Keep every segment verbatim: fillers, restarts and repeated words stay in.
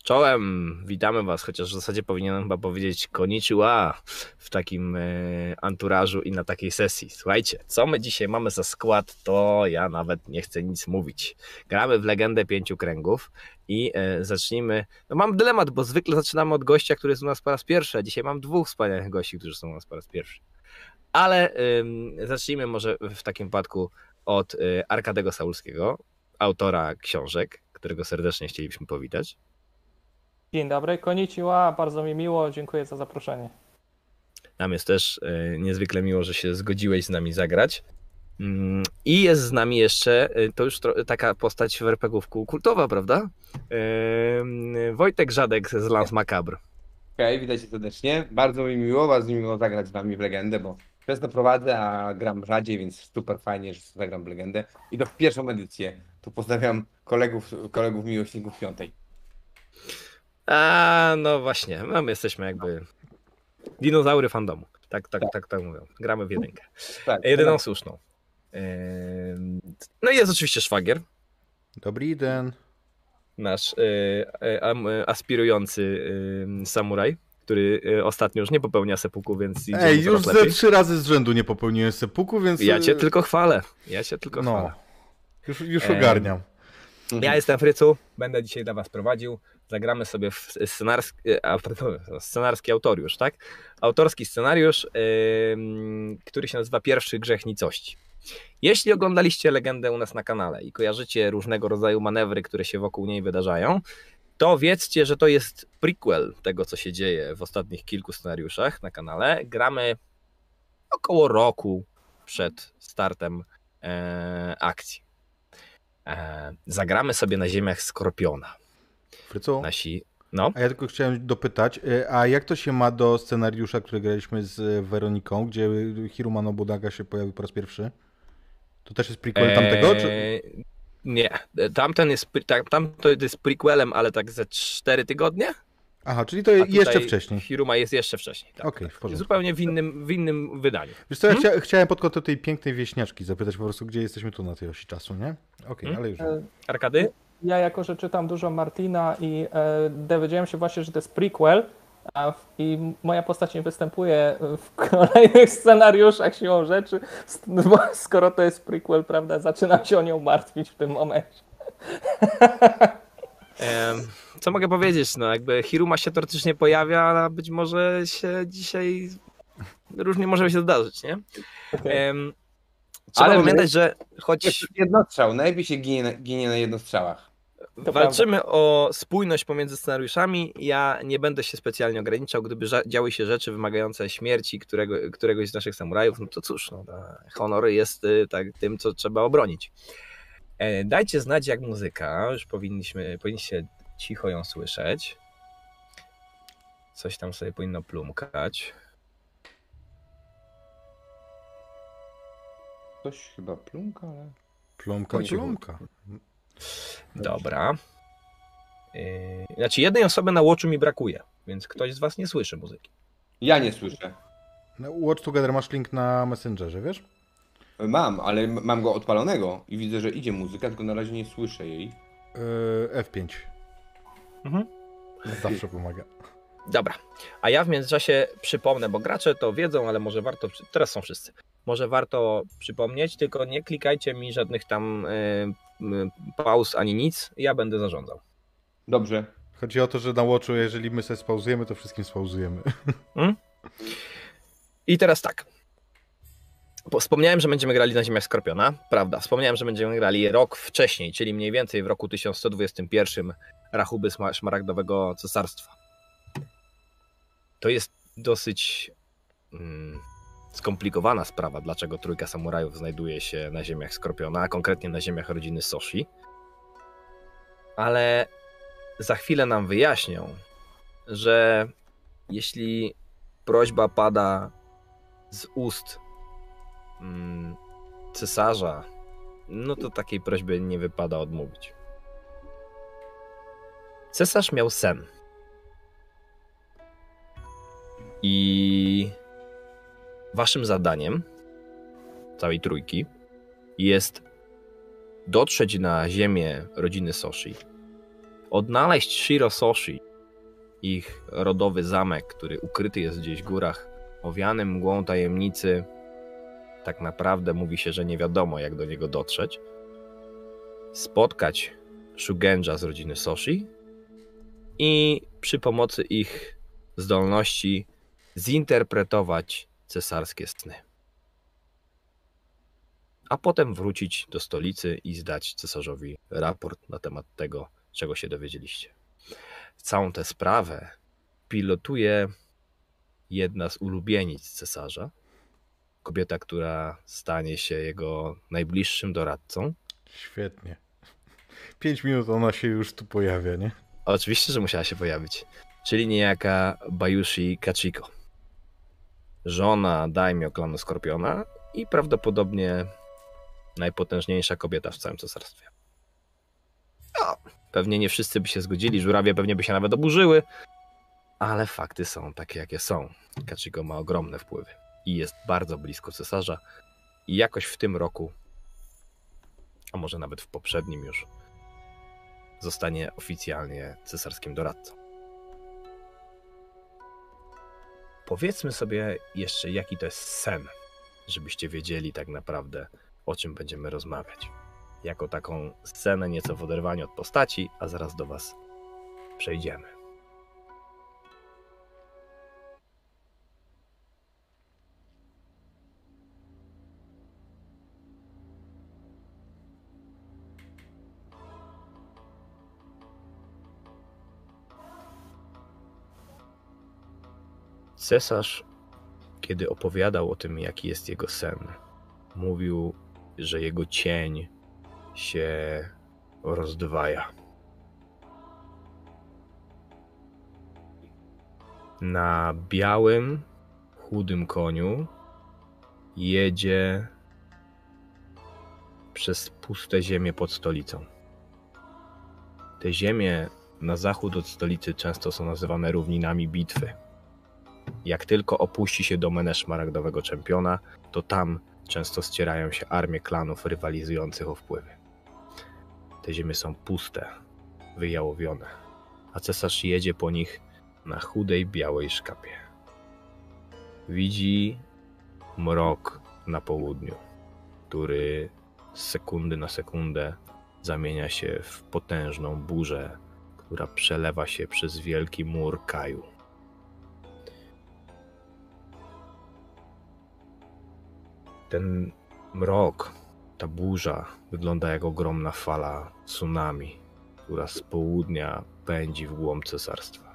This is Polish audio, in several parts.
Czołem, witamy was, chociaż w zasadzie powinienem chyba powiedzieć konnichiwa w takim e, anturażu i na takiej sesji. Słuchajcie, co my dzisiaj mamy za skład, to ja nawet nie chcę nic mówić. Gramy w Legendę Pięciu Kręgów i e, zacznijmy, no mam dylemat, bo zwykle zaczynamy od gościa, który jest u nas po raz pierwszy, a dzisiaj mam dwóch wspaniałych gości, którzy są u nas po raz pierwszy. Ale e, zacznijmy może w takim wypadku od e, Arkadego Saulskiego, autora książek, którego serdecznie chcielibyśmy powitać. Dzień dobry, konnichiwa, bardzo mi miło, dziękuję za zaproszenie. Nam jest też y, niezwykle miło, że się zgodziłeś z nami zagrać. Mm, I jest z nami jeszcze, y, to już tro, taka postać w er pe gie ówku kultowa, prawda? Y, Wojtek Żadek z Lance Macabre. Okej, okay, witajcie serdecznie. Bardzo mi miło, bardzo mi miło zagrać z wami w Legendę, bo często prowadzę, a gram rzadziej, więc super fajnie, że zagram w Legendę. I to w pierwszą edycję. Tu pozdrawiam kolegów, kolegów miłośników piątej. A no właśnie, no my jesteśmy jakby dinozaury fandomu. Tak, tak, tak, tak, tak mówią. Gramy w jedynkę. Tak, Jedyną tak. słuszną. No i jest oczywiście szwagier. Dobry den. Nasz aspirujący samuraj, który ostatnio już nie popełnia sepuku, więc idzie Ej, już lepiej. ze trzy razy z rzędu nie popełniłem sepuku, więc... Ja cię tylko chwalę. Ja cię tylko no, chwalę. Już, już ogarniam. Ja jestem Frycu, będę dzisiaj dla was prowadził. Zagramy sobie w scenarski, scenarski autoriusz, tak? Autorski scenariusz, yy, który się nazywa Pierwszy Grzech Nicości. Jeśli oglądaliście Legendę u nas na kanale i kojarzycie różnego rodzaju manewry, które się wokół niej wydarzają, to wiedzcie, że to jest prequel tego, co się dzieje w ostatnich kilku scenariuszach na kanale. Gramy około roku przed startem e, akcji. E, zagramy sobie na ziemiach Skorpiona. Frycu, Nasi, no. a ja tylko chciałem dopytać, a jak to się ma do scenariusza, który graliśmy z Weroniką, gdzie Hiruma Nobunaga się pojawił po raz pierwszy? To też jest prequel tamtego? Czy... Eee, nie, tamten jest, tam to jest prequelem, ale tak ze cztery tygodnie. Aha, czyli to jeszcze wcześniej. Hiruma jest jeszcze wcześniej. Tak, Okej, tak. w porządku. Zupełnie w innym, w innym wydaniu. Wiesz co, ja hmm? chcia, chciałem pod kątem tej pięknej wieśniaczki zapytać po prostu, gdzie jesteśmy tu na tej osi czasu, nie? Okej, okay, hmm? ale już. Arkady? Ja jako, że czytam dużo Martina i e, dowiedziałem się właśnie, że to jest prequel a w, i moja postać nie występuje w kolejnych scenariuszach siłą rzeczy, bo skoro to jest prequel, prawda, zaczynam się o nią martwić w tym momencie. Co mogę powiedzieć? No jakby Hiruma się teoretycznie pojawia, a być może się dzisiaj różnie może się zdarzyć, nie? Okay. Um, trzeba ale pamiętać, my... że choć... Jednostrzał, najlepiej się ginie, ginie na jednostrzałach. To walczymy prawda. O spójność pomiędzy scenariuszami. Ja nie będę się specjalnie ograniczał, gdyby działy się rzeczy wymagające śmierci którego, któregoś z naszych samurajów, no to cóż, no, honor jest tak, tym, co trzeba obronić. E, dajcie znać, jak muzyka, już powinniśmy, powinniście cicho ją słyszeć. Coś tam sobie powinno plumkać. Coś chyba plumka, ale... Plumka, plumka. Dobra. Yy, znaczy jednej osoby na Watchu mi brakuje, więc ktoś z was nie słyszy muzyki. Ja nie słyszę. Watch Together masz link na Messengerze, wiesz? Mam, ale mam go odpalonego i widzę, że idzie muzyka, tylko na razie nie słyszę jej. Yy, F pięć. Mhm. Zawsze pomaga. Dobra, a ja w międzyczasie przypomnę, bo gracze to wiedzą, ale może warto, teraz są wszyscy, może warto przypomnieć, tylko nie klikajcie mi żadnych tam y, y, pauz ani nic, ja będę zarządzał. Dobrze. Chodzi o to, że na Watchu, jeżeli my sobie spauzujemy, to wszystkim spauzujemy. Hmm? I teraz tak. Wspomniałem, że będziemy grali na ziemiach Skorpiona, prawda, wspomniałem, że będziemy grali rok wcześniej, czyli mniej więcej w roku tysiąc sto dwudziestym pierwszym rachuby Szmaragdowego Cesarstwa. To jest dosyć mm, skomplikowana sprawa, dlaczego trójka samurajów znajduje się na ziemiach Skorpiona, a konkretnie na ziemiach rodziny Soshi. Ale za chwilę nam wyjaśnią, że jeśli prośba pada z ust mm, cesarza, no to takiej prośby nie wypada odmówić. Cesarz miał sen. I waszym zadaniem, całej trójki, jest dotrzeć na ziemię rodziny Soshi, odnaleźć Shirososhi, ich rodowy zamek, który ukryty jest gdzieś w górach, owiany mgłą tajemnicy. Tak naprawdę mówi się, że nie wiadomo, jak do niego dotrzeć. Spotkać Shugenja z rodziny Soshi i przy pomocy ich zdolności zinterpretować cesarskie sny. A potem wrócić do stolicy i zdać cesarzowi raport na temat tego, czego się dowiedzieliście. Całą tę sprawę pilotuje jedna z ulubienic cesarza, kobieta, która stanie się jego najbliższym doradcą. Świetnie. Pięć minut ona się już tu pojawia, nie? Oczywiście, że musiała się pojawić. Czyli niejaka Bayushi Kachiko. Żona daimyo klanu Skorpiona i prawdopodobnie najpotężniejsza kobieta w całym cesarstwie. No, pewnie nie wszyscy by się zgodzili, żurawie pewnie by się nawet oburzyły, ale fakty są takie, jakie są. Kachiko ma ogromne wpływy i jest bardzo blisko cesarza i jakoś w tym roku, a może nawet w poprzednim już, zostanie oficjalnie cesarskim doradcą. Powiedzmy sobie jeszcze, jaki to jest sen, żebyście wiedzieli tak naprawdę, o czym będziemy rozmawiać. Jako taką scenę nieco w oderwaniu od postaci, a zaraz do was przejdziemy. Cesarz, kiedy opowiadał o tym, jaki jest jego sen, mówił, że jego cień się rozdwaja. Na białym, chudym koniu jedzie przez puste ziemię pod stolicą. Te ziemie na zachód od stolicy często są nazywane równinami bitwy. Jak tylko opuści się domenę szmaragdowego czempiona, to tam często ścierają się armie klanów rywalizujących o wpływy. Te ziemie są puste, wyjałowione, a cesarz jedzie po nich na chudej, białej szkapie. Widzi mrok na południu, który z sekundy na sekundę zamienia się w potężną burzę, która przelewa się przez wielki mur Kaju. Ten mrok, ta burza wygląda jak ogromna fala tsunami, która z południa pędzi w głąb cesarstwa.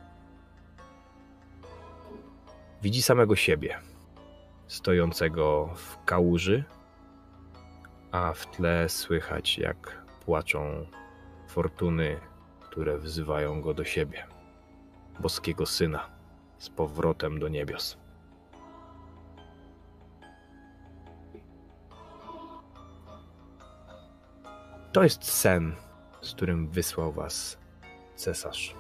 Widzi samego siebie, stojącego w kałuży, a w tle słychać, jak płaczą fortuny, które wzywają go do siebie, boskiego syna, z powrotem do niebios. To jest sen, z którym wysłał was cesarz.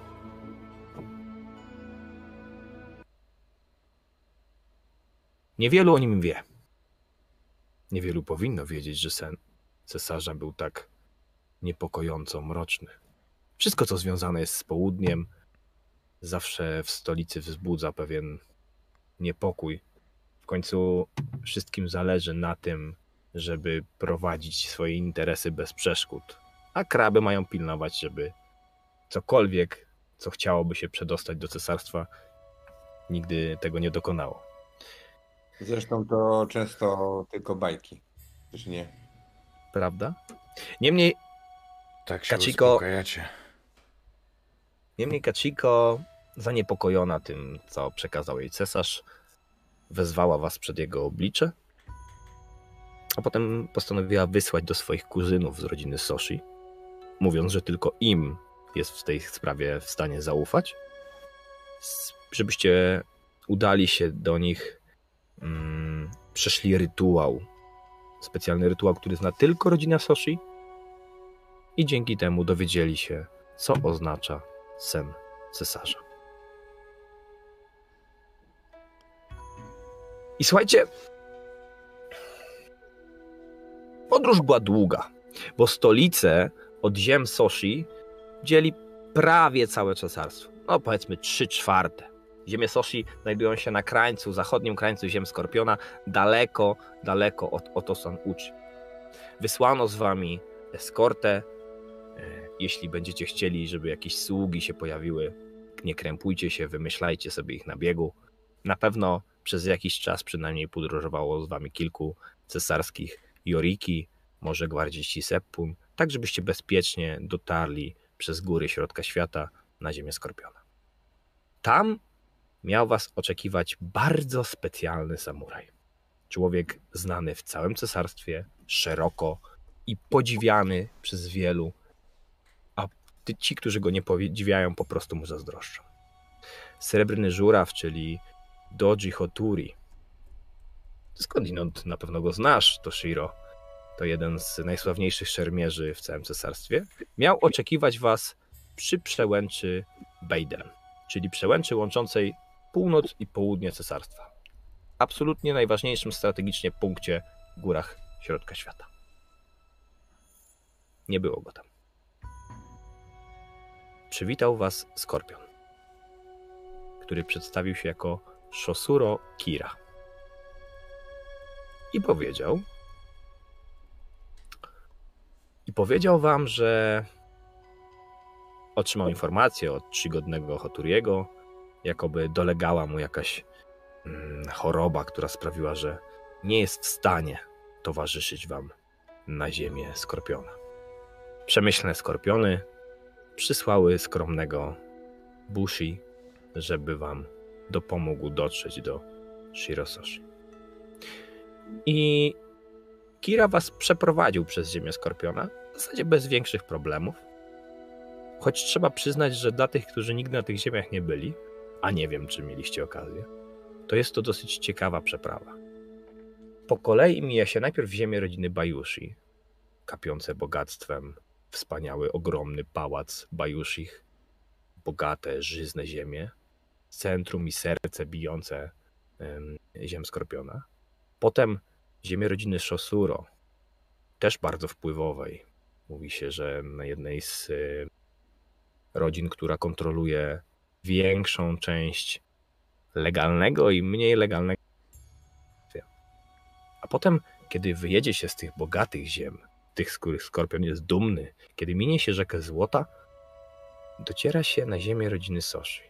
Niewielu o nim wie. Niewielu powinno wiedzieć, że sen cesarza był tak niepokojąco mroczny. Wszystko, co związane jest z południem, zawsze w stolicy wzbudza pewien niepokój. W końcu wszystkim zależy na tym, żeby prowadzić swoje interesy bez przeszkód. A kraby mają pilnować, żeby cokolwiek, co chciałoby się przedostać do cesarstwa, nigdy tego nie dokonało. Zresztą to często tylko bajki, czyż nie? Prawda? Niemniej Tak się Kachiko, uspokajacie. niemniej Kachiko, zaniepokojona tym, co przekazał jej cesarz, wezwała was przed jego oblicze, a potem postanowiła wysłać do swoich kuzynów z rodziny Soshi, mówiąc, że tylko im jest w tej sprawie w stanie zaufać, żebyście udali się do nich, mm, przeszli rytuał, specjalny rytuał, który zna tylko rodzina Soshi i dzięki temu dowiedzieli się, co oznacza sen cesarza. I słuchajcie, podróż była długa, bo stolice od ziem Soshi dzieli prawie całe cesarstwo. No powiedzmy trzy czwarte. Ziemie Soshi znajdują się na krańcu, zachodnim krańcu ziem Skorpiona, daleko, daleko od Otosan Uchi. Wysłano z wami eskortę. Jeśli będziecie chcieli, żeby jakieś sługi się pojawiły, nie krępujcie się, wymyślajcie sobie ich na biegu. Na pewno przez jakiś czas przynajmniej podróżowało z wami kilku cesarskich Yoriki, może gwardziści Seppun, tak żebyście bezpiecznie dotarli przez góry środka świata na ziemię Skorpiona. Tam miał was oczekiwać bardzo specjalny samuraj. Człowiek znany w całym cesarstwie, szeroko i podziwiany przez wielu, a ci, którzy go nie podziwiają, po prostu mu zazdroszczą. Srebrny żuraw, czyli Doji Hoturi. Skądinąd na pewno go znasz, Toshiro. To jeden z najsławniejszych szermierzy w całym cesarstwie. Miał oczekiwać was przy przełęczy Beiden, czyli przełęczy łączącej północ i południe cesarstwa. Absolutnie najważniejszym strategicznie punkcie w górach środka świata. Nie było go tam. Przywitał was Skorpion, który przedstawił się jako Shosuro Kira. I powiedział, i powiedział wam, że otrzymał informację od czcigodnego Hoturiego, jakoby dolegała mu jakaś mm, choroba, która sprawiła, że nie jest w stanie towarzyszyć wam na ziemię Skorpiona. Przemyślne Skorpiony przysłały skromnego Bushi, żeby wam dopomógł dotrzeć do Shirososhi. I Kira was przeprowadził przez ziemię Skorpiona, w zasadzie bez większych problemów. Choć trzeba przyznać, że dla tych, którzy nigdy na tych ziemiach nie byli, a nie wiem, czy mieliście okazję, to jest to dosyć ciekawa przeprawa. Po kolei mija się najpierw ziemię rodziny Bayushi, kapiące bogactwem, wspaniały, ogromny pałac Bayushich, bogate, żyzne ziemie, centrum i serce bijące ym, ziem Skorpiona. Potem ziemię rodziny Shosuro, też bardzo wpływowej. Mówi się, że na jednej z y, rodzin, która kontroluje większą część legalnego i mniej legalnego. A potem, kiedy wyjedzie się z tych bogatych ziem, tych, z których Skorpion jest dumny, kiedy minie się rzekę Złota, dociera się na ziemię rodziny Soshi.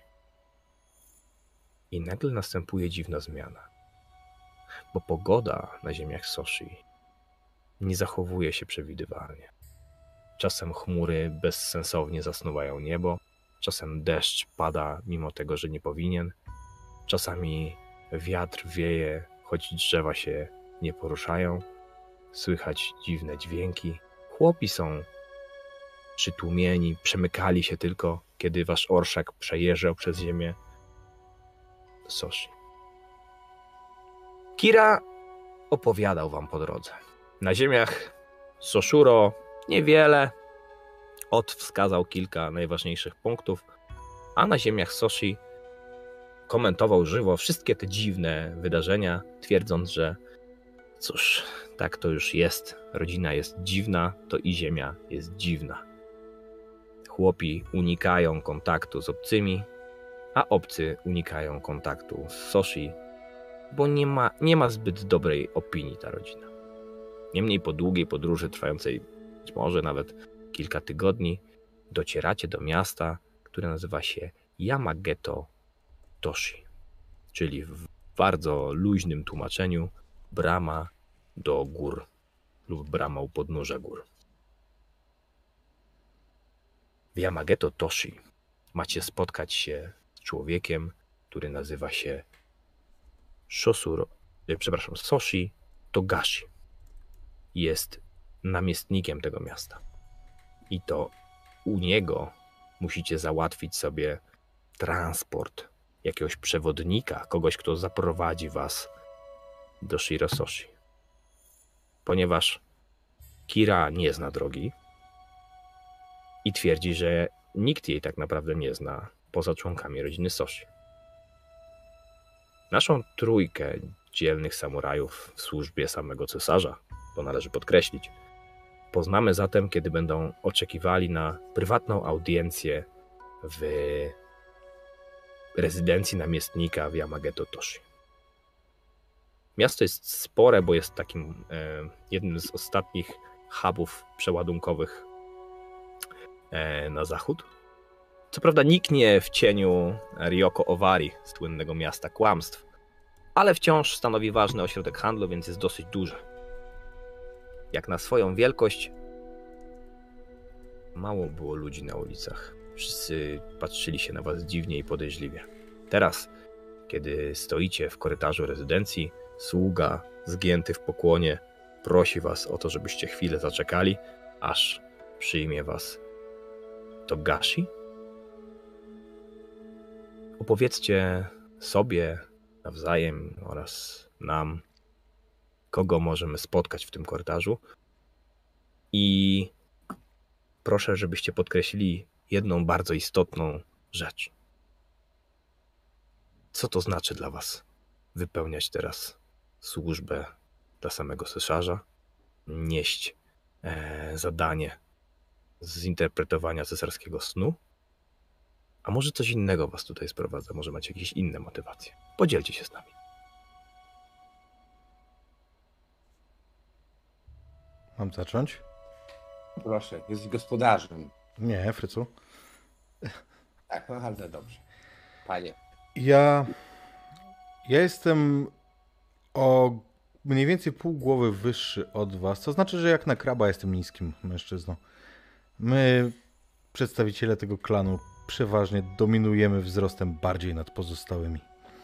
I nagle następuje dziwna zmiana. Bo pogoda na ziemiach Soshi nie zachowuje się przewidywalnie. Czasem chmury bezsensownie zasnuwają niebo, czasem deszcz pada mimo tego, że nie powinien, czasami wiatr wieje, choć drzewa się nie poruszają, słychać dziwne dźwięki. Chłopi są przytłumieni, przemykali się tylko, kiedy wasz orszak przejeżdżał przez ziemię Soshi. Kira opowiadał wam po drodze. Na ziemiach Soshuro niewiele, Ot wskazał kilka najważniejszych punktów, a na ziemiach Soshi komentował żywo wszystkie te dziwne wydarzenia, twierdząc, że cóż, tak to już jest. Rodzina jest dziwna, to i ziemia jest dziwna. Chłopi unikają kontaktu z obcymi, a obcy unikają kontaktu z Soshi, bo nie ma, nie ma zbyt dobrej opinii ta rodzina. Niemniej po długiej podróży trwającej być może nawet kilka tygodni docieracie do miasta, które nazywa się Yamageto Toshi, czyli w bardzo luźnym tłumaczeniu brama do gór lub brama u podnóża gór. W Yamageto Toshi macie spotkać się z człowiekiem, który nazywa się Shosuro, przepraszam, Soshi Togashi. Jest namiestnikiem tego miasta. I to u niego musicie załatwić sobie transport jakiegoś przewodnika, kogoś, kto zaprowadzi was do Shirososhi. Ponieważ Kira nie zna drogi i twierdzi, że nikt jej tak naprawdę nie zna poza członkami rodziny Soshi. Naszą trójkę dzielnych samurajów w służbie samego cesarza, to należy podkreślić, Poznamy zatem, kiedy będą oczekiwali na prywatną audiencję w rezydencji namiestnika w Yamageto-toshi. Miasto jest spore, bo jest takim e, jednym z ostatnich hubów przeładunkowych e, na zachód. Co prawda niknie w cieniu Ryoko Owari, słynnego miasta kłamstw, ale wciąż stanowi ważny ośrodek handlu, więc jest dosyć duże. Jak na swoją wielkość, mało było ludzi na ulicach. Wszyscy patrzyli się na was dziwnie i podejrzliwie. Teraz, kiedy stoicie w korytarzu rezydencji, sługa zgięty w pokłonie prosi was o to, żebyście chwilę zaczekali, aż przyjmie was Togashi. Opowiedzcie sobie nawzajem oraz nam, kogo możemy spotkać w tym korytarzu. I proszę, żebyście podkreślili jedną bardzo istotną rzecz. Co to znaczy dla was wypełniać teraz służbę dla samego cesarza, nieść e, zadanie zinterpretowania cesarskiego snu? A może coś innego was tutaj sprowadza? Może macie jakieś inne motywacje? Podzielcie się z nami. Mam zacząć? Proszę, jest gospodarzem. Nie, Frycu. Tak, no ale dobrze. Panie. Ja... Ja jestem o mniej więcej pół głowy wyższy od was, to znaczy, że jak na kraba jestem niskim mężczyzną. My, przedstawiciele tego klanu, przeważnie dominujemy wzrostem bardziej nad pozostałymi.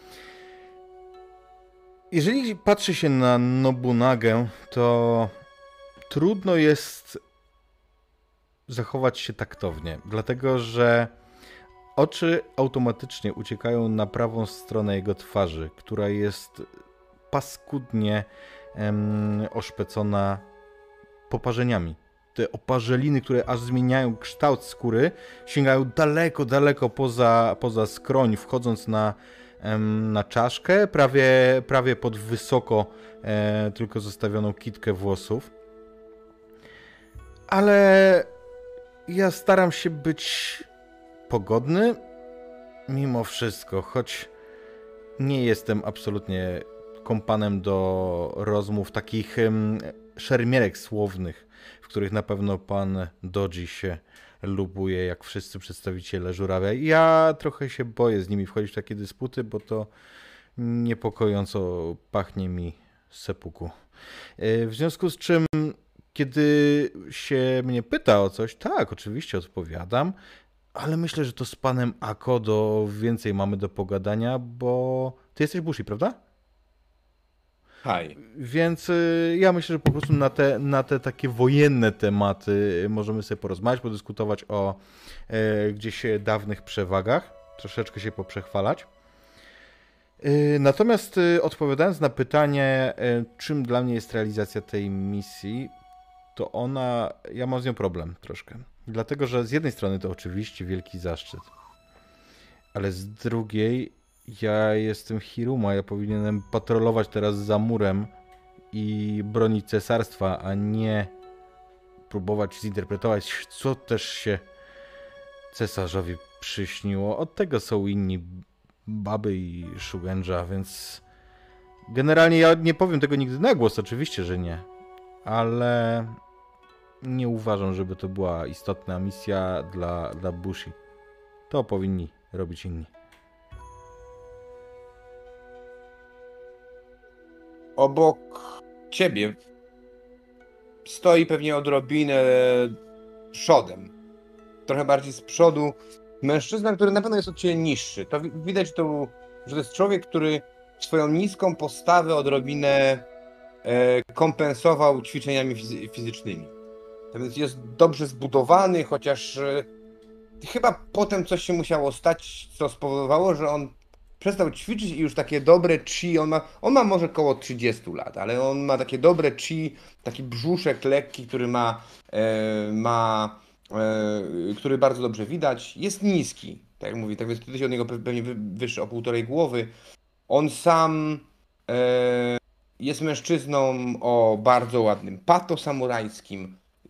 Jeżeli patrzy się na Nobunagę, to trudno jest zachować się taktownie, dlatego że oczy automatycznie uciekają na prawą stronę jego twarzy, która jest paskudnie em, oszpecona poparzeniami. Te oparzeliny, które aż zmieniają kształt skóry, sięgają daleko, daleko poza, poza skroń, wchodząc na, em, na czaszkę, prawie, prawie pod wysoko e, tylko zostawioną kitkę włosów. Ale ja staram się być pogodny mimo wszystko, choć nie jestem absolutnie kompanem do rozmów takich um, szermierek słownych, w których na pewno pan Doji się lubuje, jak wszyscy przedstawiciele żurawia. Ja trochę się boję z nimi wchodzić w takie dysputy, bo to niepokojąco pachnie mi seppuku. W związku z czym, kiedy się mnie pyta o coś, tak, oczywiście odpowiadam, ale myślę, że to z panem Akodo więcej mamy do pogadania, bo ty jesteś Bushi, prawda? Haj. Więc y, ja myślę, że po prostu na te, na te takie wojenne tematy możemy sobie porozmawiać, podyskutować o y, gdzieś dawnych przewagach, troszeczkę się poprzechwalać. Y, natomiast y, odpowiadając na pytanie, y, czym dla mnie jest realizacja tej misji, to ona, ja mam z nią problem troszkę. Dlatego, że z jednej strony to oczywiście wielki zaszczyt, ale z drugiej ja jestem Hiruma, ja powinienem patrolować teraz za murem i bronić cesarstwa, a nie próbować zinterpretować, co też się cesarzowi przyśniło. Od tego są inni baby i shugenja, więc generalnie ja nie powiem tego nigdy na głos, oczywiście, że nie, ale nie uważam, żeby to była istotna misja dla, dla Bushi. To powinni robić inni. Obok ciebie stoi pewnie odrobinę przodem. Trochę bardziej z przodu mężczyzna, który na pewno jest od ciebie niższy. To widać, to, że to jest człowiek, który swoją niską postawę odrobinę e, kompensował ćwiczeniami fizy- fizycznymi. Tak więc jest dobrze zbudowany, chociaż e, chyba potem coś się musiało stać, co spowodowało, że on przestał ćwiczyć i już takie dobre chi, on ma, on ma może około trzydziestu lat, ale on ma takie dobre chi, taki brzuszek lekki, który ma, e, ma e, który bardzo dobrze widać, jest niski, tak jak mówię, tak więc tutaj od niego pewnie wyższy o półtorej głowy. On sam e, jest mężczyzną o bardzo ładnym pato samurajskim,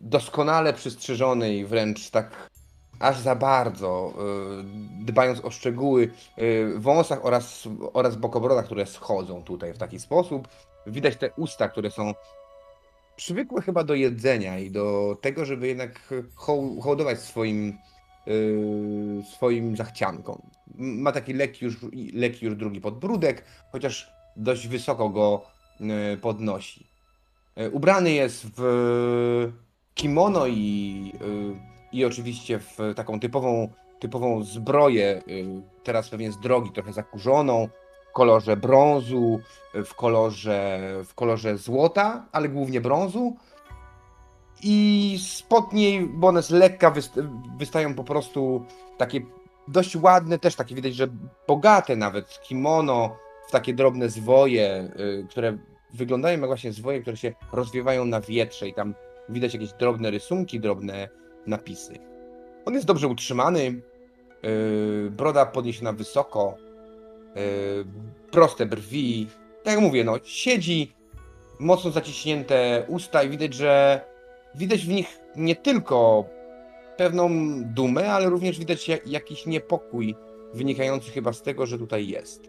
doskonale przystrzyżony i wręcz tak aż za bardzo, y, dbając o szczegóły, y, wąsach oraz, oraz bokobrodach, które schodzą tutaj w taki sposób. Widać te usta, które są przywykłe chyba do jedzenia i do tego, żeby jednak hoł- hołdować swoim, y, swoim zachciankom. Ma taki lekki już, lekki już drugi podbródek, chociaż dość wysoko go y, podnosi. Y, Ubrany jest w kimono i, y, i oczywiście w taką typową, typową zbroję, y, teraz pewnie z drogi, trochę zakurzoną, w kolorze brązu, w kolorze, w kolorze złota, ale głównie brązu. I spod niej, bo one z lekka wyst- wystają po prostu takie dość ładne, też takie widać, że bogate nawet kimono w takie drobne zwoje, y, które wyglądają jak właśnie zwoje, które się rozwiewają na wietrze i tam widać jakieś drobne rysunki, drobne napisy. On jest dobrze utrzymany, y, broda podniesiona wysoko, y, proste brwi. Tak jak mówię, no siedzi, mocno zaciśnięte usta i widać, że widać w nich nie tylko pewną dumę, ale również widać jak, jakiś niepokój wynikający chyba z tego, że tutaj jest.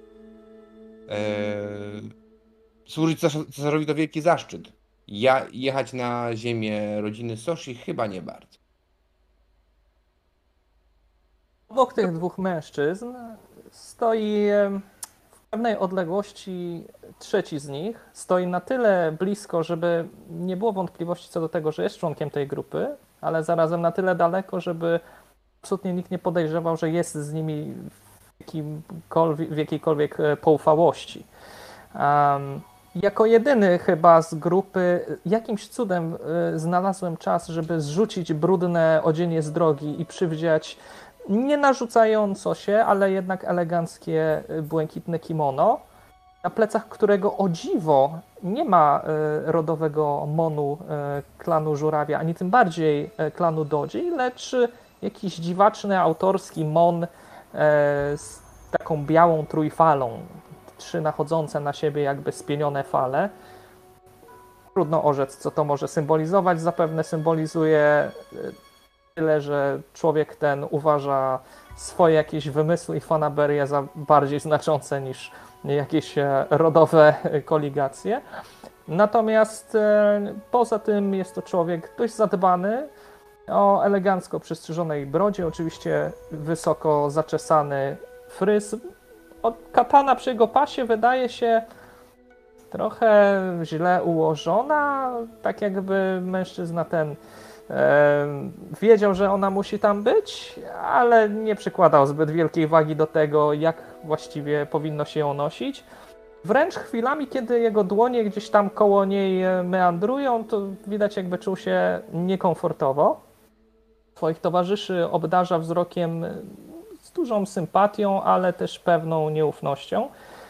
Eee, służyć cesar- cesarowi to wielki zaszczyt. Ja jechać na ziemię rodziny Soshi chyba nie bardzo. Obok tych dwóch mężczyzn stoi em, w pewnej odległości trzeci z nich. Stoi na tyle blisko, żeby nie było wątpliwości co do tego, że jest członkiem tej grupy, ale zarazem na tyle daleko, żeby absolutnie nikt nie podejrzewał, że jest z nimi w, jakimkolwiek, w jakiejkolwiek e, poufałości. Um, jako jedyny chyba z grupy jakimś cudem y, znalazłem czas, żeby zrzucić brudne odzienie z drogi i przywdziać nie narzucająco się, ale jednak eleganckie y, błękitne kimono, na plecach którego o dziwo nie ma y, rodowego monu y, klanu Żurawia, ani tym bardziej y, klanu Dodzi, lecz y, jakiś dziwaczny autorski mon y, z taką białą trójfalą. Trzy nachodzące na siebie jakby spienione fale. Trudno orzec, co to może symbolizować. Zapewne symbolizuje tyle, że człowiek ten uważa swoje jakieś wymysły i fanaberie za bardziej znaczące niż jakieś rodowe koligacje. Natomiast poza tym jest to człowiek dość zadbany, o elegancko przystrzyżonej brodzie, oczywiście wysoko zaczesany fryz. Katana przy jego pasie wydaje się trochę źle ułożona, tak jakby mężczyzna ten e, wiedział, że ona musi tam być, ale nie przykładał zbyt wielkiej wagi do tego, jak właściwie powinno się ją nosić. Wręcz chwilami, kiedy jego dłonie gdzieś tam koło niej meandrują, to widać, jakby czuł się niekomfortowo. Swoich towarzyszy obdarza wzrokiem z dużą sympatią, ale też pewną nieufnością.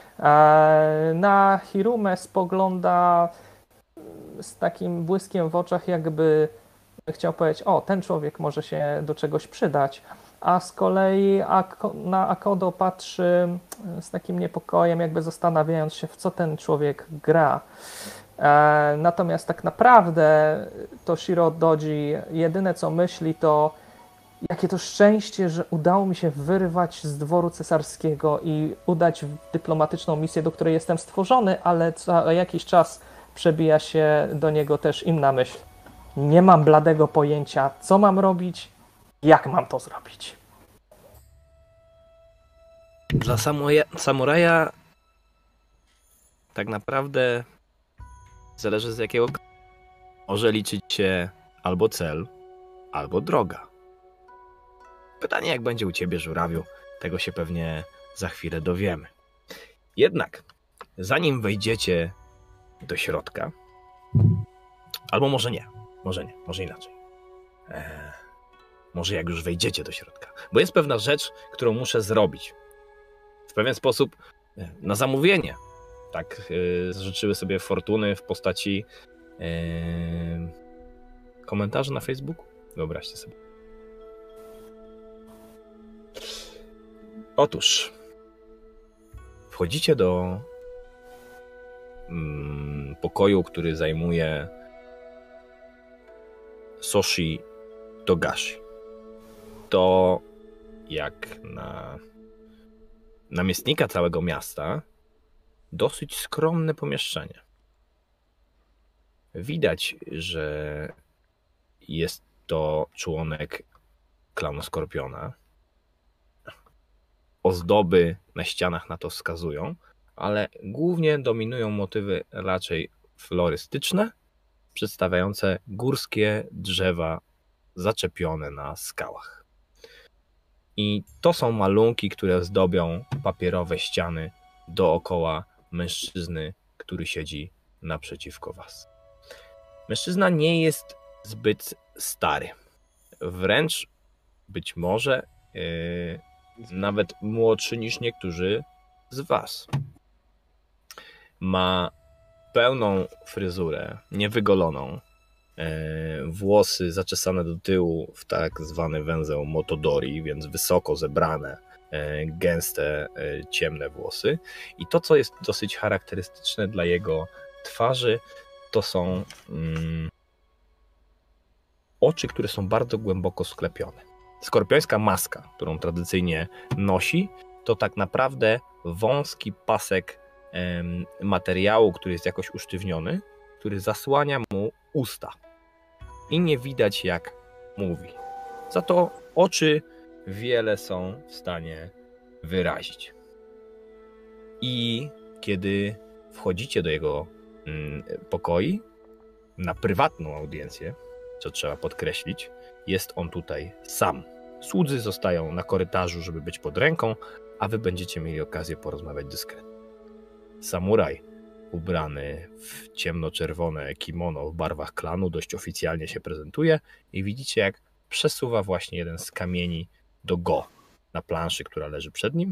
Na Hirumę spogląda z takim błyskiem w oczach, jakby chciał powiedzieć: o, ten człowiek może się do czegoś przydać. A z kolei na Akodo patrzy z takim niepokojem, jakby zastanawiając się, w co ten człowiek gra. Natomiast tak naprawdę to Shiro Dodzi jedyne co myśli to: jakie to szczęście, że udało mi się wyrwać z dworu cesarskiego i udać w dyplomatyczną misję, do której jestem stworzony, ale co jakiś czas przebija się do niego też inna myśl. Nie mam bladego pojęcia, co mam robić, jak mam to zrobić. Dla samuraja, samuraja tak naprawdę zależy z jakiego może liczyć się albo cel, albo droga. Pytanie, jak będzie u ciebie, Żurawiu, tego się pewnie za chwilę dowiemy. Jednak, zanim wejdziecie do środka, albo może nie, może nie, może inaczej. Eee, może jak już wejdziecie do środka, bo jest pewna rzecz, którą muszę zrobić. W pewien sposób na zamówienie. Tak yy, życzyły sobie fortuny w postaci yy, komentarzy na Facebooku. Wyobraźcie sobie. Otóż wchodzicie do mm, pokoju, który zajmuje Soshi Togashi. To jak na namiestnika całego miasta dosyć skromne pomieszczenie. Widać, że jest to członek klanu Skorpiona. Ozdoby na ścianach na to wskazują, ale głównie dominują motywy raczej florystyczne, przedstawiające górskie drzewa zaczepione na skałach. I to są malunki, które zdobią papierowe ściany dookoła mężczyzny, który siedzi naprzeciwko was. Mężczyzna nie jest zbyt stary. Wręcz być może yy, nawet młodszy niż niektórzy z was. Ma pełną fryzurę, niewygoloną, yy, włosy zaczesane do tyłu w tak zwany węzeł motodori, więc wysoko zebrane, yy, gęste, yy, ciemne włosy. I to, co jest dosyć charakterystyczne dla jego twarzy, to są mm, oczy, które są bardzo głęboko sklepione. Skorpiońska maska, którą tradycyjnie nosi, to tak naprawdę wąski pasek em, materiału, który jest jakoś usztywniony, który zasłania mu usta. I nie widać, jak mówi. Za to oczy wiele są w stanie wyrazić. I kiedy wchodzicie do jego pokoi na prywatną audiencję, co trzeba podkreślić, jest on tutaj sam. Słudzy zostają na korytarzu, żeby być pod ręką, a wy będziecie mieli okazję porozmawiać dyskretnie. Samuraj ubrany w ciemnoczerwone kimono w barwach klanu dość oficjalnie się prezentuje i widzicie, jak przesuwa właśnie jeden z kamieni do go na planszy, która leży przed nim.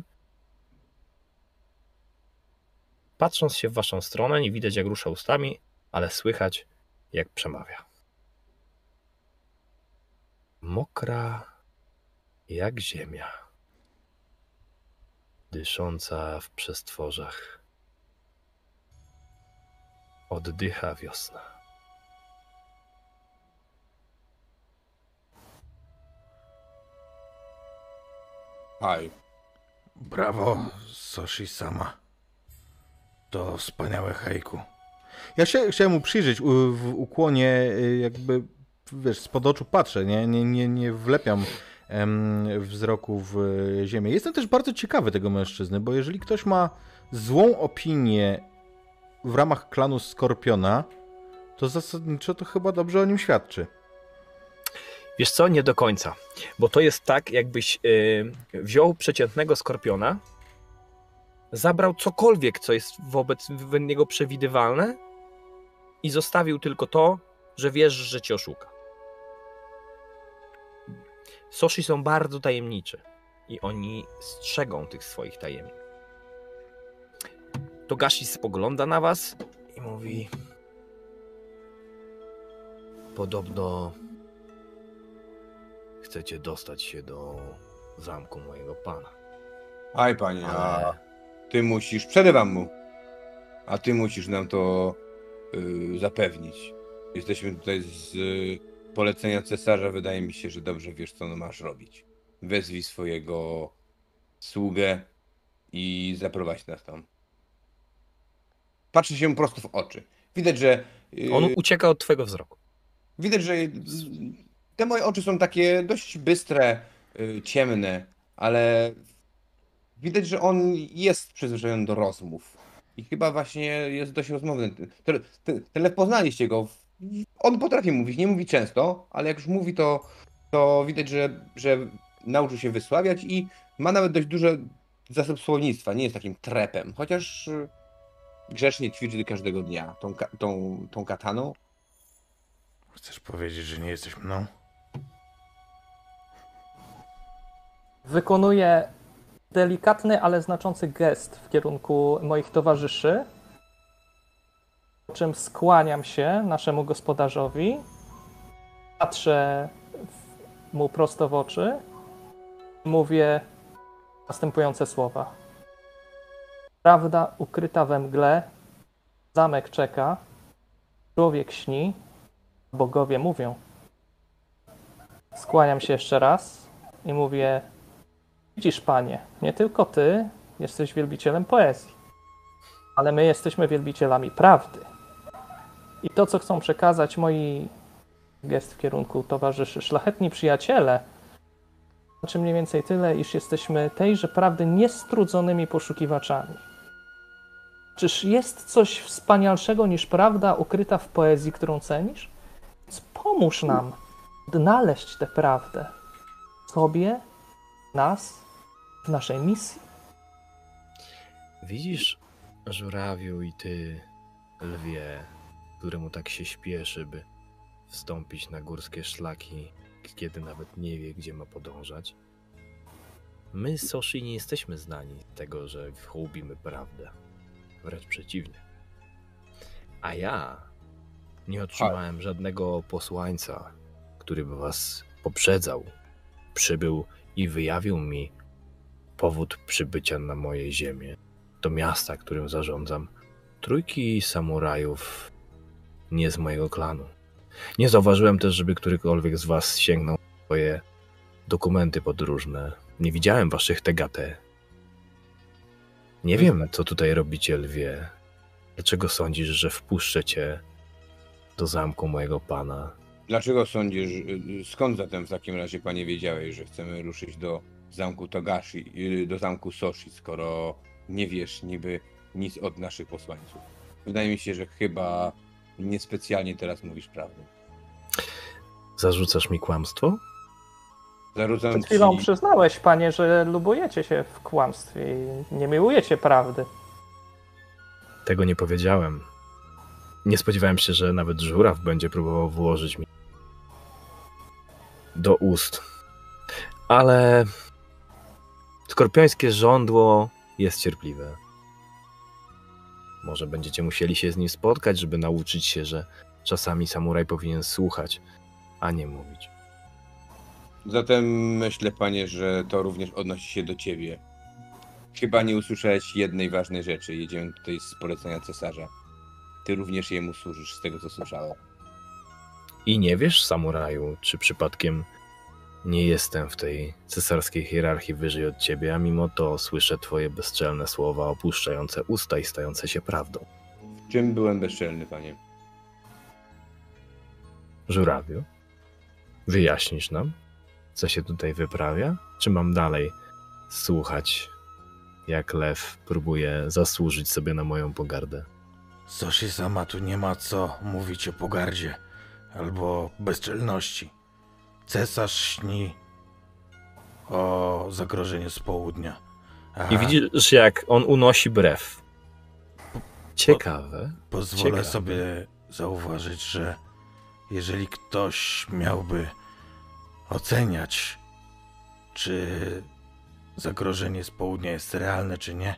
Patrząc się w waszą stronę, nie widać, jak rusza ustami, ale słychać, jak przemawia. Mokra jak ziemia, dysząca w przestworzach, oddycha wiosna. Haj. Brawo, Soshi-sama. To wspaniałe haiku. Ja się chciałem mu przyjrzeć u, w ukłonie, jakby, wiesz, spod oczu patrzę, nie, nie, nie, nie wlepiam em, wzroku w ziemię. Jestem też bardzo ciekawy tego mężczyzny, bo jeżeli ktoś ma złą opinię w ramach klanu Skorpiona, to zasadniczo to chyba dobrze o nim świadczy. Wiesz co? Nie do końca. Bo to jest tak, jakbyś yy, wziął przeciętnego Skorpiona, zabrał cokolwiek, co jest wobec niego przewidywalne i zostawił tylko to, że wiesz, że cię oszuka. Soshi są bardzo tajemniczy i oni strzegą tych swoich tajemnic. Togashi spogląda na was i mówi: podobno chcecie dostać się do zamku mojego pana. Aj, panie, Ale... a ty musisz, przerywam mu, a ty musisz nam to yy, zapewnić. Jesteśmy tutaj z yy, polecenia cesarza, wydaje mi się, że dobrze wiesz, co masz robić. Wezwij swojego sługę i zaprowadź nas tam. Patrzy się prosto w oczy. Widać, że... Yy, On ucieka od twojego wzroku. Widać, że te moje oczy są takie dość bystre, yy, ciemne, ale widać, że on jest przyzwyczajony do rozmów. I chyba właśnie jest dość rozmowny. Tyle, tyle poznaliście go. On potrafi mówić, nie mówi często, ale jak już mówi, to, to widać, że, że nauczył się wysławiać i ma nawet dość duży zasób słownictwa. Nie jest takim trepem, chociaż grzecznie ćwiczy każdego dnia tą, tą, tą kataną. Chcesz powiedzieć, że nie jesteś mną? Wykonuję delikatny, ale znaczący gest w kierunku moich towarzyszy, po czym skłaniam się naszemu gospodarzowi, patrzę mu prosto w oczy, mówię następujące słowa. Prawda ukryta we mgle, zamek czeka, człowiek śni, bogowie mówią. Skłaniam się jeszcze raz i mówię: widzisz, panie, nie tylko ty jesteś wielbicielem poezji, ale my jesteśmy wielbicielami prawdy. I to, co chcą przekazać moi, gest w kierunku towarzyszy, szlachetni przyjaciele, znaczy mniej więcej tyle, iż jesteśmy tejże prawdy niestrudzonymi poszukiwaczami. Czyż jest coś wspanialszego niż prawda ukryta w poezji, którą cenisz? Więc pomóż nam odnaleźć tę prawdę sobie, nas, w naszej misji. Widzisz, żurawiu, i ty, lwie, któremu tak się śpieszy, by wstąpić na górskie szlaki, kiedy nawet nie wie, gdzie ma podążać? My, Soshi, nie jesteśmy znani z tego, że hołbimy prawdę. Wręcz przeciwnie. A ja nie otrzymałem żadnego posłańca, który by was poprzedzał, przybył i wyjawił mi powód przybycia na moje ziemię, do miasta, którym zarządzam. Trójki samurajów nie z mojego klanu. Nie zauważyłem też, żeby którykolwiek z was sięgnął po swoje dokumenty podróżne. Nie widziałem waszych tegate. Nie wiem, co tutaj robicie, lwie. Dlaczego sądzisz, że wpuszczę cię do zamku mojego pana? Dlaczego sądzisz, skąd zatem w takim razie, panie, wiedziałeś, że chcemy ruszyć do zamku Togashi, do zamku Soshi, skoro nie wiesz niby nic od naszych posłańców? Wydaje mi się, że chyba niespecjalnie teraz mówisz prawdę. Zarzucasz mi kłamstwo? Zarzucam Przed chwilą ci... przyznałeś, panie, że lubujecie się w kłamstwie i nie miłujecie prawdy. Tego nie powiedziałem. Nie spodziewałem się, że nawet żuraw będzie próbował włożyć mi do ust. Ale skorpiońskie żądło jest cierpliwe. Może będziecie musieli się z nim spotkać, żeby nauczyć się, że czasami samuraj powinien słuchać, a nie mówić. Zatem myślę, panie, że to również odnosi się do ciebie. Chyba nie usłyszałeś jednej ważnej rzeczy. Jedziemy tutaj z polecenia cesarza. Ty również jemu służysz, z tego co słyszałem. I nie wiesz, samuraju, czy przypadkiem nie jestem w tej cesarskiej hierarchii wyżej od ciebie, a mimo to słyszę twoje bezczelne słowa opuszczające usta i stające się prawdą. W czym byłem bezczelny, panie? Żurawiu, wyjaśnisz nam, co się tutaj wyprawia? Czy mam dalej słuchać, jak lew próbuje zasłużyć sobie na moją pogardę? Soshi sama tu nie ma co mówić o pogardzie albo bezczelności. Cesarz śni o zagrożeniu z południa. A I widzisz, jak on unosi brew. Ciekawe. pozwolę ciekawe. sobie zauważyć, że jeżeli ktoś miałby oceniać, czy zagrożenie z południa jest realne, czy nie,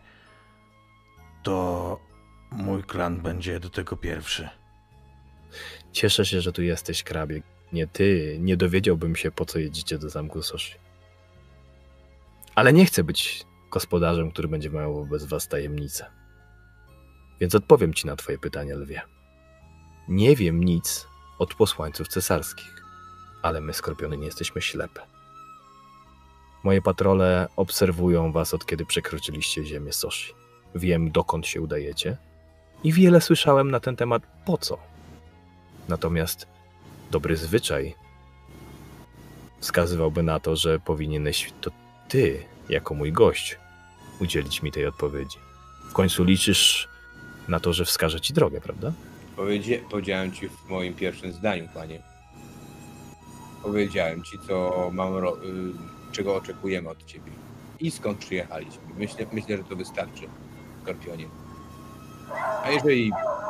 to mój klan będzie do tego pierwszy. Cieszę się, że tu jesteś, krabie. Nie ty, nie dowiedziałbym się, po co jedziecie do zamku Soshi. Ale nie chcę być gospodarzem, który będzie miał wobec was tajemnicę. Więc odpowiem ci na twoje pytanie, lwie. Nie wiem nic od posłańców cesarskich, ale my, skorpiony, nie jesteśmy ślepe. Moje patrole obserwują was, od kiedy przekroczyliście ziemię Soshi. Wiem, dokąd się udajecie i wiele słyszałem na ten temat, po co. Natomiast dobry zwyczaj wskazywałby na to, że powinieneś to ty, jako mój gość, udzielić mi tej odpowiedzi. W końcu liczysz na to, że wskażę ci drogę, prawda? Powiedzia- powiedziałem ci w moim pierwszym zdaniu, panie. Powiedziałem ci, co mam ro- y- czego oczekujemy od ciebie i skąd przyjechaliśmy. Myślę, myślę, że to wystarczy, Skorpionie. A jeżeli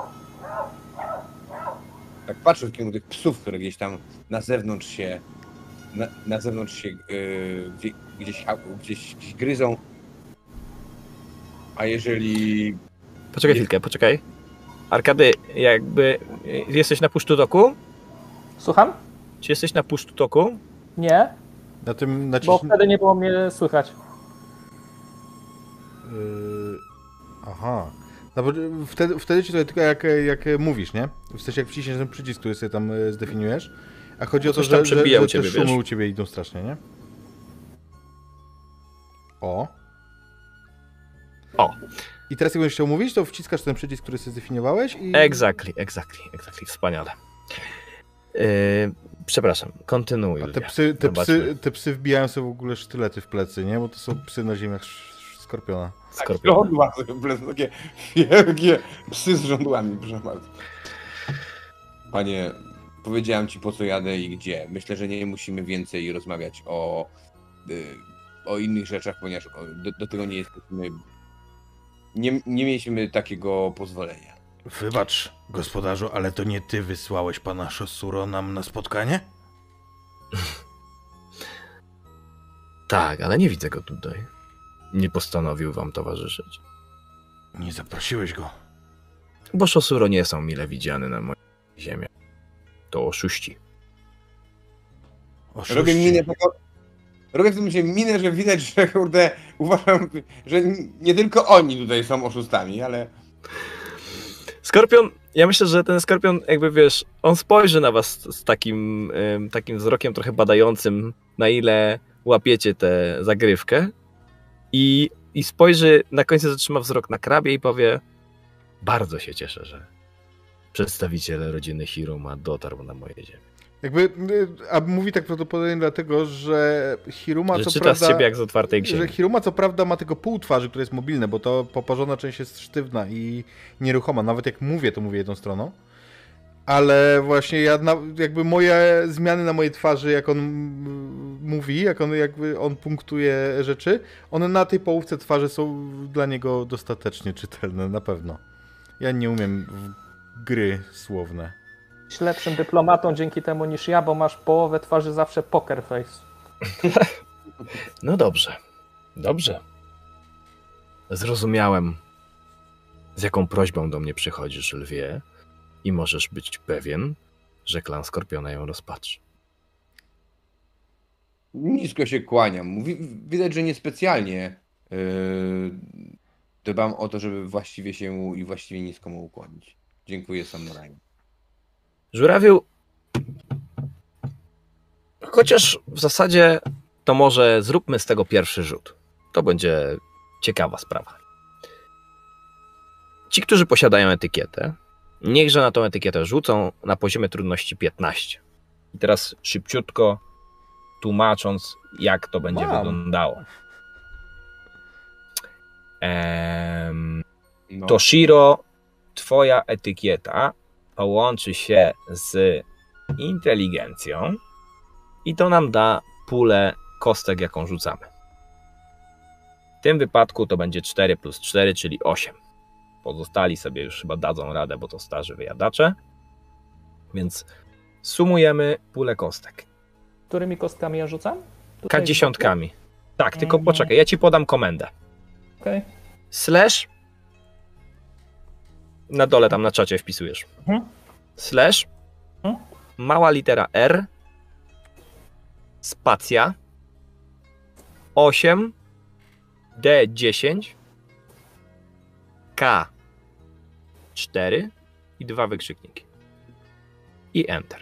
tak patrzę w kierunku tych psów, które gdzieś tam na zewnątrz się na, na zewnątrz się yy, gdzieś, gdzieś, gdzieś, gdzieś gryzą, a jeżeli... Poczekaj Nie- chwilkę, poczekaj. Arkady, jakby jesteś na puszczutoku? Słucham? Czy jesteś na puszczutoku? Nie, Na tym naciśnij... bo wtedy nie było mnie słychać. Yy, aha. No bo wtedy, wtedy ci to tylko jak, jak mówisz, nie? W sensie jak wciśniesz ten przycisk, który sobie tam e, zdefiniujesz, A chodzi o to, Coś tam że, że, przebija u że te ciebie, szumy wiesz? u ciebie idą strasznie, nie? O. O. I teraz jak będziesz chciał mówić, to wciskasz ten przycisk, który sobie zdefiniowałeś i... Exactly, exactly, exactly, wspaniale. Yy, przepraszam, kontynuuj. A te Julia. psy, te, Zobaczmy. psy, te psy wbijają sobie w ogóle sztylety w plecy, nie? Bo to są psy na ziemiach sz- Skorpiona. Skorpion. Żądła, takie wielkie psy z żądłami, proszę bardzo. Panie, powiedziałem ci po co jadę i gdzie. Myślę, że nie musimy więcej rozmawiać o, y, o innych rzeczach, ponieważ o, do, do tego nie jesteśmy... Nie, nie mieliśmy takiego pozwolenia. Wybacz, gospodarzu, ale to nie ty wysłałeś pana Szosuro nam na spotkanie? Tak, ale nie widzę go tutaj. Nie postanowił wam towarzyszyć. Nie zaprosiłeś go. Bo Szosuro nie są mile widziane na mojej ziemi. To oszuści. Oszuści. Robię minę tego... Robię w tym momencie minę, że widać, że kurde, uważam, że nie tylko oni tutaj są oszustami, ale... Skorpion, ja myślę, że ten Skorpion, jakby wiesz, on spojrzy na was z takim, ym, takim wzrokiem trochę badającym, na ile łapiecie tę zagrywkę i, i spojrzy, na końcu zatrzyma wzrok na krabie i powie: bardzo się cieszę, że przedstawiciel rodziny Hiruma dotarł na moje ziemię. Jakby, y, a mówi tak prawdopodobnie dlatego, że Hiruma Że co czyta prawda... z ciebie jak z otwartej księgi. Że Hiruma co prawda ma tylko pół twarzy, które jest mobilne, bo to poparzona część jest sztywna i nieruchoma. Nawet jak mówię, to mówię jedną stroną. Ale właśnie ja, na, jakby moje zmiany na mojej twarzy, jak on mm, mówi, jak on jakby on punktuje rzeczy, one na tej połówce twarzy są dla niego dostatecznie czytelne, na pewno. Ja nie umiem w gry słowne. Jesteś lepszym dyplomatą dzięki temu niż ja, bo masz połowę twarzy zawsze poker face. No dobrze, dobrze. Zrozumiałem, z jaką prośbą do mnie przychodzisz, lwie, i możesz być pewien, że klan Skorpiona ją rozpatrzy. Nisko się kłaniam. Mówi, widać, że niespecjalnie yy, dbam o to, żeby właściwie się i właściwie nisko mu ukłonić. Dziękuję samuraju. Żurawiu, chociaż w zasadzie to może zróbmy z tego pierwszy rzut. To będzie ciekawa sprawa. Ci, którzy posiadają etykietę, niechże na tą etykietę rzucą na poziomie trudności piętnaście. I teraz szybciutko tłumacząc, jak to będzie Mam. wyglądało. Ehm, No. Toshiro, twoja etykieta połączy się z inteligencją i to nam da pulę kostek, jaką rzucamy. W tym wypadku to będzie cztery plus cztery, czyli osiem. Pozostali sobie już chyba dadzą radę, bo to starzy wyjadacze. Więc sumujemy pulę kostek. Którymi kostkami ja rzucam? Tutaj K dziesiątkami. Tak, tylko Mhm. poczekaj, ja ci podam komendę. Okej. Slash na dole tam na czacie wpisujesz. Mhm. Slash Mhm. mała litera R spacja osiem D dziesięć K cztery i dwa wykrzykniki. I Enter.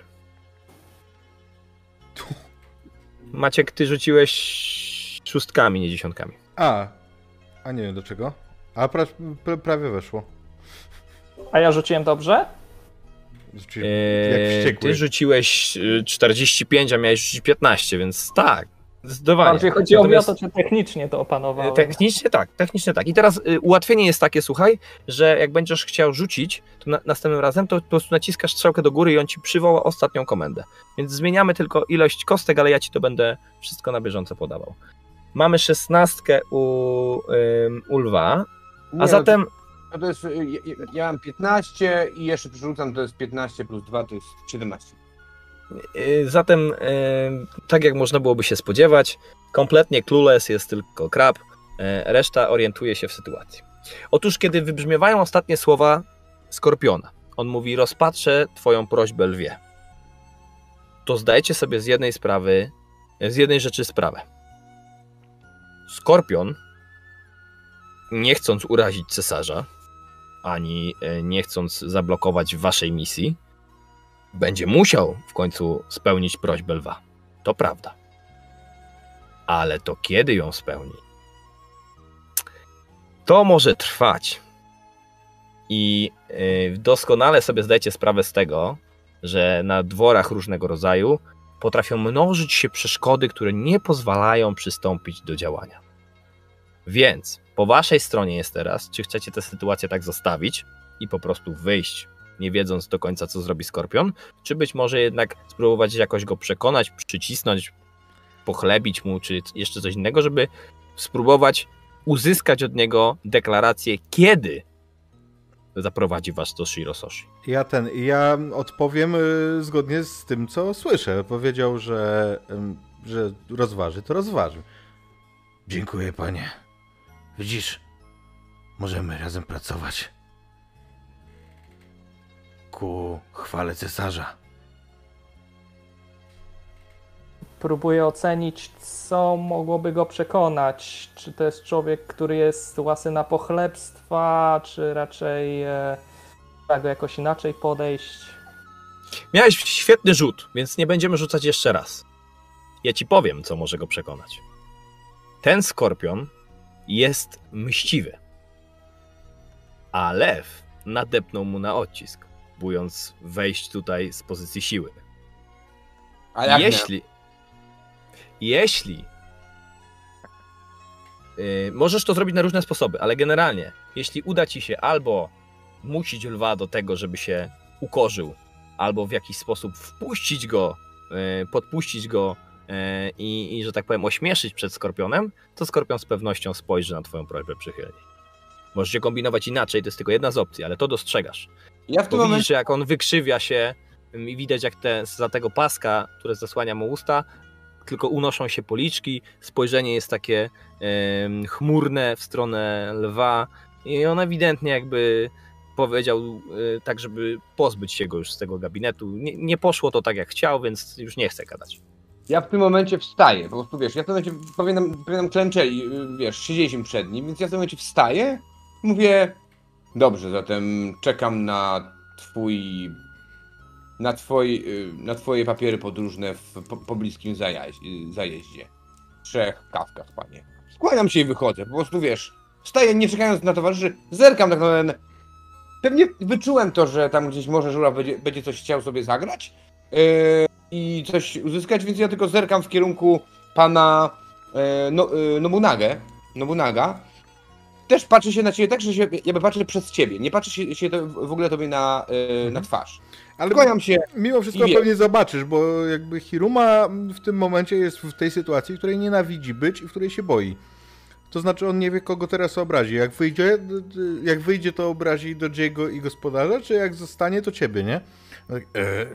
Maciek, ty rzuciłeś szóstkami, nie dziesiątkami. A, a nie wiem do czego. A pra, pra, prawie weszło. A ja rzuciłem dobrze? Czyli jak Eee, wściekły. ty rzuciłeś y, czterdzieści pięć, a miałeś rzucić piętnaście, więc tak, zdecydowanie. Bardziej chodziło Natomiast- mi o to, czy technicznie to opanowałem. Technicznie tak, technicznie tak. I teraz y, ułatwienie jest takie, słuchaj, że jak będziesz chciał rzucić, to na, następnym razem to po prostu naciskasz strzałkę do góry i on ci przywoła ostatnią komendę. Więc zmieniamy tylko ilość kostek, ale ja ci to będę wszystko na bieżąco podawał. Mamy szesnastkę u, ym, u lwa, a Nie, zatem no to jest, ja, ja mam piętnaście i jeszcze przerzucam, to jest piętnaście plus dwa, to jest siedemnaście. y, zatem y, tak jak można byłoby się spodziewać, kompletnie clueless jest tylko krab, y, reszta orientuje się w sytuacji. Otóż kiedy wybrzmiewają ostatnie słowa Skorpiona, on mówi: rozpatrzę twoją prośbę, lwie. To zdajcie sobie z jednej sprawy, z jednej rzeczy sprawę. Skorpion, nie chcąc urazić cesarza, ani e, nie chcąc zablokować waszej misji, będzie musiał w końcu spełnić prośbę lwa. To prawda. Ale to kiedy ją spełni? To może trwać. I yy, doskonale sobie zdajecie sprawę z tego, że na dworach różnego rodzaju potrafią mnożyć się przeszkody, które nie pozwalają przystąpić do działania. Więc po waszej stronie jest teraz, czy chcecie tę sytuację tak zostawić i po prostu wyjść, nie wiedząc do końca, co zrobi Skorpion, czy być może jednak spróbować jakoś go przekonać, przycisnąć, pochlebić mu, czy jeszcze coś innego, żeby spróbować uzyskać od niego deklarację, kiedy zaprowadzi was do Shirososhi. Ja ten, ja odpowiem y, zgodnie z tym, co słyszę. Powiedział, że, y, że rozważy, to rozważy. Dziękuję, panie. Widzisz, możemy razem pracować. Ku chwale cesarza. Próbuję ocenić, co mogłoby go przekonać. Czy to jest człowiek, który jest łasy na pochlebstwa, czy raczej e, trzeba go jakoś inaczej podejść? Miałeś świetny rzut, więc nie będziemy rzucać jeszcze raz. Ja ci powiem, co może go przekonać. Ten Skorpion jest mściwy, a lew nadepnął mu na odcisk, próbując wejść tutaj z pozycji siły. A jak Jeśli... Jeśli yy, możesz to zrobić na różne sposoby, ale generalnie, jeśli uda ci się albo zmusić lwa do tego, żeby się ukorzył, albo w jakiś sposób wpuścić go, yy, podpuścić go yy, i, i, że tak powiem, ośmieszyć przed Skorpionem, to Skorpion z pewnością spojrzy na twoją prośbę przychylnie. Możesz się kombinować inaczej, to jest tylko jedna z opcji, ale to dostrzegasz. Ja w tym Bo momencie... widzisz, jak on wykrzywia się i widać, jak te, za tego paska, które zasłania mu usta, tylko unoszą się policzki, spojrzenie jest takie e, chmurne w stronę lwa i on ewidentnie jakby powiedział e, tak, żeby pozbyć się go już z tego gabinetu. Nie, nie poszło to tak, jak chciał, więc już nie chce gadać. Ja w tym momencie wstaję, po prostu wiesz, ja w tym momencie powinienem, powinienem klęczeli, wiesz, siedzieliśmy przed nim, więc ja w tym momencie wstaję, mówię, dobrze, zatem czekam na twój, na, twoi, na twoje papiery podróżne w po, pobliskim zajeździe, zajeździe. Trzech kawkach, panie. Skłaniam się i wychodzę, po prostu wiesz, wstaję nie czekając na towarzyszy, zerkam tak na ten... Pewnie wyczułem to, że tam gdzieś może Żuraw będzie, będzie coś chciał sobie zagrać, yy, i coś uzyskać, więc ja tylko zerkam w kierunku pana e, no, e, Nobunagę, Nobunaga. Też patrzy się na ciebie tak, że się, jakby patrzę przez ciebie, nie patrzy się, się to, w ogóle tobie na, e, na twarz. Ale Skłaniam się. Mimo wszystko i pewnie zobaczysz, bo jakby Hiruma w tym momencie jest w tej sytuacji, w której nienawidzi być i w której się boi. To znaczy on nie wie, kogo teraz obrazi. Jak wyjdzie, jak wyjdzie to obrazi Dojiego i gospodarza, czy jak zostanie, to ciebie, nie? Tak, e,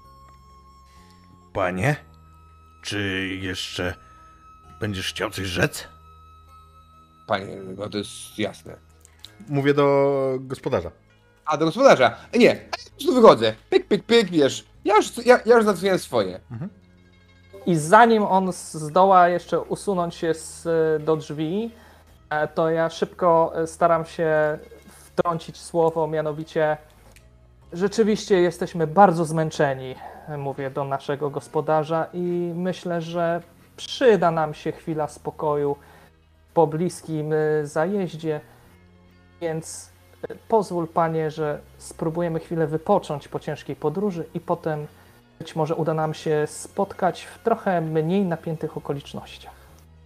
panie, czy jeszcze będziesz chciał coś rzec? Panie, no to jest jasne. Mówię do gospodarza. A do gospodarza? Nie, ja po prostu wychodzę. Pyk, pyk, pyk, wiesz. Ja już, ja, ja już załatwiłem swoje. Mhm. I zanim on zdoła jeszcze usunąć się z, do drzwi, to ja szybko staram się wtrącić słowo, mianowicie rzeczywiście jesteśmy bardzo zmęczeni, mówię do naszego gospodarza i myślę, że przyda nam się chwila spokoju po bliskim zajeździe, więc pozwól, panie, że spróbujemy chwilę wypocząć po ciężkiej podróży i potem być może uda nam się spotkać w trochę mniej napiętych okolicznościach.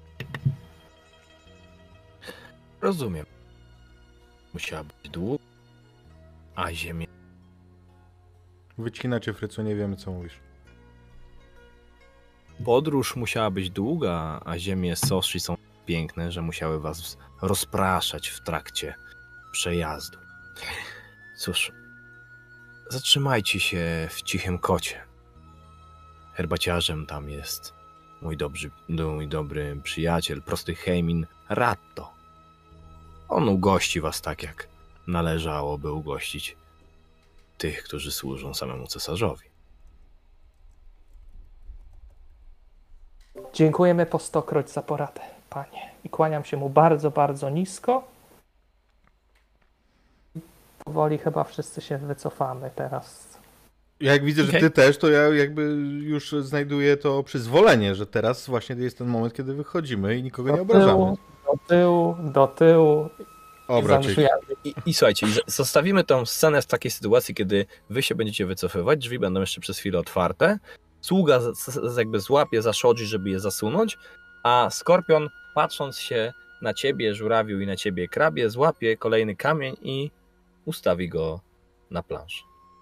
Rozumiem. Musiała być długa, a ziemia... Wycina cię, Frycu, nie wiemy, co mówisz. Podróż musiała być długa, a ziemie Soshi są piękne, że musiały was rozpraszać w trakcie przejazdu. Cóż, zatrzymajcie się w Cichym Kocie. Herbaciarzem tam jest mój, dobry, mój dobry przyjaciel, prosty Heimin Ratto. On ugości was tak, jak należałoby ugościć tych, którzy służą samemu cesarzowi. Dziękujemy po stokroć za poradę, panie. I kłaniam się mu bardzo, bardzo nisko. Powoli chyba wszyscy się wycofamy teraz. Jak widzę, że Okej. ty też, to ja jakby już znajduję to przyzwolenie, że teraz właśnie jest ten moment, kiedy wychodzimy i nikogo nie Do obrażamy. tyłu, do tyłu, do tyłu. Dobra, I za czyli drzwiami. I, I słuchajcie, i z- zostawimy tą scenę w takiej sytuacji, kiedy wy się będziecie wycofywać, drzwi będą jeszcze przez chwilę otwarte, sługa z, z, jakby złapie za Shoji, żeby je zasunąć, a Skorpion, patrząc się na ciebie, żurawiu, i na ciebie, krabie, złapie kolejny kamień i ustawi go na planszy.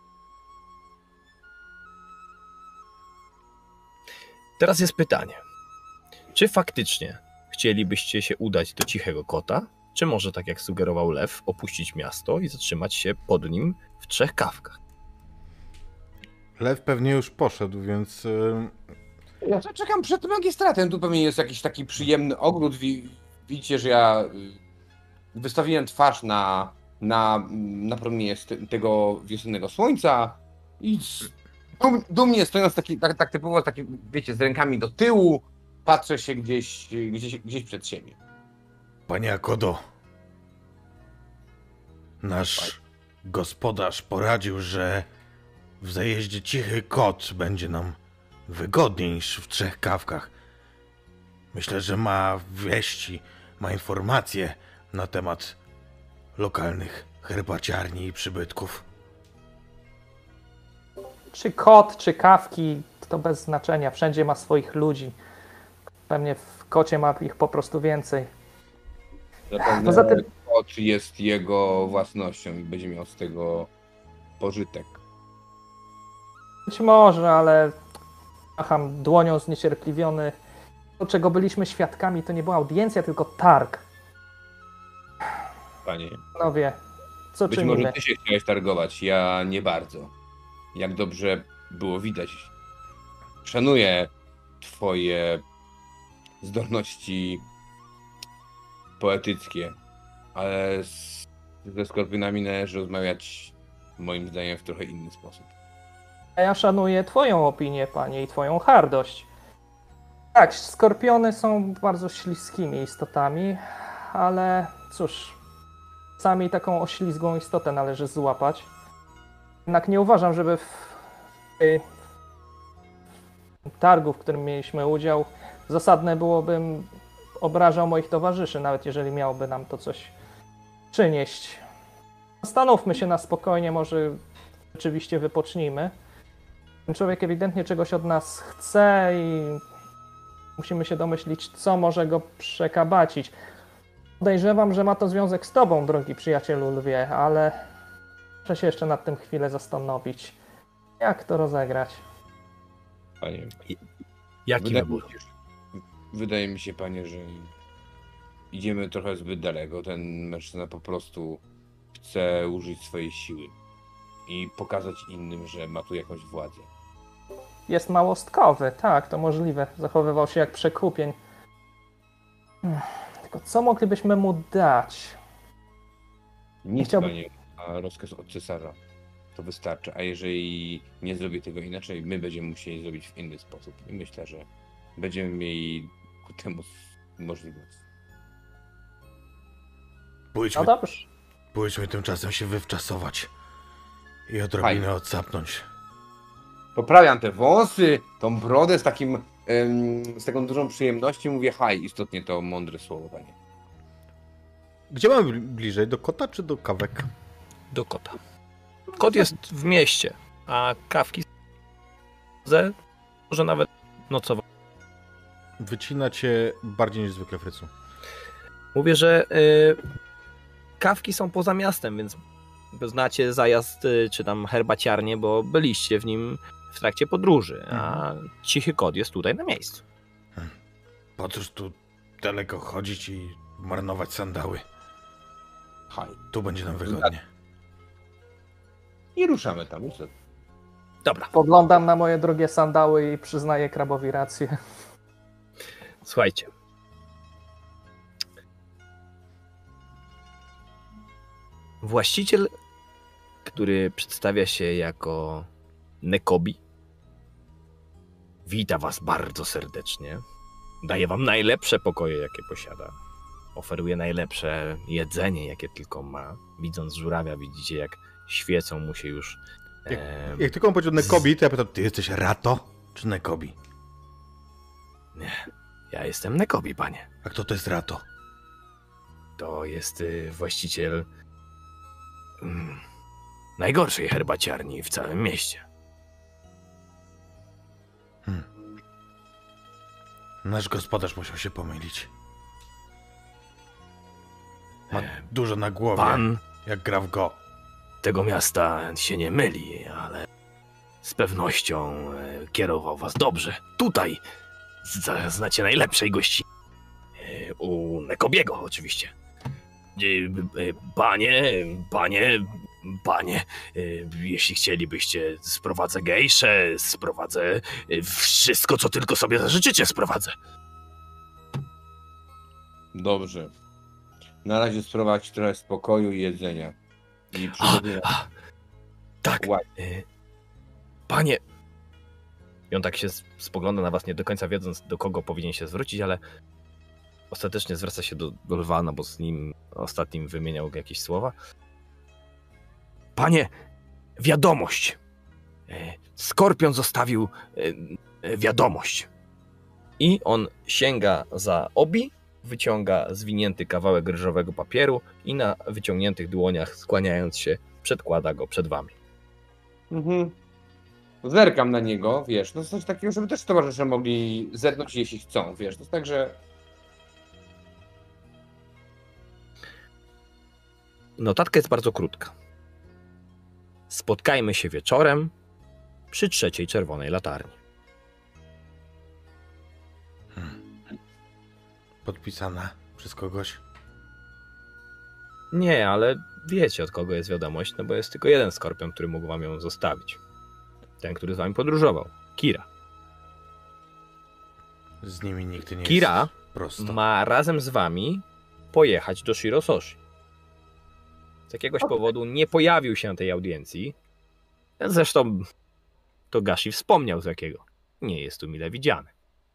Teraz jest pytanie, czy faktycznie chcielibyście się udać do Cichego Kota, czy może, tak jak sugerował Lew, opuścić miasto i zatrzymać się pod nim w Trzech Kawkach? Lew pewnie już poszedł, więc y, Ja to czekam przed tym magistratem. Tu pewnie jest jakiś taki przyjemny ogród. Wi- Widzicie, że ja y, wystawiłem twarz na, na, na promienie z te- tego wiosennego słońca i z- dum, dumnie stojąc taki, tak, tak typowo, taki, wiecie, z rękami do tyłu, patrzę się gdzieś, gdzieś, gdzieś przed siebie. Panie Akodo, nasz gospodarz poradził, że w zajeździe Cichy Kot będzie nam wygodniej niż w Trzech Kawkach. Myślę, że ma wieści, ma informacje na temat lokalnych herbaciarni i przybytków. Czy kot, czy kawki, to bez znaczenia. Wszędzie ma swoich ludzi. Pewnie w kocie ma ich po prostu więcej. Zapewne Poza tym- kot jest jego własnością i będzie miał z tego pożytek. Być może, ale macham dłonią zniecierpliwiony. To, czego byliśmy świadkami, to nie była audiencja, tylko targ. Panie, Panowie, co być czynimy? może ty się chciałeś targować, ja nie bardzo. Jak dobrze było widać. Szanuję twoje zdolności poetyckie, ale z, ze skorpionami należy rozmawiać moim zdaniem w trochę inny sposób. A ja szanuję twoją opinię, panie, i twoją hardość. Tak, skorpiony są bardzo śliskimi istotami, ale cóż, sami taką oślizgłą istotę należy złapać. Jednak nie uważam, żeby w tej targu, w którym mieliśmy udział, zasadne byłobym obrażał moich towarzyszy, nawet jeżeli miałoby nam to coś przynieść. Zastanówmy się na spokojnie, może rzeczywiście wypocznijmy. Ten człowiek ewidentnie czegoś od nas chce i musimy się domyślić, co może go przekabacić. Podejrzewam, że ma to związek z tobą, drogi przyjacielu lwie, ale muszę się jeszcze nad tym chwilę zastanowić. Jak to rozegrać? Panie, Jaki wydaje, wybór? mi się, wydaje mi się, panie, że idziemy trochę zbyt daleko. Ten mężczyzna po prostu chce użyć swojej siły i pokazać innym, że ma tu jakąś władzę. Jest małostkowy, tak, to możliwe. Zachowywał się jak przekupień. Hmm, Tylko co moglibyśmy mu dać? Nic, Chciałbym- panie, a rozkaz od cesarza. To wystarczy, a jeżeli nie zrobię tego inaczej, my będziemy musieli zrobić w inny sposób. I myślę, że będziemy mieli ku temu możliwość. Pójdźmy, No dobrze. pójdźmy tymczasem się wywczasować i odrobinę Fajnie. odsapnąć. Poprawiam te wąsy, tą brodę z takim, em, z taką dużą przyjemnością. Mówię haj, istotnie to mądre słowo, panie. Gdzie mamy bli- bliżej? Do kota czy do kawek? Do kota. Kot jest w mieście, a kawki ze może nawet nocować. Wycina cię bardziej niż zwykle, Frycu. Mówię, że y, kawki są poza miastem, więc znacie zajazd y, czy tam herbaciarnię, bo byliście w nim w trakcie podróży, a Cichy Kot jest tutaj na miejscu. Po cóż tu daleko chodzić i marnować sandały? Haj. Tu będzie nam wygodnie. I ruszamy tam. Już to- Dobra, Poglądam na moje drogie sandały i przyznaję krabowi rację. słuchajcie. Właściciel, który przedstawia się jako Nekobi, wita was bardzo serdecznie. Daje wam najlepsze pokoje, jakie posiada. Oferuje najlepsze jedzenie, jakie tylko ma. Widząc żurawia, widzicie, jak świecą mu się już Jak, Em, jak tylko on powiedział Nekobi, to ja pytam, ty jesteś Rato czy Nekobi? Nie, ja jestem Nekobi, panie. A kto to jest Rato? To jest y, właściciel mm, najgorszej herbaciarni w całym mieście. Hmm. Nasz gospodarz musiał się pomylić. Ma E, dużo na głowie, Pan jak gra w Go. tego miasta się nie myli, ale z pewnością e, kierował was dobrze. Tutaj z- znacie najlepszej gości. E, U Nekobiego oczywiście. E, e, Panie, panie, panie, e, jeśli chcielibyście, sprowadzę gejszę, sprowadzę e, wszystko, co tylko sobie zażyczycie, sprowadzę. Dobrze. Na razie sprowadź trochę spokoju i jedzenia. I przygotuj A, tak. Ładnie. e, Panie. I on tak się s- spogląda na was, nie do końca wiedząc, do kogo powinien się zwrócić, ale ostatecznie zwraca się do, do Lwana, bo z nim ostatnim wymieniał jakieś słowa. Panie, wiadomość. E, Skorpion zostawił e, e, wiadomość. I on sięga za obi, wyciąga zwinięty kawałek ryżowego papieru i na wyciągniętych dłoniach, skłaniając się, przedkłada go przed wami. Mhm. Zerkam na niego, wiesz, no coś takiego, żeby też towarzysze mogli zerknąć, jeśli chcą, wiesz, to jest tak, że Notatka jest bardzo krótka. Spotkajmy się wieczorem przy trzeciej czerwonej latarni. Podpisana przez kogoś. Nie, ale wiecie, od kogo jest wiadomość, no bo jest tylko jeden skorpion, który mógł wam ją zostawić. Ten, który z wami podróżował. Kira. Z nimi nigdy nie Kira jest prosto. ma razem z wami pojechać do Shirososhi. Z jakiegoś powodu nie pojawił się na tej audiencji. Zresztą to Gashi wspomniał z jakiego. Nie jest tu mile widziany.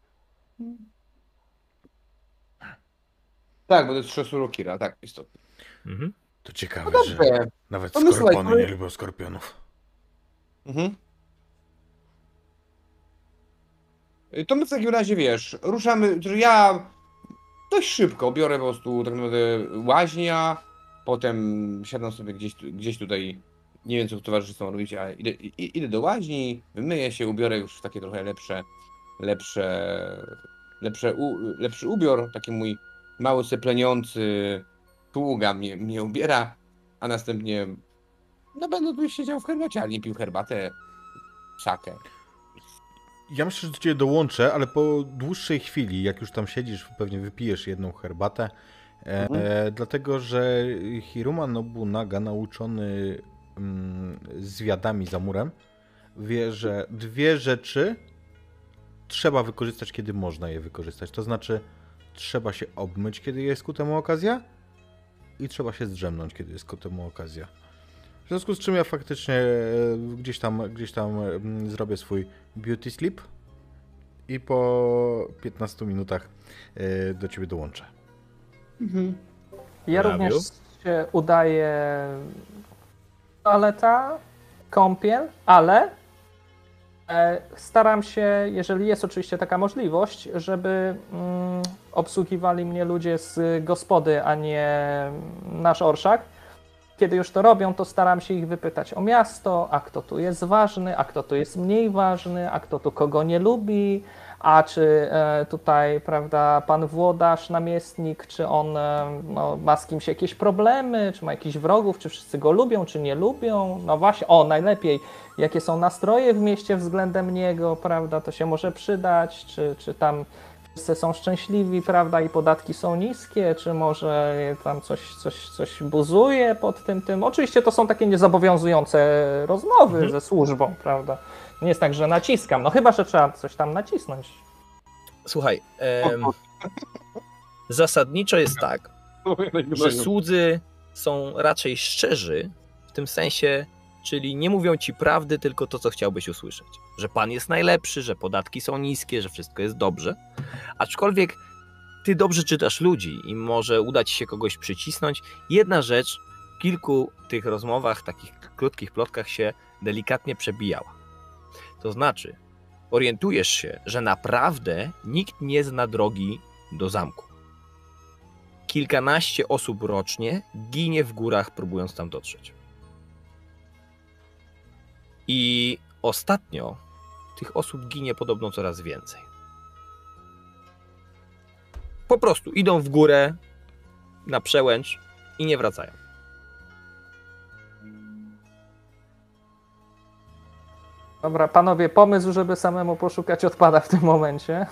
tak, bo to jest Shosuro Kira, tak, istotnie. Mhm. To ciekawe, No że dobrze. nawet To my, słuchaj, skorpiony my- nie lubią skorpionów. Mhm. Y, To my w takim razie, wiesz, ruszamy, że ja dość szybko biorę po prostu tak naprawdę łaźnia, potem siadam sobie gdzieś, tu- gdzieś tutaj, nie wiem co towarzysze chcą robić, ale idę, i- idę do łaźni, wymyję się, ubiorę już w takie trochę lepsze, lepsze, lepsze u, lepszy ubiór, taki mój mały sepleniący sługa mnie, mnie ubiera, a następnie no będę tu siedział w herbaciarni, pił herbatę, sakę. Ja myślę, że do ciebie dołączę, ale po dłuższej chwili, jak już tam siedzisz, pewnie wypijesz jedną herbatę, e, Mhm. e, dlatego że Hiruma Nobunaga, nauczony mm, zwiadami za murem, wie, że dwie rzeczy trzeba wykorzystać, kiedy można je wykorzystać. To znaczy, trzeba się obmyć, kiedy jest ku temu okazja i trzeba się zdrzemnąć, kiedy jest ku temu okazja. W związku z czym ja faktycznie e, gdzieś tam, gdzieś tam mm, zrobię swój beauty sleep i po piętnastu minutach e, do ciebie dołączę. Ja Rabiu? również się udaję toaleta, kąpiel, ale e, staram się, jeżeli jest oczywiście taka możliwość, żeby mm, obsługiwali mnie ludzie z gospody, a nie nasz orszak. Kiedy już to robią, to staram się ich wypytać o miasto, a kto tu jest ważny, a kto tu jest mniej ważny, a kto tu kogo nie lubi, a czy e, tutaj, prawda, pan włodarz, namiestnik, czy on e, no, ma z kimś jakieś problemy, czy ma jakichś wrogów, czy wszyscy go lubią, czy nie lubią. No właśnie, o, najlepiej, jakie są nastroje w mieście względem niego, prawda, to się może przydać, czy, czy tam wszyscy są szczęśliwi, prawda, i podatki są niskie, czy może tam coś, coś, coś buzuje pod tym, tym. Oczywiście to są takie niezobowiązujące rozmowy Mhm. ze służbą, prawda. Nie jest tak, że naciskam, no chyba, że trzeba coś tam nacisnąć. Słuchaj, em, zasadniczo jest tak, że słudzy są raczej szczerzy w tym sensie, czyli nie mówią ci prawdy, tylko to, co chciałbyś usłyszeć. Że pan jest najlepszy, że podatki są niskie, że wszystko jest dobrze. Aczkolwiek ty dobrze czytasz ludzi i może uda ci się kogoś przycisnąć. Jedna rzecz, kilku tych rozmowach, takich krótkich plotkach się delikatnie przebijała. To znaczy, orientujesz się, że naprawdę nikt nie zna drogi do zamku. Kilkanaście osób rocznie ginie w górach, próbując tam dotrzeć. I ostatnio tych osób ginie podobno coraz więcej. Po prostu idą w górę, na przełęcz i nie wracają. Dobra, panowie, pomysł, żeby samemu poszukać odpada w tym momencie.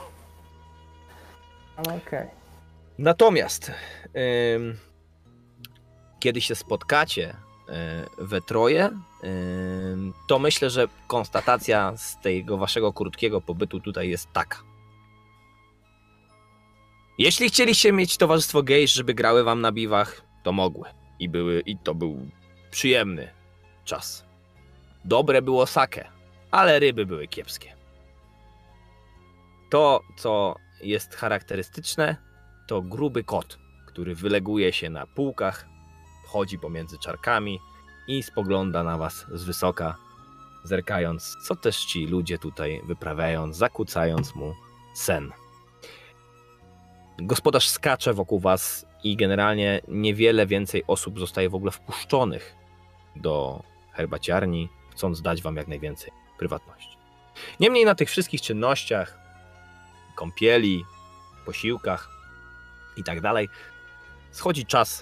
Ale okej. Okay. Natomiast ym, kiedy się spotkacie y, we troje, y, to myślę, że konstatacja z tego waszego krótkiego pobytu tutaj jest taka. Jeśli chcieliście mieć towarzystwo gejsz, żeby grały wam na biwach, to mogły. I, były, i to był przyjemny czas. Dobre było sake, ale ryby były kiepskie. To, co jest charakterystyczne, to gruby kot, który wyleguje się na półkach, chodzi pomiędzy czarkami i spogląda na was z wysoka, zerkając, co też ci ludzie tutaj wyprawiają, zakłócając mu sen. Gospodarz skacze wokół was i generalnie niewiele więcej osób zostaje w ogóle wpuszczonych do herbaciarni, chcąc dać wam jak najwięcej prywatności. Niemniej na tych wszystkich czynnościach, kąpieli, posiłkach i tak dalej, schodzi czas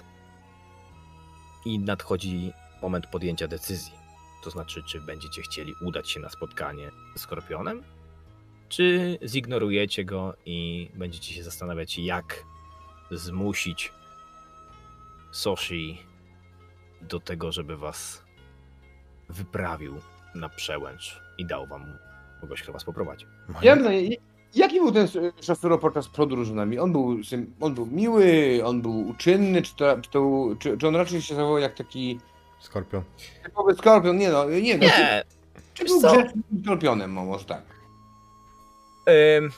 i nadchodzi moment podjęcia decyzji. To znaczy, czy będziecie chcieli udać się na spotkanie ze Skorpionem, czy zignorujecie go i będziecie się zastanawiać, jak zmusić Soshi do tego, żeby was wyprawił na przełęcz i dał wam kogoś, kto was poprowadzi. Jarno, jaki był ten Szosuro podczas podróży z nami? On był, on był miły, on był uczynny, czy, to, czy, to, czy, czy on raczej się zachował jak taki... Skorpion. Typowy skorpion, nie no, nie no. Nie, Czy, czy był grzecznym skorpionem, no, może tak? Ym,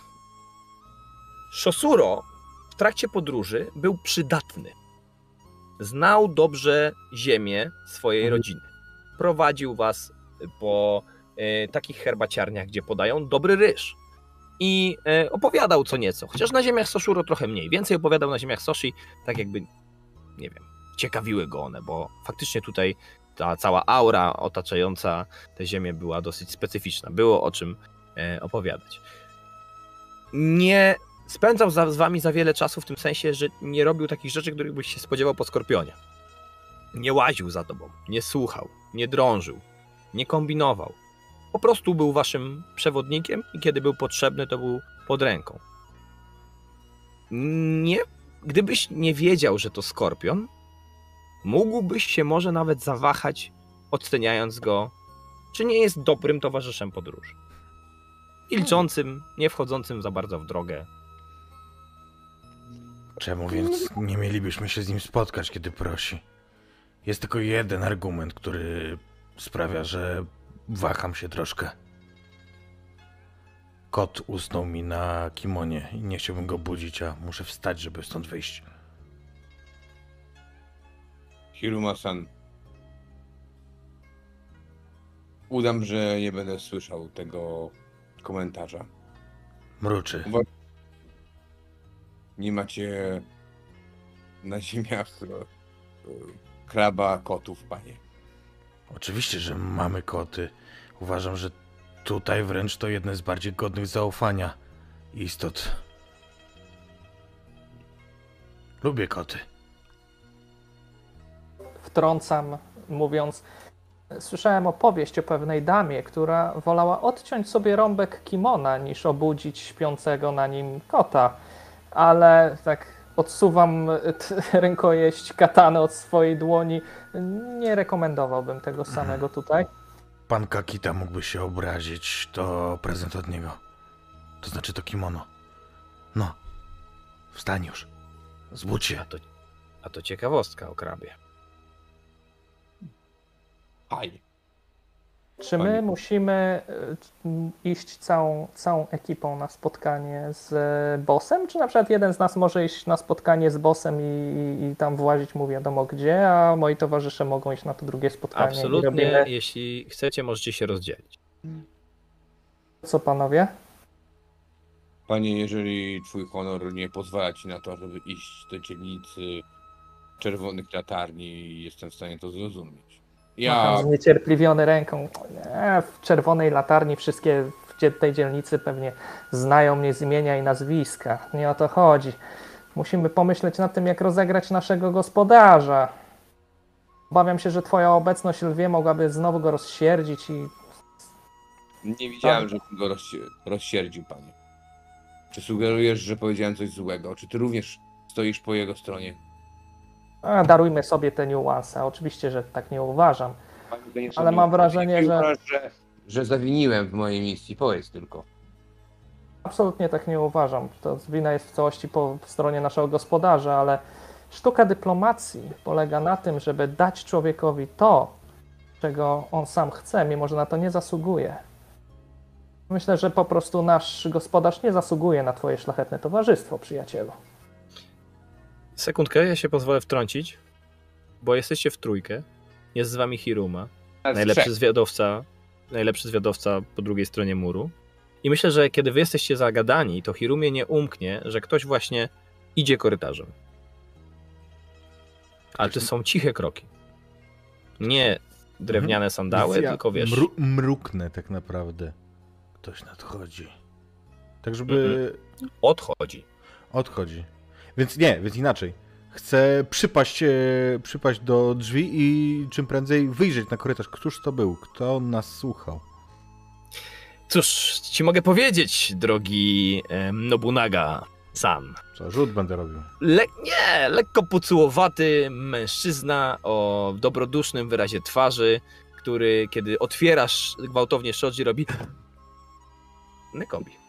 Szosuro w trakcie podróży był przydatny. Znał dobrze ziemię swojej Mhm. rodziny. Prowadził was po y, takich herbaciarniach, gdzie podają dobry ryż. I y, opowiadał co nieco. Chociaż na ziemiach Soshuro trochę mniej. Więcej opowiadał na ziemiach Soshi, tak jakby, nie wiem, ciekawiły go one, bo faktycznie tutaj ta cała aura otaczająca tę ziemię była dosyć specyficzna. Było o czym y, opowiadać. Nie spędzał za, z wami za wiele czasu w tym sensie, że nie robił takich rzeczy, których byś się spodziewał po Skorpionie. Nie łaził za tobą, nie słuchał, nie drążył, nie kombinował. Po prostu był waszym przewodnikiem i kiedy był potrzebny, to był pod ręką. Nie, gdybyś nie wiedział, że to Skorpion, mógłbyś się może nawet zawahać, oceniając go, czy nie jest dobrym towarzyszem podróży. Milczącym, nie wchodzącym za bardzo w drogę. Czemu więc nie mielibyśmy się z nim spotkać, kiedy prosi? Jest tylko jeden argument, który sprawia, że waham się troszkę. Kot usnął mi na kimonie i nie chciałbym go budzić, a muszę wstać, żeby stąd wyjść. Hiruma-san. Udam, że nie będę słyszał tego komentarza. Mruczy. Nie macie na ziemiach e, kraba kotów, panie. Oczywiście, że mamy koty. Uważam, że tutaj wręcz to jedne z bardziej godnych zaufania istot. Lubię koty. Wtrącam, mówiąc, słyszałem opowieść o pewnej damie, która wolała odciąć sobie rąbek kimona, niż obudzić śpiącego na nim kota. Ale tak odsuwam rękojeść katany od swojej dłoni. Nie rekomendowałbym tego samego tutaj. Pan Kakita mógłby się obrazić. To prezent od niego. To znaczy to kimono. No. Wstań już. Zbudź się. A to, a to ciekawostka o krabie. Haj. Czy my Pani- musimy y, iść całą, całą ekipą na spotkanie z y, bossem, czy na przykład jeden z nas może iść na spotkanie z bossem i, i, i tam włazić mu wiadomo gdzie, a moi towarzysze mogą iść na to drugie spotkanie i Absolutnie, robimy... jeśli chcecie, możecie się rozdzielić. Co panowie? Panie, jeżeli twój honor nie pozwala ci na to, żeby iść do dzielnicy czerwonych latarni, jestem w stanie to zrozumieć. Ja Macham zniecierpliwiony ręką. Nie, w czerwonej latarni wszystkie w dzie- tej dzielnicy pewnie znają mnie z imienia i nazwiska. Nie o to chodzi. Musimy pomyśleć nad tym, jak rozegrać naszego gospodarza. Obawiam się, że twoja obecność, Lwie, mogłaby znowu go rozsierdzić i... nie widziałem, żebym go rozsi- rozsierdził, panie. Czy sugerujesz, że powiedziałem coś złego? Czy ty również stoisz po jego stronie? A, darujmy sobie te niuanse. Oczywiście, że tak nie uważam. Panie, to nie są Ale mam niuanse. wrażenie, Nie że- uważasz, że... że zawiniłem w mojej misji, powiedz tylko. Absolutnie tak nie uważam. To wina jest w całości po stronie naszego gospodarza, ale sztuka dyplomacji polega na tym, żeby dać człowiekowi to, czego on sam chce, mimo że na to nie zasługuje. Myślę, że po prostu nasz gospodarz nie zasługuje na twoje szlachetne towarzystwo, przyjacielu. Sekundkę, ja się pozwolę wtrącić, bo jesteście w trójkę. Jest z wami Hiruma, Nas najlepszy trzech. zwiadowca, najlepszy zwiadowca po drugiej stronie muru. I myślę, że kiedy wy jesteście zagadani, to Hirumie nie umknie, że ktoś właśnie idzie korytarzem. Ale to są ciche kroki. Nie drewniane sandały, Więc ja tylko wiesz... Mru mruknę tak naprawdę. Ktoś nadchodzi. Tak, żeby Odchodzi. odchodzi. Więc nie, więc inaczej. Chcę przypaść, e, przypaść do drzwi i czym prędzej wyjrzeć na korytarz. Któż to był? Kto nas słuchał? Cóż, ci mogę powiedzieć, drogi em, Nobunaga-san. Co, rzut będę robił. Le nie, lekko pucułowaty mężczyzna o dobrodusznym wyrazie twarzy, który kiedy otwierasz gwałtownie shoji robi Nekobi.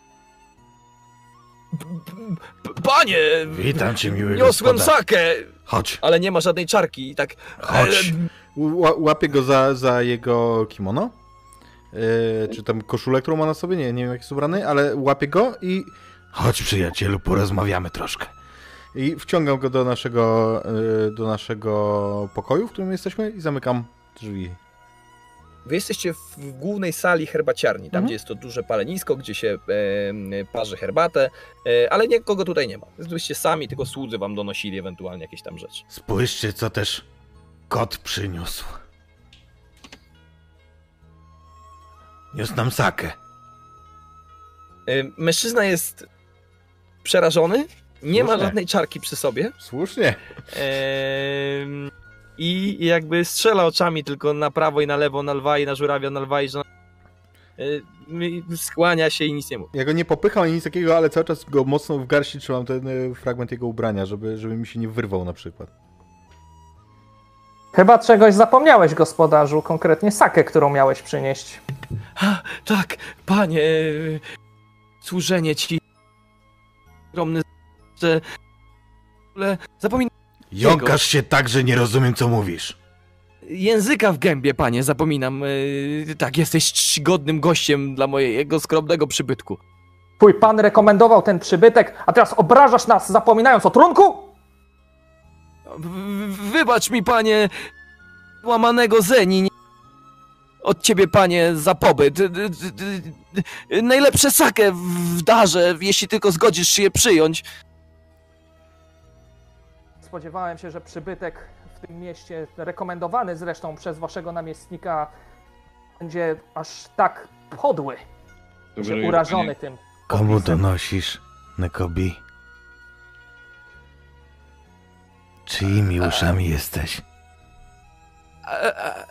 Panie! Witam cię, miły Niosłem gospodarz. sakę, Chodź, ale nie ma żadnej czarki i tak... chodź. Ła łapię go za, za jego kimono. Yy, czy tam koszulę, którą ma na sobie? Nie, nie wiem jak jest ubrany, ale łapię go i... Chodź, przyjacielu, porozmawiamy troszkę. I wciągam go do naszego, yy, do naszego pokoju, w którym jesteśmy i zamykam drzwi. Wy jesteście w głównej sali herbaciarni, tam Mhm. gdzie jest to duże palenisko, gdzie się e, parzy herbatę, e, ale nikogo tutaj nie ma. Jesteście sami, tylko słudzy wam donosili ewentualnie jakieś tam rzeczy. Spójrzcie, co też kot przyniósł. Niósł nam sakę. E, mężczyzna jest przerażony, nie ma Słusznie. żadnej czarki przy sobie Słusznie. e, i jakby strzela oczami tylko na prawo i na lewo, na lwa i na żurawia, na lwa i że e, skłania się i nic nie mówi. Ja go nie popycham ani nic takiego, ale cały czas go mocno w garści trzymam ten y, fragment jego ubrania, żeby, żeby mi się nie wyrwał na przykład. Chyba czegoś zapomniałeś, gospodarzu, konkretnie sakę, którą miałeś przynieść. A, tak, panie, e, służenie ci ogromny, że ale zapominam Jąkasz się tak, że nie rozumiem, co mówisz. języka w gębie, panie, zapominam. Yy, tak, jesteś czcigodnym gościem dla mojego skromnego przybytku. Twój pan rekomendował ten przybytek, a teraz obrażasz nas, zapominając o trunku? W- w- Wybacz mi, panie, łamanego Zeni. Od ciebie, panie, za pobyt. D- d- d- d- Najlepsze sakę w darze, jeśli tylko zgodzisz się je przyjąć. Spodziewałem się, że przybytek w tym mieście, rekomendowany zresztą przez waszego namiestnika, będzie aż tak podły, że Sugeruję, urażony tym. Komu opisem. donosisz, Nekobi? Czyimi uszami jesteś? E, e,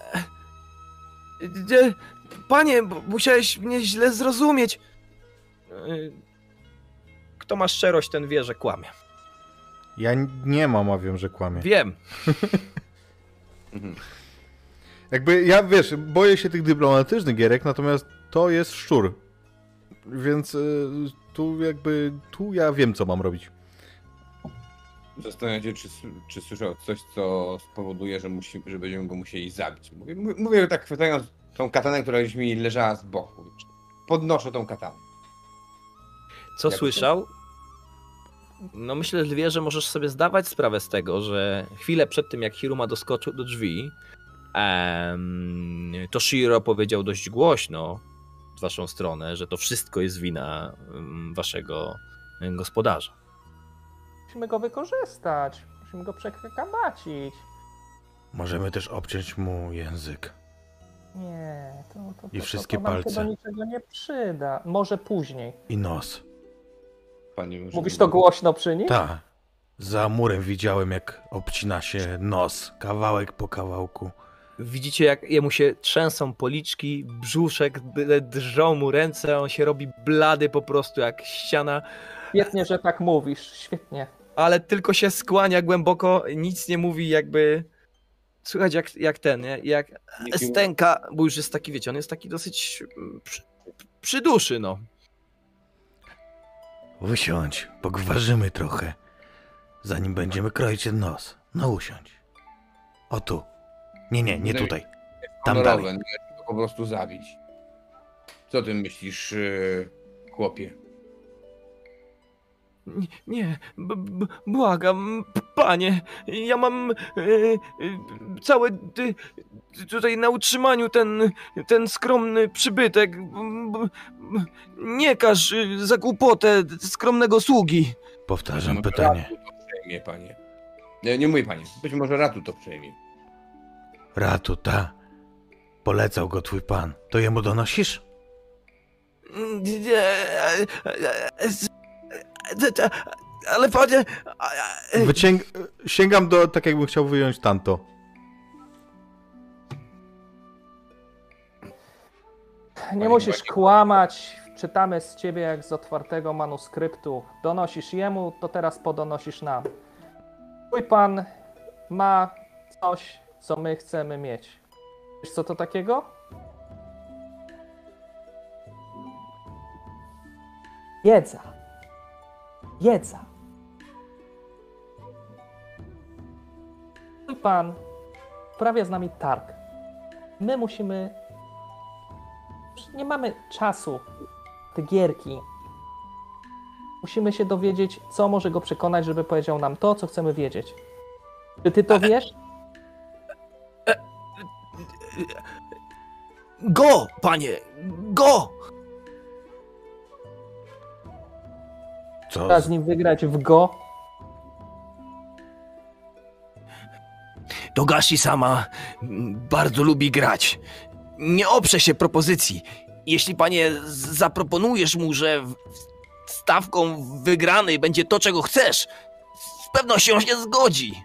e, Panie, b- musiałeś mnie źle zrozumieć. Yy, Kto ma szczerość, ten wie, że kłamie. Ja nie mam, a wiem, że kłamie. Wiem. Mhm. Jakby ja, wiesz, boję się tych dyplomatycznych gierek, natomiast to jest szczur. Więc y, tu jakby, tu ja wiem, co mam robić. Zastanawiam się, czy, czy słyszał coś, co spowoduje, że, musi, że będziemy go musieli zabić. Mówię, mówię tak chwytając tą katanę, która już mi leżała z boku. Podnoszę tą katanę. Co Jak słyszał? No myślę, Lwie, że możesz sobie zdawać sprawę z tego, że chwilę przed tym, jak Hiruma doskoczył do drzwi, em, Toshiro powiedział dość głośno w waszą stronę, że to wszystko jest wina em, waszego em, gospodarza. Musimy go wykorzystać. Musimy go przekamacić. Możemy też obciąć mu język. Nie, to, to, to, I wszystkie to, to nam palce. się do niczego nie przyda. Może później. I nos. Panie Mówisz to głośno przy nim? Tak. Za murem widziałem, jak obcina się nos, kawałek po kawałku. Widzicie, jak jemu się trzęsą policzki, brzuszek, d- drżą mu ręce, on się robi blady po prostu jak ściana, Świetnie, że tak mówisz. Świetnie. ale tylko się skłania głęboko, nic nie mówi, jakby... Słychać jak, jak ten, nie? Jak stęka, bo już jest taki, wiecie, on jest taki dosyć mm, przy, przy duszy, no. Usiądź, pogwarzymy trochę, zanim będziemy kroić ten nos. No usiądź. O tu. Nie, nie, nie tutaj. Tam honorowe, dalej. nie go po prostu zabić. Co ty myślisz, yy, chłopie? Nie, nie b- b- błagam, p- panie, ja mam e, e, całe y, tutaj na utrzymaniu ten, ten skromny przybytek. B- b- nie każ y, za głupotę skromnego sługi. Powtarzam Może pytanie. Ratu to przejmie, panie. Nie, nie mój panie. Być może Ratu to przejmie. Ratu, ta. Polecał go twój pan. To jemu donosisz? Nie, e, e, e, ale panie... e, Wyciąg... Sięgam do, tak jakbym chciał wyjąć tanto. Nie musisz kłamać. Czytamy z ciebie jak z otwartego manuskryptu. Donosisz jemu, to teraz podonosisz nam. Twój pan ma coś, co my chcemy mieć. Wiesz co to takiego? Wiedza. Wiedza. Twój pan sprawia z nami targ. My musimy... Nie mamy czasu. Te gierki. Musimy się dowiedzieć, co może go przekonać, żeby powiedział nam to, co chcemy wiedzieć. Czy ty to wiesz? Go, panie, go! Co? Trzeba z nim wygrać w go. Togashi sama bardzo lubi grać. Nie oprze się propozycji. Jeśli panie z- zaproponujesz mu, że w- stawką wygranej będzie to, czego chcesz, z pewnością się zgodzi.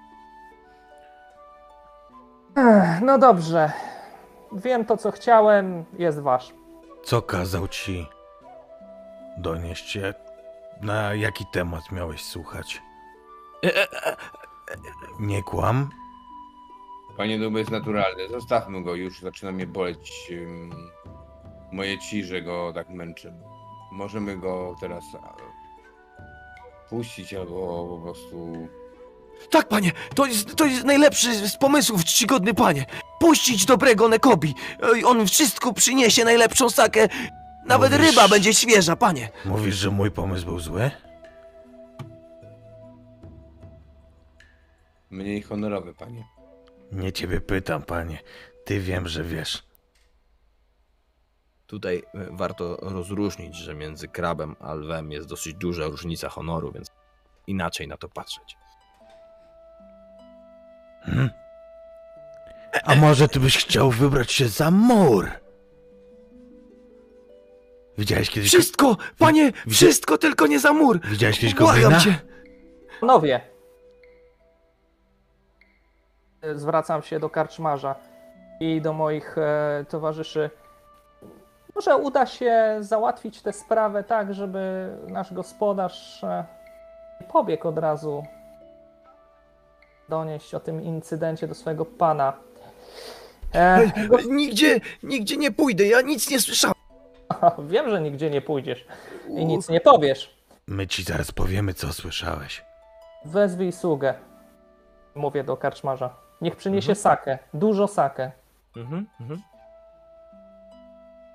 Ech, no dobrze. Wiem to, co chciałem. Jest wasz. Co kazał ci donieść? Jak- Na jaki temat miałeś słuchać? E, e, e, Nie kłam? Panie Duby jest naturalny. Zostawmy go, już zaczyna mnie boleć ym, moje ci, że go tak męczy. Możemy go teraz a, puścić albo po prostu... Tak, panie, to jest, to jest najlepszy z pomysłów, czcigodny panie. Puścić dobrego Nekobi. Ej, On wszystko przyniesie, najlepszą sakę. Nawet Mówisz- ryba będzie świeża, panie. Mówisz, że mój pomysł był zły? Mniej honorowy, panie. Nie ciebie pytam, panie. Ty wiem, że wiesz. Tutaj e, warto rozróżnić, że między krabem a lwem jest dosyć duża różnica honoru, więc inaczej na to patrzeć. Hmm? A może ty byś chciał wybrać się za mur? Widziałeś kiedyś... Wszystko, panie, wszystko, tylko nie za mur. Widziałeś kiedyś Błagam goblina? cię. Panowie. Zwracam się do karczmarza i do moich e, towarzyszy. Może uda się załatwić tę sprawę tak, żeby nasz gospodarz e, nie pobiegł od razu donieść o tym incydencie do swojego pana. E, go... Nigdzie, nigdzie nie pójdę, ja nic nie słyszałem. Wiem, że nigdzie nie pójdziesz i nic nie powiesz. My ci zaraz powiemy, co słyszałeś. Wezwij sługę. Mówię do karczmarza. Niech przyniesie sakę. Dużo sakę. Mhm, mhm.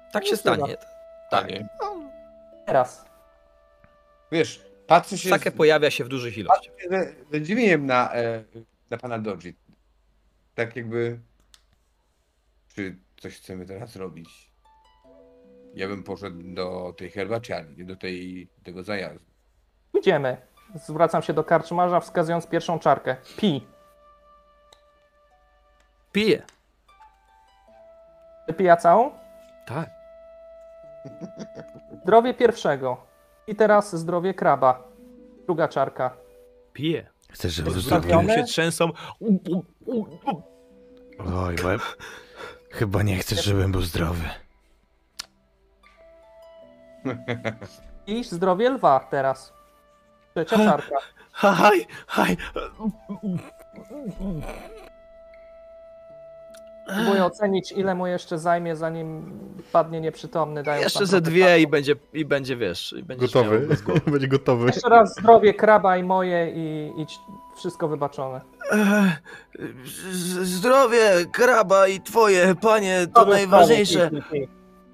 Tak się Nie stanie. zgadza. Tak. Panie. Teraz. Wiesz, patrzę się... Sake pojawia się w dużych ilościach. Patrzę ze zdziwieniem na, e, na pana Dodgy. Tak jakby... Czy coś chcemy teraz robić? Ja bym poszedł do tej herbaciarni, do tej, tego zajazdu. Idziemy. Zwracam się do karczmarza, wskazując pierwszą czarkę. Pi. Pije. Wypija całą? Tak. Zdrowie pierwszego. I teraz zdrowie kraba. Druga czarka. Pije. Chcesz, żeby Zostawiamy? zrobił? Znowu się trzęsą. Oj, łeb. Chyba nie chcesz, żebym był zdrowy. I zdrowie lwa teraz. Trzecia czarka. Haj, haj. Próbuję ocenić, ile mu jeszcze zajmie, zanim padnie nieprzytomny. Dając Jeszcze nam ze trochę dwie czasu. i będzie, i będzie, wiesz, i będziesz Gotowy. miał bez głowy. Będzie gotowy. Jeszcze raz zdrowie kraba i moje i, i wszystko wybaczone. Zdrowie kraba i twoje, panie, to Zdrowie najważniejsze. kraba, pi, pi, pi.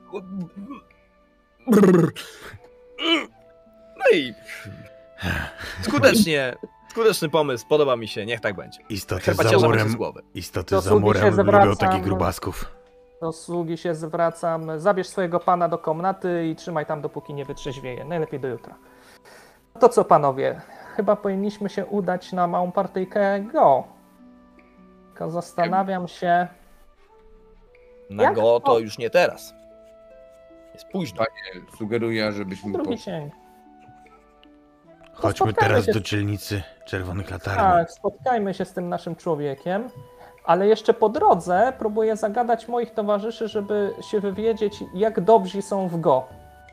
No i skutecznie, skuteczny pomysł, podoba mi się, niech tak będzie. Istoty za Herbaciarza macie z murem, głowy. istoty Do za sługi murem się lubią zwracam. takich grubasków. Do sługi się zwracam. Zabierz swojego pana do komnaty i trzymaj tam, dopóki nie wytrzeźwieje. Najlepiej do jutra. To co, panowie? Chyba powinniśmy się udać na małą partyjkę Go. Tylko zastanawiam się... Na Jak go to? to już nie teraz. Jest późno. Sugeruję, żebyśmy Drugi poszli. dzień. Chodźmy spotkajmy teraz się. do dzielnicy Czerwonych Latarni. Tak, spotkajmy się z tym naszym człowiekiem. Ale jeszcze po drodze próbuję zagadać moich towarzyszy, żeby się wywiedzieć, jak dobrzy są w Go.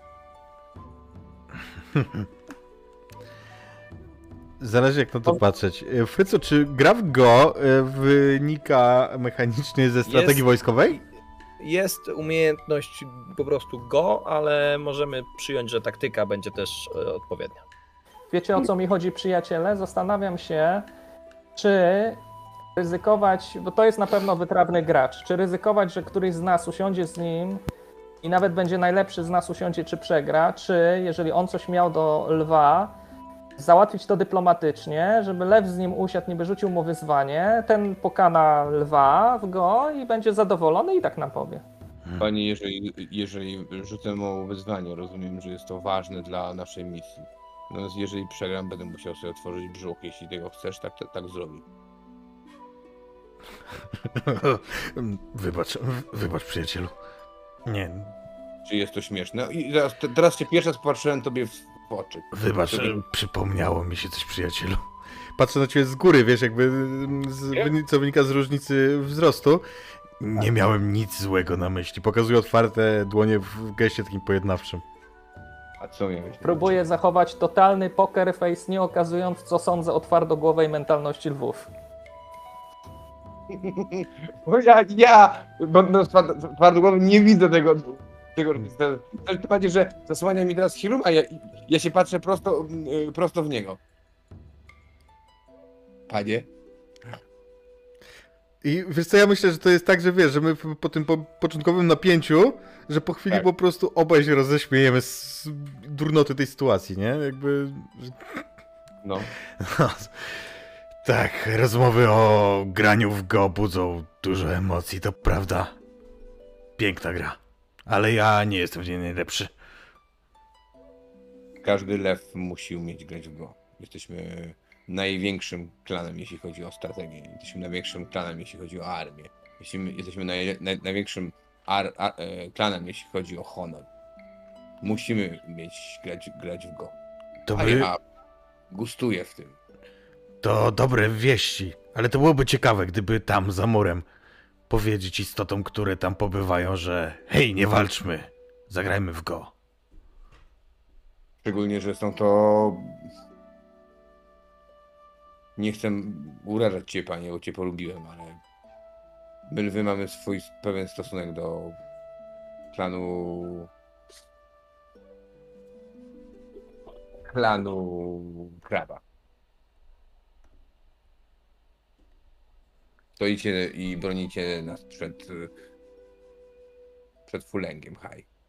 Zależy jak na to patrzeć. E, Fryco, czy gra w Go e, wynika mechanicznie ze strategii Jest- wojskowej? Jest umiejętność po prostu go, ale możemy przyjąć, że taktyka będzie też e, odpowiednia. Wiecie, o co mi chodzi, przyjaciele? Zastanawiam się, czy ryzykować, bo to jest na pewno wytrawny gracz, czy ryzykować, że któryś z nas usiądzie z nim i nawet będzie najlepszy z nas usiądzie, czy przegra, czy jeżeli on coś miał do lwa, załatwić to dyplomatycznie, żeby lew z nim usiadł, niby rzucił mu wyzwanie, ten pokana lwa w go i będzie zadowolony i tak nam powie. Panie, jeżeli, jeżeli rzucę mu wyzwanie, rozumiem, że jest to ważne dla naszej misji. No więc jeżeli przegram, będę musiał sobie otworzyć brzuch. Jeśli tego chcesz, tak, tak, tak zrobię. Wybacz, wybacz przyjacielu. Nie, Czy jest to śmieszne? I teraz, te, teraz się pierwszy raz popatrzyłem tobie w, w oczy. wybacz, To- przypomniało mi się coś przyjacielu. Patrzę na ciebie z góry, wiesz, jakby z, wyni- co wynika z różnicy wzrostu. Nie miałem nic złego na myśli. Pokazuję otwarte dłonie w geście takim pojednawczym. A co miałeś? Próbuję zachować totalny poker face, nie okazując, co sądzę o twardogłowej mentalności lwów. Bo ja, ja bo no, tward- twardogłowy nie widzę tego, tego reżysera. Ale to bardziej, że zasłania mi teraz Hirum, a ja, ja się patrzę prosto, y, prosto w niego. Panie? I wiesz co, ja myślę, że to jest tak, że wiesz, że my po, po tym po, początkowym napięciu, że po chwili Tak. po prostu obaj się roześmiejemy z durnoty tej sytuacji, nie? Jakby... że- No. Tak, rozmowy o graniu w Go budzą dużo emocji, to prawda. Piękna gra. Ale ja nie jestem w niej najlepszy. Każdy lew musi umieć grać w go. Jesteśmy największym klanem, jeśli chodzi o strategię. Jesteśmy największym klanem, jeśli chodzi o armię. Jesteśmy, jesteśmy naj, naj, największym ar, ar, e, klanem, jeśli chodzi o honor. Musimy umieć grać, grać w go. To, A by, ja gustuję w tym. to dobre wieści, ale to byłoby ciekawe, gdyby tam za murem powiedzieć istotom, które tam pobywają, że hej, nie walczmy, zagrajmy w Go. Szczególnie, że są to... Nie chcę urażać cię, panie, bo cię polubiłem, ale... My lwy mamy swój pewien stosunek do klanu... klanu kraba. Stoicie i bronicie nas przed... przed fulengiem, haj.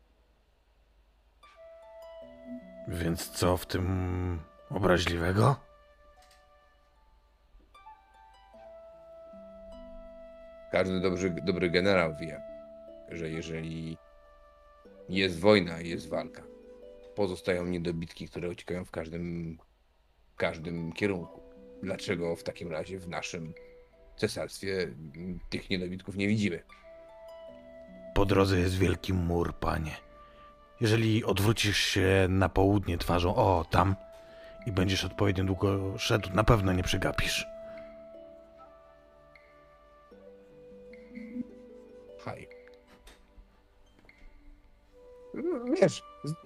Więc co w tym obraźliwego? Każdy dobry, dobry generał wie, że jeżeli jest wojna i jest walka, pozostają niedobitki, które uciekają w każdym, w każdym kierunku. Dlaczego w takim razie w naszym cesarstwie tych niedobitków nie widzimy? Po drodze jest wielki mur, panie. Jeżeli odwrócisz się na południe twarzą, o, tam, i będziesz odpowiednio długo szedł, na pewno nie przegapisz. Haj. Wiesz,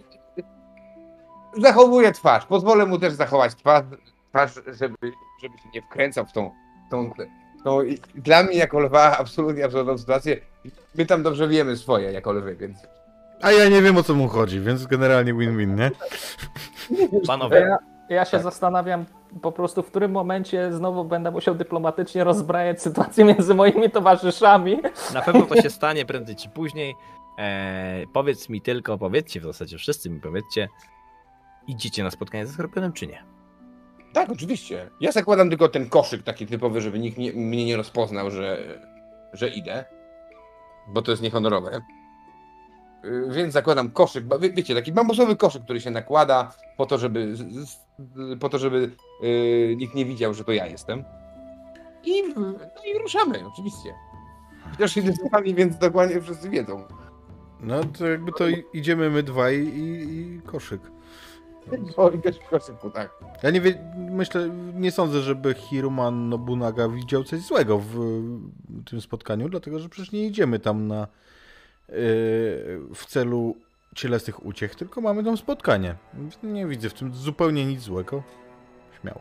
zachowuję twarz. Pozwolę mu też zachować twarz, twarz żeby, żeby się nie wkręcał w tą, tą, tą... Dla mnie jako lwa absolutnie absurdalną sytuację. My tam dobrze wiemy swoje jako lwy, więc... A ja nie wiem, o co mu chodzi, więc generalnie win-win, nie? Panowie, Ja, ja się Tak. zastanawiam po prostu, w którym momencie znowu będę musiał dyplomatycznie rozbrajać sytuację między moimi towarzyszami. na pewno to się stanie prędzej czy później. Eee, powiedz mi tylko, powiedzcie w zasadzie, wszyscy mi powiedzcie, idziecie na spotkanie ze Skorpionem czy nie? Tak, oczywiście. Ja zakładam tylko ten koszyk taki typowy, żeby nikt nie, mnie nie rozpoznał, że, że idę. Bo to jest niehonorowe. Yy, Więc zakładam koszyk, ba- wie, wiecie, taki bambusowy koszyk, który się nakłada po to, żeby, z, z, po to, żeby yy, nikt nie widział, że to ja jestem. I, no i ruszamy, oczywiście. Chociaż idę z wami, więc dokładnie wszyscy wiedzą. No to jakby to i- idziemy my dwaj i, i koszyk. O, i też w koszyku, tak. Ja nie wie, myślę, nie sądzę, żeby Hiruman Nobunaga widział coś złego w, w tym spotkaniu, dlatego że przecież nie idziemy tam na yy, w celu cielesnych uciech, tylko mamy tam spotkanie. Nie widzę w tym zupełnie nic złego. Śmiało.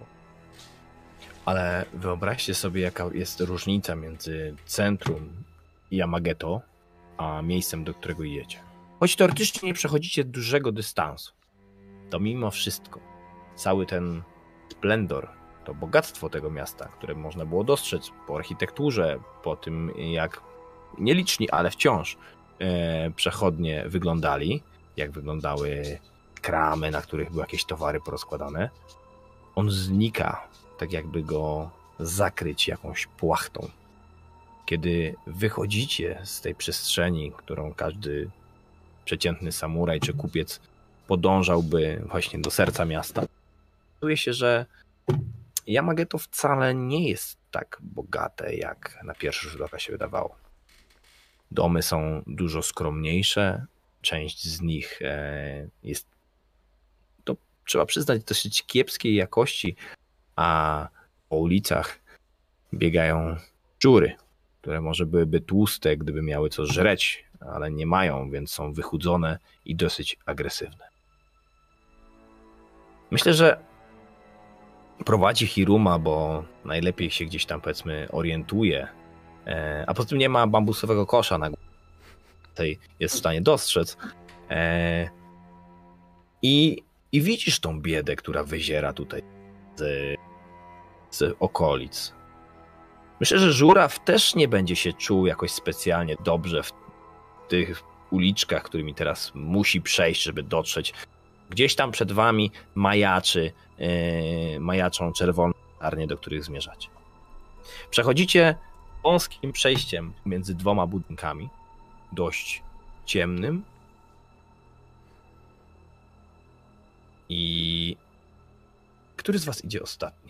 Ale wyobraźcie sobie, jaka jest różnica między centrum Yamageto, a miejscem, do którego idziecie. Choć teoretycznie nie przechodzicie dużego dystansu, to mimo wszystko cały ten splendor, to bogactwo tego miasta, które można było dostrzec po architekturze, po tym jak nieliczni, ale wciąż e, przechodnie wyglądali, jak wyglądały kramy, na których były jakieś towary porozkładane, on znika, tak jakby go zakryć jakąś płachtą. Kiedy wychodzicie z tej przestrzeni, którą każdy przeciętny samuraj czy kupiec podążałby właśnie do serca miasta, okazuje się, że Yamageto wcale nie jest tak bogate, jak na pierwszy rzut oka się wydawało. Domy są dużo skromniejsze, część z nich jest, to trzeba przyznać, dosyć kiepskiej jakości, a po ulicach biegają szczury, które może byłyby tłuste, gdyby miały co żreć, ale nie mają, więc są wychudzone i dosyć agresywne. Myślę, że prowadzi Hiruma, bo najlepiej się gdzieś tam, powiedzmy, orientuje, a poza tym nie ma bambusowego kosza na górze, tej jest w stanie dostrzec. I, i widzisz tą biedę, która wyziera tutaj z, z okolic. Myślę, że żuraw też nie będzie się czuł jakoś specjalnie dobrze w tych uliczkach, którymi teraz musi przejść, żeby dotrzeć. Gdzieś tam przed wami majaczy, yy, majaczą czerwone latarnie, do których zmierzacie. Przechodzicie wąskim przejściem między dwoma budynkami, dość ciemnym. I który z was idzie ostatni?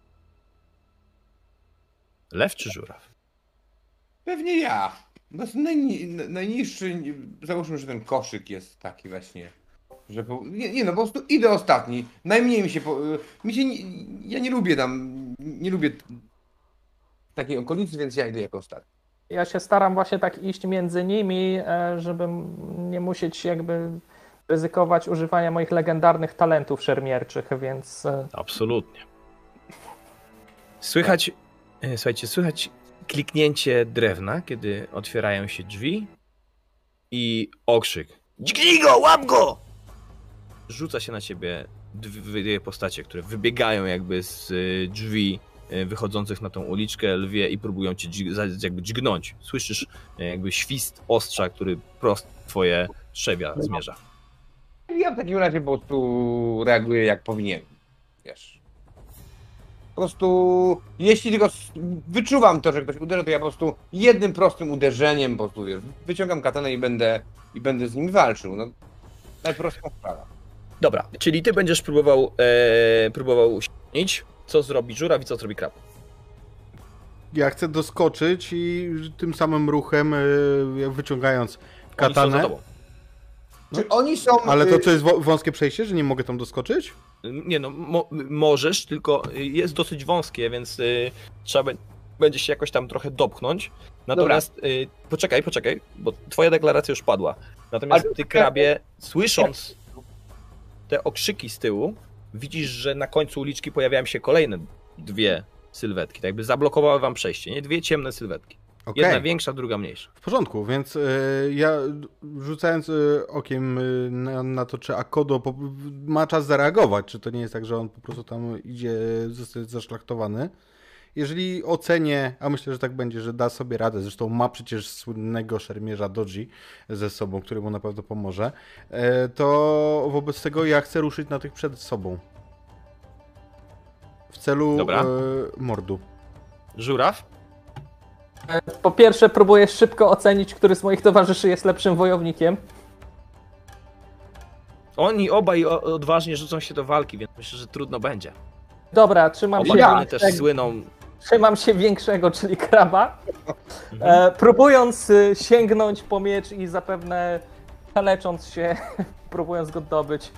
Lew czy żuraw? Pewnie ja. No, najni, najniższy, załóżmy, że ten koszyk jest taki właśnie, że po, nie, nie no, po prostu idę ostatni. Najmniej mi się, po, mi się, nie, ja nie lubię tam, nie lubię takiej okolicy, więc ja idę jako ostatni. Ja się staram właśnie tak iść między nimi, żeby nie musieć jakby ryzykować używania moich legendarnych talentów szermierczych, więc... Absolutnie. Słychać, słuchajcie, słychać kliknięcie drewna, kiedy otwierają się drzwi i okrzyk. Dźgnij go, łap go! Rzuca się na ciebie dwie postacie, które wybiegają jakby z drzwi wychodzących na tą uliczkę lwie i próbują cię dźg- jakby dźgnąć. Słyszysz jakby świst ostrza, który prosto w twoje trzewia zmierza. ja w takim razie po prostu reaguję jak powinien. Wiesz. Po prostu, jeśli tylko wyczuwam to, że ktoś uderzy, to ja po prostu jednym prostym uderzeniem po prostu, wiesz, wyciągam katanę i będę, i będę z nimi walczył. No, najprostsza sprawa. Dobra, czyli ty będziesz próbował, e, próbował śnić, co zrobi żuraw i co zrobi krab. Ja chcę doskoczyć i tym samym ruchem, e, wyciągając Oni są za katanę. tobą. Czy oni są... Ale to y, co jest wą- wąskie przejście, że nie mogę tam doskoczyć? Nie no, mo możesz, tylko jest dosyć wąskie, więc y, trzeba be będzie się jakoś tam trochę dopchnąć. Natomiast y, poczekaj, poczekaj, bo twoja deklaracja już padła. Natomiast Ale- ty, krabie, słysząc te okrzyki z tyłu, widzisz, że na końcu uliczki pojawiają się kolejne dwie sylwetki. Tak jakby zablokowały wam przejście, nie? Dwie ciemne sylwetki. Okej. Jedna większa, druga mniejsza. W porządku, więc y, ja rzucając y, okiem y, na, na to, czy Akodo po, ma czas zareagować, czy to nie jest tak, że on po prostu tam idzie zostać zaszlachtowany. Jeżeli ocenię, a myślę, że tak będzie, że da sobie radę, zresztą ma przecież słynnego szermierza Doji ze sobą, który mu na pewno pomoże, y, to wobec tego ja chcę ruszyć na tych przed sobą. W celu Dobra. y, mordu. Żuraw? Po pierwsze, próbuję szybko ocenić, który z moich towarzyszy jest lepszym wojownikiem. Oni obaj o- odważnie rzucą się do walki, więc myślę, że trudno będzie. Dobra, trzymam się, Oba drużyny też większego, słyną. trzymam się większego, czyli kraba. Mhm. E, próbując y, sięgnąć po miecz i zapewne kalecząc się, próbując go dobyć.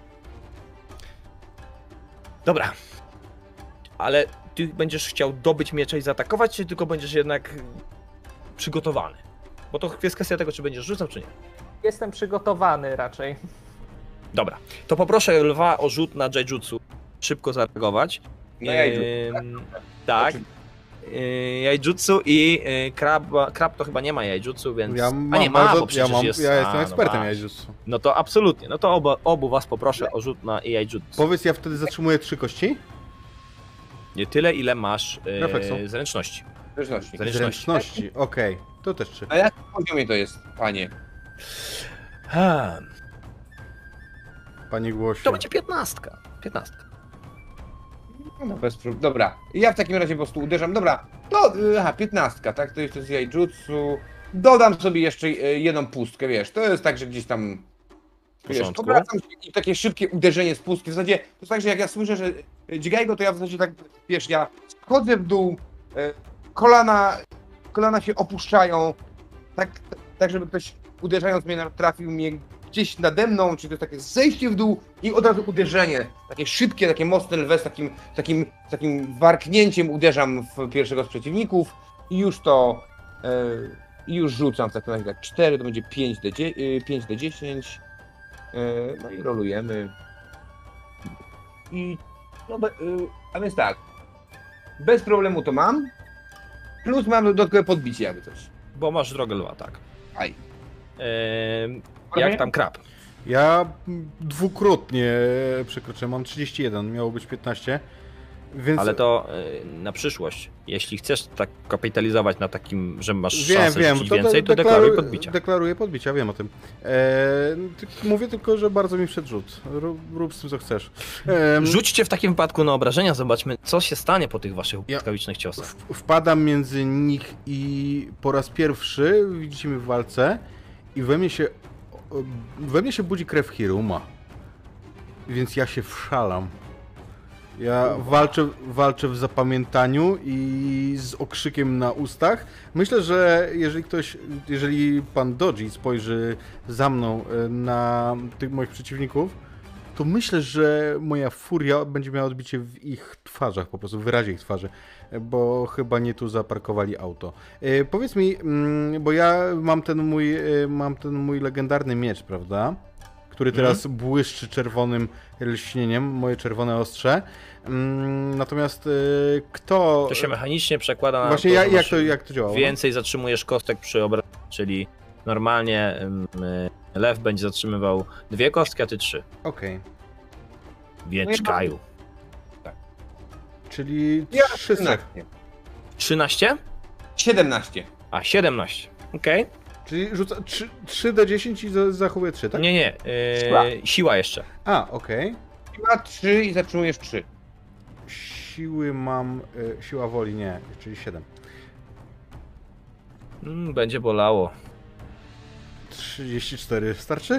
Dobra. Ale ty będziesz chciał dobyć miecza i zaatakować, czy tylko będziesz jednak przygotowany? Bo to jest kwestia tego, czy będziesz rzucał, czy nie. Jestem przygotowany raczej. Dobra. To poproszę lwa o rzut na Jaijutsu. Szybko zareagować. Na jajdu. Ym, tak. Yy, Jaijutsu i yy, krab, krab to chyba nie ma Jaijutsu, więc... Ja A mam nie ma, bardzo, bo przecież ja, mam, jest... ja A, jestem no ekspertem właśnie. Jaijutsu. No to absolutnie. No to oba, obu was poproszę o rzut na Jaijutsu. Powiedz, ja wtedy zatrzymuję trzy kości? Nie tyle, ile masz Refleksu. yy, zręczności. Zresztą. Zręczności. Zręczności, okej. To też trzy. Na jakim poziomie to jest, panie? Hmm. Panie Głosiu. To będzie piętnastka. Piętnastka. No bez prób. Dobra. Ja w takim razie po prostu uderzam. Dobra. To, y, aha, piętnastka, tak? To jeszcze z Jaijutsu. Dodam sobie jeszcze y, jedną pustkę, wiesz. To jest tak, że gdzieś tam... Wiesz, porządku. obracam się i takie szybkie uderzenie z pustki. W zasadzie to jest tak, że jak ja słyszę, że Dźgajgo, to ja w zasadzie tak, wiesz, ja schodzę w dół, y, kolana, kolana się opuszczają, tak, tak żeby ktoś uderzając mnie trafił mnie gdzieś nade mną, czyli to jest takie zejście w dół i od razu uderzenie. Takie szybkie, takie mocne lwe z takim, takim, takim warknięciem uderzam w pierwszego z przeciwników i już to e, i już rzucam w takim razie tak cztery, to będzie pięć d dziesięć. E, no i rolujemy. I no, be, e, a więc tak. Bez problemu to mam. Plus mam dodatkowe podbicie jakby coś. Bo masz drogę lwa, tak. Aj. Yy, jak tam krab? Ja dwukrotnie przekroczyłem, mam trzydzieści jeden, miało być piętnaście. Więc Ale to yy, na przyszłość. Jeśli chcesz tak kapitalizować na takim, że masz wiem, szansę wiem, rzucić to, więcej, to deklaruję- deklaruj podbicia. Deklaruję podbicia, wiem o tym. Eee, ty- mówię tylko, że bardzo mi wszedł rzut. Rób, rób z tym, co chcesz. Eee, Rzućcie w takim wypadku na obrażenia, zobaczmy, co się stanie po tych waszych Ja- błyskawicznych ciosach. w- Wpadam między nich i po raz pierwszy widzicie mnie w walce i we mnie się we mnie się budzi krew Hiruma. Więc ja się wszalam. Ja walczę, walczę w zapamiętaniu i z okrzykiem na ustach. Myślę, że jeżeli ktoś, jeżeli pan Doji spojrzy za mną e, na tych moich przeciwników, to myślę, że moja furia będzie miała odbicie w ich twarzach, po prostu w wyrazie ich twarzy, bo chyba nie tu zaparkowali auto. E, powiedz mi, mm, bo ja mam ten mój, e, mam ten mój legendarny miecz, prawda? Który teraz mm. błyszczy czerwonym lśnieniem, moje czerwone ostrze. Mm, natomiast y, kto... To się mechanicznie przekłada na Właśnie to, ja, że jak, masz to, jak to działa? więcej zatrzymujesz kostek przy obrażeniu, czyli normalnie ym, y, lew będzie zatrzymywał dwie kostki, a ty trzy. Okej. Wieczkaju. Czyli Ja trzy z trzech. siedemnaście. trzynaście? siedemnaście. A, siedemnaście. Okej. Czyli rzuca trzy D dziesięć i zachowuje trzy, tak? Nie, nie, yy, siła. siła jeszcze. A, okej. Okay. Siła trzy i zatrzymujesz trzy. Siły mam, y, siła woli nie, czyli siedem. Mm, będzie bolało. trzydzieści cztery starczy?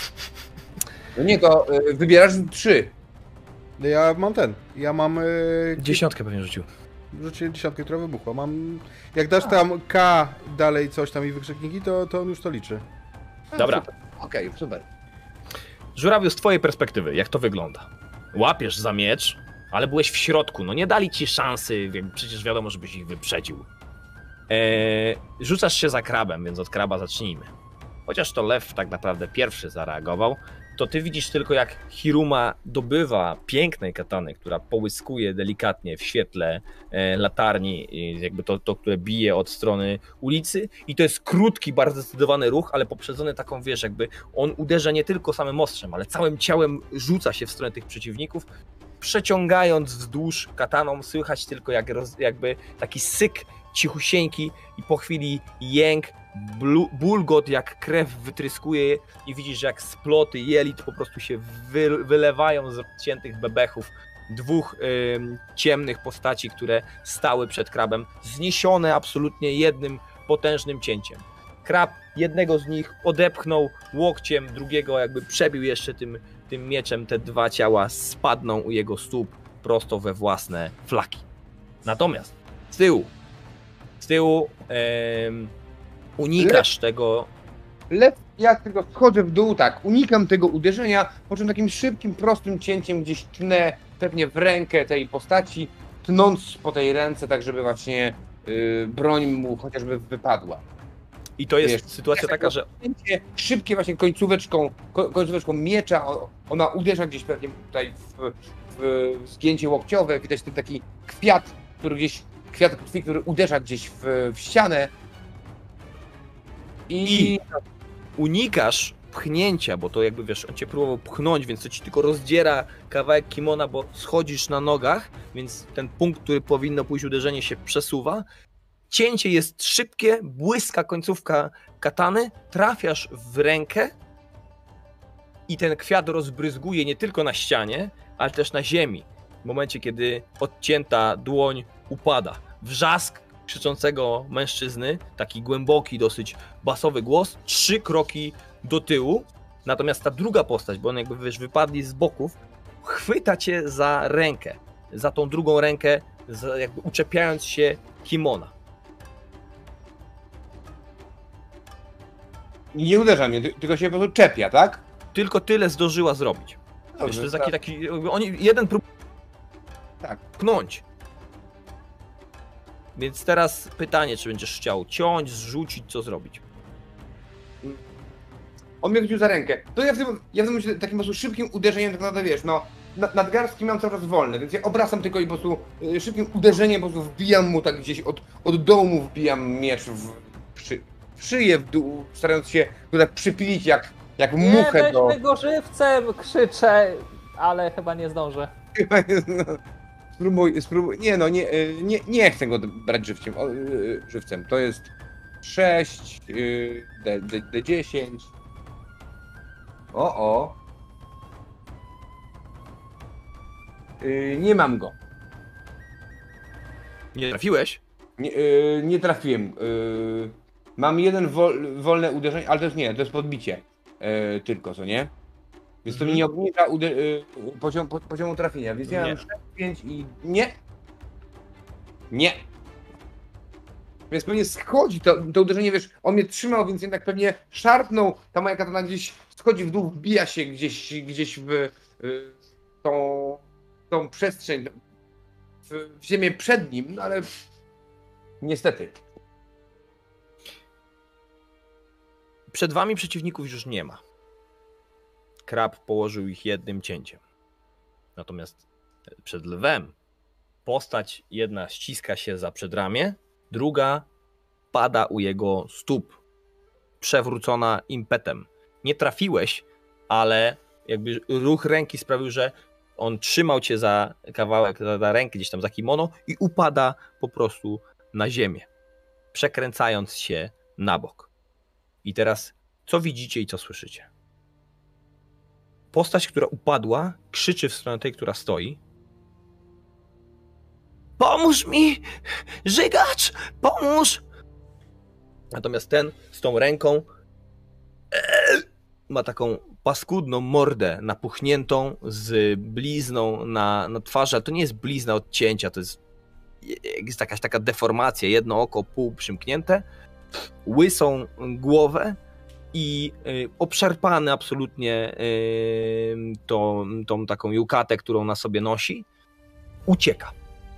No nie, to y, wybierasz trzy. Ja mam ten, ja mam... Y, Dziesiątkę pewnie rzucił. Rzuciłem dziesiątkę, która wybuchła. Mam... Jak dasz tam K dalej coś tam i wykrzykniki, to, to on już to liczy. Dobra. Okej, okay, super. Żurawiu, z twojej perspektywy, jak to wygląda? Łapiesz za miecz, ale byłeś w środku, no nie dali ci szansy, przecież wiadomo, żebyś ich wyprzedził. Eee, rzucasz się za krabem, więc od kraba zacznijmy. Chociaż to lew tak naprawdę pierwszy zareagował, to ty widzisz tylko, jak Hiruma dobywa pięknej katany, która połyskuje delikatnie w świetle e, latarni, jakby to, to, które bije od strony ulicy, i to jest krótki, bardzo zdecydowany ruch, ale poprzedzony taką, wiesz, jakby on uderza nie tylko samym ostrzem, ale całym ciałem rzuca się w stronę tych przeciwników, przeciągając wzdłuż kataną, słychać tylko jak roz, jakby taki syk cichusieńki i po chwili jęk, bulgot, jak krew wytryskuje i widzisz, że jak sploty jelit po prostu się wy, wylewają z odciętych bebechów dwóch y, ciemnych postaci, które stały przed krabem, zniesione absolutnie jednym potężnym cięciem. Krab jednego z nich odepchnął łokciem, drugiego jakby przebił jeszcze tym, tym mieczem, te dwa ciała spadną u jego stóp prosto we własne flaki. Natomiast z tyłu z tyłu y, unikasz Le... tego... Lew, ja tego schodzę w dół, tak, unikam tego uderzenia, po czym takim szybkim, prostym cięciem gdzieś tnę pewnie w rękę tej postaci, tnąc po tej ręce, tak żeby właśnie yy, broń mu chociażby wypadła. I to jest Wiesz, sytuacja taka, że... Szybkie właśnie końcóweczką, końcóweczką miecza, ona uderza gdzieś pewnie tutaj w, w zgięcie łokciowe, widać ten taki kwiat, który gdzieś, kwiat krwi, który uderza gdzieś w, w ścianę. I... I unikasz pchnięcia, bo to jakby, wiesz, on cię próbował pchnąć, więc to ci tylko rozdziera kawałek kimona, bo schodzisz na nogach, więc ten punkt, który powinno pójść uderzenie, się przesuwa. Cięcie jest szybkie, błyska końcówka katany, trafiasz w rękę i ten kwiat rozbryzguje nie tylko na ścianie, ale też na ziemi. W momencie, kiedy odcięta dłoń upada. Wrzask krzyczącego mężczyzny, taki głęboki, dosyć basowy głos, trzy kroki do tyłu, natomiast ta druga postać, bo on jakby, wiesz, wypadli z boków, chwyta cię za rękę, za tą drugą rękę, za, jakby uczepiając się kimona. Nie uderza mnie, tylko się po prostu czepia, tak? Tylko tyle zdążyła zrobić. Dobrze, wiesz, to jest tak. taki, taki, oni, jeden próbuje Tak. pchnąć. Więc teraz pytanie, czy będziesz chciał ciąć, zrzucić, co zrobić? On mnie chwycił za rękę. To ja w tym, ja w tym momencie takim po prostu szybkim uderzeniem, tak naprawdę wiesz, no, na- nadgarstki mam cały czas wolne, więc ja obracam tylko i po prostu y, szybkim uderzeniem po prostu wbijam mu tak gdzieś od, od dołu mu wbijam miecz w, w, szy, w szyję w dół, starając się go tak przypilić jak, jak Nie, muchę do... weźmy go żywcem, krzyczę, ale chyba nie zdążę. Spróbuj, spróbuj, nie no, nie, y, nie, nie chcę go brać żywciem, o, y, żywcem, to jest sześć, y, D, D, D dziesięć. O, o. Yy, nie mam go. Nie trafiłeś? Nie, yy, nie trafiłem. Yy, mam jeden wol, wolne uderzenie, ale to jest nie, to jest podbicie. Yy, tylko, co nie? Więc to mi nie obniża ude- yy, poziom, po, poziomu trafienia. Więc ja Nie. mam sześć, pięć i nie. Nie. Więc pewnie schodzi to, to uderzenie, wiesz, on mnie trzymał, więc jednak pewnie szarpnął, ta moja katana gdzieś schodzi w dół, wbija się gdzieś, gdzieś w y, tą, tą przestrzeń, w, w ziemię przed nim, no ale niestety. Przed wami przeciwników już nie ma. Krab położył ich jednym cięciem. Natomiast przed lwem postać jedna ściska się za przedramię, druga pada u jego stóp, przewrócona impetem. Nie trafiłeś, ale jakby ruch ręki sprawił, że on trzymał cię za kawałek, za, za rękę gdzieś tam za kimono i upada po prostu na ziemię, przekręcając się na bok. I teraz, co widzicie i co słyszycie? Postać, która upadła, krzyczy w stronę tej, która stoi. Pomóż mi! Żygacz! Pomóż! Natomiast ten z tą ręką ma taką paskudną mordę napuchniętą z blizną na, na twarzy, ale to nie jest blizna od cięcia, to jest, jest jakaś taka deformacja, jedno oko pół przymknięte, łysą głowę i y, obszarpany absolutnie y, tą, tą taką jukatę, którą na sobie nosi, ucieka.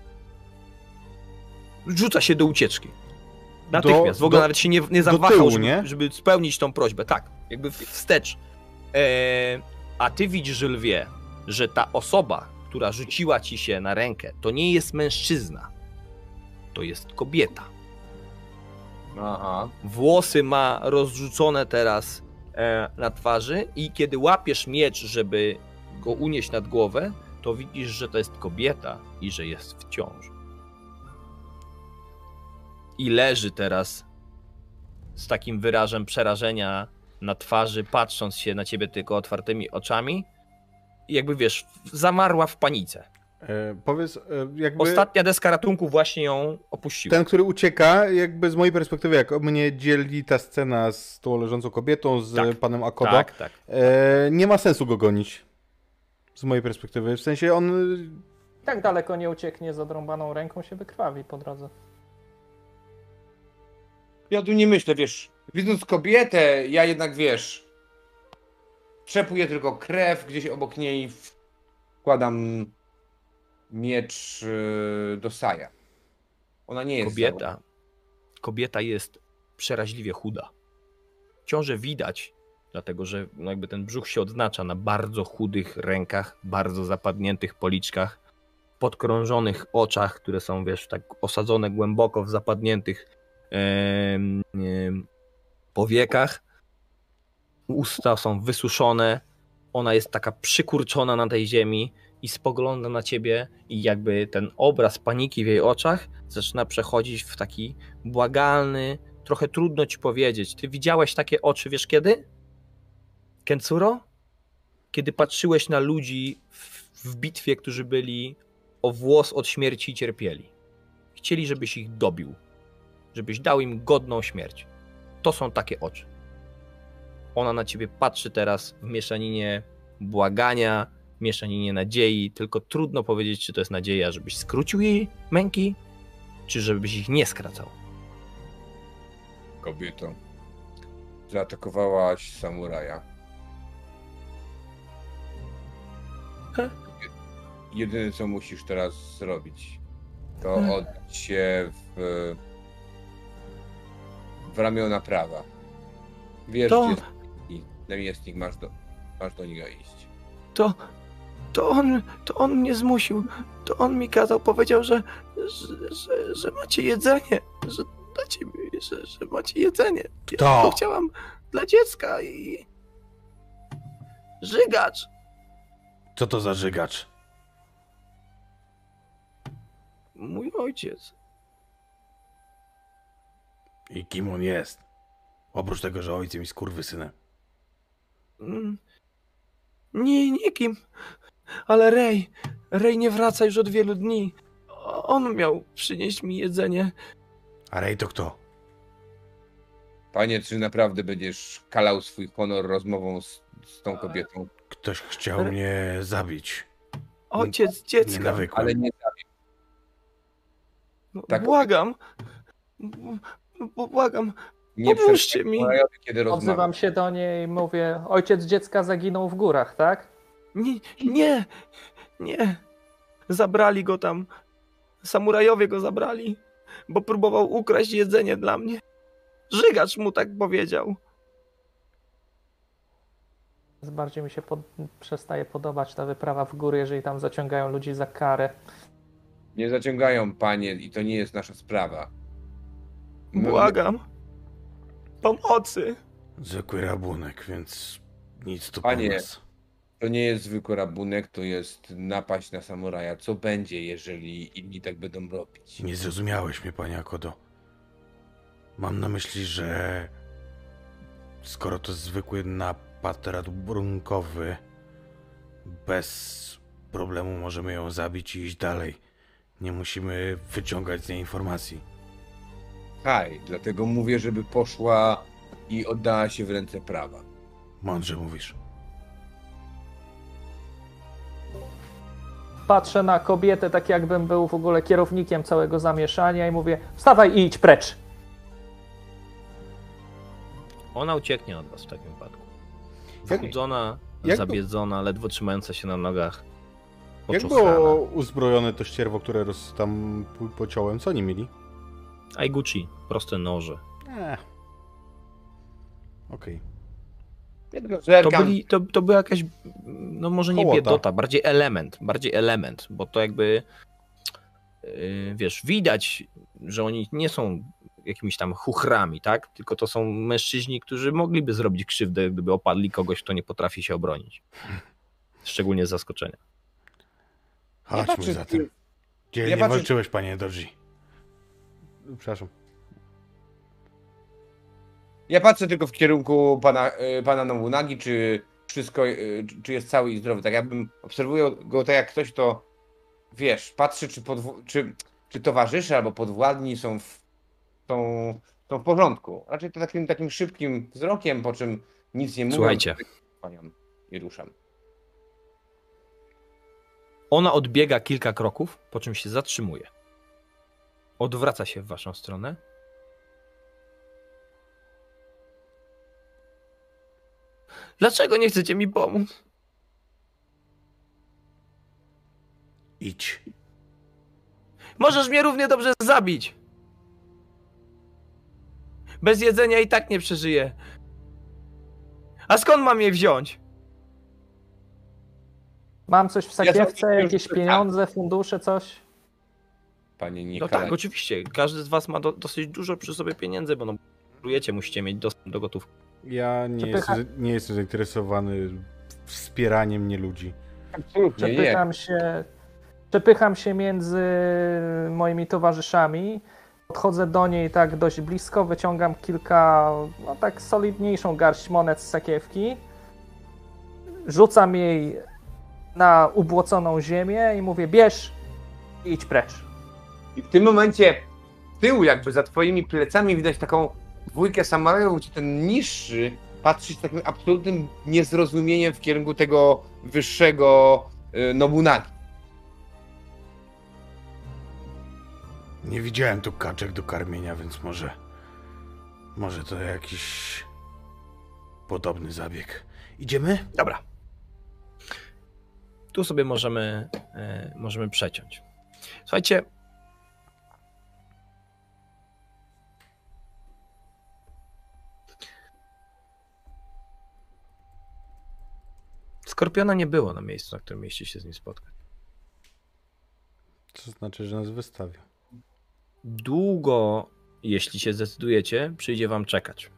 Rzuca się do ucieczki. Natychmiast. Do, w ogóle do, nawet się nie, nie zawahał, tyłu, żeby, nie? żeby spełnić tą prośbę. Tak, jakby wstecz. E, a ty widzisz, lwie, że ta osoba, która rzuciła ci się na rękę, to nie jest mężczyzna. To jest kobieta. Aha. Włosy ma rozrzucone teraz e, na twarzy i kiedy łapiesz miecz, żeby go unieść nad głowę, to widzisz, że to jest kobieta i że jest w ciąży. I leży teraz z takim wyrazem przerażenia na twarzy, patrząc się na ciebie tylko otwartymi oczami. I jakby wiesz, zamarła w panice. E, powiedz, e, jakby... Ostatnia deska ratunku właśnie ją opuściła. Ten, który ucieka, jakby z mojej perspektywy, jak mnie dzieli ta scena z tą leżącą kobietą, z Tak. panem Akodo, Tak, tak. e, nie ma sensu go gonić. Z mojej perspektywy. W sensie on... Tak daleko nie ucieknie, z odrąbaną ręką się wykrwawi po drodze. Ja tu nie myślę, wiesz, widząc kobietę, ja jednak, wiesz, trzepuję tylko krew, gdzieś obok niej wkładam miecz yy, do saja. Ona nie jest Kobieta, kobieta jest przeraźliwie chuda. Ciąże widać, dlatego że no jakby ten brzuch się odznacza na bardzo chudych rękach, bardzo zapadniętych policzkach, podkrążonych oczach, które są, wiesz, tak osadzone głęboko w zapadniętych em, em, powiekach. Usta są wysuszone. Ona jest taka przykurczona na tej ziemi i spogląda na ciebie i jakby ten obraz paniki w jej oczach zaczyna przechodzić w taki błagalny, trochę trudno ci powiedzieć. Ty widziałeś takie oczy, wiesz kiedy? Kensuro? Kiedy patrzyłeś na ludzi w, w bitwie, którzy byli o włos od śmierci i cierpieli. Chcieli, żebyś ich dobił. Żebyś dał im godną śmierć. To są takie oczy. Ona na ciebie patrzy teraz w mieszaninie błagania, mieszaninie nadziei, tylko trudno powiedzieć, czy to jest nadzieja, żebyś skrócił jej męki, czy żebyś ich nie skracał. Kobieto, zaatakowałaś samuraja. He? Jedyne, co musisz teraz zrobić, to oddać się w, w ramiona prawa. Wiesz, To- gdzie jest namiestnik, masz do, masz do niego iść. To, to on, to on mnie zmusił, to on mi kazał, powiedział, że, że, że, że macie jedzenie, że dacie mi, że, że macie jedzenie. Ja Kto? to chciałam dla dziecka i... Żygacz! Co to za żygacz? Mój ojciec. I kim on jest? Oprócz tego, że ojcem i skurwysynem. Mm, Nie, nikim. Ale Rej, Rej nie wraca już od wielu dni. On miał przynieść mi jedzenie. A Rej to kto? Panie, czy naprawdę będziesz kalał swój honor rozmową z, z tą kobietą? Ktoś chciał mnie zabić. Ojciec Nie dziecka. nawykłem. Ale nie No, tak- Błagam. B- b- Błagam. Nie Pomóżcie przerywaj mi. Samurajowi, kiedy Odzywam rozmawiam. się do niej i mówię, ojciec dziecka zaginął w górach, tak? Nie, nie, nie. Zabrali go tam. Samurajowie go zabrali, bo próbował ukraść jedzenie dla mnie. Żygacz mu tak powiedział. Bardziej mi się pod... przestaje podobać ta wyprawa w góry, jeżeli tam zaciągają ludzi za karę. Nie zaciągają, panie, i to nie jest nasza sprawa. My- Błagam. Pomocy. Zwykły rabunek, więc nic tu Panie. po nas. To nie jest zwykły rabunek, to jest napaść na samuraja. Co będzie, jeżeli inni tak będą robić? Nie zrozumiałeś mnie, panie Akodo. Mam na myśli, że Skoro to zwykły napad ratunkowy, bez problemu możemy ją zabić i iść dalej. Nie musimy wyciągać z niej informacji. Haj, dlatego mówię, żeby poszła i oddała się w ręce prawa. Mądrze mówisz. Patrzę na kobietę tak jakbym był w ogóle kierownikiem całego zamieszania i mówię, wstawaj i idź precz. Ona ucieknie od was w takim wypadku. Jak- Wychudzona, jak- zabiedzona, ledwo trzymająca się na nogach. Jak Poczochrana. było uzbrojone to ścierwo, które roz, tam po- pociąłem? Co oni mieli? Aiguchi, proste noże. Eee. Okej. Jedno To, zerkam. byli, to, to była jakaś, no może nie Hołota. biedota, bardziej element, bardziej element, bo to jakby, yy, wiesz, widać, że oni nie są jakimiś tam chuchrami, tak? Tylko to są mężczyźni, którzy mogliby zrobić krzywdę, gdyby opadli kogoś, kto nie potrafi się obronić. Szczególnie z zaskoczenia. Chodźmy patrzę, zatem. Gdzie ja nie patrzę- walczyłeś, panie Doji? Przepraszam. Ja patrzę tylko w kierunku pana, y, pana Nobunagi, czy wszystko, y, czy jest cały i zdrowy. Tak jakbym obserwuję go tak jak ktoś, to wiesz, patrzy, czy, podw- czy, czy towarzysze albo podwładni są w, są, są w porządku. Raczej to takim, takim szybkim wzrokiem, po czym nic nie mówię. Słuchajcie. I ruszam. Ona odbiega kilka kroków, po czym się zatrzymuje. Odwraca się w waszą stronę. Dlaczego nie chcecie mi pomóc? Idź. Możesz mnie równie dobrze zabić. Bez jedzenia i tak nie przeżyję. A skąd mam je wziąć? Mam coś w Ja sakiewce, sobie już jakieś czytam. pieniądze, fundusze, coś? Panie nie No kalaj. tak, oczywiście. Każdy z was ma do, dosyć dużo przy sobie pieniędzy, bo no, pracujecie, musicie mieć dostęp do gotówki. Ja nie Przepycha- jestem, nie jestem zainteresowany wspieraniem mnie ludzi. Absolutnie nie. Przepycham się, przepycham się między moimi towarzyszami. Podchodzę do niej tak dość blisko, wyciągam kilka, no tak solidniejszą garść monet z sakiewki. Rzucam jej na ubłoconą ziemię i mówię, bierz i idź precz. I w tym momencie z tyłu jakby za twoimi plecami widać taką dwójkę samurajów, gdzie ten niższy patrzy z takim absolutnym niezrozumieniem w kierunku tego wyższego y, Nobunagi. Nie widziałem tu kaczek do karmienia, więc może... Może to jakiś... podobny zabieg. Idziemy? Dobra. Tu sobie możemy, e, możemy przeciąć. Słuchajcie. Skorpiona nie było na miejscu, na którym mieliście się z nim spotkać. To znaczy, że nas wystawia. Długo, jeśli się zdecydujecie, przyjdzie wam czekać.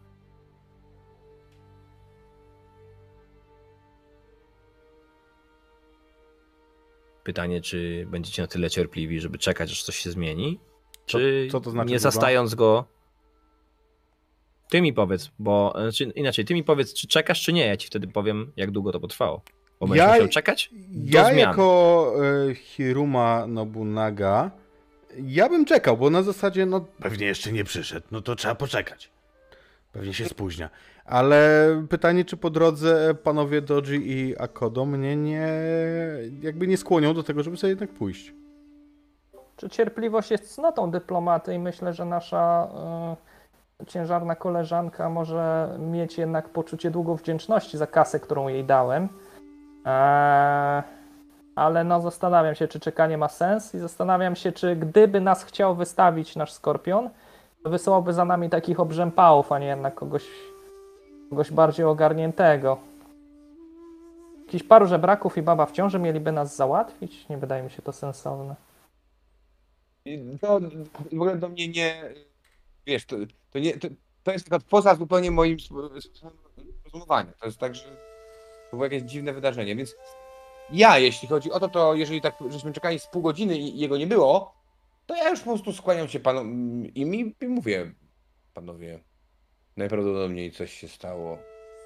Pytanie, czy będziecie na tyle cierpliwi, żeby czekać, aż coś się zmieni, Co- czy co to znaczy nie długo? zastając go... Ty mi powiedz, bo znaczy, inaczej, ty mi powiedz, czy czekasz, czy nie, ja ci wtedy powiem, jak długo to potrwało. Bo będziesz Ja- musiał czekać do Ja zmiany. jako e, Hiruma Nobunaga, ja bym czekał, bo na zasadzie, no pewnie jeszcze nie przyszedł, no to trzeba poczekać. Pewnie się spóźnia. Ale pytanie, czy po drodze panowie Doji i Akodo mnie nie, jakby nie skłonią do tego, żeby sobie jednak pójść. Czy cierpliwość jest cnotą dyplomaty i myślę, że nasza y, ciężarna koleżanka może mieć jednak poczucie długu wdzięczności za kasę, którą jej dałem. Eee, ale no zastanawiam się, czy czekanie ma sens i zastanawiam się, czy gdyby nas chciał wystawić nasz Skorpion, to wysyłałby za nami takich obrzępałów, a nie jednak kogoś, kogoś bardziej ogarniętego. Jakiś paru żebraków i baba w ciąży mieliby nas załatwić? Nie wydaje mi się to sensowne. I To w ogóle do mnie nie, wiesz, to, to, nie, to, to jest taka poza zupełnie moim sp- sposobem rozumowania. To jest tak, że to było jakieś dziwne wydarzenie, więc ja, jeśli chodzi o to, to jeżeli tak, żeśmy czekali z pół godziny i jego nie było, to ja już po prostu skłaniam się panom im i i mówię, panowie, Najprawdopodobniej coś się stało.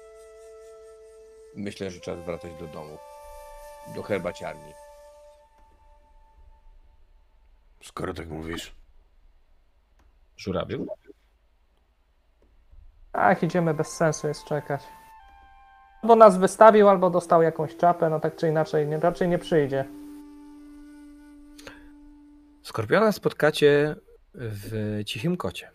Myślę, że czas wracać do domu. Do herbaciarni. Skoro tak mówisz. Żurawiu? Ach, idziemy, bez sensu jest czekać. Albo nas wystawił, albo dostał jakąś czapę, no tak czy inaczej, nie, raczej nie przyjdzie. Skorpiona spotkacie w Cichym Kocie.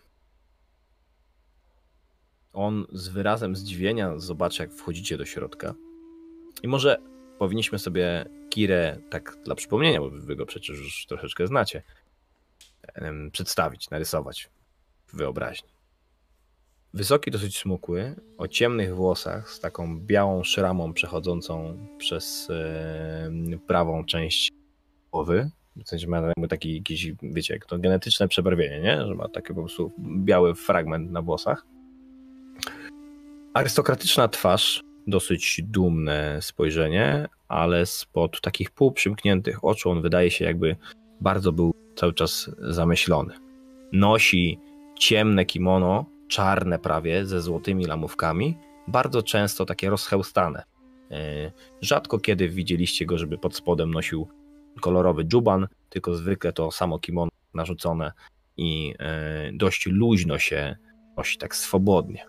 On z wyrazem zdziwienia zobaczy, jak wchodzicie do środka. I może powinniśmy sobie Kirę, tak dla przypomnienia, bo wy go przecież już troszeczkę znacie, em, przedstawić, narysować w wyobraźni. Wysoki, dosyć smukły, o ciemnych włosach, z taką białą szramą przechodzącą przez e, prawą część głowy. W sensie ma jakby taki jakiś, wiecie, jak to genetyczne przebarwienie, nie? Że ma taki po prostu biały fragment na włosach. Arystokratyczna twarz, dosyć dumne spojrzenie, ale spod takich półprzymkniętych oczu on wydaje się, jakby bardzo był cały czas zamyślony. Nosi ciemne kimono, czarne prawie, ze złotymi lamówkami, bardzo często takie rozchełstane. Rzadko kiedy widzieliście go, żeby pod spodem nosił kolorowy dżuban, tylko zwykle to samo kimono narzucone i dość luźno się nosi, tak swobodnie.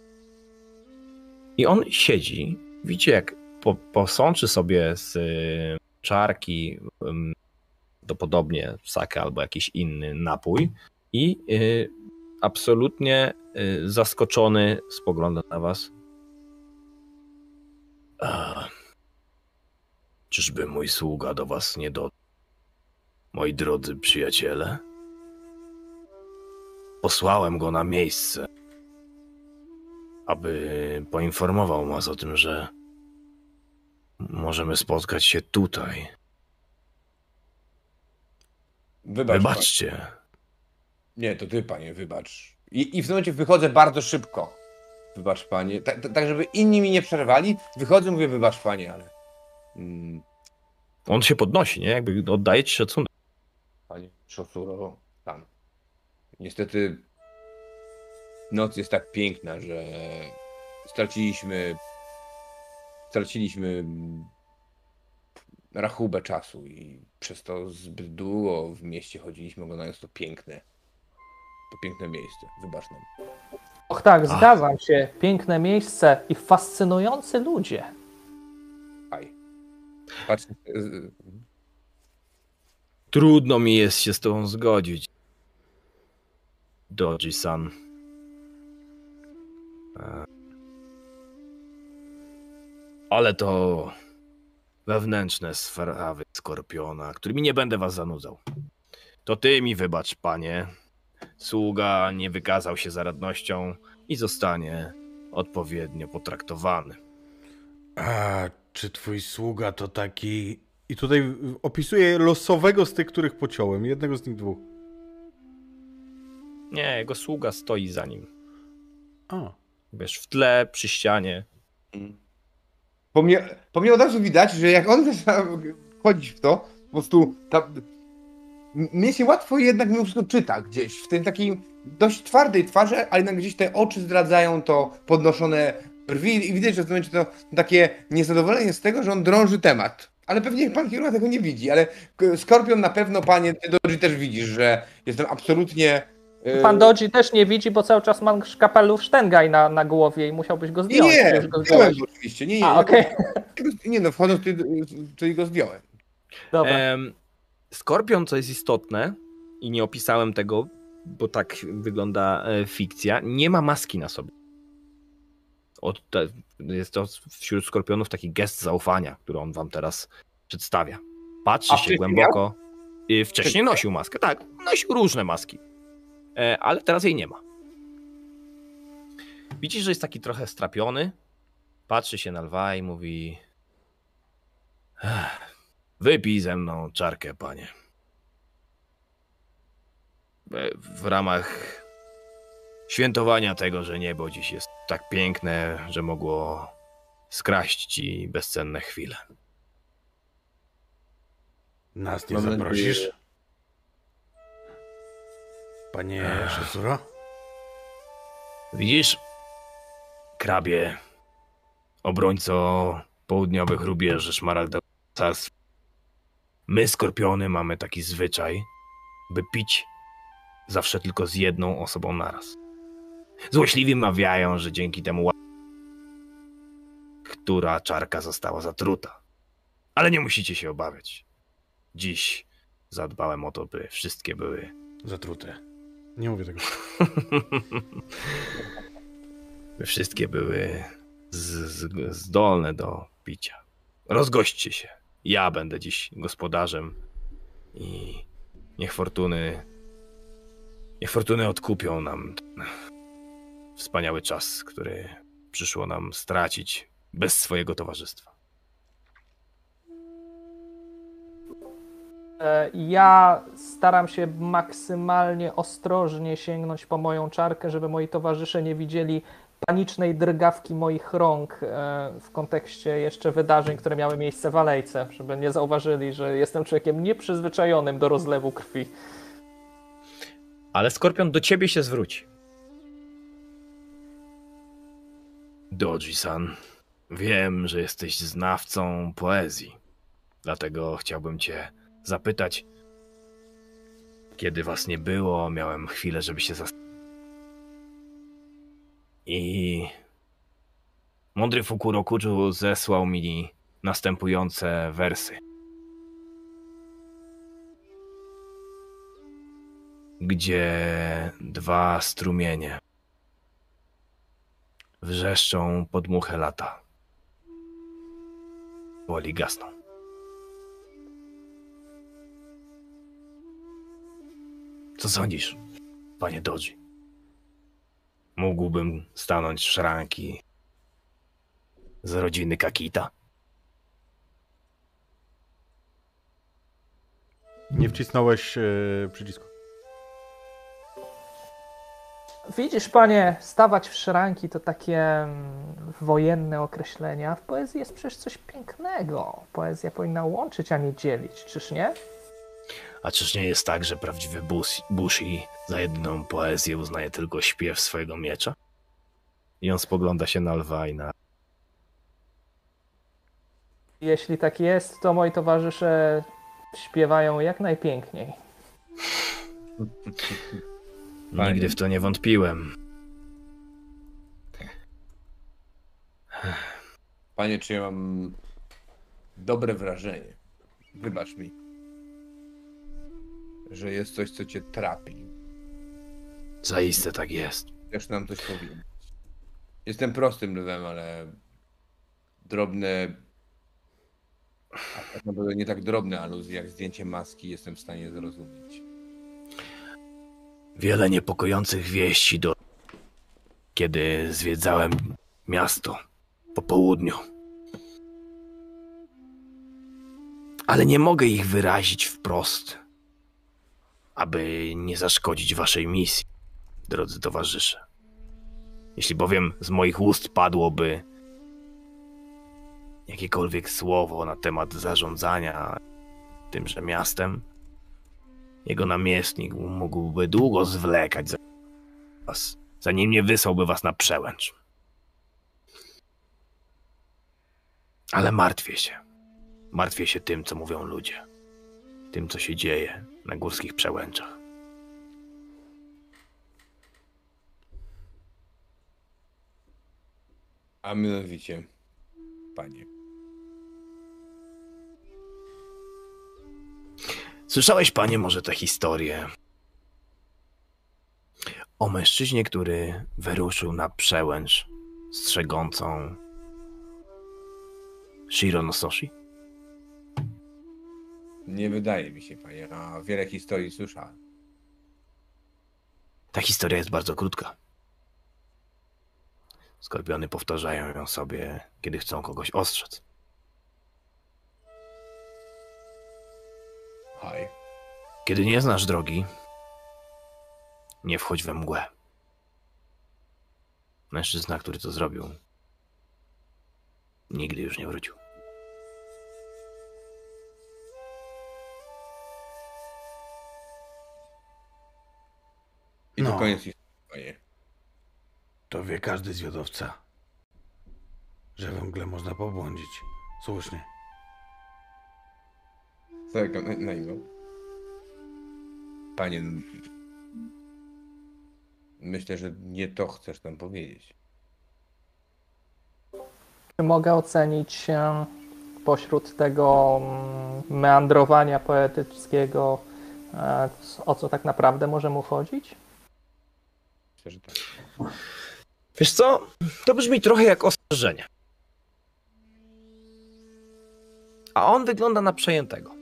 I on siedzi, widzicie, jak po, posączy sobie z czarki to podobnie sake albo jakiś inny napój i y, absolutnie y, zaskoczony spogląda na was. A, czyżby mój sługa do was nie dotarł? Moi drodzy przyjaciele? Posłałem go na miejsce, aby poinformował was o tym, że możemy spotkać się tutaj. Wybacz, Wybaczcie. Panie. Nie, to ty, panie, wybacz. I, I w tym momencie wychodzę bardzo szybko. Wybacz, panie. Tak, tak żeby inni mi nie przerwali. Wychodzę, mówię, wybacz, panie, ale... Mm, On się podnosi, nie? Jakby oddaje ci szacunek. panie Szosuro, tam. Niestety noc jest tak piękna, że straciliśmy straciliśmy rachubę czasu i przez to zbyt długo w mieście chodziliśmy, oglądając to piękne, to piękne miejsce. Wybacz nam. Och tak, Ach. zgadzam się. Piękne miejsce i fascynujący ludzie. Aj. Patrz. Trudno mi jest się z tobą zgodzić, Doji-san. Ale to wewnętrzne sprawy Skorpiona, którymi nie będę was zanudzał. To ty mi wybacz, panie. Sługa nie wykazał się zaradnością i zostanie odpowiednio potraktowany. A czy twój sługa to taki... I tutaj opisuję losowego z tych, których pociąłem. Jednego z tych dwóch. Nie, jego sługa stoi za nim. A. Wiesz, w tle, przy ścianie. Po mnie, po mnie od razu widać, że jak on zaczyna wchodzić w to, po prostu ta, mnie się łatwo jednak mimo wszystko czyta gdzieś, w tej takiej dość twardej twarzy, ale jednak gdzieś te oczy zdradzają to podnoszone brwi i widać, że w tym momencie to takie niezadowolenie z tego, że on drąży temat. Ale pewnie pan Hiruma tego nie widzi, ale Skorpion na pewno, panie, ty Doji też widzisz, że jestem absolutnie... Yy... Pan Doji też nie widzi, bo cały czas mam kapelusz sztęgaj na, na głowie i musiałbyś go zdjąć. Nie, już go zdjąłem zdjąłeś. go oczywiście, nie, nie. A, okej. Okay. Nie no, wchodząc, czyli go zdjąłem. Dobra. Em, Skorpion, co jest istotne, i nie opisałem tego, bo tak wygląda e, fikcja, nie ma maski na sobie. Od te, jest to wśród skorpionów taki gest zaufania, który on wam teraz przedstawia. Patrzy A się wcześniej głęboko. I wcześniej nosił maskę, tak, nosił różne maski, e, ale teraz jej nie ma. Widzisz, że jest taki trochę strapiony, patrzy się na lwa i mówi: wypij ze mną czarkę, panie. W ramach świętowania tego, że niebo dziś jest tak piękne, że mogło skraść ci bezcenne chwile. Nas nie Mam zaprosisz? nadzieję- Panie Szosuro? Widzisz, Krabie, obrońco południowych rubieży szmaragdowych carstw. My, skorpiony, mamy taki zwyczaj, by pić zawsze tylko z jedną osobą naraz. Złośliwi mawiają, że dzięki temu ła- która czarka została zatruta. Ale nie musicie się obawiać. Dziś zadbałem o to, by wszystkie były Zatrute. Nie mówię tego. by wszystkie były z, z, zdolne do picia. Rozgośćcie się. Ja będę dziś gospodarzem i niech fortuny niech fortuny odkupią nam ten wspaniały czas, który przyszło nam stracić bez swojego towarzystwa. E, Ja staram się maksymalnie ostrożnie sięgnąć po moją czarkę, żeby moi towarzysze nie widzieli panicznej drgawki moich rąk e, w kontekście jeszcze wydarzeń, które miały miejsce w alejce, żeby nie zauważyli, że jestem człowiekiem nieprzyzwyczajonym do rozlewu krwi. Ale Skorpion do ciebie się zwróci. Doji-san, wiem, że jesteś znawcą poezji. Dlatego chciałbym cię zapytać, kiedy was nie było, miałem chwilę, żeby się zastanowić. I mądry Fukurokuju zesłał mi następujące wersy. Gdzie dwa strumienie wrzeszczą podmuchę lata. Woli gasną. Co sądzisz, panie Doji? Mógłbym stanąć w szranki z rodziny Kakita? Nie wcisnąłeś e, przycisku. Widzisz, panie, stawać w szranki to takie mm, wojenne określenia. W poezji jest przecież coś pięknego. Poezja powinna łączyć, a nie dzielić, czyż nie? A czyż nie jest tak, że prawdziwy bus- Bushi za jedną poezję uznaje tylko śpiew swojego miecza? I on spogląda się na lwa i na... Jeśli tak jest, to moi towarzysze śpiewają jak najpiękniej. Fajnie. Nigdy w to nie wątpiłem. Panie, czy ja mam dobre wrażenie? Wybacz mi, że jest coś, co cię trapi. Zaiste tak jest. Chcesz nam coś powiedzieć. Jestem prostym lwem, ale drobne, a tak naprawdę nie tak drobne aluzje jak zdjęcie maski jestem w stanie zrozumieć. Wiele niepokojących wieści do... Kiedy zwiedzałem miasto po południu. Ale nie mogę ich wyrazić wprost, aby nie zaszkodzić waszej misji, drodzy towarzysze. Jeśli bowiem z moich ust padłoby jakiekolwiek słowo na temat zarządzania tymże miastem, jego namiestnik mógłby długo zwlekać za was, zanim nie wysłałby was na przełęcz. Ale martwię się. Martwię się tym, co mówią ludzie. Tym, co się dzieje na górskich przełęczach. A mianowicie, panie, Słyszałeś, panie, może tę historię o mężczyźnie, który wyruszył na przełęcz strzegącą Shiro no Soshi? nie wydaje mi się, panie, a wiele historii słyszałem. Ta historia jest bardzo krótka. Skorpiony powtarzają ją sobie, kiedy chcą kogoś ostrzec. Haj. Kiedy nie znasz drogi, nie wchodź we mgłę. Mężczyzna, który to zrobił, nigdy już nie wrócił. I to No. koniec historii, panie. To wie każdy zwiadowca. że we mgle można pobłądzić. Słusznie. Co jak na, na imię? Panie, myślę, że nie to chcesz nam powiedzieć. Czy mogę ocenić się pośród tego mm, meandrowania poetyckiego, e, o co tak naprawdę może mu chodzić? Myślę, że tak. Wiesz co? To brzmi trochę jak ostrzeżenie. A on wygląda na przejętego.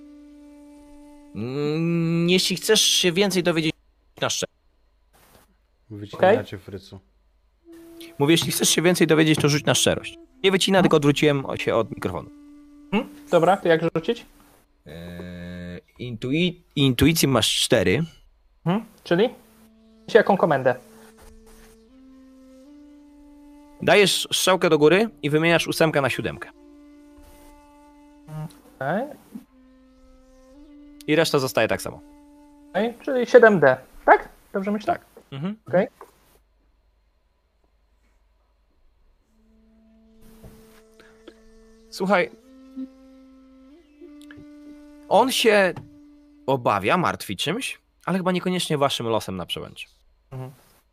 Mm, Jeśli chcesz się więcej dowiedzieć na szczerze. Wycinacie, Frycu. Mówię, jeśli chcesz się więcej dowiedzieć, to rzuć na szczerość. Nie wycina, tylko odwróciłem się od mikrofonu. Hmm? Dobra, to jak rzucić? Eee, intui- intuicji masz cztery. Hmm? Czyli? Jaką komendę? Dajesz strzałkę do góry i wymieniasz ósemkę na siódemkę. Okay. I reszta zostaje tak samo. Okay. Czyli siedem D, tak? Dobrze myślę? Tak. Mhm. Okej. Okay. Słuchaj, on się obawia, martwi czymś, ale chyba niekoniecznie waszym losem na przełęczy. Mhm.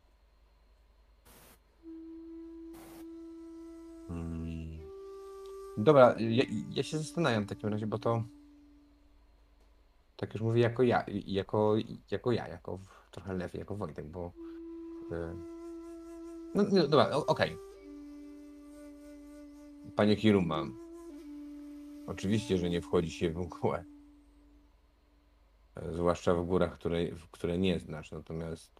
Hmm. Dobra, ja, ja się zastanawiam w takim razie, bo to tak już mówię jako ja, jako, jako ja, jako trochę lepiej, jako Wojtek, bo y, no, no dobra, o- okej. Panie Kiruma, oczywiście, że nie wchodzi się w mgłę. E, Zwłaszcza w górach, które, w które nie znasz, natomiast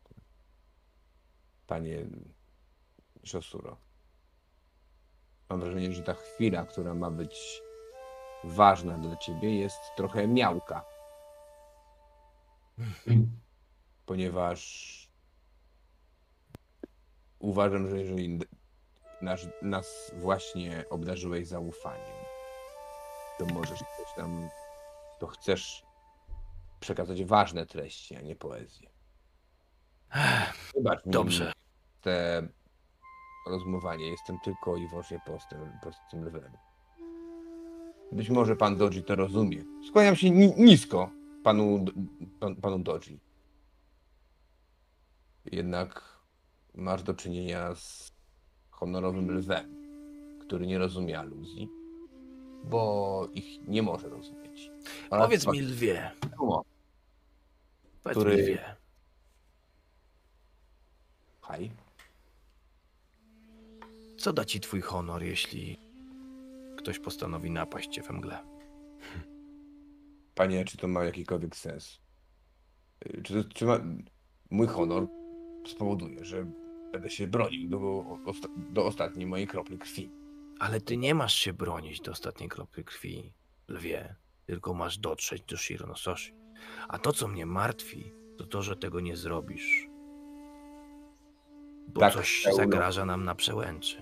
panie Shosuro, mam wrażenie, że ta chwila, która ma być ważna dla ciebie, jest trochę miałka. Ponieważ uważam, że jeżeli nas, nas właśnie obdarzyłeś zaufaniem, to możesz coś nam, to chcesz przekazać ważne treści, a nie poezję. Wybacz mi Dobrze. te rozmowanie. Jestem tylko i wyłącznie prostym, prostym lwem. Być może pan Dodzi to rozumie. Skłaniam się ni nisko panu, pan, panu Dodzi. Jednak masz do czynienia z honorowym lwem, który nie rozumie aluzji, bo ich nie może rozumieć. Oraz Powiedz mi, lwie. O, Powiedz który- mi, lwie. Haj. Co da ci twój honor, jeśli ktoś postanowi napaść cię we mgle? Panie, czy to ma jakikolwiek sens? Y, Czy, to, czy ma... mój honor spowoduje, że będę się bronił do, osta do ostatniej mojej kropli krwi. Ale ty nie masz się bronić do ostatniej kropli krwi, lwie, tylko masz dotrzeć do Shironososhi. A to, co mnie martwi, to to, że tego nie zrobisz. Bo Tak, coś pełno. zagraża nam na przełęczy.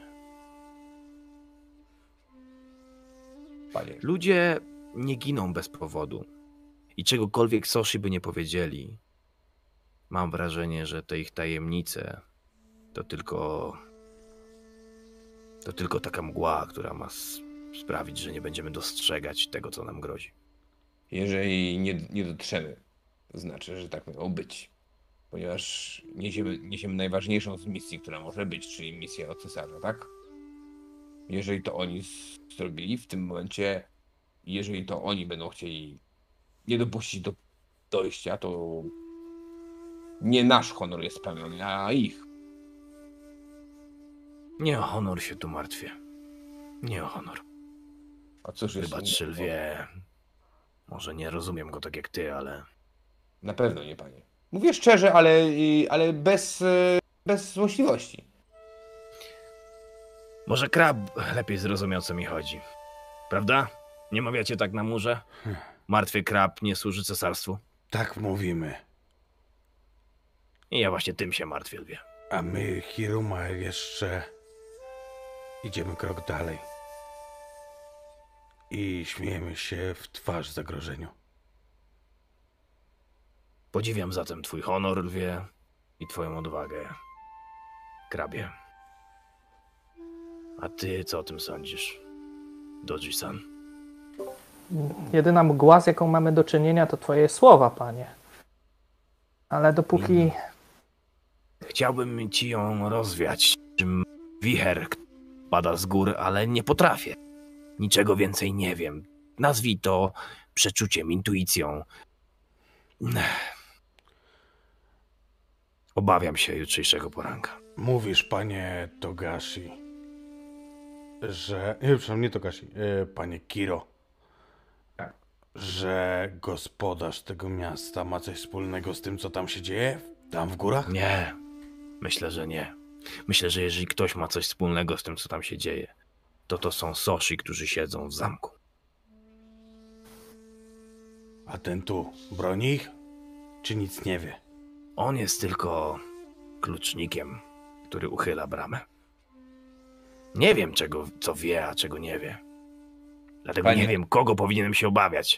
Panie, Ludzie nie giną bez powodu. I czegokolwiek Soshi by nie powiedzieli, mam wrażenie, że te ich tajemnice to tylko... To tylko taka mgła, która ma s- sprawić, że nie będziemy dostrzegać tego, co nam grozi. jeżeli nie, nie dotrzemy, to znaczy, że tak miało być. Ponieważ niesiemy, niesiemy najważniejszą z misji, która może być, czyli misję od cesarza, tak? Jeżeli to oni z- zrobili w tym momencie, jeżeli to oni będą chcieli nie dopuścić do dojścia, to nie nasz honor jest spełniony, a ich. Nie o honor się tu martwię. Nie o honor. A cóż jest... Wybacz, lwie. Może nie rozumiem go tak jak ty, ale... Na pewno nie, panie. Mówię szczerze, ale, y, ale bez, y, bez złośliwości. Może krab lepiej zrozumiał, co mi chodzi. Prawda? Nie mawiacie tak na murze? Martwy krab nie służy cesarstwu. Tak mówimy. I ja właśnie tym się martwię, lwie. A my, Hiruma, jeszcze idziemy krok dalej. I śmiejemy się w twarz zagrożeniu. Podziwiam zatem twój honor, lwie, i twoją odwagę, krabie. A ty co o tym sądzisz, Doji-san? Jedyna mgła, z jaką mamy do czynienia, to twoje słowa, panie. Ale dopóki... Mm. Chciałbym ci ją rozwiać, czym wicher pada z gór, ale nie potrafię. Niczego więcej nie wiem. Nazwij to przeczuciem, intuicją. Obawiam się jutrzejszego poranka. Mówisz, panie Togashi, że... Nie, przepraszam, nie Togashi, e, panie Kiro, że gospodarz tego miasta ma coś wspólnego z tym, co tam się dzieje? Tam w górach? Nie, myślę, że nie. Myślę, że jeżeli ktoś ma coś wspólnego z tym, co tam się dzieje, to to są Soshi, którzy siedzą w zamku. A ten tu broni ich? Czy nic nie wie? On jest tylko klucznikiem, który uchyla bramę. Nie wiem, czego, co wie, a czego nie wie. Dlatego Panie- nie wiem, kogo powinienem się obawiać.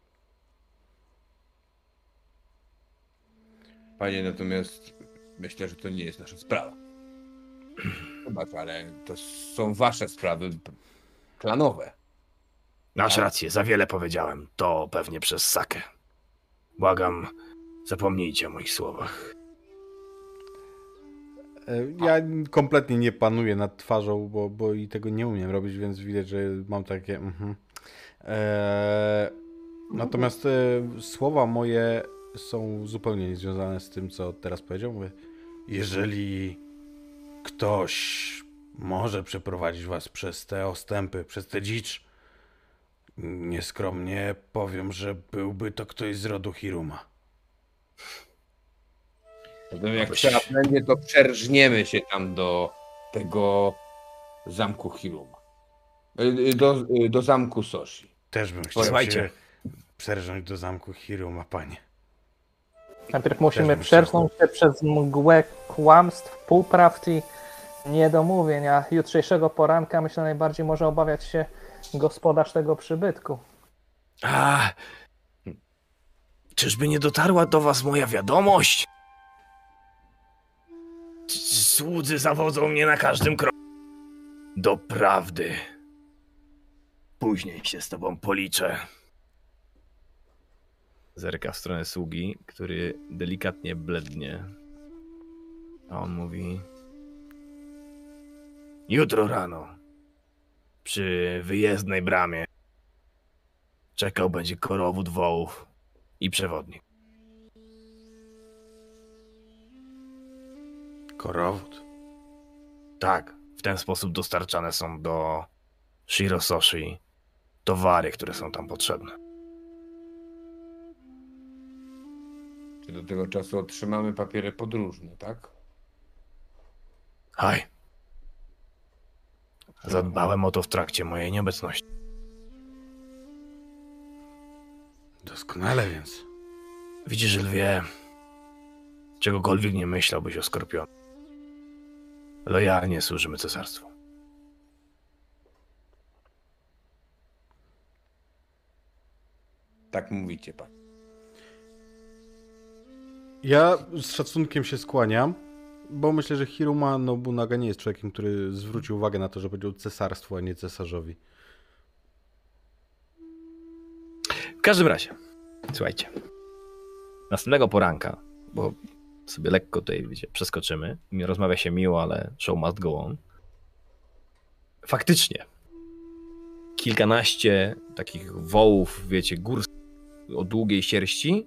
Panie, natomiast myślę, że to nie jest nasza sprawa. Zobacz, ale to są wasze sprawy klanowe. Masz rację, za wiele powiedziałem. To pewnie przez Sakę. Błagam, zapomnijcie o moich słowach. E, Ja kompletnie nie panuję nad twarzą, bo, bo i tego nie umiem robić, więc widać, że mam takie... Mhm. E, natomiast e, słowa moje są zupełnie niezwiązane z tym, co teraz powiedział. Mówię, jeżeli ktoś może przeprowadzić was przez te ostępy, przez tę dzicz, nieskromnie powiem, że byłby to ktoś z rodu Hiruma. Zatem jak Abyś- trzeba będzie, to przerżniemy się tam do tego zamku Hiruma. Y, Do, y, do zamku Soshi. Też bym chciał Słuchajcie. się przerżnąć do zamku Hiruma, panie. Najpierw musimy bym chciał. przerznąć się przez mgłę kłamstw, półprawd i niedomówień, a jutrzejszego poranka myślę najbardziej może obawiać się gospodarz tego przybytku. A, czyżby nie dotarła do was moja wiadomość? C- Słudzy zawodzą mnie na każdym kroku. Doprawdy. Później się z tobą policzę. Zerka w stronę sługi, który delikatnie blednie. A on mówi... Jutro rano, przy wyjezdnej bramie, czekał będzie korowód wołów i przewodnik. Korowód. Tak, w ten sposób dostarczane są do Shirososhi towary, które są tam potrzebne. Czy do tego czasu otrzymamy papiery podróżne, tak? Haj. Zadbałem o to w trakcie mojej nieobecności. Doskonale więc. Widzisz, Lwie, czegokolwiek nie myślałbyś o Skorpionie. Lojalnie służymy cesarstwu. Tak mówicie, pan. Ja z szacunkiem się skłaniam, bo myślę, że Hiruma Nobunaga nie jest człowiekiem, który zwrócił uwagę na to, że powiedział cesarstwu, a nie cesarzowi. W każdym razie, słuchajcie. Następnego poranka, bo sobie lekko tutaj, wiecie, przeskoczymy. Rozmawia się miło, ale show must go on. Faktycznie. Kilkanaście takich wołów, wiecie, gór o długiej sierści.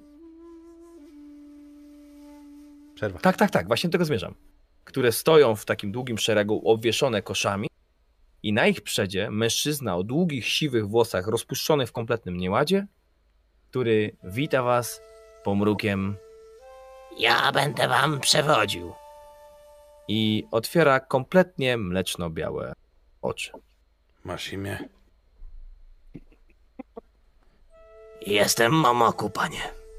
Przerwa. Tak, tak, tak, właśnie do tego zmierzam. Które stoją w takim długim szeregu, obwieszone koszami i na ich przedzie mężczyzna o długich, siwych włosach, rozpuszczony w kompletnym nieładzie, który wita was pomrukiem: ja będę wam przewodził. I otwiera kompletnie mleczno-białe oczy. Masz imię? Jestem Momoku, panie.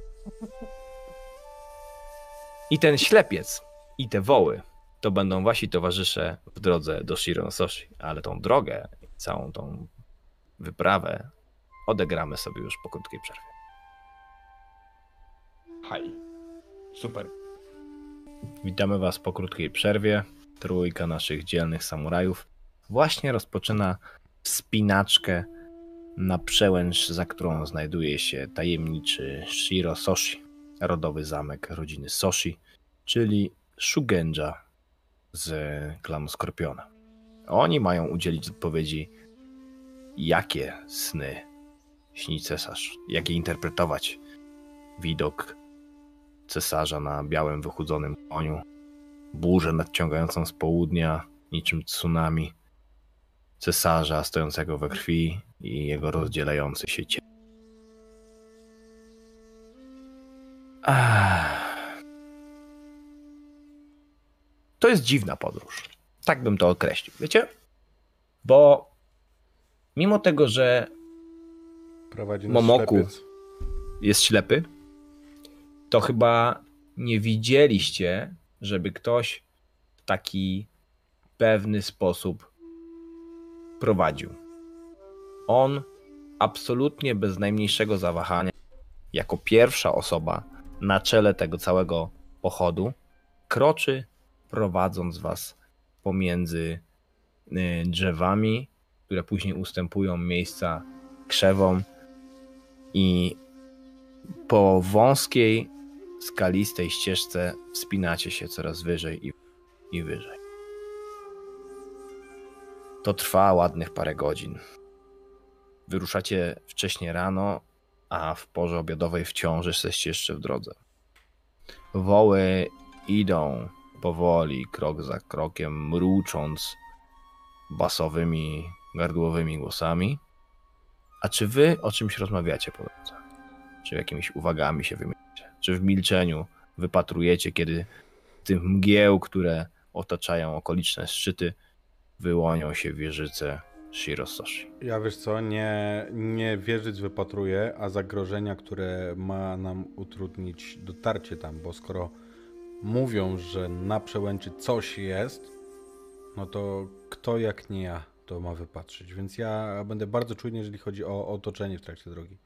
I ten ślepiec, i te woły, to będą wasi towarzysze w drodze do Shirososhi. Ale tą drogę, całą tą wyprawę odegramy sobie już po krótkiej przerwie. Haj. Super. Witamy was po krótkiej przerwie. Trójka naszych dzielnych samurajów właśnie rozpoczyna wspinaczkę na przełęcz, za którą znajduje się tajemniczy Shiro Soshi, rodowy zamek rodziny Soshi, czyli Shugenja z klanu Skorpiona. Oni mają udzielić odpowiedzi, jakie sny śni cesarz, jak je interpretować. Widok cesarza na białym, wychudzonym koniu, burzę nadciągającą z południa, niczym tsunami, cesarza stojącego we krwi i jego rozdzielający się cień. To jest dziwna podróż. Tak bym to określił, wiecie? Bo mimo tego, że Prowadzi nas Momoku ślepiec. jest ślepy, to chyba nie widzieliście, żeby ktoś w taki pewny sposób prowadził. On absolutnie bez najmniejszego zawahania, jako pierwsza osoba na czele tego całego pochodu, kroczy, prowadząc was pomiędzy drzewami, które później ustępują miejsca krzewom, i po wąskiej, skalistej ścieżce wspinacie się coraz wyżej i, i wyżej. To trwa ładnych parę godzin. Wyruszacie wcześnie rano, a w porze obiadowej wciąż jesteście jeszcze w drodze. Woły idą powoli, krok za krokiem, mrucząc basowymi, gardłowymi głosami. A czy wy o czymś rozmawiacie po drodze? Czy jakimiś uwagami się wymieniacie? Czy w milczeniu wypatrujecie, kiedy z tych mgieł, które otaczają okoliczne szczyty, wyłonią się wieżyce Shiro Soshi? Ja wiesz co, nie, nie wierzyć wypatruję, a zagrożenia, które ma nam utrudnić dotarcie tam, bo skoro mówią, że na przełęczy coś jest, no to kto jak nie ja to ma wypatrzyć, więc ja będę bardzo czujny, jeżeli chodzi o otoczenie w trakcie drogi.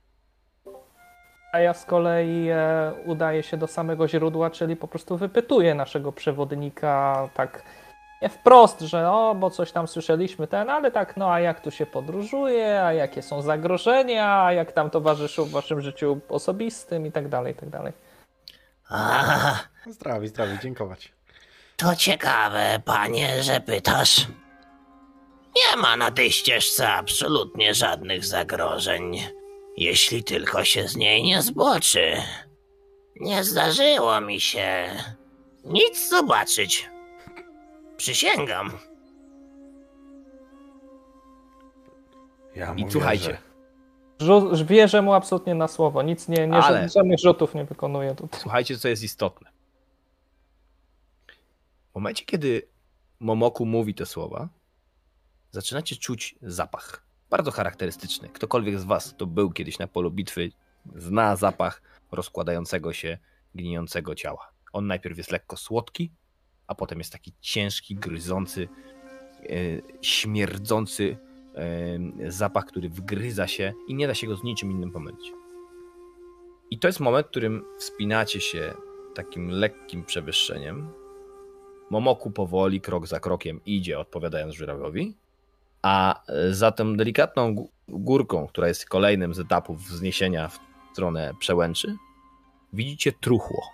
A ja z kolei e, udaję się do samego źródła, czyli po prostu wypytuję naszego przewodnika tak nie wprost, że o, bo coś tam słyszeliśmy ten, ale tak, no a jak tu się podróżuje, a jakie są zagrożenia, a jak tam towarzyszył w waszym życiu osobistym i tak dalej, i tak dalej. A, Zdrowi, zdrowi, dziękować. to ciekawe, panie, że pytasz. Nie ma na tej ścieżce absolutnie żadnych zagrożeń, jeśli tylko się z niej nie zboczy. Nie zdarzyło mi się nic zobaczyć. Przysięgam. Ja I mu słuchajcie, wierzę. Rzu- wierzę mu absolutnie na słowo, nic nie, nie Ale- żadnych rzutów nie wykonuję tutaj. słuchajcie, co jest istotne. W momencie, kiedy Momoku mówi te słowa, zaczynacie czuć zapach. Bardzo charakterystyczny. Ktokolwiek z was, kto był kiedyś na polu bitwy, zna zapach rozkładającego się, gnijącego ciała. On najpierw jest lekko słodki, a potem jest taki ciężki, gryzący, e, śmierdzący e, zapach, który wgryza się i nie da się go z niczym innym pomylić. I to jest moment, w którym wspinacie się takim lekkim przewyższeniem. Momoku powoli, krok za krokiem idzie, odpowiadając żurawiowi, a za tą delikatną gó- górką, która jest kolejnym z etapów wzniesienia w stronę przełęczy, widzicie truchło.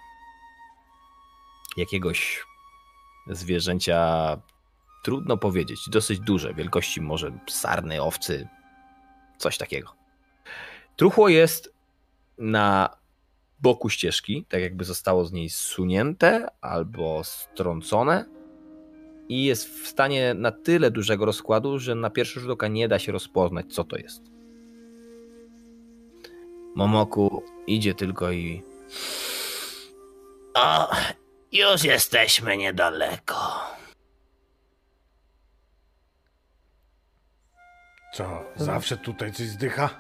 Jakiegoś zwierzęcia, trudno powiedzieć, dosyć duże, wielkości może sarny, owcy, coś takiego. Truchło jest na boku ścieżki, tak jakby zostało z niej zsunięte albo strącone i jest w stanie na tyle dużego rozkładu, że na pierwszy rzut oka nie da się rozpoznać, co to jest. Momoku idzie tylko i... O, już jesteśmy niedaleko. Co, zawsze tutaj coś zdycha?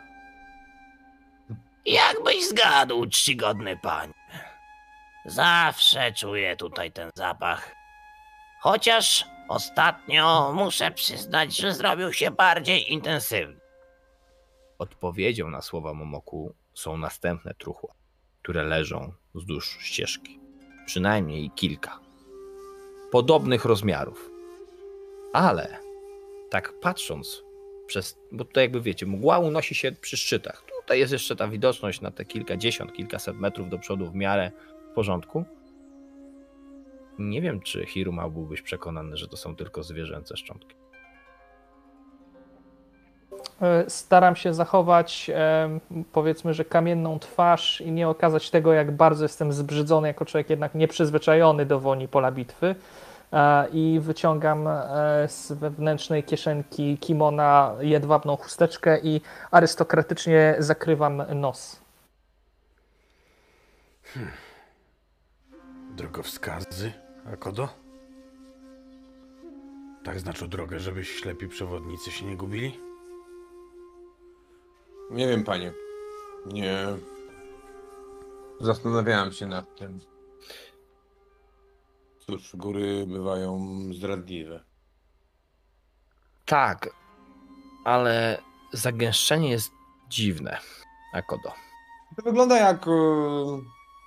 Jakbyś zgadł, czcigodny panie. Zawsze czuję tutaj ten zapach. Chociaż ostatnio muszę przyznać, że zrobił się bardziej intensywny. Odpowiedzią na słowa Momoku są następne truchła, które leżą wzdłuż ścieżki. Przynajmniej kilka. Podobnych rozmiarów. Ale tak patrząc przez, bo tutaj jakby wiecie, mgła unosi się przy szczytach. Tutaj jest jeszcze ta widoczność na te kilkadziesiąt, kilkaset metrów do przodu w miarę w porządku. Nie wiem, czy Hiruma byłbyś przekonany, że to są tylko zwierzęce szczątki. Staram się zachować, powiedzmy, że kamienną twarz i nie okazać tego, jak bardzo jestem zbrzydzony jako człowiek jednak nieprzyzwyczajony do woni pola bitwy. I wyciągam z wewnętrznej kieszenki kimona jedwabną chusteczkę i arystokratycznie zakrywam nos. Hmm. Drogowskazy, Akodo? Tak znaczą drogę, żeby ślepi przewodnicy się nie gubili? Nie wiem, panie. Nie. Zastanawiałem się nad tym. Cóż, góry bywają zdradliwe. Tak, ale zagęszczenie jest dziwne, Akodo. To wygląda jak... Yy...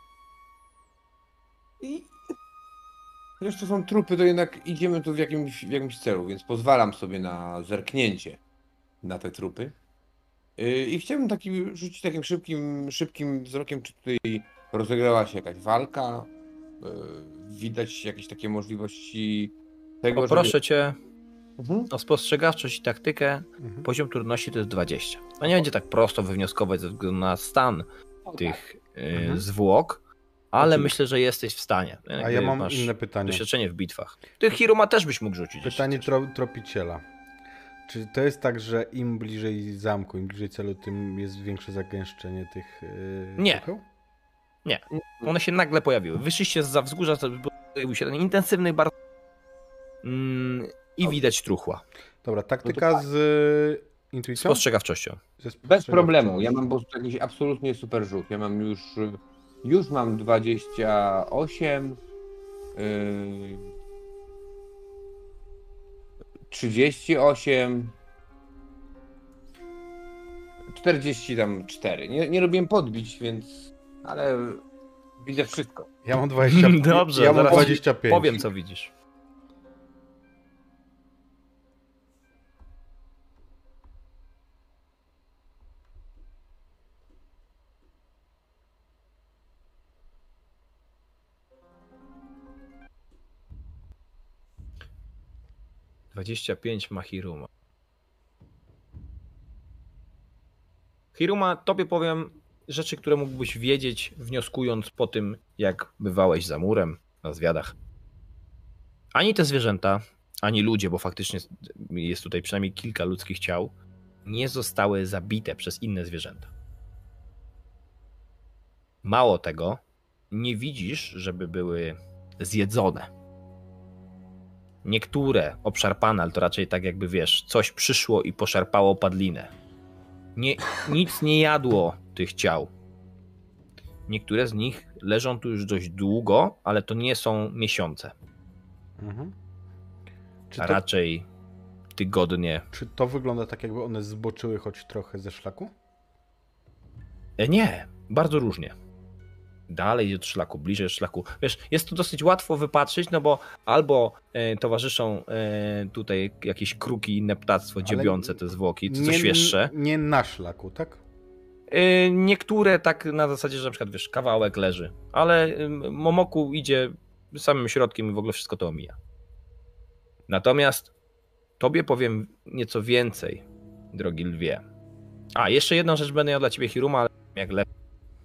I... Chociaż to są trupy, to jednak idziemy tu w jakimś, w jakimś celu, więc pozwalam sobie na zerknięcie na te trupy. Yy, I chciałbym taki, rzucić takim szybkim, szybkim wzrokiem, czy tutaj rozegrała się jakaś walka. Yy, widać jakieś takie możliwości tego, Poproszę żeby... cię Mhm. o spostrzegawczość i taktykę. Mhm. Poziom trudności to jest dwadzieścia. No nie będzie tak prosto wywnioskować ze względu na stan tych y, Mhm. zwłok, ale Oczywiście. myślę, że jesteś w stanie. A Jakby ja mam masz inne pytanie. doświadczenie w bitwach. Ty Hiruma też byś mógł rzucić. Pytanie jeśli tro, tropiciela. Czy to jest tak, że im bliżej zamku, im bliżej celu, tym jest większe zagęszczenie tych yy, Nie. ciepeł? chcesz. One się nagle pojawiły. Wyszliście zza wzgórza, to pojawił się ten intensywny bardzo mm, i widać truchła. Dobra, taktyka z y, intuicją? Spostrzegawczością. Ze Bez problemu. Ja spostrzegawczością. mam po prostu jakiś absolutnie super rzut. Ja mam już... Już mam dwadzieścia osiem... Yy, trzydzieści osiem... czterdzieści tam cztery. Nie, nie robiłem podbić, więc... Ale widzę wszystko. Ja mam dwadzieścia pięć. Dobrze, ja mam zaraz dwadzieścia pięć. Powiem, co widzisz. dwadzieścia pięć ma Hiruma. Hiruma, tobie powiem rzeczy, które mógłbyś wiedzieć, wnioskując po tym, jak bywałeś za murem na zwiadach. Ani te zwierzęta, ani ludzie, bo faktycznie jest tutaj przynajmniej kilka ludzkich ciał, nie zostały zabite przez inne zwierzęta. Mało tego, nie widzisz, żeby były zjedzone. Niektóre obszarpane, ale to raczej tak jakby wiesz, coś przyszło i poszarpało padlinę. Nie, nic nie jadło tych ciał. Niektóre z nich leżą tu już dość długo, ale to nie są miesiące, Mhm. Czy a to, raczej tygodnie. czy to wygląda tak, jakby one zboczyły choć trochę ze szlaku? E, nie, bardzo różnie. Dalej od szlaku, bliżej od szlaku. Wiesz, jest to dosyć łatwo wypatrzyć, no bo albo e, towarzyszą e, tutaj jakieś kruki i inne ptactwo dziebiące te zwłoki, to co świeższe. Nie na szlaku, tak? E, niektóre tak na zasadzie, że na przykład wiesz, kawałek leży, ale e, Momoku idzie samym środkiem i w ogóle wszystko to omija. Natomiast tobie powiem nieco więcej, drogi lwie. A, jeszcze jedną rzecz będę miał dla ciebie, Hiruma, ale jak lepiej.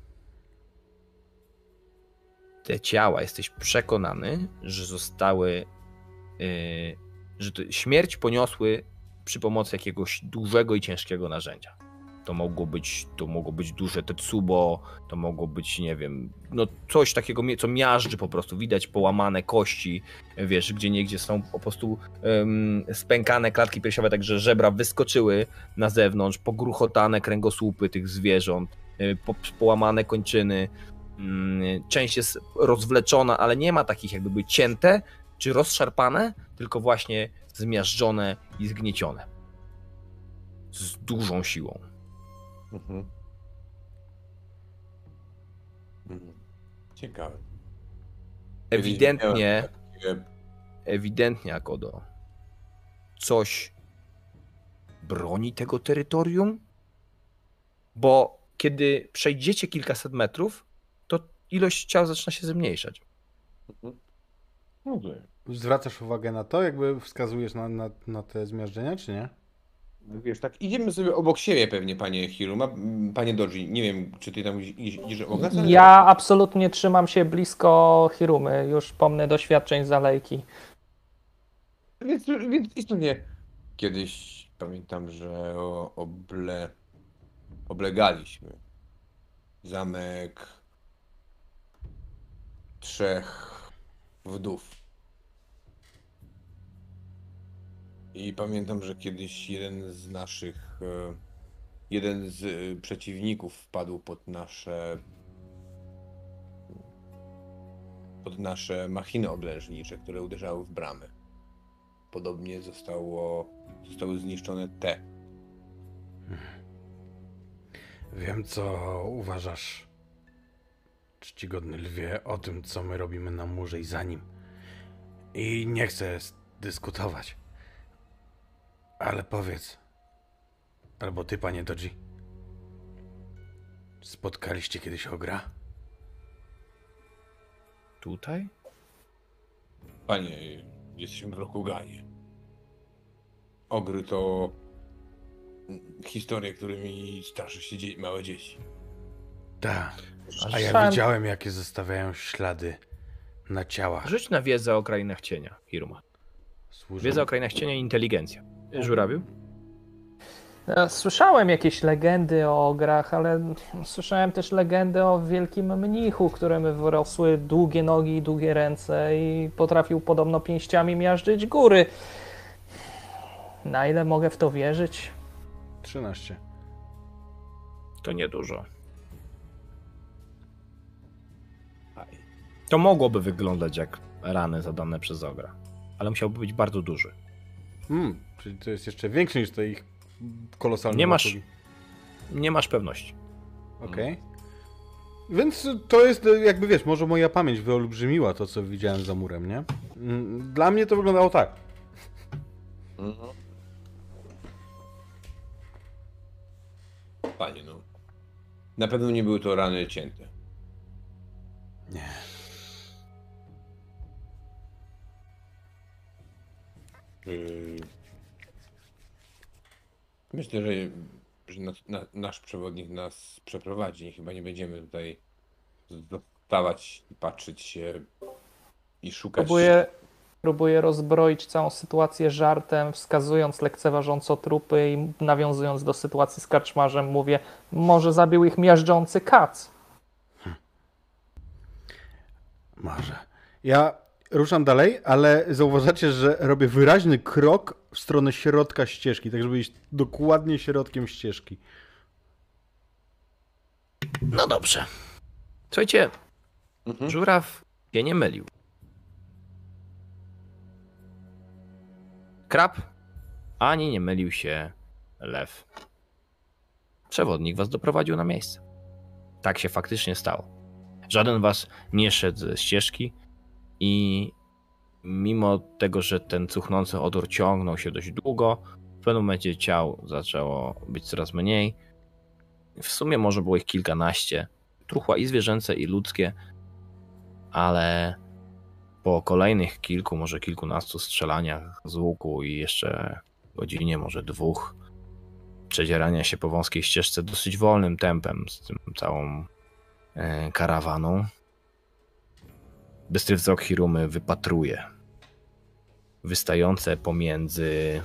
Te ciała, jesteś przekonany, że zostały, yy, że to śmierć poniosły przy pomocy jakiegoś dużego i ciężkiego narzędzia. To mogło być, to mogło być duże tetsubo, to mogło być, nie wiem, no coś takiego, co miażdży po prostu, widać połamane kości, wiesz, gdzie niegdzie są po prostu um, spękane klatki piersiowe, tak że żebra wyskoczyły na zewnątrz, pogruchotane kręgosłupy tych zwierząt, yy, po, połamane kończyny. Część jest rozwleczona, ale nie ma takich jakby były cięte czy rozszarpane, tylko właśnie zmiażdżone i zgniecione. Z dużą siłą. Mhm. Mhm. Ciekawe. Ewidentnie, Takie- ewidentnie, Akodo, coś broni tego terytorium? Bo kiedy przejdziecie kilkaset metrów, to ilość ciał zaczyna się zmniejszać. Zwracasz uwagę na to, jakby wskazujesz na, na, na te zmiażdżenia, czy nie? Wiesz, tak idziemy sobie obok siebie pewnie, panie Hiruma, panie Doji. Nie wiem, czy ty tam idziesz, idziesz obok nas? ale- Ja absolutnie trzymam się blisko Hirumy, już pomnę doświadczeń z alejki. Więc, więc istotnie kiedyś pamiętam, że o- oble, oblegaliśmy zamek trzech wdów. I pamiętam, że kiedyś jeden z naszych, e, jeden z e, przeciwników wpadł pod nasze, pod nasze machiny oblężnicze, które uderzały w bramy. Podobnie zostało, zostały zniszczone te. Wiem, co uważasz, czcigodny lwie, o tym, co my robimy na murze i za nim. I nie chcę dyskutować. Ale powiedz, albo ty, panie Doji, spotkaliście kiedyś ogra? Tutaj? Panie, jesteśmy w Rokuganie. Ogry to historie, którymi straszy się dzie- małe dzieci. Tak. A ja Słyszałem- widziałem, jakie zostawiają ślady na ciałach. Rzuć na wiedzę o krainach cienia, Hiruma. Służą. Wiedza o krainach cienia i inteligencja. Żurawiu? E, Słyszałem jakieś legendy o ograch, ale słyszałem też legendy o wielkim mnichu, któremu wyrosły długie nogi i długie ręce i potrafił podobno pięściami miażdżyć góry. Na ile mogę w to wierzyć? trzynaście. To niedużo. To mogłoby wyglądać jak rany zadane przez ogra, ale musiałby być bardzo duży. Hmm, czyli to jest jeszcze większe niż te ich kolosalne Nie masz- łapugi. Nie masz pewności. Okej. Więc to jest, jakby wiesz, może moja pamięć wyolbrzymiła to, co widziałem za murem, nie? Mm, Dla mnie to wyglądało tak. Panie, no. Na pewno nie były to rany cięte. Nie. Yy, Myślę, że, że na, na, nasz przewodnik nas przeprowadzi. Chyba nie będziemy tutaj zostawać i patrzeć się i szukać. Próbuję, próbuję rozbroić całą sytuację żartem, wskazując lekceważąco trupy i nawiązując do sytuacji z karczmarzem, mówię, może zabił ich miażdżący kac. Może. Ja ruszam dalej, ale zauważacie, że robię wyraźny krok w stronę środka ścieżki, tak żeby iść dokładnie środkiem ścieżki. No dobrze. Słuchajcie, Mhm. żuraw się nie mylił. Krab, ani nie mylił się lew. Przewodnik was doprowadził na miejsce. Tak się faktycznie stało. Żaden was nie szedł ze ścieżki i mimo tego, że ten cuchnący odór ciągnął się dość długo, w pewnym momencie ciał zaczęło być coraz mniej. W sumie może było ich kilkanaście. Truchła i zwierzęce, i ludzkie, ale po kolejnych kilku, może kilkunastu strzelaniach z łuku i jeszcze godzinie, może dwóch, przedzierania się po wąskiej ścieżce dosyć wolnym tempem z tym całą e, karawaną, bystry wzrok Hirumy wypatruje wystające pomiędzy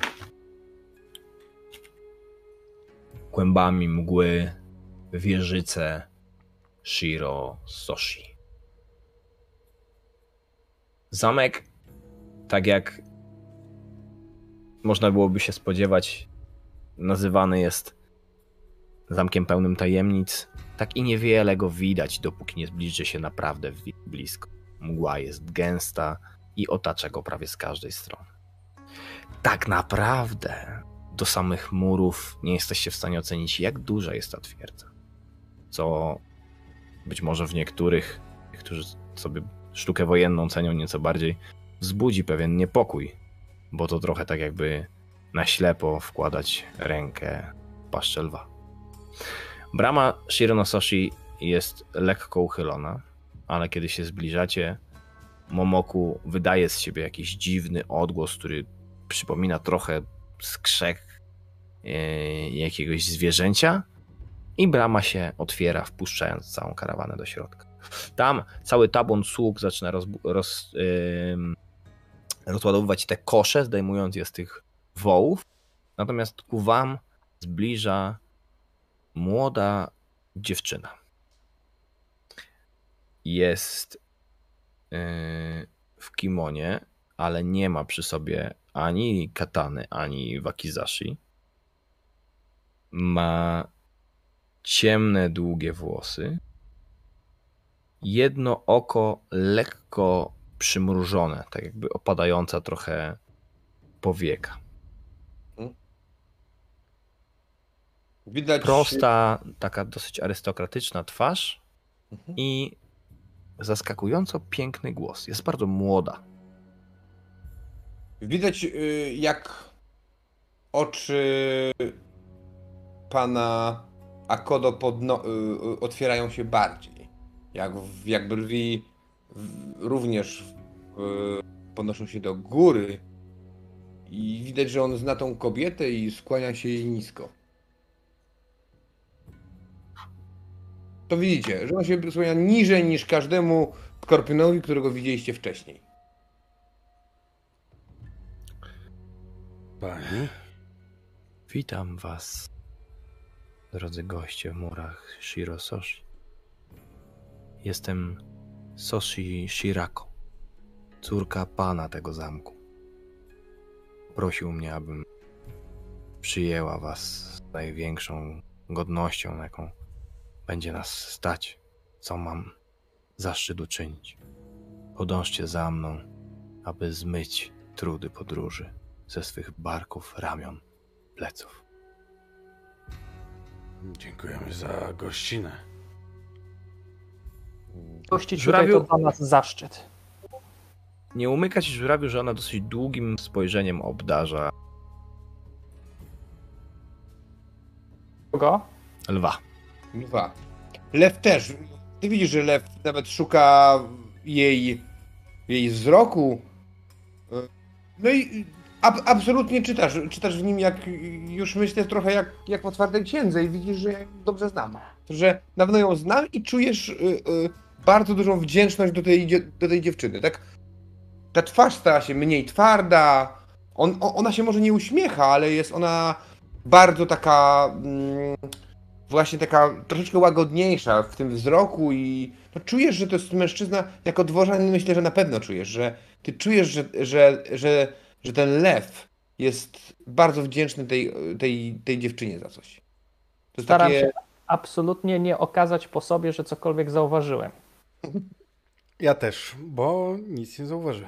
kłębami mgły wieżyce Shiro Soshi. Zamek, tak jak można byłoby się spodziewać, nazywany jest zamkiem pełnym tajemnic. Tak i niewiele go widać, dopóki nie zbliży się naprawdę blisko. Mgła jest gęsta i otacza go prawie z każdej strony. Tak naprawdę do samych murów nie jesteście w stanie ocenić, jak duża jest ta twierdza. Co być może w niektórych, którzy sobie sztukę wojenną cenią nieco bardziej, wzbudzi pewien niepokój, bo to trochę tak jakby na ślepo wkładać rękę w paszczę lwa. Brama Shironososhi jest lekko uchylona, ale kiedy się zbliżacie, Momoku wydaje z siebie jakiś dziwny odgłos, który przypomina trochę skrzek yy, jakiegoś zwierzęcia i brama się otwiera, wpuszczając całą karawanę do środka. Tam cały tabun sług zaczyna roz, roz, yy, rozładowywać te kosze, zdejmując je z tych wołów. Natomiast ku wam zbliża młoda dziewczyna. Jest yy, w kimonie, ale nie ma przy sobie ani katany, ani wakizashi. Ma ciemne, długie włosy. Jedno oko lekko przymrużone, tak jakby opadająca trochę powieka. Widać... Prosta, taka dosyć arystokratyczna twarz Mhm. i zaskakująco piękny głos. Jest bardzo młoda. Widać y, jak oczy pana Akodo podno- y, y, otwierają się bardziej. Jak, w- jak brwi w- również y, podnoszą się do góry i widać, że on zna tą kobietę i skłania się jej nisko. To widzicie, że on się skłania niżej niż każdemu skorpionowi, którego widzieliście wcześniej. Pani? Witam was, drodzy goście w murach Shirososhi. Jestem Soshi Shirako, córka pana tego zamku. Prosił mnie, abym przyjęła was z największą godnością, na jaką będzie nas stać. Co mam zaszczyt uczynić? Podążcie za mną, aby zmyć trudy podróży ze swych barków, ramion, pleców. Dziękujemy za gościnę. Gościć Żurawiu- tutaj to dla nas zaszczyt. Nie umykać żurawiu, że ona dosyć długim spojrzeniem obdarza Kogo? lwa. Dwa. Lew też. Ty widzisz, że lew nawet szuka jej, jej wzroku. No i ab, absolutnie czytasz. Czytasz w nim jak, już myślę, trochę jak, jak w otwartej księdze i widzisz, że ja ją dobrze znam. Że na pewno ją znam i czujesz y, y, bardzo dużą wdzięczność do tej, dzie- do tej dziewczyny. Tak, ta twarz stała się mniej twarda. On, o- ona się może nie uśmiecha, ale jest ona bardzo taka... Mm, właśnie taka troszeczkę łagodniejsza w tym wzroku i no, czujesz, że to jest mężczyzna, jako dworzan myślę, że na pewno czujesz, że ty czujesz, że, że, że, że ten lew jest bardzo wdzięczny tej, tej, tej dziewczynie za coś. To jest Staram takie... się absolutnie nie okazać po sobie, że cokolwiek zauważyłem. Ja też, bo nic nie zauważyłem.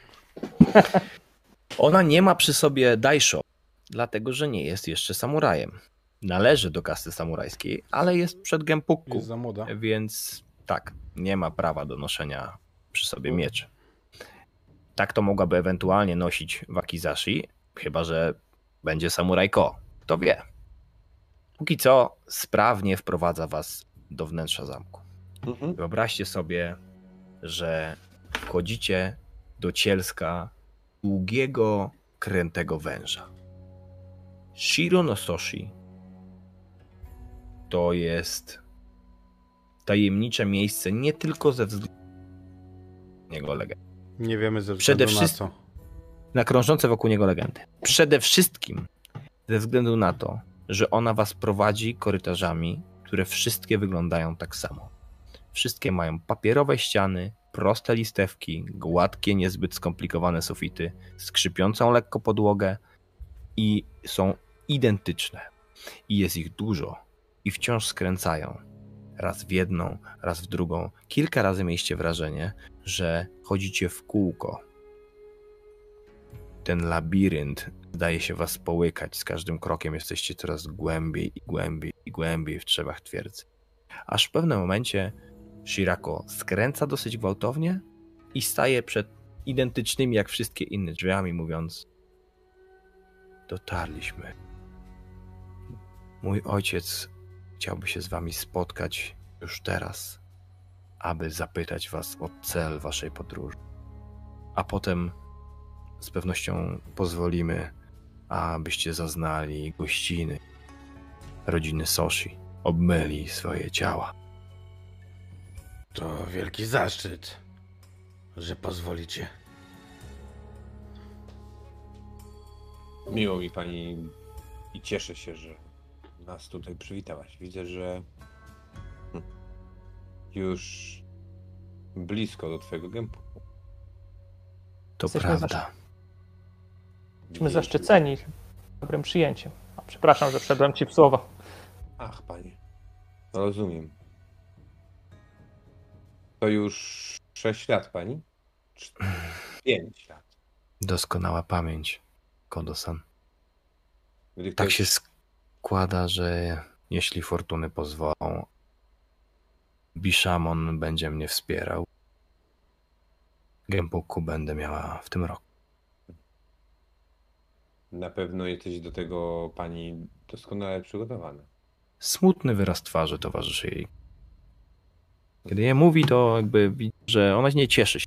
Ona nie ma przy sobie daisho, dlatego że nie jest jeszcze samurajem. Należy do kasty samurajskiej, ale jest przed Genpukku, Jest za młoda. więc tak, nie ma prawa do noszenia przy sobie mieczy. Tak to mogłaby ewentualnie nosić wakizashi, chyba że będzie samurajko. Kto wie. Póki co sprawnie wprowadza was do wnętrza zamku. Mhm. Wyobraźcie sobie, że wchodzicie do cielska długiego, krętego węża. Shironososhi to jest tajemnicze miejsce nie tylko ze względu na jego legendy, Nie wiemy ze Przede względu na wszystkim- co. na krążące wokół niego legendy. Przede wszystkim ze względu na to, że ona was prowadzi korytarzami, które wszystkie wyglądają tak samo. Wszystkie mają papierowe ściany, proste listewki, gładkie, niezbyt skomplikowane sufity, skrzypiącą lekko podłogę i są identyczne. I jest ich dużo i wciąż skręcają. Raz w jedną, raz w drugą. Kilka razy mieliście wrażenie, że chodzicie w kółko. Ten labirynt zdaje się was połykać. Z każdym krokiem jesteście coraz głębiej i głębiej i głębiej w trzewach twierdzy. Aż w pewnym momencie Shirako skręca dosyć gwałtownie i staje przed identycznymi jak wszystkie inne drzwiami, mówiąc: dotarliśmy. Mój ojciec chciałby się z wami spotkać już teraz, aby zapytać was o cel waszej podróży. A potem z pewnością pozwolimy, abyście zaznali gościny rodziny Soshi, obmyli swoje ciała. To wielki zaszczyt, że pozwolicie. Miło mi pani i cieszę się, że nas tutaj przywitałaś. Widzę, że hm, już blisko do twojego gębu. To Jesteśmy prawda. Jesteśmy zaszczyceni dobrym przyjęciem. A, przepraszam, że wszedłem ci w słowo. Ach, panie. No rozumiem. To już sześć lat, pani? Czy pięć lat. Doskonała pamięć, Kodo-san. Gdy Tak ktoś- się składa, że jeśli fortuny pozwolą, Bishamon będzie mnie wspierał. Genpoku będę miała w tym roku. Na pewno jesteś do tego pani doskonale przygotowana. Smutny wyraz twarzy towarzyszy jej. Kiedy je mówi, to jakby widzi, że ona nie cieszy się.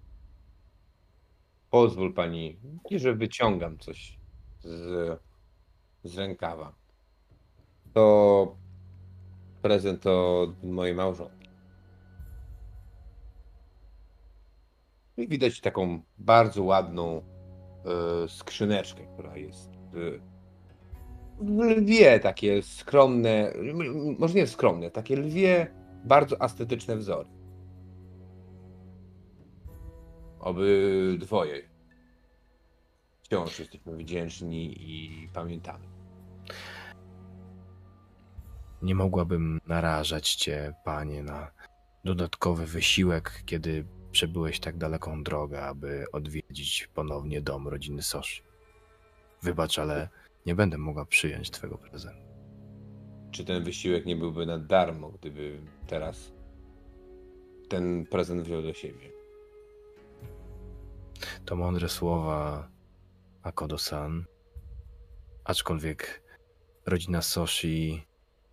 Pozwól pani, i że wyciągam coś z, z rękawa. To prezent od mojej małżonki. I widać taką bardzo ładną e, skrzyneczkę, która jest e, w lwie, takie skromne, m- może nie skromne, takie lwie, bardzo estetyczne wzory. Obydwoje wciąż jesteśmy wdzięczni i pamiętamy. Nie mogłabym narażać cię, panie, na dodatkowy wysiłek, kiedy przebyłeś tak daleką drogę, aby odwiedzić ponownie dom rodziny Soshi. Wybacz, ale nie będę mogła przyjąć twego prezentu. Czy ten wysiłek nie byłby na darmo, gdyby teraz ten prezent wziął do siebie? To mądre słowa, Akodo-san. Aczkolwiek rodzina Soshi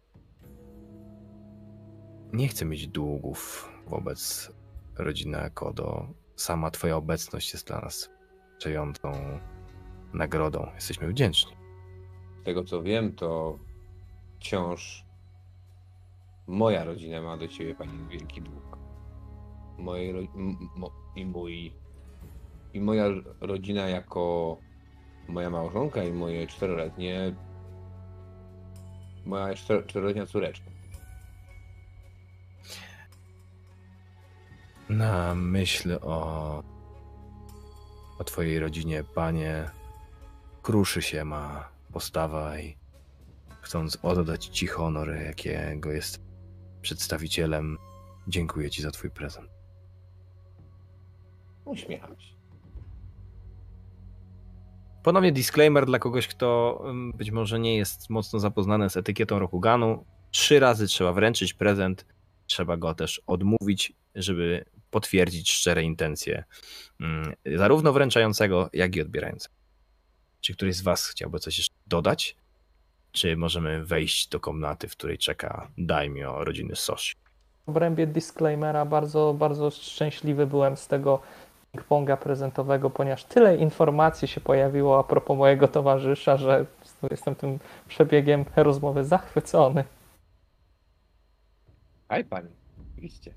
nie chce mieć długów wobec rodziny Akodo. Sama twoja obecność jest dla nas wyczerpującą nagrodą. Jesteśmy wdzięczni. Z tego co wiem, to wciąż moja rodzina ma do ciebie, pani, wielki dług. Mojej ro... m- mo... I mój... I moja rodzina jako moja małżonka i moje czteroletnie... Moja czter- czteroletnia córeczka. Na myśl o, o twojej rodzinie, panie, kruszy się ma postawa i chcąc oddać ci honor, jakiego jest przedstawicielem, dziękuję ci za twój prezent. Uśmiecham się. Ponownie disclaimer dla kogoś, kto ym, być może nie jest mocno zapoznany z etykietą Rokuganu. Trzy razy trzeba wręczyć prezent, trzeba go też odmówić, żeby potwierdzić szczere intencje ym, zarówno wręczającego, jak i odbierającego. Czy któryś z was chciałby coś jeszcze dodać? Czy możemy wejść do komnaty, w której czeka daimyo rodziny Soshi? W obrębie disclaimera bardzo, bardzo szczęśliwy byłem z tego ping-ponga prezentowego, ponieważ tyle informacji się pojawiło a propos mojego towarzysza, że jestem tym przebiegiem rozmowy zachwycony. Aj pani, oczywiście.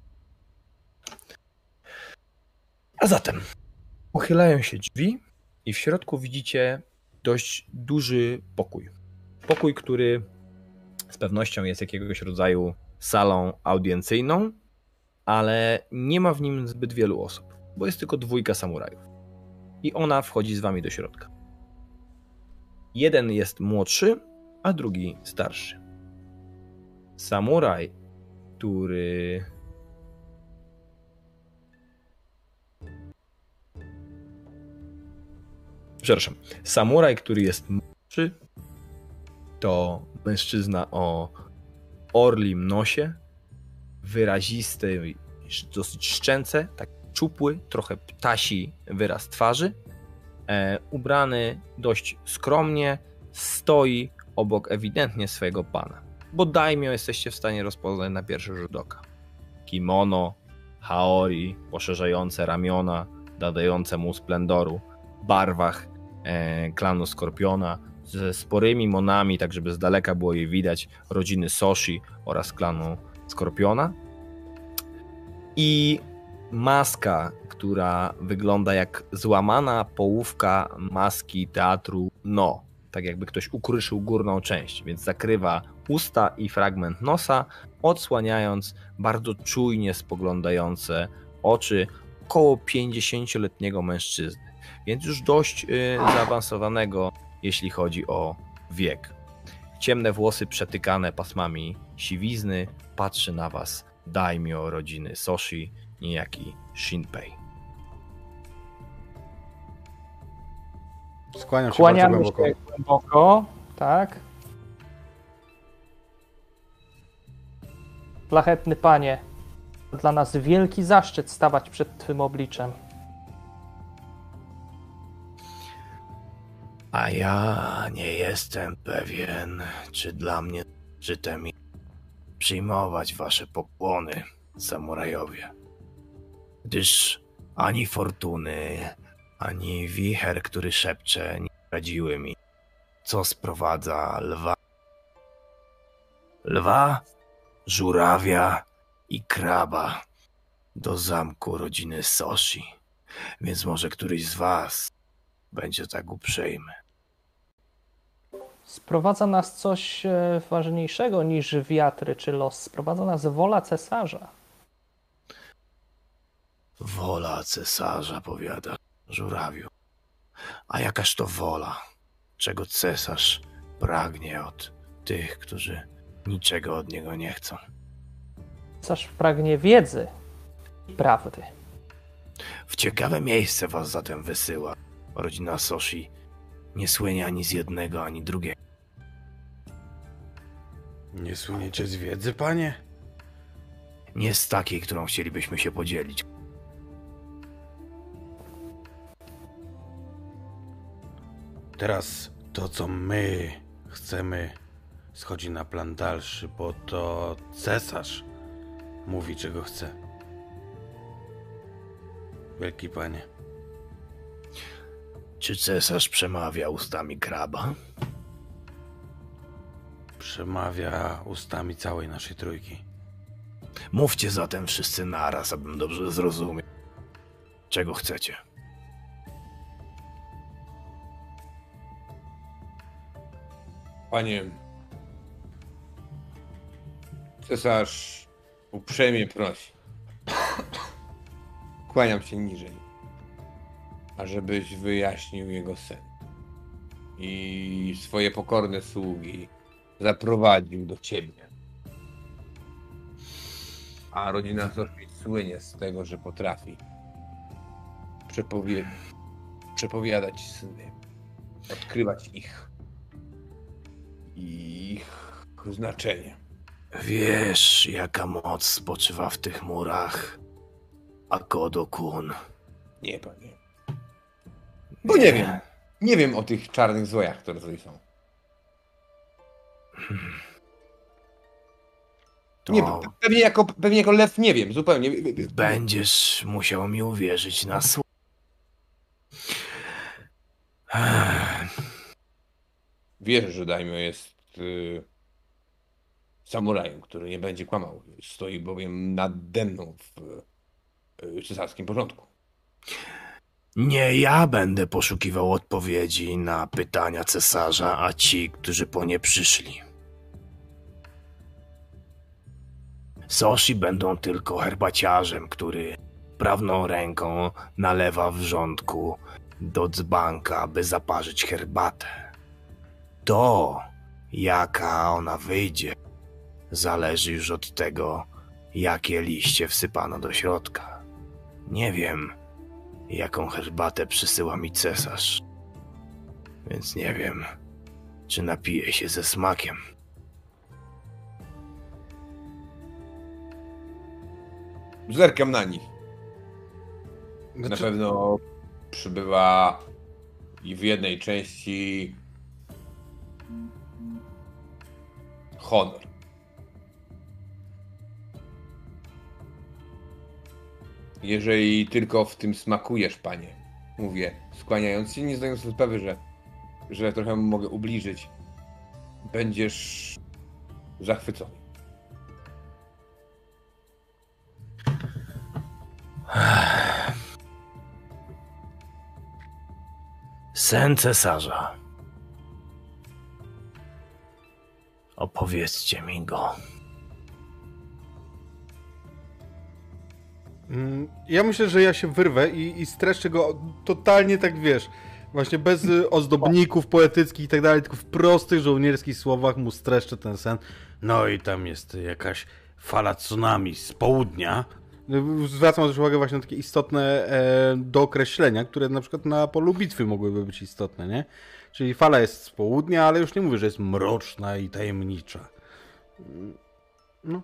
A zatem uchylają się drzwi i w środku widzicie dość duży pokój. Pokój, który z pewnością jest jakiegoś rodzaju salą audiencyjną, ale nie ma w nim zbyt wielu osób, bo jest tylko dwójka samurajów. I ona wchodzi z wami do środka. Jeden jest młodszy, a drugi starszy. Samuraj, który... Przepraszam. Samuraj, który jest młodszy, to mężczyzna o orlim nosie, wyrazistej, dosyć szczęce, tak czupły, trochę ptasi wyraz twarzy, e, ubrany dość skromnie, stoi obok ewidentnie swojego pana. Bo daimyo jesteście w stanie rozpoznać na pierwszy rzut oka. Kimono, haori, poszerzające ramiona, dodające mu splendoru, w barwach e, klanu Skorpiona, ze sporymi monami, tak żeby z daleka było je widać, rodziny Soshi oraz klanu Skorpiona. I maska, która wygląda jak złamana połówka maski teatru No. Tak jakby ktoś ukruszył górną część, więc zakrywa usta i fragment nosa, odsłaniając bardzo czujnie spoglądające oczy około pięćdziesięcioletniego mężczyzny. Więc już dość yy, zaawansowanego, jeśli chodzi o wiek. Ciemne włosy przetykane pasmami siwizny, patrzy na was daimyo rodziny Soshi, niejaki Shinpei. Skłaniam się Kłaniamy bardzo głęboko. się głęboko, tak. Szlachetny panie, dla nas wielki zaszczyt stawać przed twym obliczem. A ja nie jestem pewien, czy dla mnie zaszczytem przyjmować wasze pokłony, samurajowie. Gdyż ani fortuny, ani wicher, który szepcze, nie radziły mi, co sprowadza lwa, lwa, żurawia i kraba do zamku rodziny Soshi. Więc może któryś z was będzie tak uprzejmy. Sprowadza nas coś e, ważniejszego niż wiatry czy los. Sprowadza nas wola cesarza. Wola cesarza, powiada żurawiu. A jakaż to wola, czego cesarz pragnie od tych, którzy niczego od niego nie chcą? Cesarz pragnie wiedzy i prawdy. W ciekawe miejsce was zatem wysyła. Rodzina Soshi nie słynie ani z jednego, ani drugiego. Nie słyniecie z wiedzy, panie? Nie z takiej, którą chcielibyśmy się podzielić. Teraz to, co my chcemy, schodzi na plan dalszy, bo to cesarz mówi, czego chce. Wielki panie. Czy cesarz przemawia ustami kraba? Przemawia ustami całej naszej trójki. Mówcie zatem wszyscy naraz, abym dobrze zrozumiał. Czego chcecie? Panie, cesarz uprzejmie prosi. Kłaniam się niżej, ażebyś wyjaśnił jego sen i swoje pokorne sługi zaprowadził do ciebie. A rodzina Soshi słynie z tego, że potrafi przepowie... przepowiadać sny, odkrywać ich i ich znaczenie. Wiesz, jaka moc spoczywa w tych murach, Akodo-kun. Nie, panie. Bo nie wiem. Nie wiem o tych czarnych złojach, które tutaj są. To Nie, pe- pewnie jako, pewnie jako lew nie wiem, zupełnie. będziesz musiał mi uwierzyć na słowo. Wierzę, że daimyo jest y, samurajem, który nie będzie kłamał. Stoi bowiem nade mną w y, cesarskim porządku. Nie ja będę poszukiwał odpowiedzi na pytania cesarza, a ci, którzy po nie przyszli. Soshi będą tylko herbaciarzem, który prawną ręką nalewa wrzątku do dzbanka, by zaparzyć herbatę. To, jaka ona wyjdzie, zależy już od tego, jakie liście wsypano do środka. Nie wiem, jaką herbatę przysyła mi cesarz, więc nie wiem, czy napiję się ze smakiem. Zerkam na nich. Na Znaczy, pewno przybywa i w jednej części honor. Jeżeli tylko w tym smakujesz, panie, mówię, skłaniając się, nie zdając sobie sprawy, że, że trochę mogę ubliżyć, będziesz zachwycony. Sen cesarza. Opowiedzcie mi go. Ja myślę, że ja się wyrwę i, i streszczę go totalnie tak, wiesz, właśnie bez y, ozdobników poetyckich i tak dalej, tylko w prostych żołnierskich słowach mu streszczę ten sen. No i tam jest jakaś fala tsunami z południa. Zwracam też uwagę właśnie na takie istotne e, dookreślenia, które na przykład na polu bitwy mogłyby być istotne, nie? Czyli fala jest z południa, ale już nie mówię, że jest mroczna i tajemnicza. No.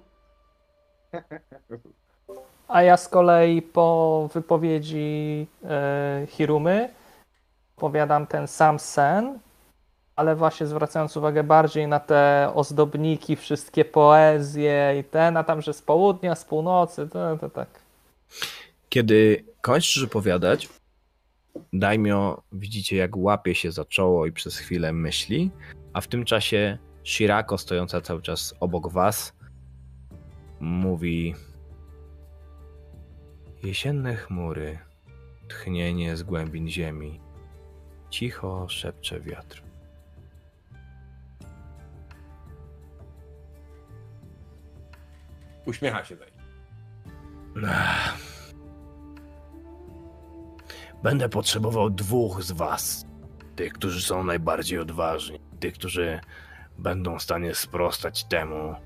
A ja z kolei po wypowiedzi e, Hirumy opowiadam ten sam sen, ale właśnie zwracając uwagę bardziej na te ozdobniki, wszystkie poezje i ten, a tam, że z południa, z północy, to, to tak. Kiedy kończysz opowiadać, Daimyo widzicie, jak łapie się za czoło i przez chwilę myśli, a w tym czasie Shirako, stojąca cały czas obok was, mówi: jesienne chmury, tchnienie z głębin ziemi, cicho szepcze wiatr. Uśmiecha się tutaj. Będę potrzebował dwóch z was. Tych, którzy są najbardziej odważni. Tych, którzy będą w stanie sprostać temu,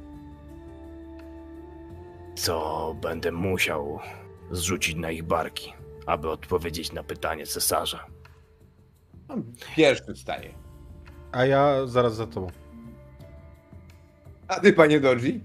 co będę musiał zrzucić na ich barki, aby odpowiedzieć na pytanie cesarza. Pierwszy wstaje. A ja zaraz za tobą. A ty, panie Doji?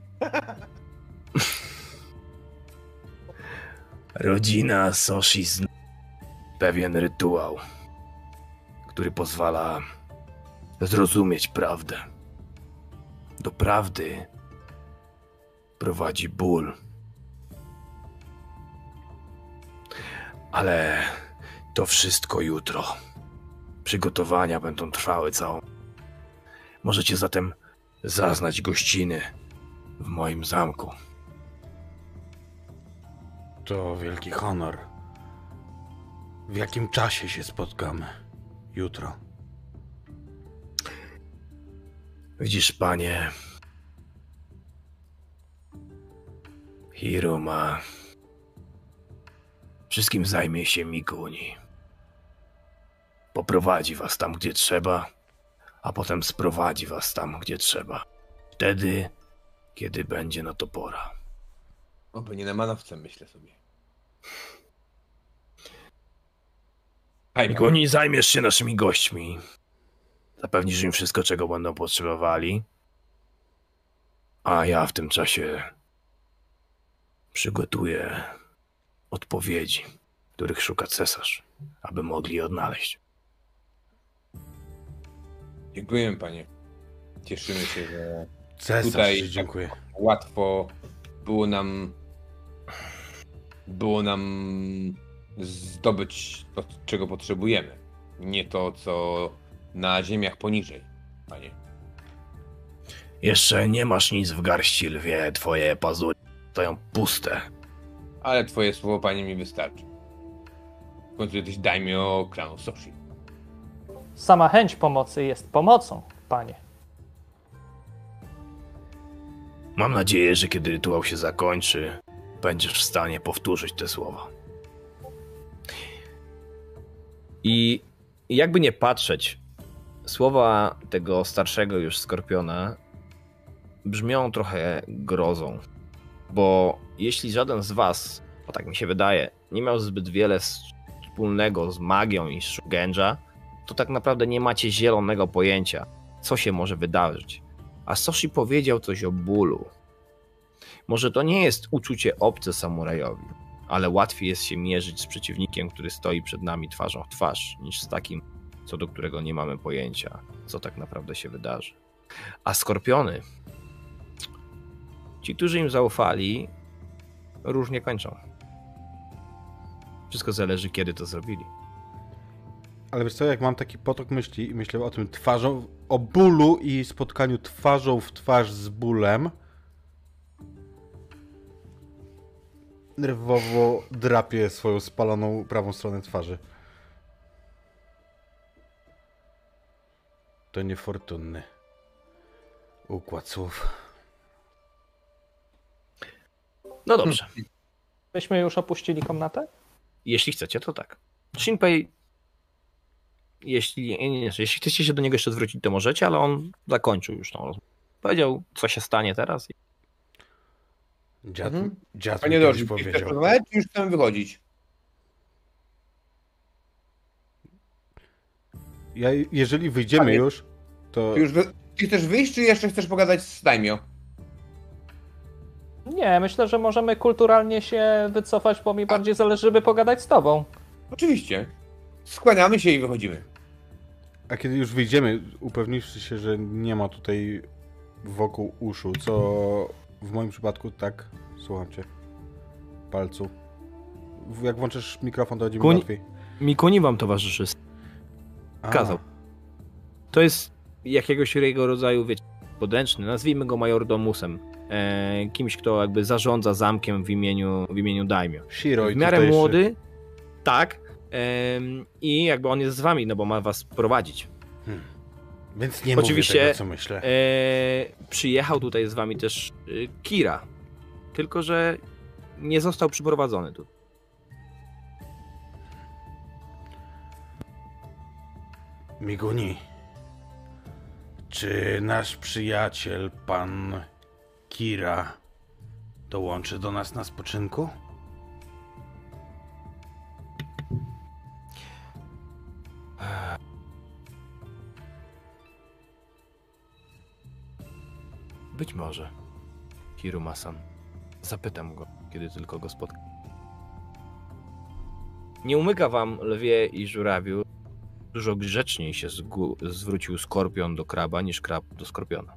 Rodzina Soshi zna pewien rytuał, który pozwala zrozumieć prawdę. Do prawdy prowadzi ból. Ale to wszystko jutro. Przygotowania będą trwały całą. Możecie zatem zaznać gościny w moim zamku. To wielki honor. W jakim czasie się spotkamy? Jutro. Widzisz, panie, Hiruma, wszystkim zajmie się Mikuni. Poprowadzi was tam, gdzie trzeba, a potem sprowadzi was tam, gdzie trzeba. Wtedy, kiedy będzie na to pora. Oby nie na manowce, myślę sobie. Hej, Mikuni, zajmiesz się naszymi gośćmi. Zapewnisz im wszystko, czego będą potrzebowali. A ja w tym czasie przygotuję odpowiedzi, których szuka cesarz, aby mogli je odnaleźć. Dziękujemy, panie. Cieszymy się, że Cesarz, tutaj dziękuję. łatwo było nam było nam zdobyć to, czego potrzebujemy. Nie to, co na ziemiach poniżej, panie. Jeszcze nie masz nic w garści, lwie. Twoje pazury stoją puste. Ale twoje słowo, panie, mi wystarczy. W końcu jesteś daimyo klanu Soshi. Sama chęć pomocy jest pomocą, panie. Mam nadzieję, że kiedy rytuał się zakończy, będziesz w stanie powtórzyć te słowa. I jakby nie patrzeć, słowa tego starszego już Skorpiona brzmią trochę grozą. Bo jeśli żaden z was, bo tak mi się wydaje, nie miał zbyt wiele wspólnego z magią i Shugenja, to tak naprawdę nie macie zielonego pojęcia, co się może wydarzyć. A Soshi powiedział coś o bólu. Może to nie jest uczucie obce samurajowi, ale łatwiej jest się mierzyć z przeciwnikiem, który stoi przed nami twarzą w twarz, niż z takim, co do którego nie mamy pojęcia, co tak naprawdę się wydarzy. A skorpiony, ci, którzy im zaufali, różnie kończą. Wszystko zależy, kiedy to zrobili. Ale wiesz co, jak mam taki potok myśli i myślę o tym twarzą, o bólu i spotkaniu twarzą w twarz z bólem, nerwowo drapię swoją spaloną prawą stronę twarzy. To niefortunny układ słów. No dobrze. Myśmy już opuścili komnatę? Jeśli chcecie, to tak. Shinpei, jeśli, nie, nie, jeśli chcecie się do niego jeszcze zwrócić, to możecie, ale on zakończył już tą rozmowę. Powiedział, co się stanie teraz. Dziad, Mhm. dziad mi Panie kiedyś Dorzi, chcesz powiedział. rozmawiać, czy już chcemy wychodzić? Ja, jeżeli wyjdziemy Panie- już, to... Ty, już wy... Ty chcesz wyjść, czy jeszcze chcesz pogadać z Daimio? Nie, myślę, że możemy kulturalnie się wycofać, bo mi bardziej zależy, żeby pogadać z tobą. Oczywiście. Skłaniamy się i wychodzimy. A kiedy już wyjdziemy, upewniwszy się, że nie ma tutaj wokół uszu, co w moim przypadku tak, słucham cię, palcu. W- Jak włączysz mikrofon, to będzie mi Kuń- łatwiej. Mikuni wam towarzyszy. A, Kazał. To jest jakiegoś jego rodzaju, wiecie, podręczny, nazwijmy go majordomusem. E, kimś, kto jakby zarządza zamkiem w imieniu, w imieniu daimio. Shiro i W miarę tutejszy. młody, tak. em, I jakby on jest z wami, no bo ma was prowadzić. Hmm. Więc nie Oczywiście, mówię tego, co myślę. E, przyjechał tutaj z wami też e, Kira. Tylko że nie został przyprowadzony tu. Miguni, czy nasz przyjaciel, pan Kira, dołączy do nas na spoczynku? Być może. Hiruma-san. Zapytam go, kiedy tylko go spotkam. Nie umyka wam, lwie i żurawiu. Dużo grzeczniej się zgu- zwrócił skorpion do kraba niż krab do skorpiona.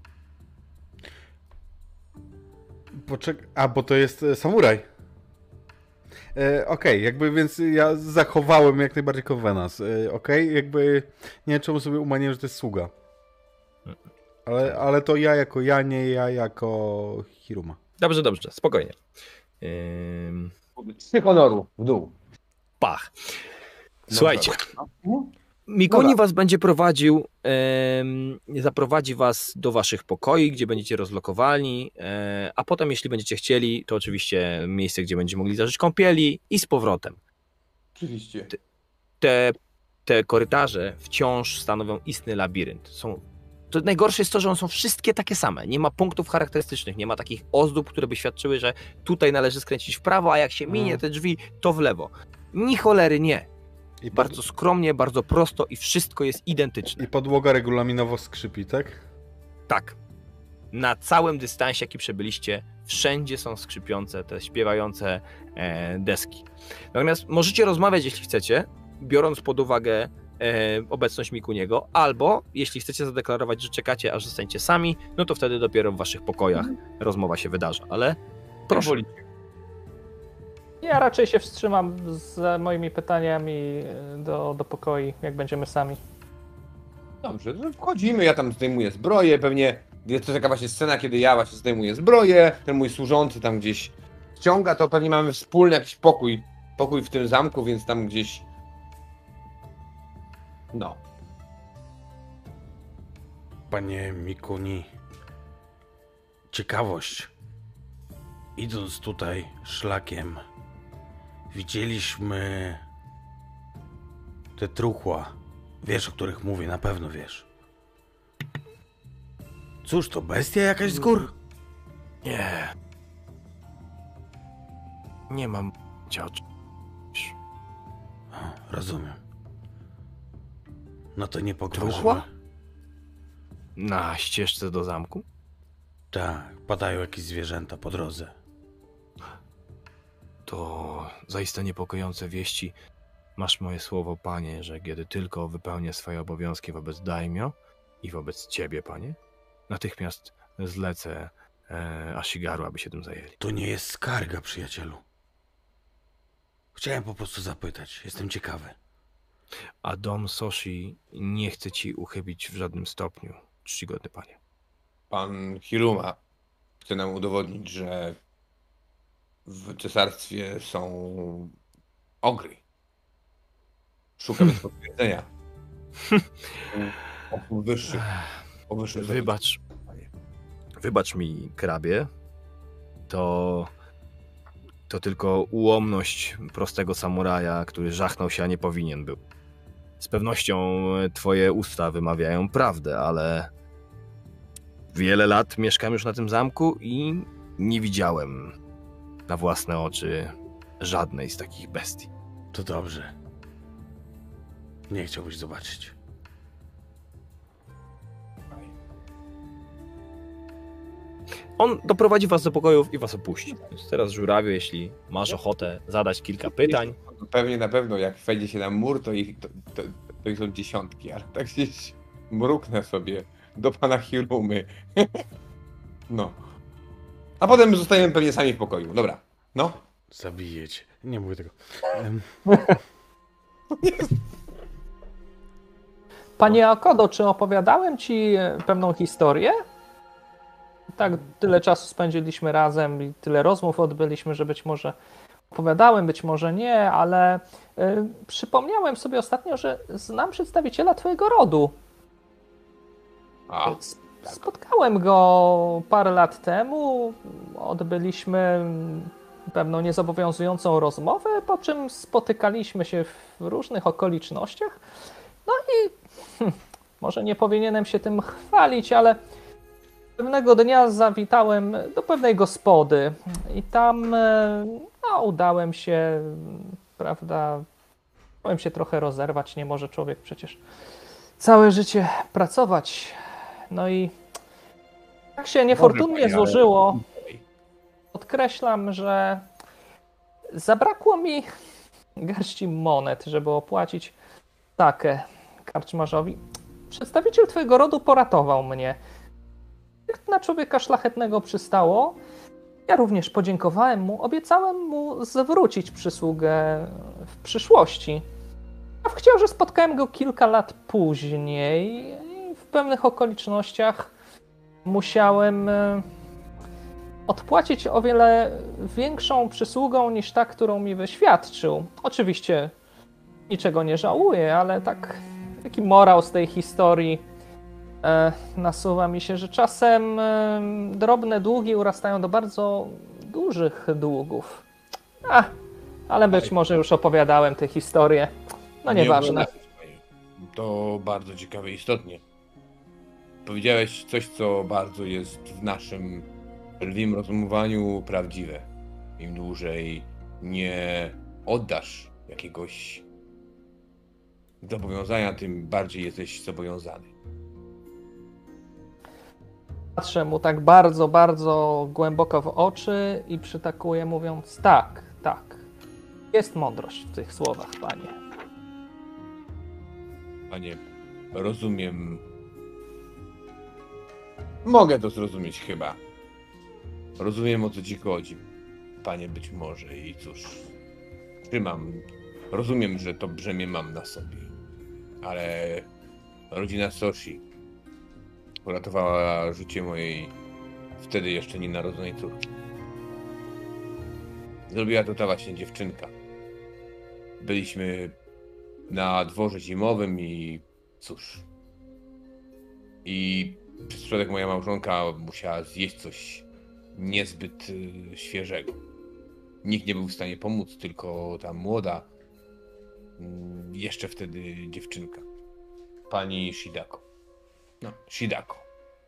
Poczek- A, bo to jest e, samuraj. E, Okej, jakby więc ja zachowałem jak najbardziej konwenas. E, Okej, jakby nie wiem czemu sobie umaniłem, że to jest sługa. Ale, ale to ja jako ja, nie ja jako Hiruma. Dobrze, dobrze, spokojnie. Ym, Trzy honoru w dół. pach. Słuchajcie, No. Mikuni Dobra. was będzie prowadził, em, zaprowadzi was do waszych pokoi, gdzie będziecie rozlokowani, e, a potem, jeśli będziecie chcieli, to oczywiście miejsce, gdzie będziecie mogli zażyć kąpieli i z powrotem. Oczywiście. Te, te korytarze wciąż stanowią istny labirynt. Są, to najgorsze jest to, że one są wszystkie takie same. Nie ma punktów charakterystycznych, nie ma takich ozdób, które by świadczyły, że tutaj należy skręcić w prawo, a jak się minie Mm. te drzwi, to w lewo. Ni cholery nie. I, pod- Bardzo skromnie, bardzo prosto i wszystko jest identyczne. I podłoga regulaminowo skrzypi, tak? Tak. Na całym dystansie, jaki przebyliście, wszędzie są skrzypiące, te śpiewające e, deski. Natomiast możecie rozmawiać, jeśli chcecie, biorąc pod uwagę e, obecność Mikuniego, albo jeśli chcecie zadeklarować, że czekacie, aż zostaniecie sami, no to wtedy dopiero w waszych pokojach rozmowa się wydarza. Ale proszę. Ja raczej się wstrzymam z moimi pytaniami do, do pokoi, jak będziemy sami. Dobrze, to wchodzimy, ja tam zdejmuję zbroję, pewnie jest to taka właśnie scena, kiedy ja właśnie zdejmuję zbroję, ten mój służący tam gdzieś ściąga, to pewnie mamy wspólny jakiś pokój, pokój w tym zamku, więc tam gdzieś... No. Panie Mikuni, ciekawość. Idąc tutaj szlakiem, widzieliśmy te truchła. Wiesz, o których mówię, na pewno wiesz. Cóż, to bestia jakaś z gór? Nie. Nie mam ciocz. A, rozumiem. No to nie pogrążymy. Truchła? Na ścieżce do zamku? Tak, padają jakieś zwierzęta po drodze. To zaiste niepokojące wieści. Masz moje słowo, panie, że kiedy tylko wypełnię swoje obowiązki wobec daimio i wobec ciebie, panie, natychmiast zlecę e, Ashigaru, aby się tym zajęli. To nie jest skarga, przyjacielu. Chciałem po prostu zapytać. Jestem ciekawy. A dom Soshi nie chce ci uchybić w żadnym stopniu, czcigodny panie. Pan Hiruma chce nam udowodnić, że w cesarstwie są ogry. Szukamy potwierdzenia. O wyższych. O wyższych Wybacz, wybacz mi, krabie, to, to tylko ułomność prostego samuraja, który żachnął się, a nie powinien był. Z pewnością twoje usta wymawiają prawdę, ale wiele lat mieszkam już na tym zamku i nie widziałem na własne oczy żadnej z takich bestii. To dobrze. Nie chciałbyś zobaczyć. On doprowadzi was do pokojów i was opuści. Więc teraz, żurawiu, jeśli masz ochotę zadać kilka pytań. Pewnie na pewno, jak wejdzie się na mur, to ich, to, to, to ich są dziesiątki, ale tak gdzieś mruknę sobie do pana Hirumy. No. A potem zostajemy pewnie sami w pokoju. Dobra. No. Zabiję cię. Nie mówię tego. Em, Panie Akodo, czy opowiadałem ci pewną historię? Tak, tyle czasu spędziliśmy razem i tyle rozmów odbyliśmy, że być może opowiadałem, być może nie, ale y, przypomniałem sobie ostatnio, że znam przedstawiciela twojego rodu. A, Spotkałem go parę lat temu, odbyliśmy pewną niezobowiązującą rozmowę, po czym spotykaliśmy się w różnych okolicznościach. No i hm, może nie powinienem się tym chwalić, ale pewnego dnia zawitałem do pewnej gospody i tam no, udałem się, prawda, dałem się trochę rozerwać, nie może człowiek przecież całe życie pracować. No i tak się niefortunnie ale- złożyło, podkreślam, że zabrakło mi garści monet, żeby opłacić takę karczmarzowi. Przedstawiciel twojego rodu poratował mnie. Jak na człowieka szlachetnego przystało, ja również podziękowałem mu, obiecałem mu zwrócić przysługę w przyszłości. A chciał, że spotkałem go kilka lat później i w pewnych okolicznościach musiałem e, odpłacić o wiele większą przysługą niż ta, którą mi wyświadczył. Oczywiście niczego nie żałuję, ale tak taki morał z tej historii e, nasuwa mi się, że czasem e, drobne długi urastają do bardzo dużych długów. A, ale być może już opowiadałem tę historię. No nieważne. Nie to bardzo ciekawe, istotnie. Powiedziałeś coś, co bardzo jest w naszym lwim rozumowaniu prawdziwe. Im dłużej nie oddasz jakiegoś zobowiązania, tym bardziej jesteś zobowiązany. Patrzę mu tak bardzo, bardzo głęboko w oczy i przytakuję, mówiąc tak, tak. Jest mądrość w tych słowach, panie. Panie, rozumiem. Mogę to zrozumieć chyba. Rozumiem, o co ci chodzi, panie, być może. I cóż, trzymam. Rozumiem, że to brzemię mam na sobie. Ale rodzina Soshi uratowała życie mojej wtedy jeszcze nienarodzonej córki. Zrobiła to ta właśnie dziewczynka. Byliśmy na dworze zimowym i cóż. I przez przypadek moja małżonka musiała zjeść coś niezbyt y, świeżego. Nikt nie był w stanie pomóc, tylko ta młoda, y, jeszcze wtedy dziewczynka. Pani Shidako. No, Shidako.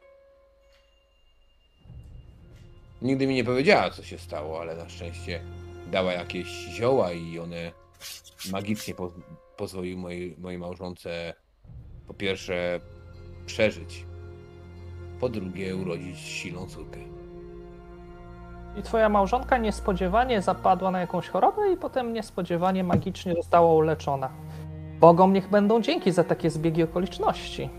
Nigdy mi nie powiedziała, co się stało, ale na szczęście dała jakieś zioła i one magicznie po pozwoliły mojej, mojej małżonce po pierwsze przeżyć, po drugie urodzić silną córkę. I twoja małżonka niespodziewanie zapadła na jakąś chorobę i potem niespodziewanie magicznie została uleczona. Bogom niech będą dzięki za takie zbiegi okoliczności.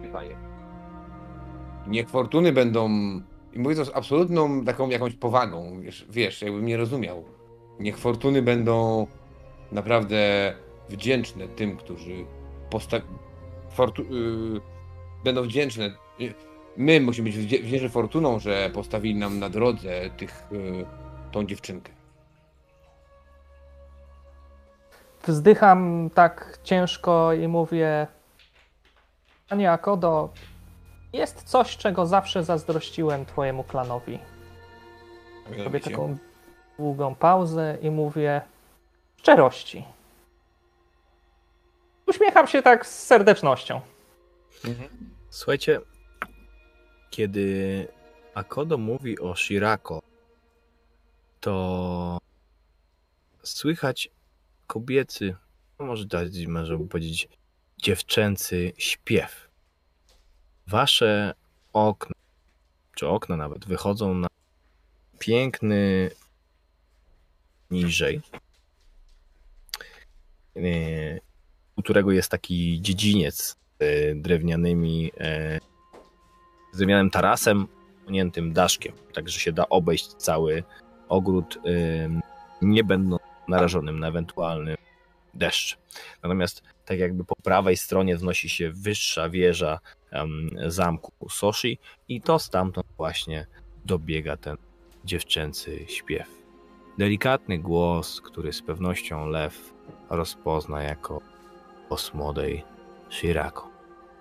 Niech fortuny będą, i mówię to z absolutną taką jakąś powagą, wiesz, wiesz, jakbym nie rozumiał. Niech fortuny będą naprawdę wdzięczne tym, którzy posta... Fortu... Yy, będą wdzięczne. My musimy być wdzięczni fortuną, że postawili nam na drodze tych, yy, tą dziewczynkę. Wzdycham tak ciężko i mówię: Panie Akodo, jest coś, czego zawsze zazdrościłem twojemu klanowi. Robię taką długą pauzę i mówię: szczerości. Uśmiecham się tak z serdecznością. Słuchajcie, kiedy Akodo mówi o Shirako, to słychać kobiecy, no może dać, można powiedzieć, dziewczęcy śpiew. Wasze okna, czy okna nawet, wychodzą na piękny niżej, u którego jest taki dziedziniec z drewnianymi, z drewnianym tarasem, poniętym daszkiem, także się da obejść cały ogród, nie będąc narażonym na ewentualny deszcz. Natomiast tak jakby po prawej stronie wznosi się wyższa wieża um, zamku Soshi i to stamtąd właśnie dobiega ten dziewczęcy śpiew. Delikatny głos, który z pewnością lew rozpozna jako głos młodej Shirako.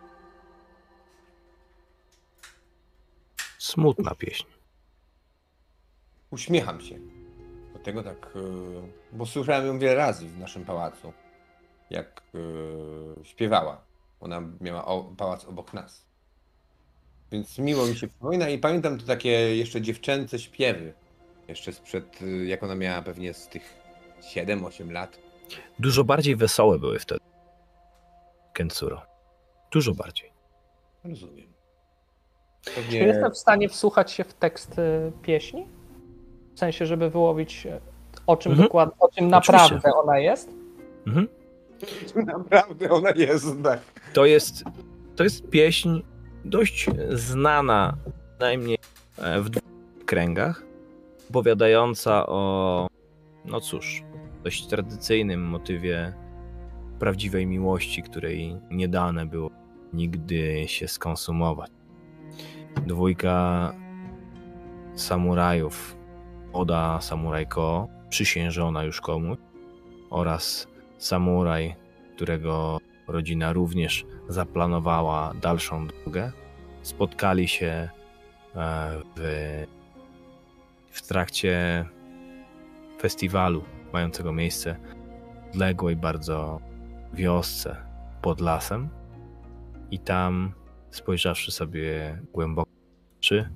Smutna pieśń. Uśmiecham się. Do tego tak, bo słyszałem ją wiele razy w naszym pałacu, jak śpiewała. Ona miała pałac obok nas. Więc miło mi się przypomina i pamiętam to takie jeszcze dziewczęce śpiewy. Jeszcze sprzed, jak ona miała pewnie z tych siedem osiem lat. Dużo bardziej wesołe były wtedy. Kensuro. Dużo bardziej. Rozumiem. Pewnie... Czy jestem w stanie wsłuchać się w tekst pieśni? W sensie, żeby wyłowić, o czym mhm. dokładnie, o czym naprawdę Oczywiście. ona jest? Mhm. Naprawdę ona jest, tak. To jest, to jest pieśń dość znana, najmniej w dwóch kręgach, opowiadająca o, no cóż, dość tradycyjnym motywie prawdziwej miłości, której nie dane było nigdy się skonsumować. Dwójka samurajów, Oda Samurajko, przysiężona już komuś, oraz samuraj, którego rodzina również zaplanowała dalszą drogę, spotkali się w, w trakcie festiwalu mającego miejsce w odległej bardzo wiosce pod lasem i tam, spojrzawszy sobie głęboko w oczy,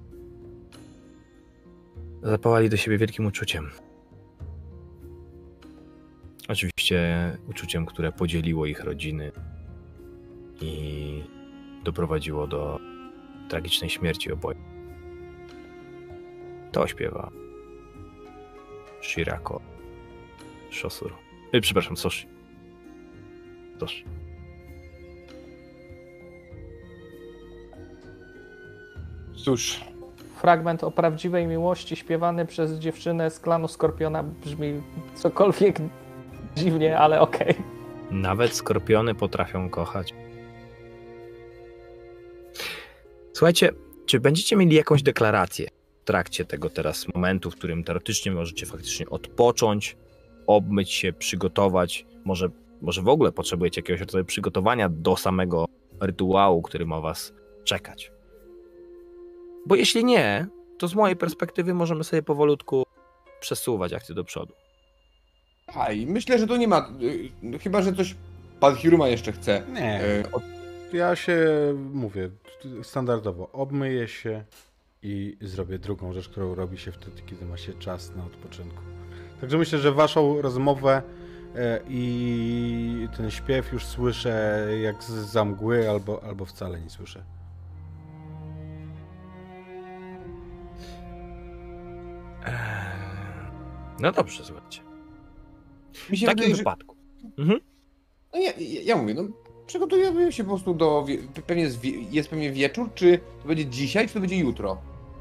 zapałali do siebie wielkim uczuciem. Oczywiście uczuciem, które podzieliło ich rodziny i doprowadziło do tragicznej śmierci oboje. To śpiewa Shirako Shosuro. Yy, przepraszam, Soshi. Soshi. Cóż. Fragment o prawdziwej miłości śpiewany przez dziewczynę z klanu Skorpiona brzmi cokolwiek dziwnie, ale okej. Okay. Nawet skorpiony potrafią kochać. Słuchajcie, czy będziecie mieli jakąś deklarację w trakcie tego teraz momentu, w którym teoretycznie możecie faktycznie odpocząć, obmyć się, przygotować, może, może w ogóle potrzebujecie jakiegoś rodzaju przygotowania do samego rytuału, który ma was czekać? Bo jeśli nie, to z mojej perspektywy możemy sobie powolutku przesuwać akcję do przodu. A i myślę, że to nie ma, chyba że coś pan Hiruma jeszcze chce. Nie, ja się mówię standardowo, obmyję się i zrobię drugą rzecz, którą robi się wtedy, kiedy ma się czas na odpoczynku. Także myślę, że waszą rozmowę i ten śpiew już słyszę jak zza mgły, albo, albo wcale nie słyszę. No dobrze, słuchajcie. Mi W się takim wydaje, że... wypadku. Mhm. No ja, ja, ja mówię, no przygotujemy się po prostu do... wie- Pewnie jest, wie- jest pewnie wieczór, czy to będzie dzisiaj, czy to będzie jutro?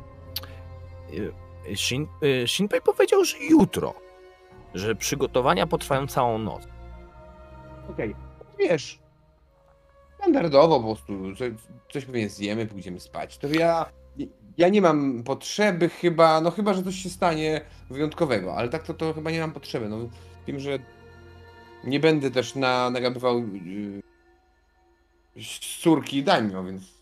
Y, Shin, y, Shinpei powiedział, że jutro. Że przygotowania potrwają całą noc. Okej. Wiesz, standardowo po prostu, coś, coś pewnie zjemy, pójdziemy spać. To ja, ja nie mam potrzeby chyba, no chyba, że coś się stanie wyjątkowego, ale tak to, to chyba nie mam potrzeby. No, wiem, że nie będę też na, nagabywał yy, z córki daimyo, więc...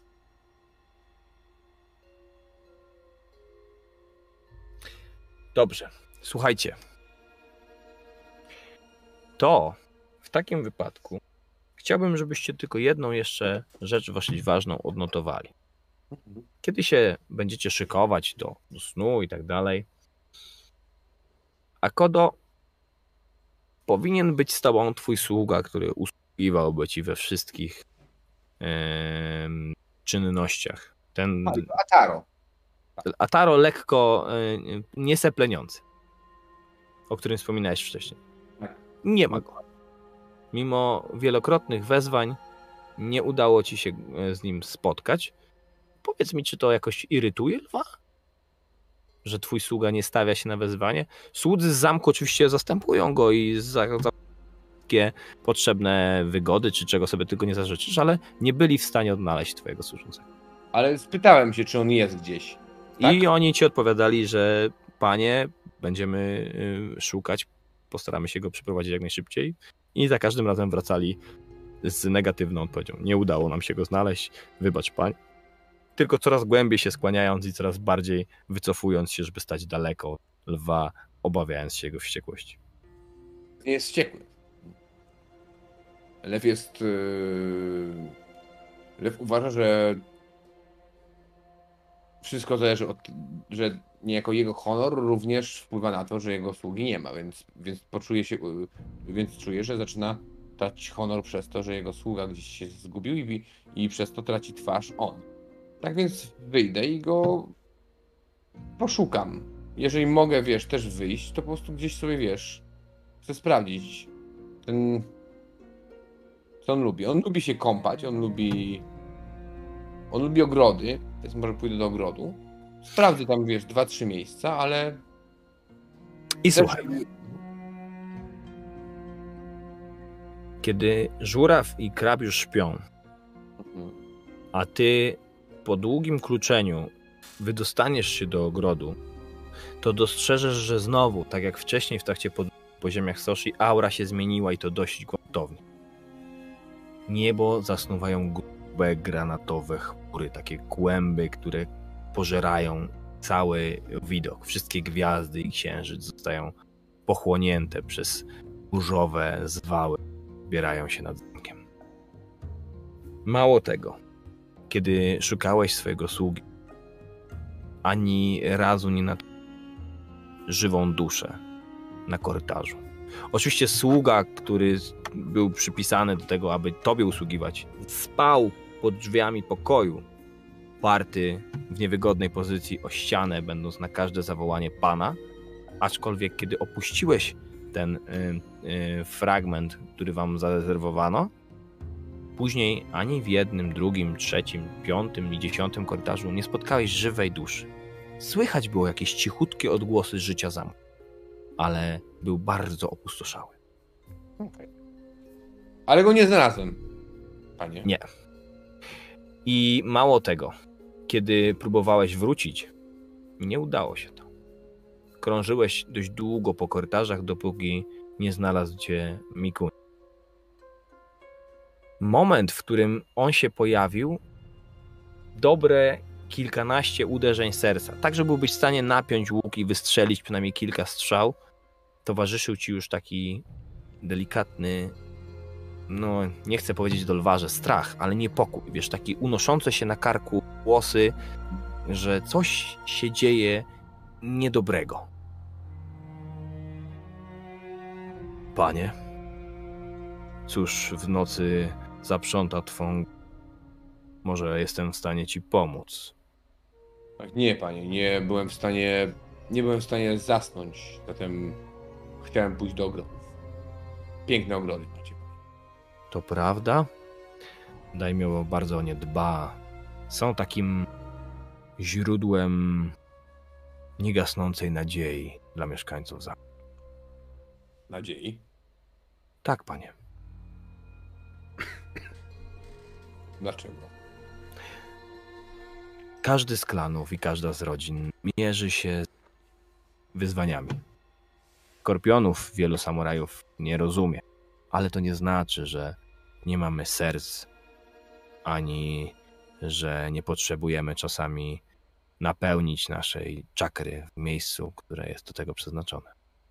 Dobrze, słuchajcie. To w takim wypadku chciałbym, żebyście tylko jedną jeszcze rzecz dosyć ważną odnotowali. Kiedy się będziecie szykować do, do snu i tak dalej, Akodo, powinien być z tobą twój sługa, który usługiwałby ci we wszystkich em, czynnościach. Ten A, Ataro. Ataro lekko e, niesepleniący, o którym wspominałeś wcześniej. Tak. Nie ma go. Mimo wielokrotnych wezwań nie udało ci się e, z nim spotkać. Powiedz mi, czy to jakoś irytuje lwa? Że twój sługa nie stawia się na wezwanie? Słudzy z zamku oczywiście zastępują go i za, za wszystkie potrzebne wygody, czy czego sobie tylko nie zażyczysz, ale nie byli w stanie odnaleźć twojego służącego. Ale spytałem się, czy on jest gdzieś. Tak? I oni ci odpowiadali, że panie, będziemy y, szukać, postaramy się go przyprowadzić jak najszybciej. I za każdym razem wracali z negatywną odpowiedzią. Nie udało nam się go znaleźć, wybacz pań. Tylko coraz głębiej się skłaniając i coraz bardziej wycofując się, żeby stać daleko od lwa, obawiając się jego wściekłości. Nie jest wściekły. Lew jest... Yy... Lew uważa, że wszystko zależy od... że niejako jego honor również wpływa na to, że jego sługi nie ma, więc, więc poczuje się... Yy... więc czuje, że zaczyna tracić honor przez to, że jego sługa gdzieś się zgubił i, i przez to traci twarz on. Tak więc wyjdę i go poszukam. Jeżeli mogę, wiesz, też wyjść, to po prostu gdzieś sobie, wiesz, chcę sprawdzić ten... co on lubi. On lubi się kąpać, on lubi... On lubi ogrody, więc może pójdę do ogrodu. Sprawdzę tam, wiesz, dwa, trzy miejsca, ale... I słuchaj, kiedy żuraw i krab już śpią, a ty po długim kluczeniu wydostaniesz się do ogrodu, to dostrzeżesz, że znowu, tak jak wcześniej w trakcie pod... podziemiach Soshi, aura się zmieniła i to dość gwałtownie. Niebo zasnuwają grube, granatowe chmury, takie kłęby, które pożerają cały widok. Wszystkie gwiazdy i księżyc zostają pochłonięte przez burzowe zwały, zbierają się nad zamkiem. Mało tego, kiedy szukałeś swojego sługi, ani razu nie natknąłeś żywą duszę na korytarzu. Oczywiście sługa, który był przypisany do tego, aby tobie usługiwać, spał pod drzwiami pokoju, party w niewygodnej pozycji o ścianę, będąc na każde zawołanie pana, aczkolwiek kiedy opuściłeś ten y, y, fragment, który wam zarezerwowano, później ani w jednym, drugim, trzecim, piątym i dziesiątym korytarzu nie spotkałeś żywej duszy. Słychać było jakieś cichutkie odgłosy życia zamku, ale był bardzo opustoszały. Okay. Ale go nie znalazłem, panie. Nie. I mało tego, kiedy próbowałeś wrócić, nie udało się to. Krążyłeś dość długo po korytarzach, dopóki nie znalazł cię Mikuni. Moment, w którym on się pojawił, dobre kilkanaście uderzeń serca, tak żeby byłbyś w stanie napiąć łuk i wystrzelić przynajmniej kilka strzał, towarzyszył ci już taki delikatny, no nie chcę powiedzieć do lwa, że strach, ale niepokój, wiesz, taki unoszące się na karku włosy, że coś się dzieje niedobrego. Panie, cóż w nocy zaprząta twą... Może jestem w stanie ci pomóc. Nie, panie, nie byłem w stanie nie byłem w stanie zasnąć, zatem chciałem pójść do ogrodów. Piękne ogrody macie. To prawda? Daimyo bardzo o nie dba. Są takim źródłem niegasnącej nadziei dla mieszkańców zamku. Nadziei? Tak, panie. Dlaczego? Każdy z klanów i każda z rodzin mierzy się z wyzwaniami. Skorpionów wielu samurajów nie rozumie, ale to nie znaczy, że nie mamy serc, ani że nie potrzebujemy czasami napełnić naszej czakry w miejscu, które jest do tego przeznaczone.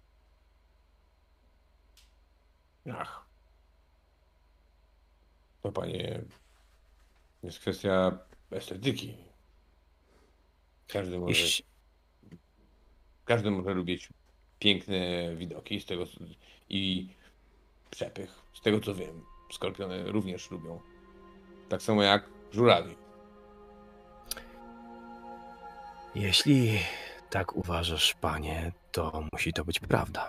Ach. To, panie, jest kwestia estetyki. Każdy może, Jeśli... każdy może lubić piękne widoki z tego, i przepych. Z tego co wiem, skorpiony również lubią. Tak samo jak żurawie. Jeśli tak uważasz, panie, to musi to być prawda.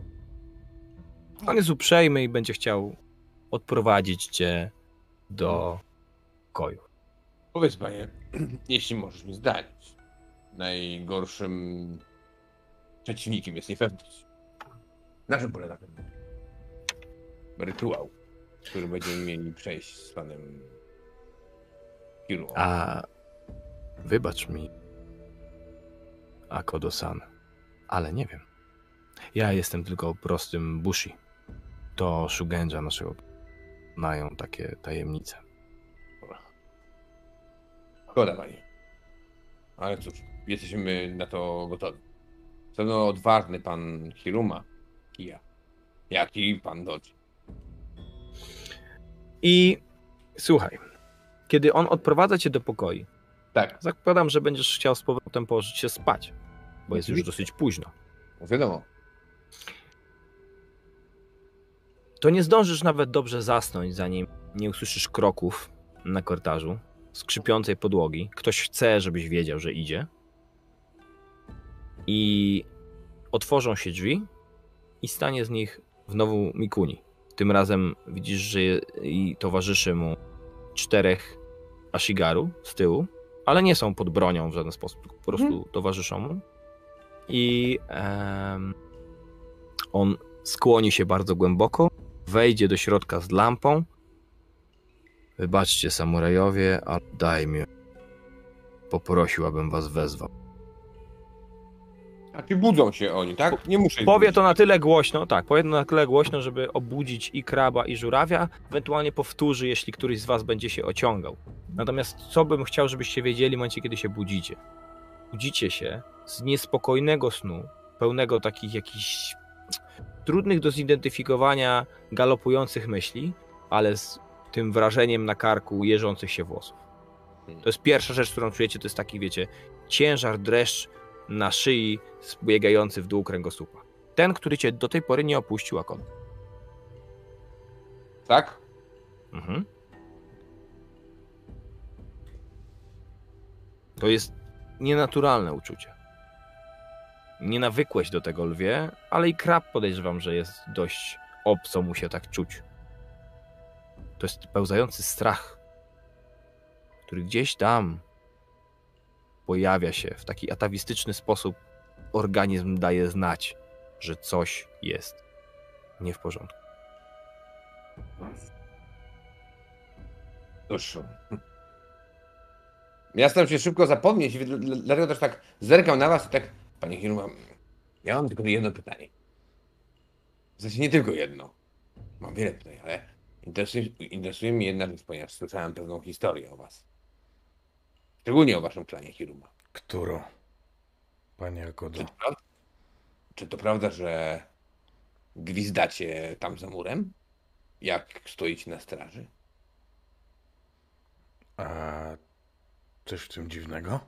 On jest uprzejmy i będzie chciał odprowadzić cię do pokoju. Powiedz, panie, jeśli możesz mi zdradzić, najgorszym przeciwnikiem jest niepewność. Na czym polega ten rytuał, który będziemy mieli przejść z panem Hirumą? A wybacz mi, Akodo-san, ale nie wiem. Ja jestem tylko prostym bushi. To Shugenja naszego znają takie tajemnice. Szkoda, panie. Ale cóż, jesteśmy na to gotowi. Pewno odważny pan Hiruma i ja. Jak i pan Dodge. I słuchaj, kiedy on odprowadza cię do pokoju, Tak, zakładam, że będziesz chciał z powrotem położyć się spać, bo jest już dosyć późno. wiadomo. To nie zdążysz nawet dobrze zasnąć, zanim nie usłyszysz kroków na korytarzu, skrzypiącej podłogi. Ktoś chce, żebyś wiedział, że idzie. I otworzą się drzwi i stanie z nich znowu Mikuni. Tym razem widzisz, że i towarzyszy mu czterech Ashigaru z tyłu, ale nie są pod bronią w żaden sposób, tylko po prostu hmm. towarzyszą mu. I um, on skłoni się bardzo głęboko, wejdzie do środka z lampą. Wybaczcie, samurajowie, ale Daimyo poprosił, abym was wezwał. A czy budzą się oni, tak? Nie muszę ich Powie budzić. to na tyle głośno, tak, powie to na tyle głośno, żeby obudzić i kraba, i żurawia, ewentualnie powtórzy, jeśli któryś z was będzie się ociągał. Natomiast co bym chciał, żebyście wiedzieli w momencie, kiedy się budzicie. Budzicie się z niespokojnego snu, pełnego takich jakichś trudnych do zidentyfikowania galopujących myśli, ale z tym wrażeniem na karku jeżących się włosów. To jest pierwsza rzecz, którą czujecie, to jest taki, wiecie, ciężar, dreszcz na szyi zbiegający w dół kręgosłupa. Ten, który cię do tej pory nie opuścił, Akon. Tak? Mhm. To jest nienaturalne uczucie. Nie nawykłeś do tego, lwie, ale i krab, podejrzewam, że jest dość obco mu się tak czuć. To jest pełzający strach, który gdzieś tam pojawia się w taki atawistyczny sposób. Organizm daje znać, że coś jest nie w porządku. Cóż. Ja staram się szybko zapomnieć, i dlatego też tak zerkam na was i tak, panie Hiruma, ja mam tylko jedno pytanie. W sensie nie tylko jedno. Mam wiele pytań, ale interesuje, interesuje mnie jedna rzecz, ponieważ słyszałem pewną historię o was. Szczególnie o waszym klanie Hiruma. Którą? Panie Akodo. Czy to prawda, czy to prawda, że gwizdacie tam za murem? Jak stoicie na straży? A coś w tym dziwnego?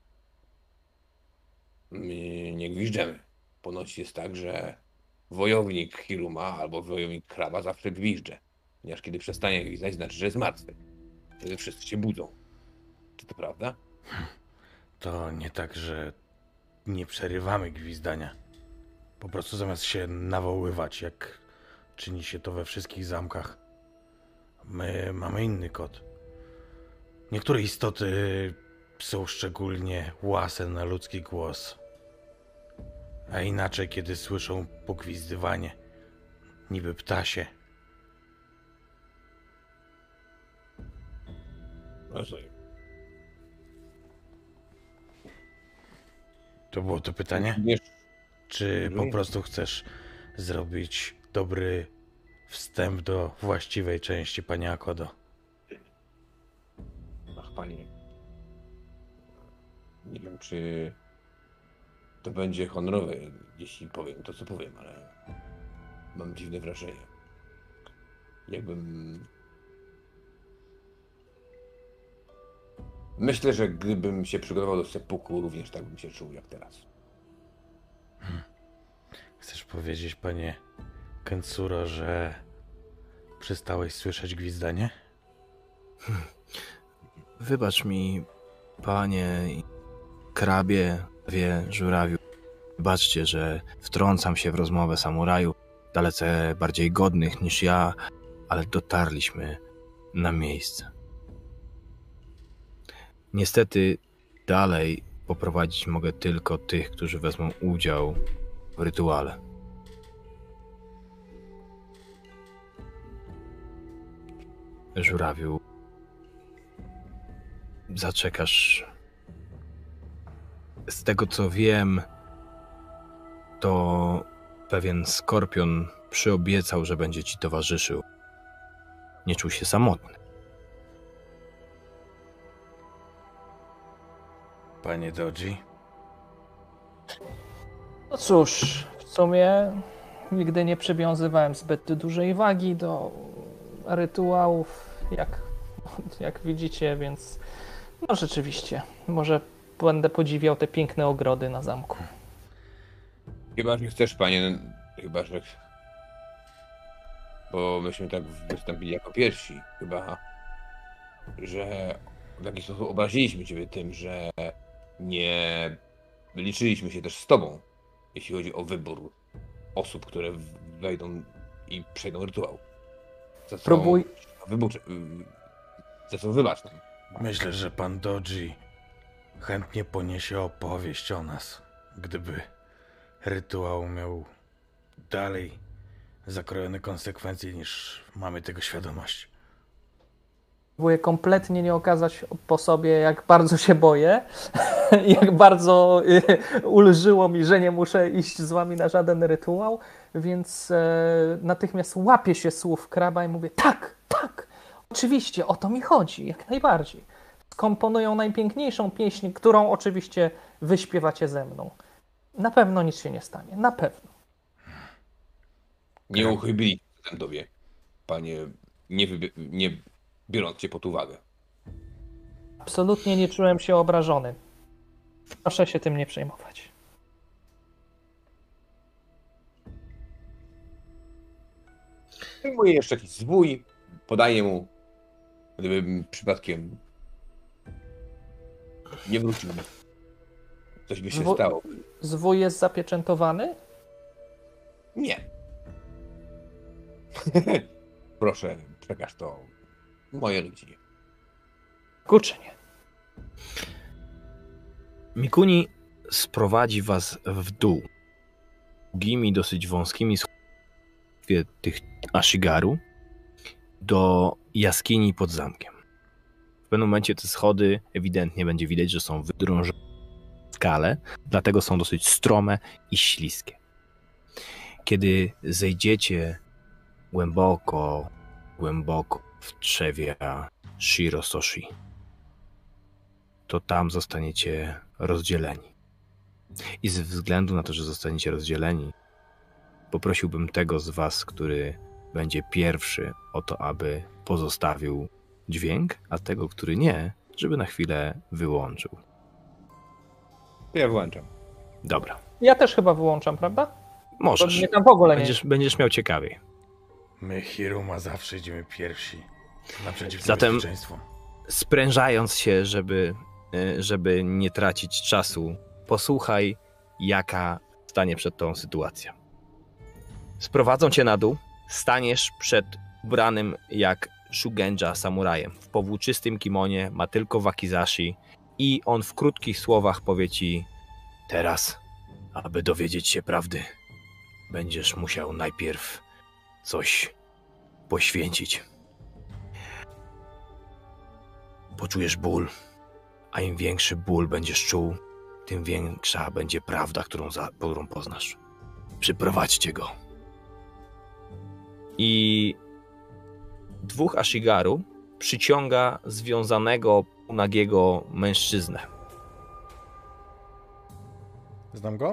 My nie gwiżdżemy. Ponoć jest tak, że wojownik Hiruma albo wojownik kraba zawsze gwiżdże. Ponieważ kiedy przestanie gwizdać, znaczy, że jest martwy. Wtedy wszyscy się budzą. Czy to prawda? To nie tak, że nie przerywamy gwizdania. Po prostu zamiast się nawoływać, jak czyni się to we wszystkich zamkach, my mamy inny kod. Niektóre istoty są szczególnie łase na ludzki głos. A inaczej, kiedy słyszą pogwizdywanie, niby ptasie. To było to pytanie? Wiesz, Czy po prostu chcesz zrobić dobry wstęp do właściwej części, panie Akodo? ach, panie. Nie wiem, czy to będzie honorowe, jeśli powiem to, co powiem, ale mam dziwne wrażenie. Jakbym... Myślę, że gdybym się przygotował do seppuku, również tak bym się czuł jak teraz. Chcesz powiedzieć, panie Kensuro, że przestałeś słyszeć gwizdanie? Wybacz mi, panie krabie, wie, żurawiu. Wybaczcie, że wtrącam się w rozmowę samurajów, dalece bardziej godnych niż ja, ale dotarliśmy na miejsce. Niestety dalej poprowadzić mogę tylko tych, którzy wezmą udział w rytuale. Żurawiu, zaczekasz. Z tego co wiem, to pewien skorpion przyobiecał, że będzie ci towarzyszył. Nie czuł się samotny. Panie Doji? No cóż, w sumie nigdy nie przywiązywałem zbyt dużej wagi do rytuałów, jak, jak widzicie, więc no rzeczywiście, może będę podziwiał te piękne ogrody na zamku. Chyba, że chcesz, panie, chyba, że... Bo myśmy tak wystąpili jako pierwsi. Chyba, że w jakiś sposób obraziliśmy ciebie tym, że nie liczyliśmy się też z tobą, jeśli chodzi o wybór osób, które wejdą i przejdą rytuał. Za co Próbuj... Wybuczy... Za co wybacz nam. Myślę, że pan Doji chętnie poniesie opowieść o nas, gdyby rytuał miał dalej zakrojone konsekwencje, niż mamy tego świadomość. Próbuję kompletnie nie okazać po sobie, jak bardzo się boję, jak bardzo ulżyło mi, że nie muszę iść z wami na żaden rytuał, więc natychmiast łapię się słów kraba i mówię: tak, tak, oczywiście, o to mi chodzi, jak najbardziej. Skomponują najpiękniejszą pieśń, którą oczywiście wyśpiewacie ze mną. Na pewno nic się nie stanie, na pewno. Nie uchybili tobie, panie, nie, wybi- nie biorąc cię pod uwagę. Absolutnie nie czułem się obrażony. Proszę się tym nie przejmować. Przyjmuję jeszcze jakiś zwój, podaję mu, gdybym przypadkiem nie wrócił. Coś by się Zwo- stało. Zwój jest zapieczętowany? Nie. Proszę, przekaż to mojej rodzinie. Kurczynie. Mikuni sprowadzi was w dół. Długimi, dosyć wąskimi schodami tych Ashigaru do jaskini pod zamkiem. W pewnym momencie te schody ewidentnie będzie widać, że są wydrążone w skale, dlatego są dosyć strome i śliskie. Kiedy zejdziecie głęboko, głęboko w trzewia Shirososhi, to tam zostaniecie rozdzieleni. I ze względu na to, że zostaniecie rozdzieleni, poprosiłbym tego z was, który będzie pierwszy, o to, aby pozostawił dźwięk, a tego, który nie, żeby na chwilę wyłączył. Ja włączam. Dobra. Ja też chyba wyłączam, prawda? Bo Możesz. mnie tam w ogóle nie... Będziesz, będziesz miał ciekawiej. My, Hiruma, zawsze idziemy pierwsi. Naprzeciw Zatem- niebezpieczeństwu. Sprężając się, żeby, żeby nie tracić czasu, posłuchaj jaka stanie przed tą sytuacją. Sprowadzą cię na dół, staniesz przed ubranym jak Shugenja samurajem. W powłóczystym kimonie, ma tylko wakizashi i on w krótkich słowach powie ci: teraz, aby dowiedzieć się prawdy, będziesz musiał najpierw coś poświęcić. Poczujesz ból, a im większy ból będziesz czuł, tym większa będzie prawda, którą, za, którą poznasz. Przyprowadźcie go. I dwóch Ashigaru przyciąga związanego, nagiego mężczyznę. Znam go?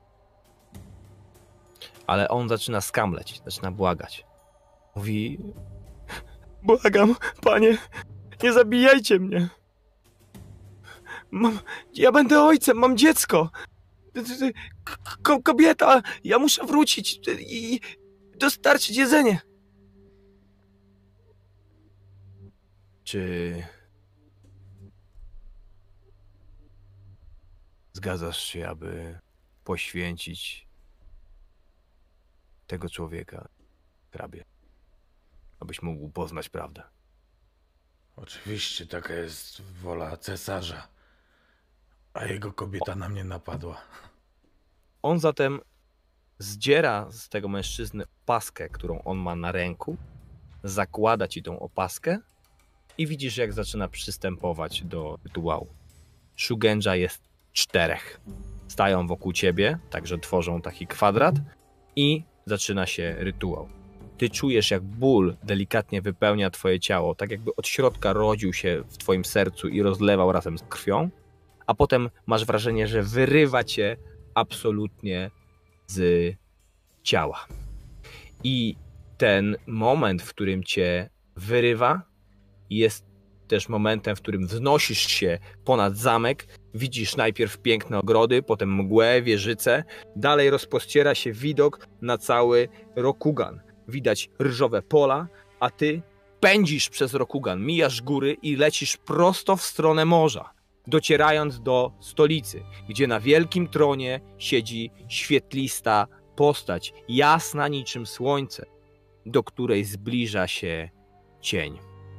Ale on zaczyna skamleć, zaczyna błagać. Mówi: błagam, panie, nie zabijajcie mnie. Mam, ja będę ojcem, mam dziecko. Ko- kobieta, ja muszę wrócić i dostarczyć jedzenie. Czy zgadzasz się, aby poświęcić tego człowieka, hrabie, abyś mógł poznać prawdę? Oczywiście, taka jest wola cesarza, a jego kobieta na mnie napadła. On zatem zdziera z tego mężczyzny opaskę, którą on ma na ręku, zakłada ci tą opaskę i widzisz, jak zaczyna przystępować do rytuału. Shugenja jest czterech. Stają wokół ciebie, także tworzą taki kwadrat i zaczyna się rytuał. Ty czujesz, jak ból delikatnie wypełnia twoje ciało, tak jakby od środka rodził się w twoim sercu i rozlewał razem z krwią, a potem masz wrażenie, że wyrywa cię absolutnie z ciała. I ten moment, w którym cię wyrywa, jest też momentem, w którym wznosisz się ponad zamek, widzisz najpierw piękne ogrody, potem mgłę, wieżyce, dalej rozpościera się widok na cały Rokugan. Widać ryżowe pola, a ty pędzisz przez Rokugan, mijasz góry i lecisz prosto w stronę morza, docierając do stolicy, gdzie na wielkim tronie siedzi świetlista postać, jasna niczym słońce, do której zbliża się cień.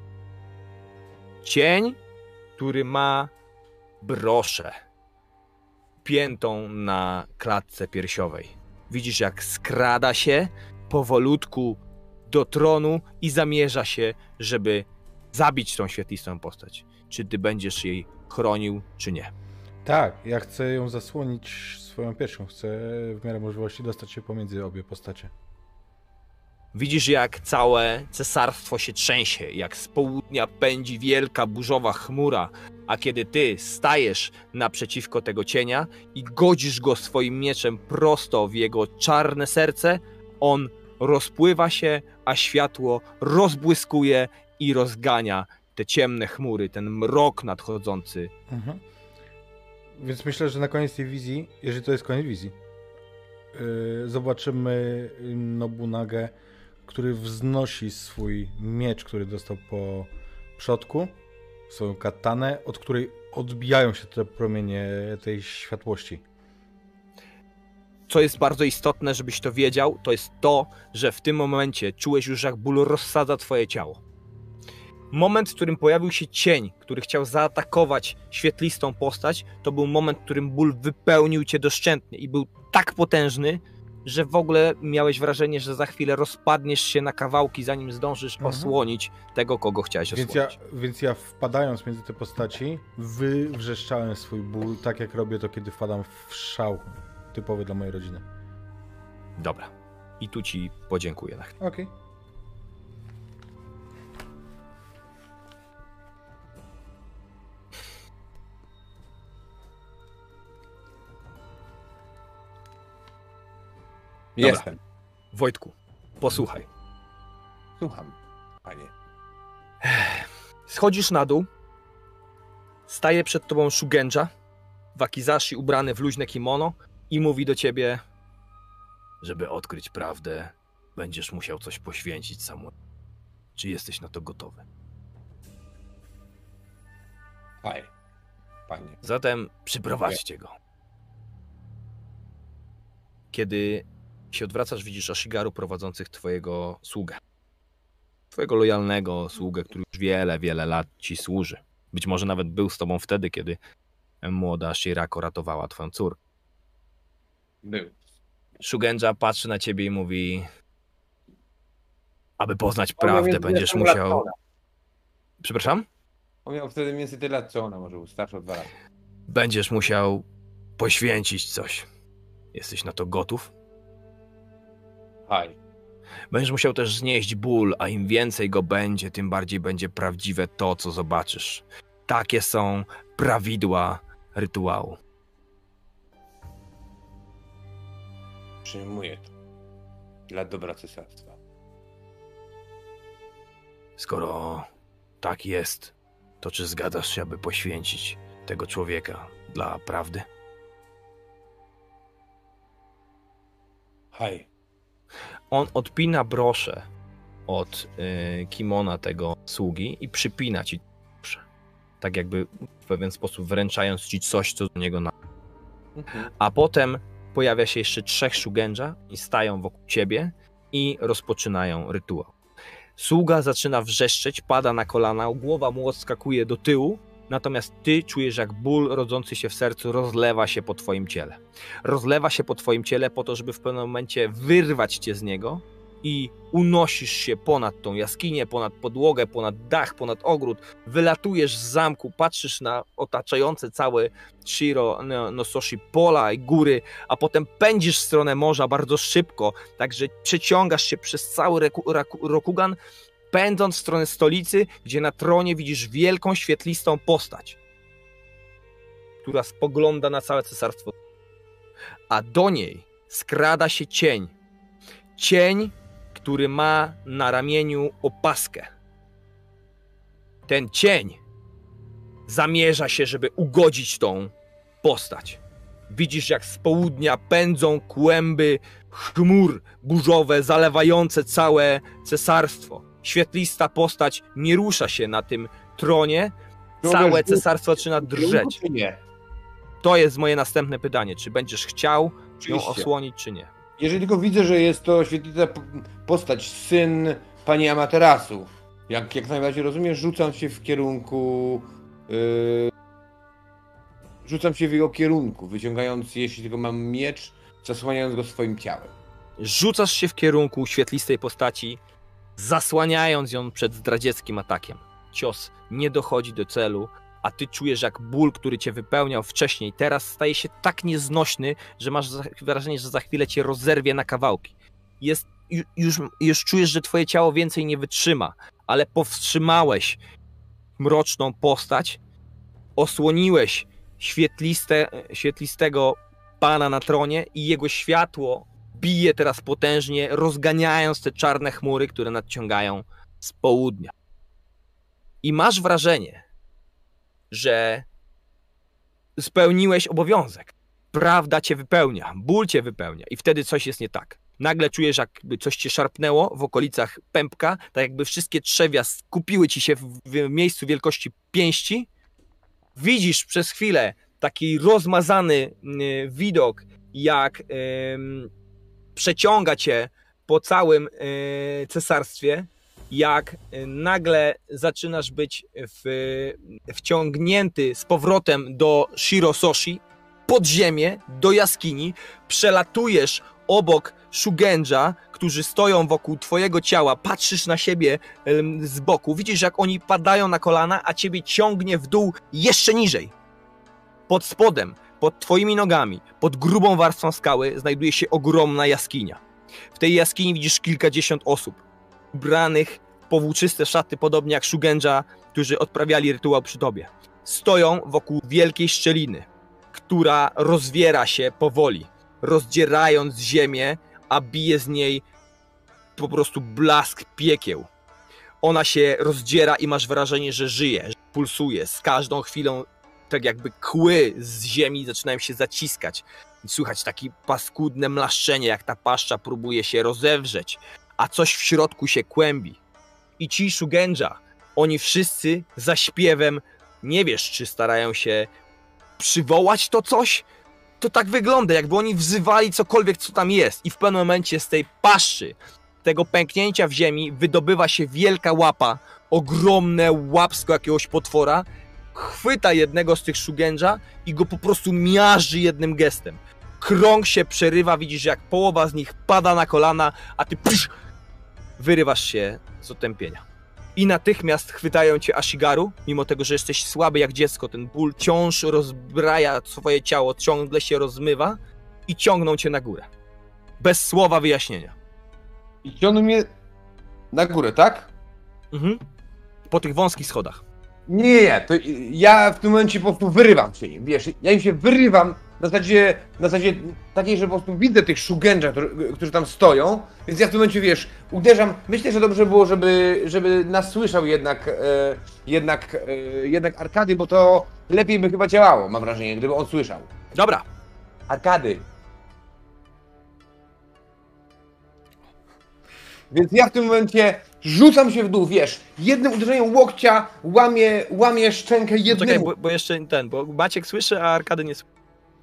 Cień, który ma broszę piętą na klatce piersiowej. Widzisz, jak skrada się powolutku do tronu i zamierza się, żeby zabić tą świetlistą postać. Czy ty będziesz jej chronił, czy nie? Tak, ja chcę ją zasłonić swoją piersią. Chcę w miarę możliwości dostać się pomiędzy obie postacie. Widzisz, jak całe cesarstwo się trzęsie, jak z południa pędzi wielka burzowa chmura, a kiedy ty stajesz naprzeciwko tego cienia i godzisz go swoim mieczem prosto w jego czarne serce, on rozpływa się, a światło rozbłyskuje i rozgania te ciemne chmury, ten mrok nadchodzący. Mhm. Więc myślę, że na koniec tej wizji, jeżeli to jest koniec wizji, yy, zobaczymy Nobunagę, który wznosi swój miecz, który dostał po przodku, swoją katanę, od której odbijają się te promienie tej światłości. Co jest bardzo istotne, żebyś to wiedział, to jest to, że w tym momencie czułeś już, jak ból rozsadza twoje ciało. Moment, w którym pojawił się cień, który chciał zaatakować świetlistą postać, to był moment, w którym ból wypełnił cię doszczętnie i był tak potężny, że w ogóle miałeś wrażenie, że za chwilę rozpadniesz się na kawałki, zanim zdążysz mhm. osłonić tego, kogo chciałeś więc osłonić. Ja, więc ja wpadając między te postaci, wywrzeszczałem swój ból, tak jak robię to, kiedy wpadam w szał typowy dla mojej rodziny. Dobra. I tu ci podziękuję na chwilę. Okej. Okay. Jestem. Wojtku, posłuchaj. Słucham, panie. Schodzisz na dół, staje przed tobą Shugenja, wakizashi ubrany w luźne kimono i mówi do ciebie: żeby odkryć prawdę, będziesz musiał coś poświęcić, Samuel. Czy jesteś na to gotowy? Panie. Panie. Zatem przyprowadźcie go. Kiedy się odwracasz, widzisz Ashigaru prowadzących twojego sługę. Twojego lojalnego sługę, który już wiele, wiele lat ci służy. Być może nawet był z tobą wtedy, kiedy młoda Shirako ratowała twoją córkę. Był. Shugenja patrzy na ciebie i mówi: aby poznać On miał prawdę, więcej będziesz lat co musiał... ona. Przepraszam? On miał wtedy mniej więcej tyle lat co ona, może był starszy o dwa lata. Będziesz musiał poświęcić coś. Jesteś na to gotów? Haj. Będziesz musiał też znieść ból, a im więcej go będzie, tym bardziej będzie prawdziwe to, co zobaczysz. Takie są prawidła rytuału. Przyjmuję to. Dla dobra cesarstwa. Skoro tak jest, to czy zgadzasz się, aby poświęcić tego człowieka dla prawdy? Haj. On odpina broszę od y, kimona tego sługi i przypina ci broszę. Tak jakby w pewien sposób wręczając ci coś, co do niego na... Mhm. A potem pojawia się jeszcze trzech Shugenja i stają wokół ciebie i rozpoczynają rytuał. Sługa zaczyna wrzeszczeć, pada na kolana, głowa mu odskakuje do tyłu, natomiast ty czujesz, jak ból rodzący się w sercu rozlewa się po twoim ciele. Rozlewa się po twoim ciele po to, żeby w pewnym momencie wyrwać cię z niego i unosisz się ponad tą jaskinię, ponad podłogę, ponad dach, ponad ogród. Wylatujesz z zamku, patrzysz na otaczające całe Shiro no, Nososhi pola i góry, a potem pędzisz w stronę morza bardzo szybko, także przeciągasz się przez cały Reku, Raku, Rokugan, pędząc w stronę stolicy, gdzie na tronie widzisz wielką, świetlistą postać, która spogląda na całe cesarstwo. A do niej skrada się cień. Cień, który ma na ramieniu opaskę. Ten cień zamierza się, żeby ugodzić tą postać. Widzisz, jak z południa pędzą kłęby chmur burzowe, zalewające całe cesarstwo. Świetlista postać nie rusza się na tym tronie. Całe cesarstwo zaczyna drżeć. Czy nie? To jest moje następne pytanie. Czy będziesz chciał ją Oczywiście. osłonić, czy nie? Jeżeli tylko widzę, że jest to świetlista p- postać, syn pani Amaterasu, jak, jak najbardziej rozumiesz, rzucam się w kierunku... Yy, rzucam się w jego kierunku, wyciągając, jeśli tylko mam miecz, zasłaniając go swoim ciałem. Rzucasz się w kierunku świetlistej postaci, zasłaniając ją przed zdradzieckim atakiem. Cios nie dochodzi do celu, a ty czujesz, jak ból, który cię wypełniał wcześniej, teraz staje się tak nieznośny, że masz wrażenie, że za chwilę cię rozerwie na kawałki. Jest, już, już czujesz, że twoje ciało więcej nie wytrzyma, ale powstrzymałeś mroczną postać, osłoniłeś świetliste, świetlistego pana na tronie i jego światło bije teraz potężnie, rozganiając te czarne chmury, które nadciągają z południa. I masz wrażenie, że spełniłeś obowiązek. Prawda cię wypełnia, ból cię wypełnia i wtedy coś jest nie tak. Nagle czujesz, jakby coś cię szarpnęło w okolicach pępka, tak jakby wszystkie trzewia skupiły ci się w, w miejscu wielkości pięści. Widzisz przez chwilę taki rozmazany y, widok, jak y, przeciąga cię po całym y, cesarstwie, jak nagle zaczynasz być w, wciągnięty z powrotem do Shirososhi, pod ziemię, do jaskini, przelatujesz obok Shugenja, którzy stoją wokół twojego ciała, patrzysz na siebie z boku, widzisz, jak oni padają na kolana, a ciebie ciągnie w dół jeszcze niżej. Pod spodem, pod twoimi nogami, pod grubą warstwą skały znajduje się ogromna jaskinia. W tej jaskini widzisz kilkadziesiąt osób, ubranych w powłóczyste szaty, podobnie jak Shugenja, którzy odprawiali rytuał przy tobie. Stoją wokół wielkiej szczeliny, która rozwiera się powoli, rozdzierając ziemię, a bije z niej po prostu blask piekieł. Ona się rozdziera i masz wrażenie, że żyje, że pulsuje. Z każdą chwilą tak jakby kły z ziemi zaczynają się zaciskać. Słychać takie paskudne mlaszczenie, jak ta paszcza próbuje się rozewrzeć, a coś w środku się kłębi. I ci Shugenja, oni wszyscy za śpiewem, nie wiesz, czy starają się przywołać to coś, to tak wygląda, jakby oni wzywali cokolwiek, co tam jest. I w pewnym momencie z tej paszczy, tego pęknięcia w ziemi, wydobywa się wielka łapa, ogromne łapsko jakiegoś potwora, chwyta jednego z tych shugenja i go po prostu miażdży jednym gestem. Krąg się przerywa, widzisz, jak połowa z nich pada na kolana, a ty psz, wyrywasz się z otępienia. I natychmiast chwytają cię Ashigaru, mimo tego, że jesteś słaby jak dziecko, ten ból wciąż rozbraja twoje ciało, ciągle się rozmywa i ciągną cię na górę. Bez słowa wyjaśnienia. I ciągną mnie na górę, tak? Mhm. Po tych wąskich schodach. Nie, nie, to ja w tym momencie po prostu wyrywam się im, wiesz, ja im się wyrywam na zasadzie, na zasadzie takiej, że po prostu widzę tych shugenja, którzy, którzy tam stoją, więc ja w tym momencie, wiesz, uderzam, myślę, że dobrze było, żeby, żeby nas słyszał jednak, e, jednak, e, jednak Arkady, bo to lepiej by chyba działało, mam wrażenie, gdyby on słyszał. Dobra. Arkady. Więc ja w tym momencie rzucam się w dół, wiesz, jednym uderzeniem łokcia łamię, łamię szczękę jednemu. Czekaj, bo, bo jeszcze ten, bo Maciek słyszy, a Arkady nie słyszy.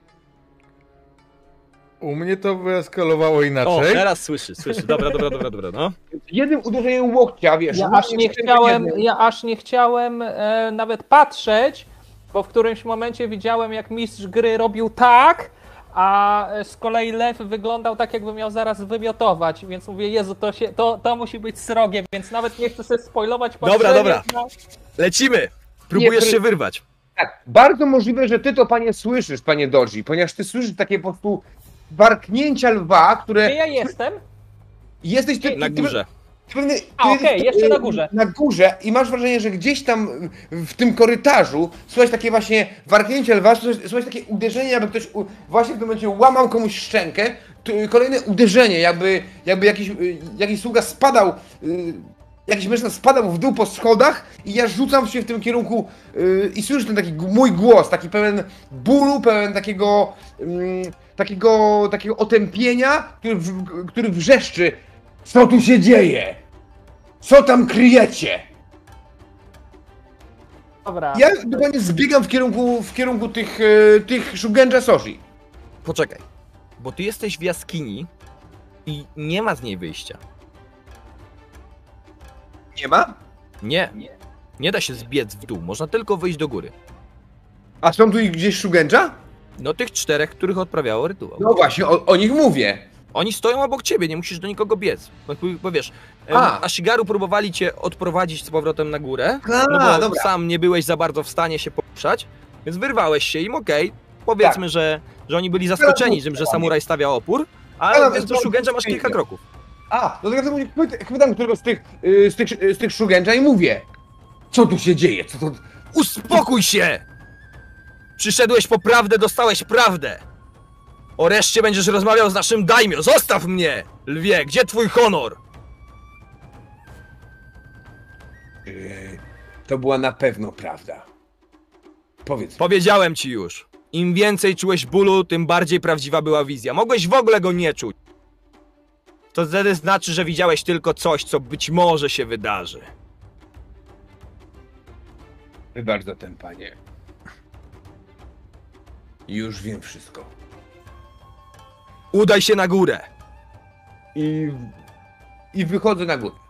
U mnie to wyeskalowało inaczej. O, teraz słyszy, słyszy. Dobra, dobra, dobra, dobra, no. Jednym uderzeniem łokcia, wiesz. Ja aż nie chciałem, ja aż nie chciałem e, nawet patrzeć, bo w którymś momencie widziałem, jak mistrz gry robił tak, a z kolei lew wyglądał tak, jakby miał zaraz wymiotować, więc mówię, Jezu, to, się, to, to musi być srogie, więc nawet nie chcę sobie spoilować. Dobra, dobra. Na... Lecimy! Próbujesz Nie, się wyrwać. Tak, bardzo możliwe, że ty to, panie, słyszysz, panie Dodzi, ponieważ ty słyszysz takie po prostu warknięcia lwa, które... Gdzie ja jestem? Jesteś ty... Na ty, górze. Ty, ty, ty, A, okej, ty, jeszcze na górze. Na górze i masz wrażenie, że gdzieś tam w tym korytarzu słychać takie właśnie warknięcie lwa, słychać takie uderzenie, jakby ktoś u, właśnie w tym momencie łamał komuś szczękę, t, kolejne uderzenie, jakby, jakby jakiś, jakiś sługa spadał, y, jakiś mężczyzna spadał w dół po schodach i ja rzucam się w tym kierunku y, i słyszę ten taki g- mój głos, taki pełen bólu, pełen takiego, y, takiego, takiego otępienia, który, w, który wrzeszczy: co tu się dzieje? Co tam kryjecie? Dobra. Ja dokładnie zbiegam w kierunku, w kierunku tych, e, tych Shugenja Soji. Poczekaj, bo ty jesteś w jaskini i nie ma z niej wyjścia. Nie ma? Nie. Nie da się zbiec w dół, można tylko wyjść do góry. A są tu gdzieś Shugenja? No tych czterech, których odprawiało rytuał. No właśnie, o, o nich mówię. Oni stoją obok ciebie, nie musisz do nikogo biec. Bo, bo wiesz, A. Ashigaru próbowali cię odprowadzić z powrotem na górę, A, no bo dobra. sam nie byłeś za bardzo w stanie się poruszać, więc wyrwałeś się im, okej. Okay. Powiedzmy, Tak. że, że oni byli zaskoczeni tym, że samuraj stawia opór, a Ale więc do to- Shugenja masz kilka kroków. A, no to ja sobie chwyt- chwytam któregoś z tych, y, z tych, z tych Shugenja i mówię: co tu się dzieje? Co to... Uspokój się! Przyszedłeś po prawdę, dostałeś prawdę! O reszcie będziesz rozmawiał z naszym daimyo. Zostaw mnie! Lwie, gdzie twój honor? Y, to była na pewno prawda. Powiedz. Powiedziałem ci już. Im więcej czułeś bólu, tym bardziej prawdziwa była wizja. Mogłeś w ogóle go nie czuć. To wtedy znaczy, że widziałeś tylko coś, co być może się wydarzy. Wybacz za ten, panie. Już wiem wszystko. Udaj się na górę. I, I wychodzę na górę.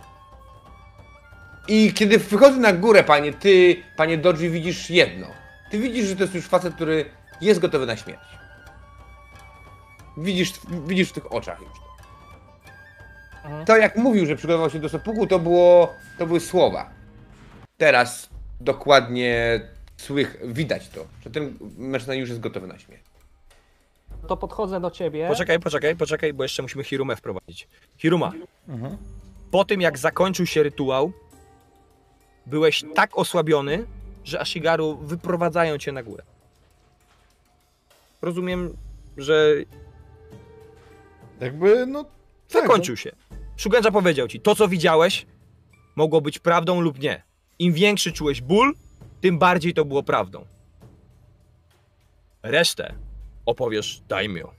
I kiedy wychodzę na górę, panie, ty, panie Dodzi, widzisz jedno. Ty widzisz, że to jest już facet, który jest gotowy na śmierć. Widzisz, widzisz w tych oczach już to. Mhm. To jak mówił, że przygotował się do sepuku, to było, to były słowa. Teraz dokładnie słych, widać to, że ten mężczyzna już jest gotowy na śmierć. To podchodzę do ciebie. Poczekaj, poczekaj, poczekaj, bo jeszcze musimy Hirumę wprowadzić. Hiruma, Mhm. po tym jak zakończył się rytuał, byłeś tak osłabiony, że Ashigaru wyprowadzają cię na górę. Rozumiem, że Jakby, no... tak, zakończył się. Shugenja powiedział ci, to co widziałeś, mogło być prawdą lub nie. Im większy czułeś ból, tym bardziej to było prawdą. Resztę opowiesz daimyo.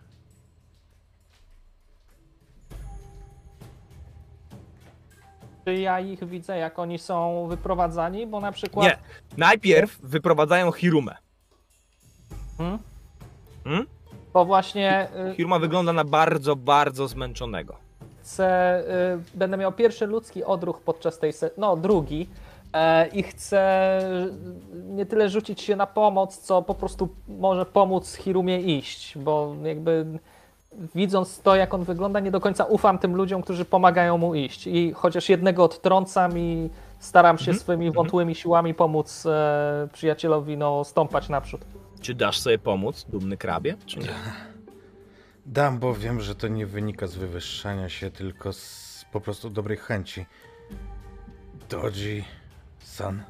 Czy ja ich widzę, jak oni są wyprowadzani? Bo na przykład... Nie, najpierw wyprowadzają Hirumę. Hmm? Hmm? Bo właśnie y, Hiruma wygląda na bardzo, bardzo zmęczonego. chcę, y, będę miał pierwszy ludzki odruch podczas tej sesji, no drugi, e, i chcę nie tyle rzucić się na pomoc, co po prostu może pomóc Hirumie iść, bo jakby widząc to, jak on wygląda, nie do końca ufam tym ludziom, którzy pomagają mu iść. I chociaż jednego odtrącam i staram się Mhm. swoimi wątłymi siłami pomóc e, przyjacielowi no, stąpać naprzód. Czy dasz sobie pomóc, dumny krabie, czy nie? Dam, bo wiem, że to nie wynika z wywyższania się, tylko z po prostu dobrej chęci. Doji, San.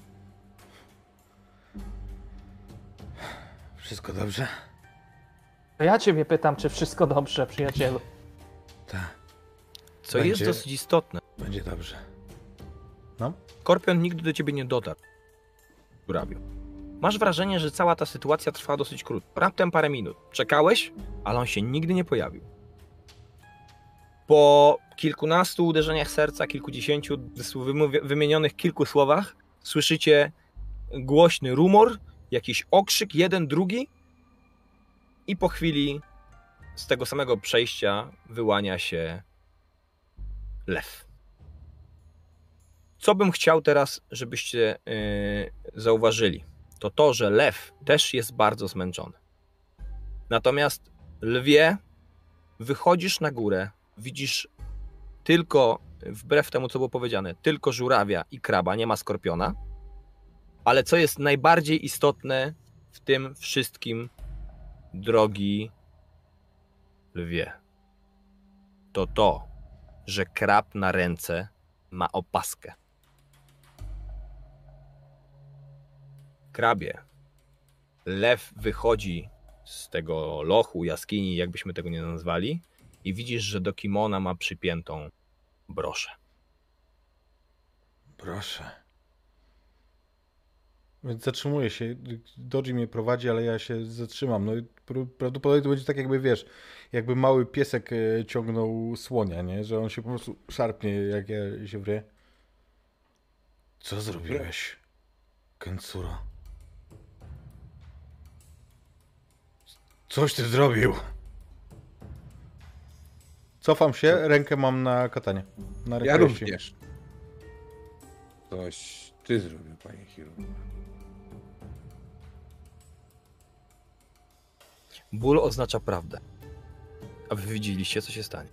Wszystko dobrze? To ja ciebie pytam, czy wszystko dobrze, przyjacielu. Tak, Co Będzie- jest dosyć istotne. będzie dobrze. Skorpion nigdy do ciebie nie dotarł. Grabiu. Masz wrażenie, że cała ta sytuacja trwała dosyć krótko. Raptem parę minut. Czekałeś, ale on się nigdy nie pojawił. Po kilkunastu uderzeniach serca, kilkudziesięciu wymówi- wymienionych kilku słowach, słyszycie głośny rumor, jakiś okrzyk, jeden, drugi, i po chwili z tego samego przejścia wyłania się lew. Co bym chciał teraz, żebyście yy, zauważyli, to to, że lew też jest bardzo zmęczony. Natomiast lwie, wychodzisz na górę, widzisz tylko, wbrew temu co było powiedziane, tylko żurawia i kraba, nie ma skorpiona, ale co jest najbardziej istotne w tym wszystkim, drogi lwie, to to, że krab na ręce ma opaskę. Krabie, lew wychodzi z tego lochu, jaskini, jakbyśmy tego nie nazwali, i widzisz, że do kimona ma przypiętą broszę. Proszę. Więc zatrzymuję się. Doji mnie prowadzi, ale ja się zatrzymam. No i pr- prawdopodobnie to będzie tak, jakby wiesz, jakby mały piesek e, ciągnął słonia, nie? Że on się po prostu szarpnie, jak ja się wryję. Co zrobiłeś, Kensuro? Coś ty zrobił. Cofam się, rękę mam na katanie. Na Ja rękojeści. również. Coś ty zrobił, panie Hiruma. Ból oznacza prawdę. A wy widzieliście, co się stanie.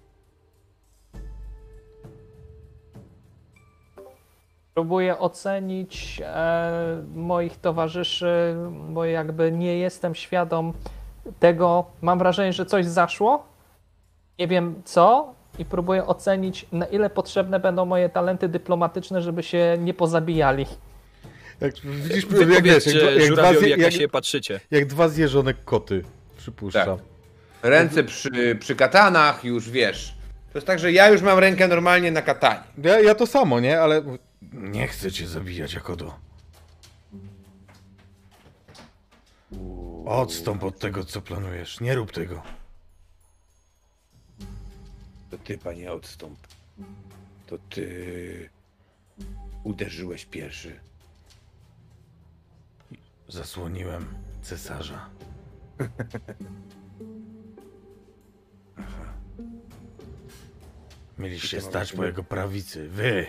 Próbuję ocenić e, moich towarzyszy, bo jakby nie jestem świadom tego. Mam wrażenie, że coś zaszło. Nie wiem co i próbuję ocenić, na ile potrzebne będą moje talenty dyplomatyczne, żeby się nie pozabijali. Jak, widzisz, Wy jak, wiesz, jak, powiedzcie jak, dwa, żurawiowi, zje, jak, jak, się patrzycie. jak dwa zjeżone koty, przypuszczam. Tak. Ręce przy, przy katanach, już wiesz. To jest tak, że ja już mam rękę normalnie na katanie. Ja, ja to samo, nie? Ale Nie chcę cię zabijać, Akodo. Odstąp od tego, co planujesz. Nie rób tego. To ty, panie, odstąp. To ty uderzyłeś pierwszy. Zasłoniłem cesarza. Mieliście to ma stać być- po jego prawicy. Wy!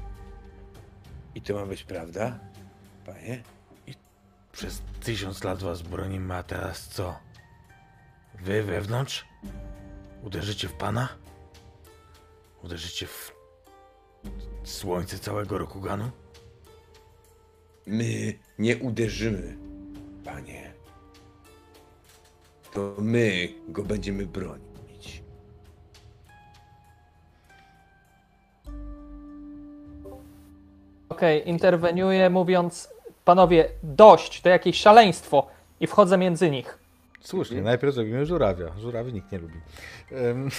I to ma być prawda, panie? Przez tysiąc lat was bronimy, a teraz co? Wy wewnątrz? Uderzycie w pana? Uderzycie w słońce całego Rokuganu? My nie uderzymy, panie. To my go będziemy bronić. Okej, interweniuję mówiąc, panowie, dość, to jakieś szaleństwo i wchodzę między nich. słusznie, najpierw zrobimy żurawia. Żurawi nikt nie lubi. Um,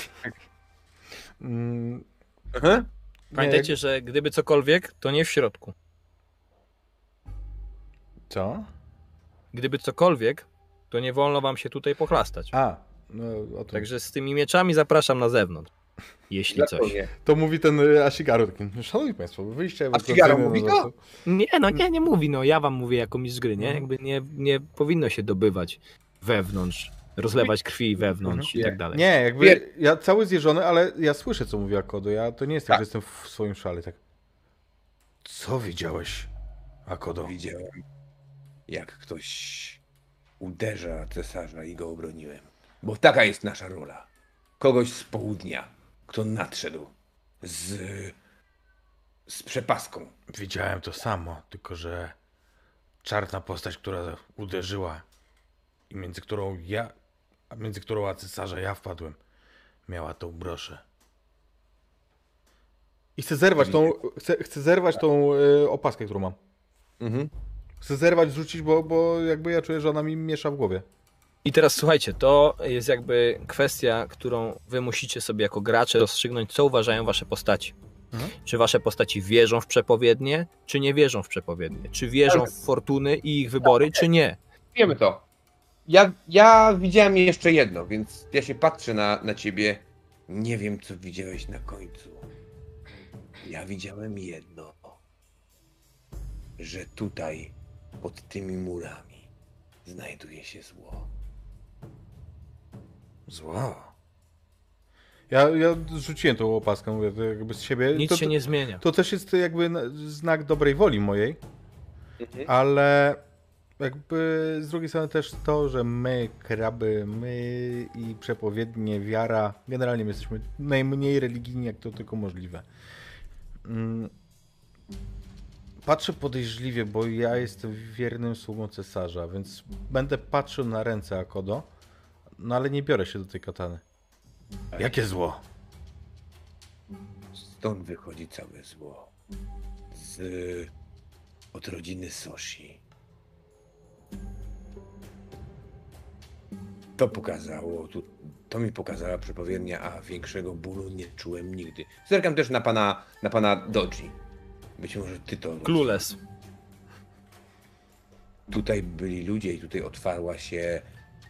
mm, Aha. Pamiętajcie, że gdyby cokolwiek, to nie w środku. co? Gdyby cokolwiek, to nie wolno wam się tutaj pochlastać. A, no o to. Także z tymi mieczami zapraszam na zewnątrz. Jeśli coś. Nie. To mówi ten y, Ashigaru taki, szanowni państwo, wyjście Ashigaru ewakuacyjne mówi na to? zasadzie- Nie, no nie, nie mówi, no ja wam mówię jako mistrz gry, nie? Jakby nie, nie powinno się dobywać wewnątrz, rozlewać krwi wewnątrz i tak dalej. Nie, jakby ja cały zjeżony, ale ja słyszę, co mówi Akodo. Ja to nie jest tak, Tak. że jestem w swoim szale. Tak. Co widziałeś, Akodo? Widziałem, jak ktoś uderza cesarza i go obroniłem. Bo taka jest nasza rola. Kogoś z południa, kto nadszedł z, z przepaską. Widziałem to samo, tylko że czarna postać, która uderzyła i między którą ja, a między którą a cesarza ja wpadłem, miała tą broszę. I chcę zerwać tą, chcę, chcę zerwać tą y, opaskę, którą mam. Mhm. Chcę zerwać, zrzucić, bo, bo jakby ja czuję, że ona mi miesza w głowie. I teraz słuchajcie, to jest jakby kwestia, którą wy musicie sobie jako gracze rozstrzygnąć, co uważają wasze postaci. Mhm. Czy wasze postaci wierzą w przepowiednie, czy nie wierzą w przepowiednie? Czy wierzą w fortuny i ich wybory, czy nie? Wiemy to. Ja, ja widziałem jeszcze jedno, więc ja się patrzę na, na ciebie. Nie wiem, co widziałeś na końcu. Ja widziałem jedno. Że tutaj, pod tymi murami, znajduje się zło. Zło. Ja, ja zrzuciłem tą opaskę, mówię, to jakby z siebie. Nic to, się to, nie zmienia. to też jest jakby znak dobrej woli mojej, Mhm. ale jakby z drugiej strony też to, że my, kraby, my i przepowiednie, wiara, generalnie my jesteśmy najmniej religijni, jak to tylko możliwe. Mm. Patrzę podejrzliwie, bo ja jestem wiernym sługą cesarza, więc będę patrzył na ręce Akodo, no ale nie biorę się do tej katany. Jakie zło? Stąd wychodzi całe zło. Z... od rodziny Soshi. To pokazało, tu, to mi pokazała przepowiednia, a większego bólu nie czułem nigdy. Zerkam też na pana, na pana Doji. Być może ty to... Clueless. Tutaj byli ludzie i tutaj otwarła się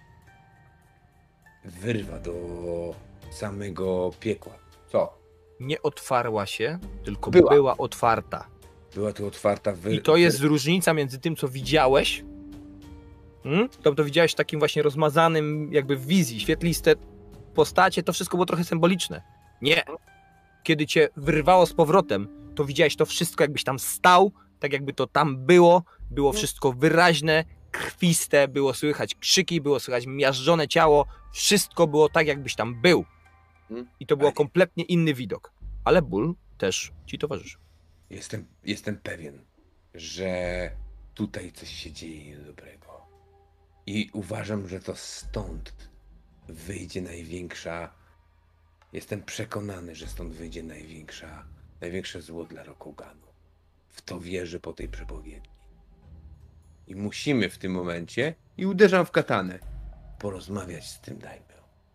wyrwa do samego piekła. Co? Nie otwarła się, tylko Była. była, otwarta. Była tu otwarta wyrwa. I to jest różnica między tym, co widziałeś, hmm? to, to widziałeś w takim właśnie rozmazanym jakby w wizji, świetliste postacie, to wszystko było trochę symboliczne. Nie. Kiedy cię wyrwało z powrotem, to widziałeś to wszystko, jakbyś tam stał, tak jakby to tam było, było wszystko wyraźne, krwiste, było słychać krzyki, było słychać miażdżone ciało, wszystko było tak, jakbyś tam był. I to było kompletnie inny widok. Ale ból też ci towarzyszył. Jestem, jestem pewien, że tutaj coś się dzieje niedobrego. I uważam, że to stąd wyjdzie największa... Jestem przekonany, że stąd wyjdzie największa, największe zło dla Rokuganu. W to wierzę po tej przepowiedni. I musimy w tym momencie, i uderzam w katanę, porozmawiać z tym daimyo.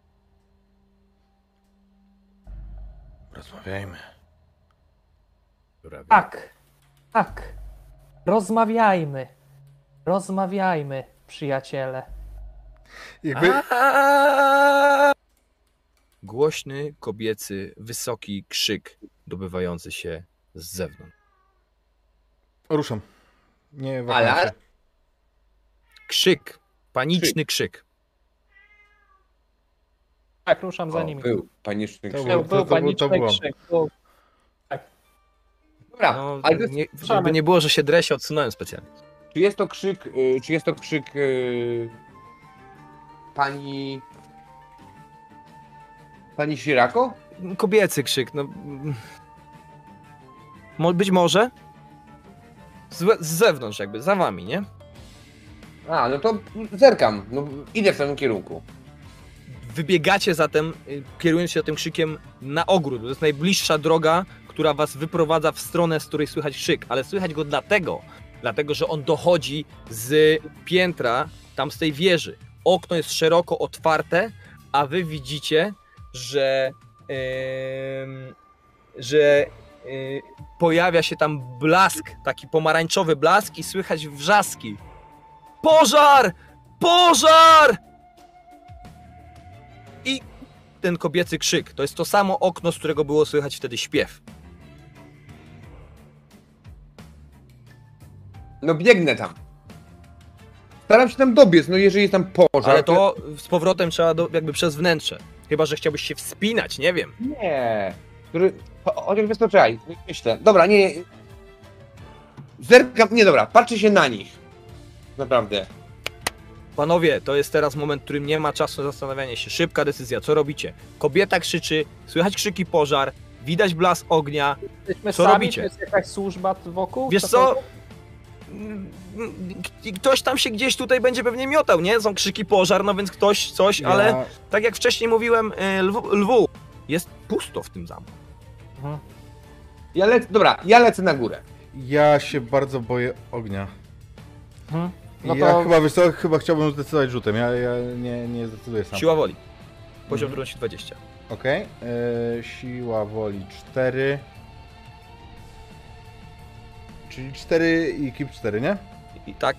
Rozmawiajmy. Tak, tak. Rozmawiajmy. Rozmawiajmy, przyjaciele. Jakby... Głośny, kobiecy, wysoki krzyk dobywający się z zewnątrz. Ruszam. Nie waham Ale- się. Krzyk, paniczny krzyk. Tak, ruszam za O, nimi. był paniczny To krzyk. był- Był, to- był to był- paniczny to było. krzyk. Był. Dobra, No, ale to jest, nie, żeby nie było, że się drę, się odsunąłem specjalnie. czy jest to krzyk, y, czy jest to krzyk y, pani... Pani Shirako? Kobiecy krzyk, no. Mo- Być może. Z, z zewnątrz jakby, za wami, nie? A, no to zerkam, no idę w tym kierunku. Wybiegacie zatem, y, kierując się tym krzykiem na ogród. To jest najbliższa droga, która was wyprowadza w stronę, z której słychać krzyk. Ale słychać go dlatego, dlatego, że on dochodzi z piętra, tam z tej wieży. Okno jest szeroko otwarte, a wy widzicie, że, em, że y, pojawia się tam blask, taki pomarańczowy blask i słychać wrzaski. Pożar! Pożar! I ten kobiecy krzyk. To jest to samo okno, z którego było słychać wtedy śpiew. No biegnę tam. Staram się tam dobiec, no jeżeli jest tam pożar... Ale to z powrotem trzeba do, jakby przez wnętrze. Chyba że chciałbyś się wspinać, nie wiem. Nie. Który... Chociaż wiesz co, czekaj, myślę. Dobra, nie... Zerkam, nie dobra, patrzę się na nich. Naprawdę. Panowie, to jest teraz moment, w którym nie ma czasu na zastanawianie się. Szybka decyzja, co robicie? Kobieta krzyczy, słychać krzyki pożar, widać blask ognia. Jesteśmy Co sami, robicie? czy jest jakaś służba wokół? Wiesz Co co? to- Ktoś tam się gdzieś tutaj będzie pewnie miotał, nie? Są krzyki pożar, no więc ktoś coś, Ja, ale tak jak wcześniej mówiłem, y, lwu, lwu jest pusto w tym zamku. Ja lecę, dobra, ja lecę na górę. ja się bardzo boję ognia. Mhm. No Ja to chyba, wiesz co, chyba chciałbym zdecydować rzutem, ja, ja nie, nie zdecyduję sam. Siła woli. Poziom Mhm. trudności dwadzieścia. Okej, okay. Siła woli cztery. Czyli cztery i keep cztery, nie? I tak.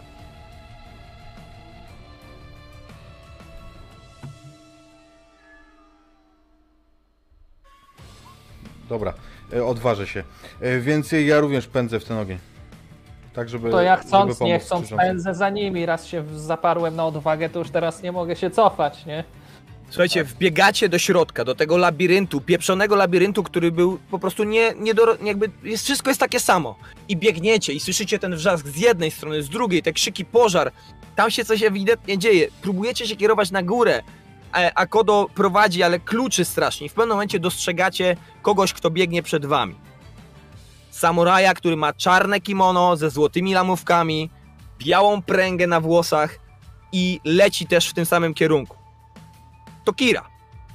Dobra, e, odważę się. E, Więc ja również pędzę w ten ogień. Tak, żeby. To ja chcąc, żeby pomóc nie chcąc, krzyczącym. pędzę za nimi. Raz się zaparłem na odwagę, to już teraz nie mogę się cofać, nie? Słuchajcie, wbiegacie do środka, do tego labiryntu, pieprzonego labiryntu, który był po prostu nie, nie do, jakby, jest, wszystko jest takie samo. I biegniecie i słyszycie ten wrzask z jednej strony, z drugiej, te krzyki pożar. Tam się coś ewidentnie dzieje. Próbujecie się kierować na górę, a, a Kodo prowadzi, ale kluczy strasznie. I w pewnym momencie dostrzegacie kogoś, kto biegnie przed wami. Samuraja, który ma czarne kimono ze złotymi lamówkami, białą pręgę na włosach i leci też w tym samym kierunku. To Kira.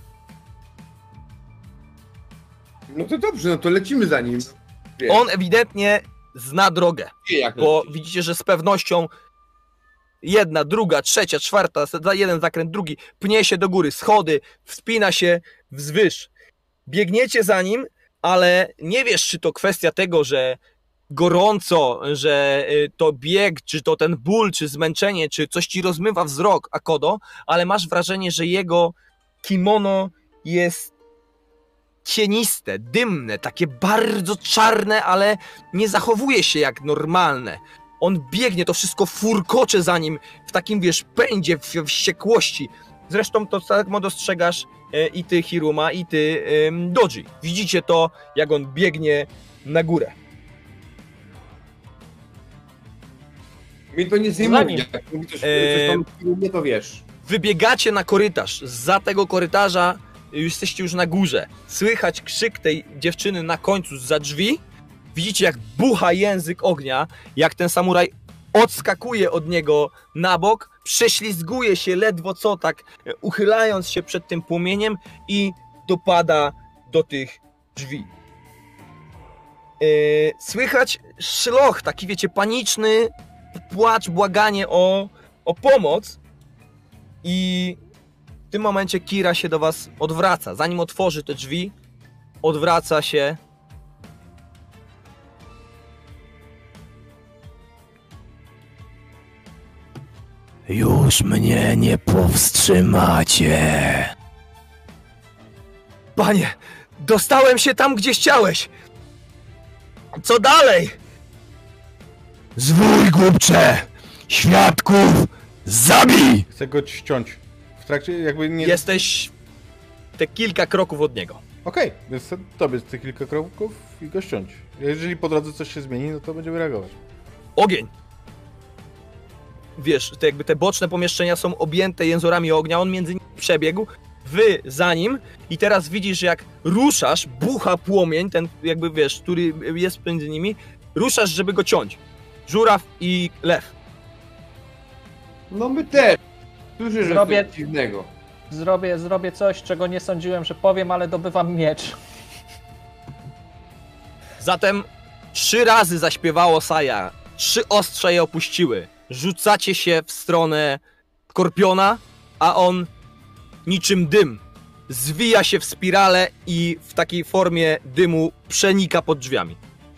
No to dobrze, no to lecimy za nim. Wiesz, On ewidentnie zna drogę, wie jak bo lecieć. widzicie, że z pewnością jedna, druga, trzecia, czwarta, za jeden zakręt, drugi, pnie się do góry, schody, wspina się wzwyż. Biegniecie za nim, ale nie wiesz, czy to kwestia tego, że gorąco, że y, to bieg, czy to ten ból, czy zmęczenie, czy coś ci rozmywa wzrok, Akodo, ale masz wrażenie, że jego kimono jest cieniste, dymne, takie bardzo czarne, ale nie zachowuje się jak normalne. On biegnie, to wszystko furkocze za nim w takim, wiesz, pędzie, w wściekłości. Zresztą to samo dostrzegasz e, i ty, Hiruma, i ty, e, Doji. Widzicie to, jak on biegnie na górę. Mi to nic nie Za mówi. nim. Jak mówi coś, Eee, coś tam nie to wiesz. Wybiegacie na korytarz. Za tego korytarza jesteście już na górze. Słychać krzyk tej dziewczyny na końcu zza drzwi. Widzicie, jak bucha język ognia, jak ten samuraj odskakuje od niego na bok, prześlizguje się ledwo co tak, uchylając się przed tym płomieniem i dopada do tych drzwi. Yy, słychać szloch, taki wiecie, paniczny płacz, błaganie o, o pomoc. I w tym momencie Kira się do was odwraca. Zanim otworzy te drzwi, odwraca się. Już mnie nie powstrzymacie. Panie, dostałem się tam, gdzie chciałeś. Co dalej? Zwój, głupcze! Świadków zabij! Chcę go ściąć. W trakcie jakby nie. Jesteś te kilka kroków od niego. Okej, więc chcę dobiec te kilka kroków i go ściąć. Jeżeli po drodze coś się zmieni, no to będziemy reagować. Ogień. Wiesz, te jakby te boczne pomieszczenia są objęte jęzorami ognia, on między nimi przebiegł, wy za nim i teraz widzisz, jak ruszasz, bucha płomień, ten jakby wiesz, który jest między nimi, ruszasz, żeby go ciąć. Żuraw i lew. No my też. Słyszę, że Zrobię- coś dziwnego. Zrobię, zrobię coś, czego nie sądziłem, że powiem, ale dobywam miecz. Zatem trzy razy zaśpiewało Saja, trzy ostrza je opuściły. Rzucacie się w stronę Skorpiona, a on niczym dym zwija się w spirale i w takiej formie dymu przenika pod drzwiami.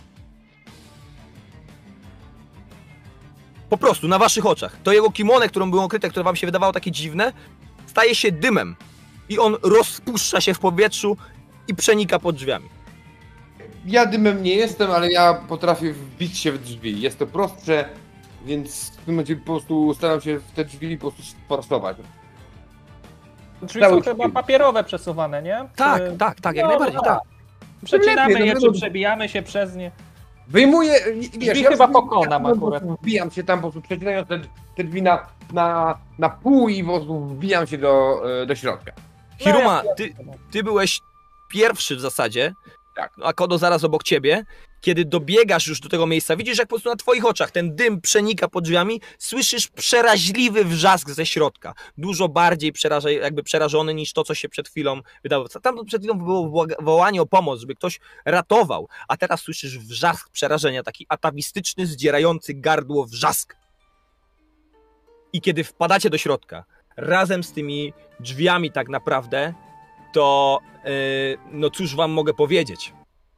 Po prostu, na waszych oczach. To jego kimono, którą było okryte, które wam się wydawało takie dziwne, staje się dymem. I on rozpuszcza się w powietrzu i przenika pod drzwiami. Ja dymem nie jestem, ale ja potrafię wbić się w drzwi. Jest to prostsze Więc w tym momencie po prostu staram się w te drzwi po prostu sforsować. Drzwi Cały są chyba drzwi. papierowe przesuwane, nie? Tak, Czy- tak, tak, jak No, najbardziej, no, tak. Przecinamy Lepiej, je, no, czy no. przebijamy się przez nie. Wyjmuję, wiesz, Drzwi ja chyba po prostu- pokonam ja po prostu akurat. Wbijam się tam, po prostu przecinając te, te drzwi na, na, na pół i po prostu wbijam się do, e, do środka. Hiruma, ja- ty, ty byłeś pierwszy w zasadzie, Tak. a Kodo zaraz obok ciebie. Kiedy dobiegasz już do tego miejsca, widzisz, jak po prostu na twoich oczach ten dym przenika pod drzwiami, słyszysz przeraźliwy wrzask ze środka. Dużo bardziej przeraża, jakby przerażony niż to, co się przed chwilą wydało. Tam przed chwilą było błaga- wołanie o pomoc, żeby ktoś ratował, a teraz słyszysz wrzask przerażenia, taki atawistyczny, zdzierający gardło wrzask. I kiedy wpadacie do środka, razem z tymi drzwiami tak naprawdę, to yy, no cóż wam mogę powiedzieć.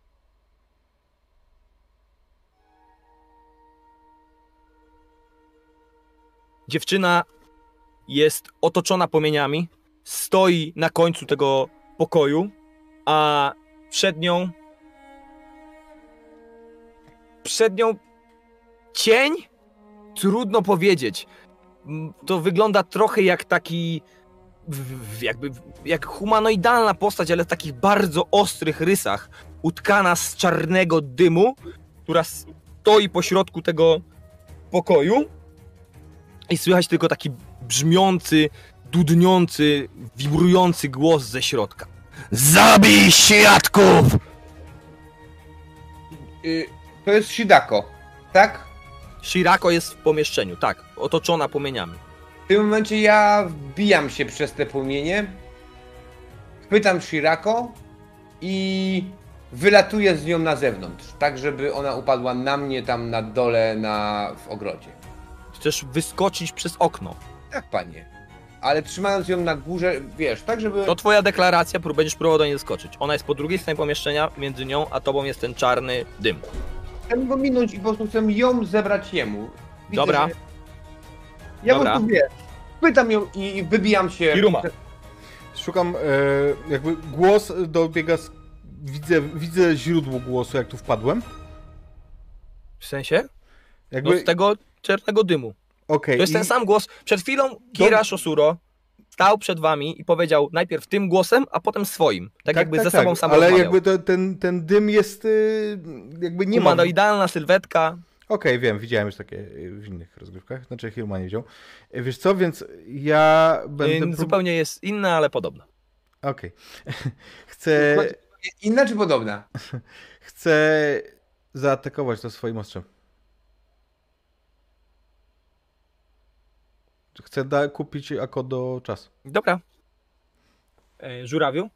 Dziewczyna jest otoczona płomieniami, stoi na końcu tego pokoju, a przed nią przed nią cień? Trudno powiedzieć. M, To wygląda trochę jak taki w- w- jakby jak humanoidalna postać, ale w takich bardzo ostrych rysach, utkana z czarnego dymu, która stoi pośrodku tego pokoju. I słychać tylko taki brzmiący, dudniący, wibrujący głos ze środka. Zabij świadków! Y, to jest Shidako, tak? Shirako jest w pomieszczeniu, tak, otoczona płomieniami. W tym momencie ja wbijam się przez te płomienie, chwytam Shirako i wylatuję z nią na zewnątrz, tak żeby ona upadła na mnie tam na dole na, w ogrodzie. Chcesz wyskoczyć przez okno. Tak, panie. Ale trzymając ją na górze, wiesz, tak żeby... To twoja deklaracja, prób- będziesz próbował do niej skoczyć. Ona jest po drugiej stronie pomieszczenia, między nią a tobą jest ten czarny dym. Chcę go minąć i po prostu chcę ją zebrać jemu. Widzę, Dobra. że- Ja Dobra. po prostu wiesz, pytam ją i wybijam się... Hiruma. Szukam, e, jakby głos dobiega, z, widzę, widzę źródło głosu, jak tu wpadłem. W sensie? Jakby, No z tego czarnego dymu. okej, To jest i- ten sam głos. Przed chwilą Kira Shosuro stał przed wami i powiedział najpierw tym głosem, a potem swoim. Tak, jakby ze sobą sam ale rozmawiał. jakby to, ten, ten dym jest, y, jakby nie ma... Okej, Humanoidalna sylwetka. wiem, widziałem już takie y, w innych rozgrywkach, znaczy Hiruma nie wziął. Y, Wiesz co, więc ja będę... Yy, prób- Zupełnie jest inna, ale podobna. Okej. Chcę, Inna czy podobna? chcę zaatakować to swoim ostrzem. Chcę da, kupić Akodo czas. Dobra. Yy, Żurawiu?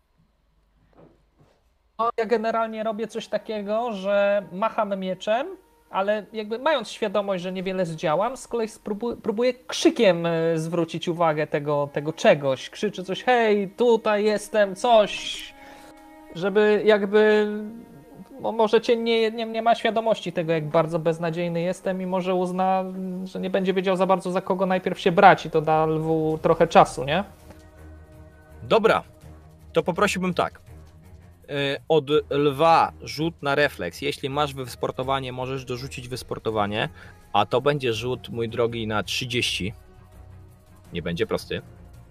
No, ja generalnie robię coś takiego, że macham mieczem, ale jakby mając świadomość, że niewiele zdziałam, z kolei spróbuję, próbuję krzykiem e, zwrócić uwagę tego, tego czegoś. Krzyczę coś, hej, tutaj jestem, coś, żeby jakby... Bo może cień nie, nie, nie ma świadomości tego, jak bardzo beznadziejny jestem i może uzna, że nie będzie wiedział za bardzo, za kogo najpierw się brać i to da lwu trochę czasu, nie? Dobra. To poprosiłbym tak. Yy, Od lwa rzut na refleks. Jeśli masz wysportowanie, możesz dorzucić wysportowanie, a to będzie rzut, mój drogi, na trzydzieści. Nie będzie prosty.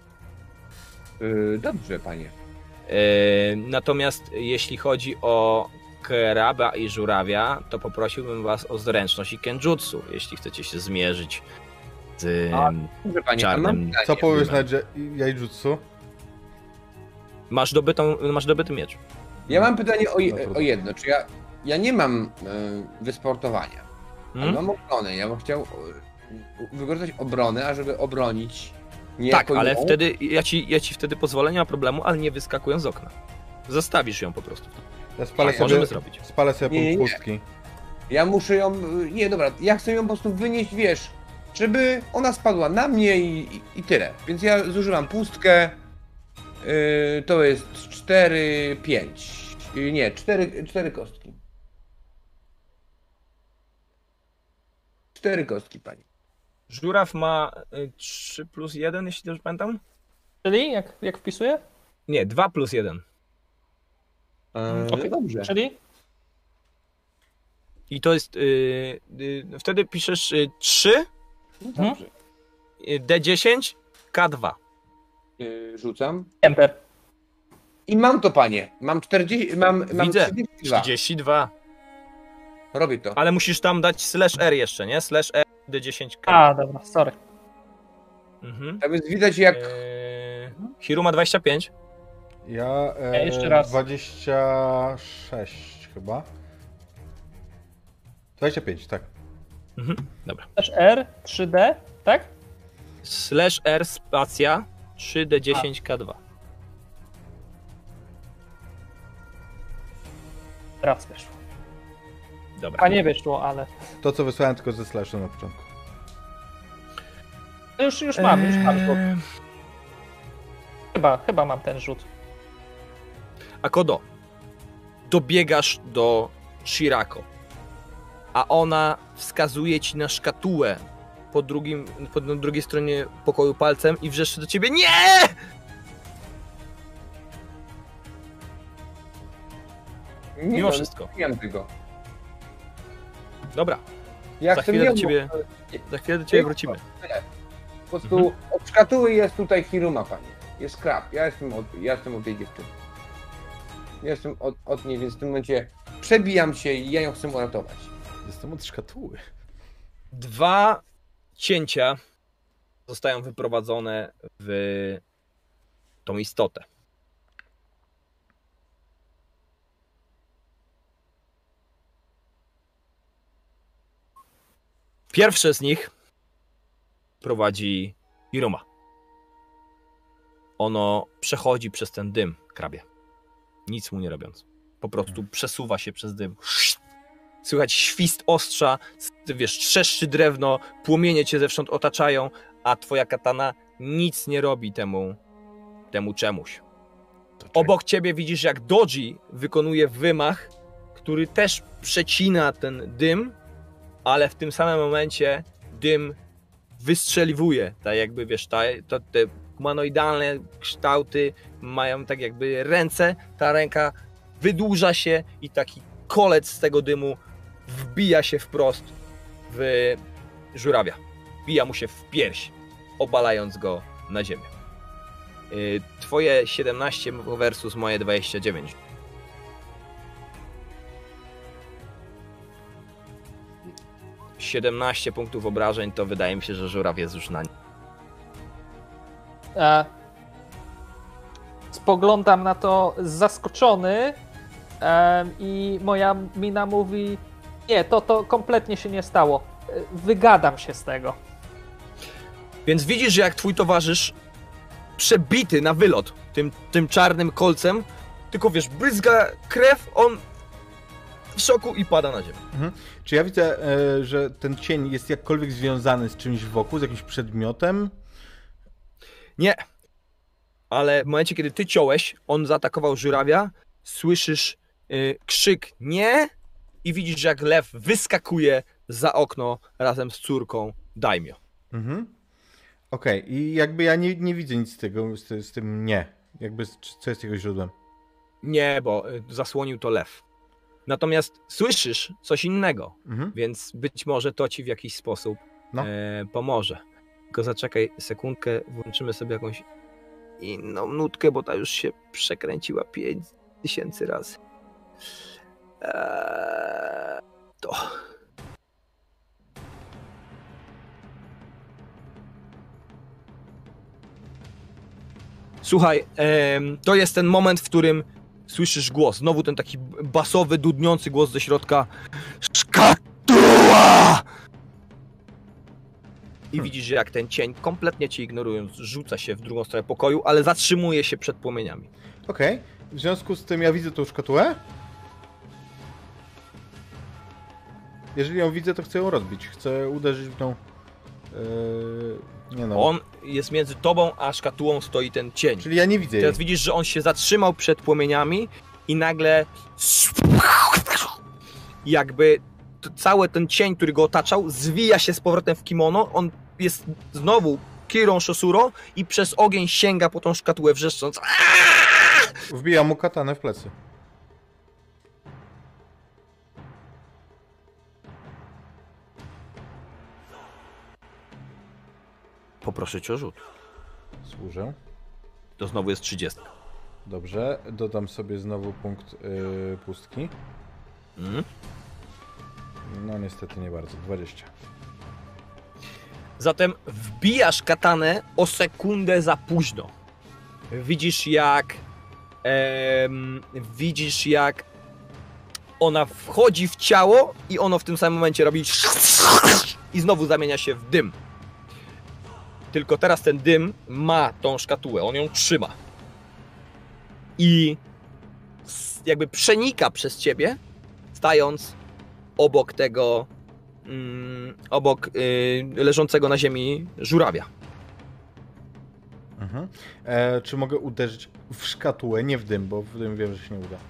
Yy, dobrze, panie. Yy, Natomiast jeśli chodzi o kraba i żurawia, to poprosiłbym was o zręczność i kenjutsu, jeśli chcecie się zmierzyć z A, Dobrze, panie. A mam czarnym. pytanie. Co powiesz na dymem. dże- Jaijutsu? Masz, dobytą, masz dobyty miecz. Ja mam pytanie o, Dobra. o jedno. Czy ja, ja nie mam e, wysportowania, ale Hmm? mam obronę. Ja bym chciał e, wykorzystać obronę, ażeby obronić Tak, niejako ale ją. wtedy ja ci, ja ci wtedy pozwolę, nie ma problemu, ale nie wyskakując z okna. Zostawisz ją po prostu. Ja spalę Tak, sobie, Możemy zrobić. spalę sobie Nie, nie, nie. pustki. Ja muszę ją... Nie, dobra, ja chcę ją po prostu wynieść, wiesz, żeby ona spadła na mnie i, i, i tyle. Więc ja zużywam pustkę. Yy, to jest cztery, pięć. Yy, nie, cztery, cztery kostki. Cztery kostki, pani. Żuraw ma y, trzy plus jeden, jeśli dobrze pamiętam? Czyli jak, jak wpisuję? Nie, dwa plus jeden. Yy, Okej, Dobrze. Czyli? I to jest... Yy, yy, wtedy piszesz yy, trzy, Dobrze. yy, D dziesięć, K dwa. Yy, rzucam. Enter. I mam to, panie. Mam czterdzieści, mam, mam Widzę. trzydzieści dwa. trzydzieści dwa. Robię to. Ale musisz tam dać slash R jeszcze, nie? Slash R, D dziesięć, K. A, dobra, sorry. Mhm. Tam jest widać jak... Yy, Hiru ma dwadzieścia pięć. Ja e, Ja jeszcze raz. dwadzieścia sześć chyba. dwadzieścia pięć, tak. Mhm. Dobra. Też R, trzy D, tak? Slash R spacja trzy D dziesięć K dwa. Raz wyszło. Dobra. A nie wyszło, ale... To co wysłałem tylko ze slashem na początku. Już, już mam, już mam rzut. Eee, Chyba, chyba mam ten rzut. Akodo, dobiegasz do Shirako, a ona wskazuje ci na szkatułę po, drugim, po drugiej stronie pokoju palcem i wrzeszczy do ciebie: nie! Nie, Mimo no, wszystko. Nie wiem tego. Dobra, Ja za chcę chwilę do wiem, ciebie, bo- za chwilę do ciebie wrócimy. Po prostu od szkatuły jest tutaj Hiruma, panie. Jest krab. Ja jestem od, ja jestem od tej dziewczyny. Ja jestem od, od niej, więc w tym momencie przebijam się i ja ją chcę uratować. Jestem od szkatuły. Dwa cięcia zostają wyprowadzone w tą istotę. Pierwsze z nich prowadzi Hiruma. Ono przechodzi przez ten dym, krabie. Nic mu nie robiąc. Po prostu przesuwa się przez dym. Słychać świst ostrza, wiesz, trzeszczy drewno, płomienie cię zewsząd otaczają, a twoja katana nic nie robi temu, temu czemuś. Obok ciebie widzisz, jak Doji wykonuje wymach, który też przecina ten dym, ale w tym samym momencie dym wystrzeliwuje. Tak jakby, wiesz, ta, to, te humanoidalne kształty mają tak jakby ręce, ta ręka wydłuża się i taki kolec z tego dymu wbija się wprost w żurawia. Wbija mu się w pierś, obalając go na ziemię. Twoje siedemnaście versus moje dwadzieścia dziewięć. siedemnaście punktów obrażeń, to wydaje mi się, że żuraw jest już na nim. E, spoglądam na to zaskoczony e, i moja mina mówi: nie, to, to kompletnie się nie stało. E, Wygadam się z tego. Więc widzisz, że jak twój towarzysz przebity na wylot tym, tym czarnym kolcem, tylko wiesz, bryzga krew, on w szoku i pada na ziemię. Mhm. Czy ja widzę, e, że ten cień jest jakkolwiek związany z czymś wokół, z jakimś przedmiotem? Nie. Ale w momencie, kiedy ty ciąłeś, on zaatakował żurawia, słyszysz yy, krzyk nie i widzisz, jak lew wyskakuje za okno razem z córką Daimyo. Mhm. Okej, okay. I jakby ja nie, nie widzę nic z tego, z, z tym nie. Jakby, co jest jego źródłem? Nie, bo y, zasłonił to lew. Natomiast słyszysz coś innego, Mhm. więc być może to ci w jakiś sposób No. e, pomoże. Tylko zaczekaj sekundkę, włączymy sobie jakąś inną nutkę, bo ta już się przekręciła pięć tysięcy razy. Eee, to. Słuchaj, em, to jest ten moment, w którym słyszysz głos. Znowu ten taki basowy, dudniący głos ze środka. Szkatuła! I widzisz, że jak ten cień, kompletnie cię ignorując, rzuca się w drugą stronę pokoju, ale zatrzymuje się przed płomieniami. Okej, okay. W związku z tym ja widzę tą szkatułę. Jeżeli ją widzę, to chcę ją rozbić. Chcę uderzyć w tą... Yy... Nie no. On jest między tobą a szkatułą stoi ten cień. Czyli ja nie widzę Teraz jej. widzisz, że on się zatrzymał przed płomieniami i nagle jakby to cały ten cień, który go otaczał, zwija się z powrotem w kimono. On jest znowu Kirą Shosuro i przez ogień sięga po tą szkatułę, wrzeszcząc. Wbijam mu katanę w plecy. poproszę cię o rzut. Służę. To znowu jest trzydzieści. Dobrze, dodam sobie znowu punkt yy, pustki. Mhm. No niestety nie bardzo, dwadzieścia. Zatem wbijasz katanę o sekundę za późno. Widzisz jak em, widzisz jak ona wchodzi w ciało i ono w tym samym momencie robi i znowu zamienia się w dym. Tylko teraz ten dym ma tą szkatułę, on ją trzyma. I jakby przenika przez ciebie, stając obok tego mm, obok y, leżącego na ziemi żurawia. Mhm. E, czy mogę uderzyć w szkatułę, nie w dym, bo w dym wiem, że się nie uda.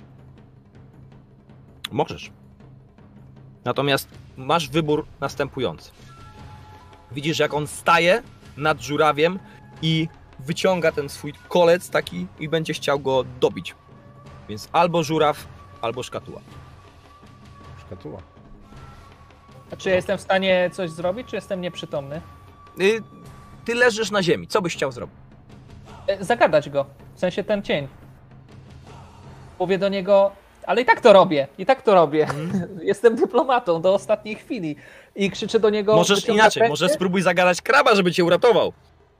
Możesz. Natomiast masz wybór następujący. Widzisz, jak on staje nad żurawiem i wyciąga ten swój kolec taki i będzie chciał go dobić. Więc albo żuraw, albo szkatuła. Szkatuła. A czy ja jestem w stanie coś zrobić, czy jestem nieprzytomny? Y, ty leżysz na ziemi. Co byś chciał zrobić? E, Zagadać go, w sensie ten cień. Mówię do niego, ale i tak to robię, i tak to robię. Hmm. Jestem dyplomatą do ostatniej chwili. I krzyczę do niego... Możesz wyciąga inaczej, rękę. może spróbuj zagadać kraba, żeby cię uratował.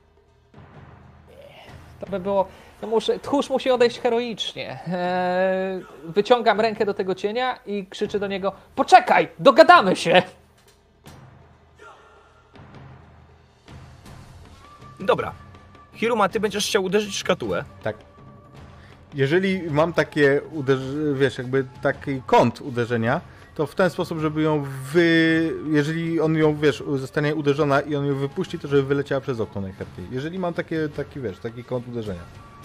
To by było... No muszę, tchórz musi odejść heroicznie. Eee, wyciągam rękę do tego cienia i krzyczę do niego, poczekaj, dogadamy się! Dobra. Hiruma, ty będziesz chciał uderzyć w szkatułę. Tak. Jeżeli mam takie uderzenie, wiesz, jakby taki kąt uderzenia, to w ten sposób, żeby ją wy... Jeżeli on ją, wiesz, zostanie uderzona i on ją wypuści, to żeby wyleciała przez okno najchętniej. Jeżeli mam takie, taki, wiesz, taki kąt uderzenia.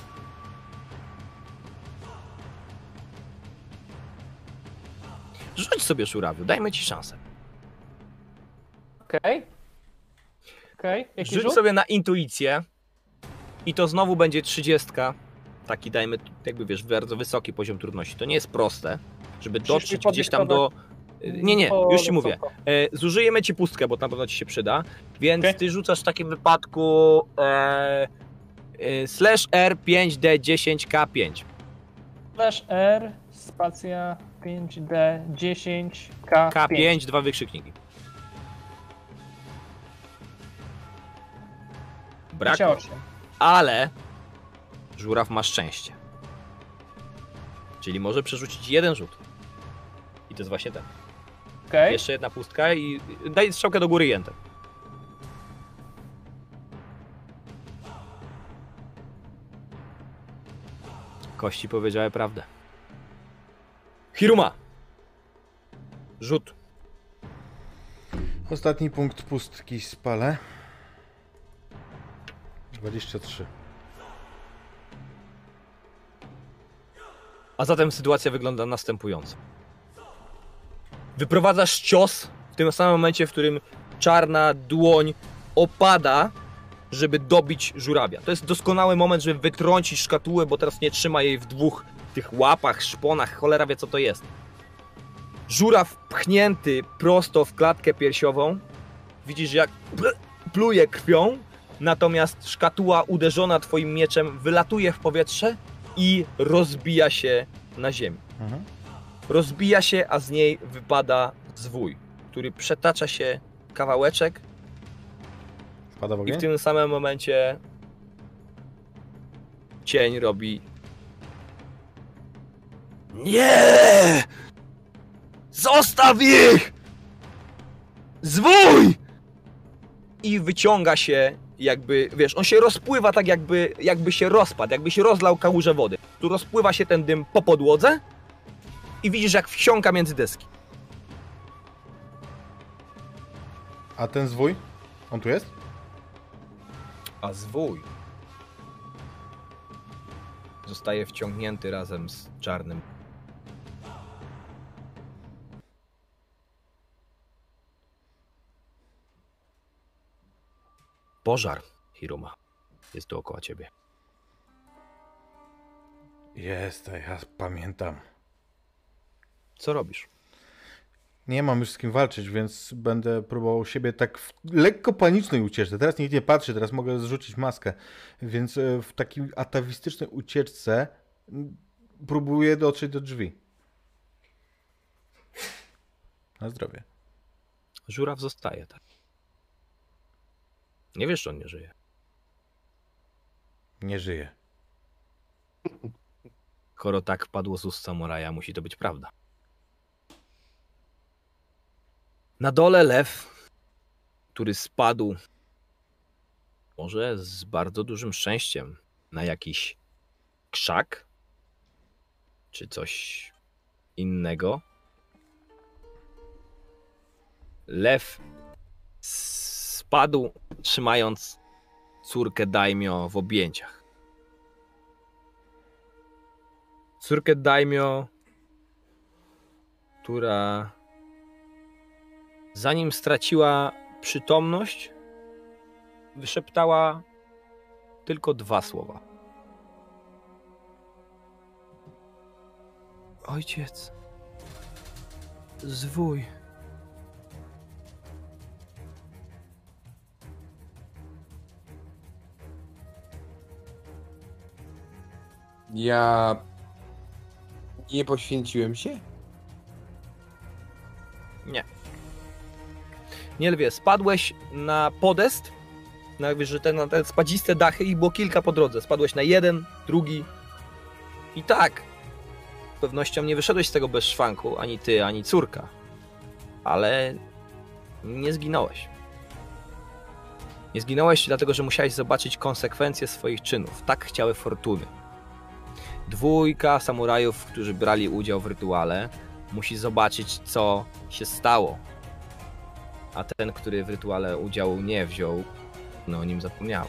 Rzuć sobie, żurawiu, dajmy ci szansę. Okej. Okay. Okej, okay. Jaki Rzuć rzut? sobie na intuicję i to znowu będzie trzydziestka. Taki dajmy, jakby wiesz, bardzo wysoki poziom trudności. To nie jest proste, żeby Musisz mi dotrzeć gdzieś tam do... Nie, nie, po- już ci mówię. wysoko. E, zużyjemy ci pustkę, bo na pewno ci się przyda. Więc Okej. ty rzucasz w takim wypadku e, e, slash R pięć D dziesięć K pięć. Slash R, spacja pięć D dziesięć K pięć. K pięć, dwa wykrzykniki. Brak, dwadzieścia osiem. ale żuraw ma szczęście. Czyli może przerzucić jeden rzut. I to jest właśnie ten. Okej. Jeszcze jedna pustka i daj strzałkę do góry i enter. Kości powiedziały prawdę. Hiruma! Rzut. Ostatni punkt pustki spalę. dwadzieścia trzy. A zatem sytuacja wygląda następująco. Wyprowadzasz cios w tym samym momencie, w którym czarna dłoń opada, żeby dobić żurawia. To jest doskonały moment, żeby wytrącić szkatułę, bo teraz nie trzyma jej w dwóch tych łapach, szponach, cholera wie co to jest. Żuraw pchnięty prosto w klatkę piersiową. Widzisz jak pluje krwią, natomiast szkatuła uderzona twoim mieczem wylatuje w powietrze i rozbija się na ziemi. Mhm. Rozbija się, a z niej wypada zwój, który przetacza się kawałeczek Wpada w i ogień? w tym samym momencie cień robi nie! Zostaw ich! Zwój! I wyciąga się jakby, wiesz, on się rozpływa tak jakby, jakby się rozpadł, jakby się rozlał kałużę wody. Tu rozpływa się ten dym po podłodze i widzisz jak wsiąka między deski. A ten zwój? On tu jest? A zwój zostaje wciągnięty razem z czarnym. Pożar, Hiruma, jest dookoła ciebie. Jest, ja pamiętam. Co robisz? Nie mam już z kim walczyć, więc będę próbował siebie tak w lekko panicznej ucieczce. Teraz nikt nie patrzy, teraz mogę zrzucić maskę. Więc e, w takiej atawistycznej ucieczce m, próbuję dotrzeć do drzwi. Na zdrowie. Żuraw zostaje, tak. Nie wiesz, że on nie żyje. Nie żyję. Skoro tak padło z ust samuraja, musi to być prawda. Na dole lew, który spadł, może z bardzo dużym szczęściem, na jakiś krzak, czy coś innego. Lew spadł, trzymając córkę daimyo w objęciach. Córkę daimyo, która zanim straciła przytomność, wyszeptała tylko dwa słowa. Ojciec, zwój. Ja nie poświęciłem się? Nie. Nie lwie, spadłeś na podest, na, wiesz, że te, na te spadziste dachy i było kilka po drodze. Spadłeś na jeden, drugi i tak. Z pewnością nie wyszedłeś z tego bez szwanku, ani ty, ani córka. Ale nie zginąłeś. Nie zginąłeś dlatego, że musiałeś zobaczyć konsekwencje swoich czynów. Tak chciały fortuny. Dwójka samurajów, którzy brali udział w rytuale, musi zobaczyć, co się stało. A ten, który w rytuale udziału nie wziął, no o nim zapomniał.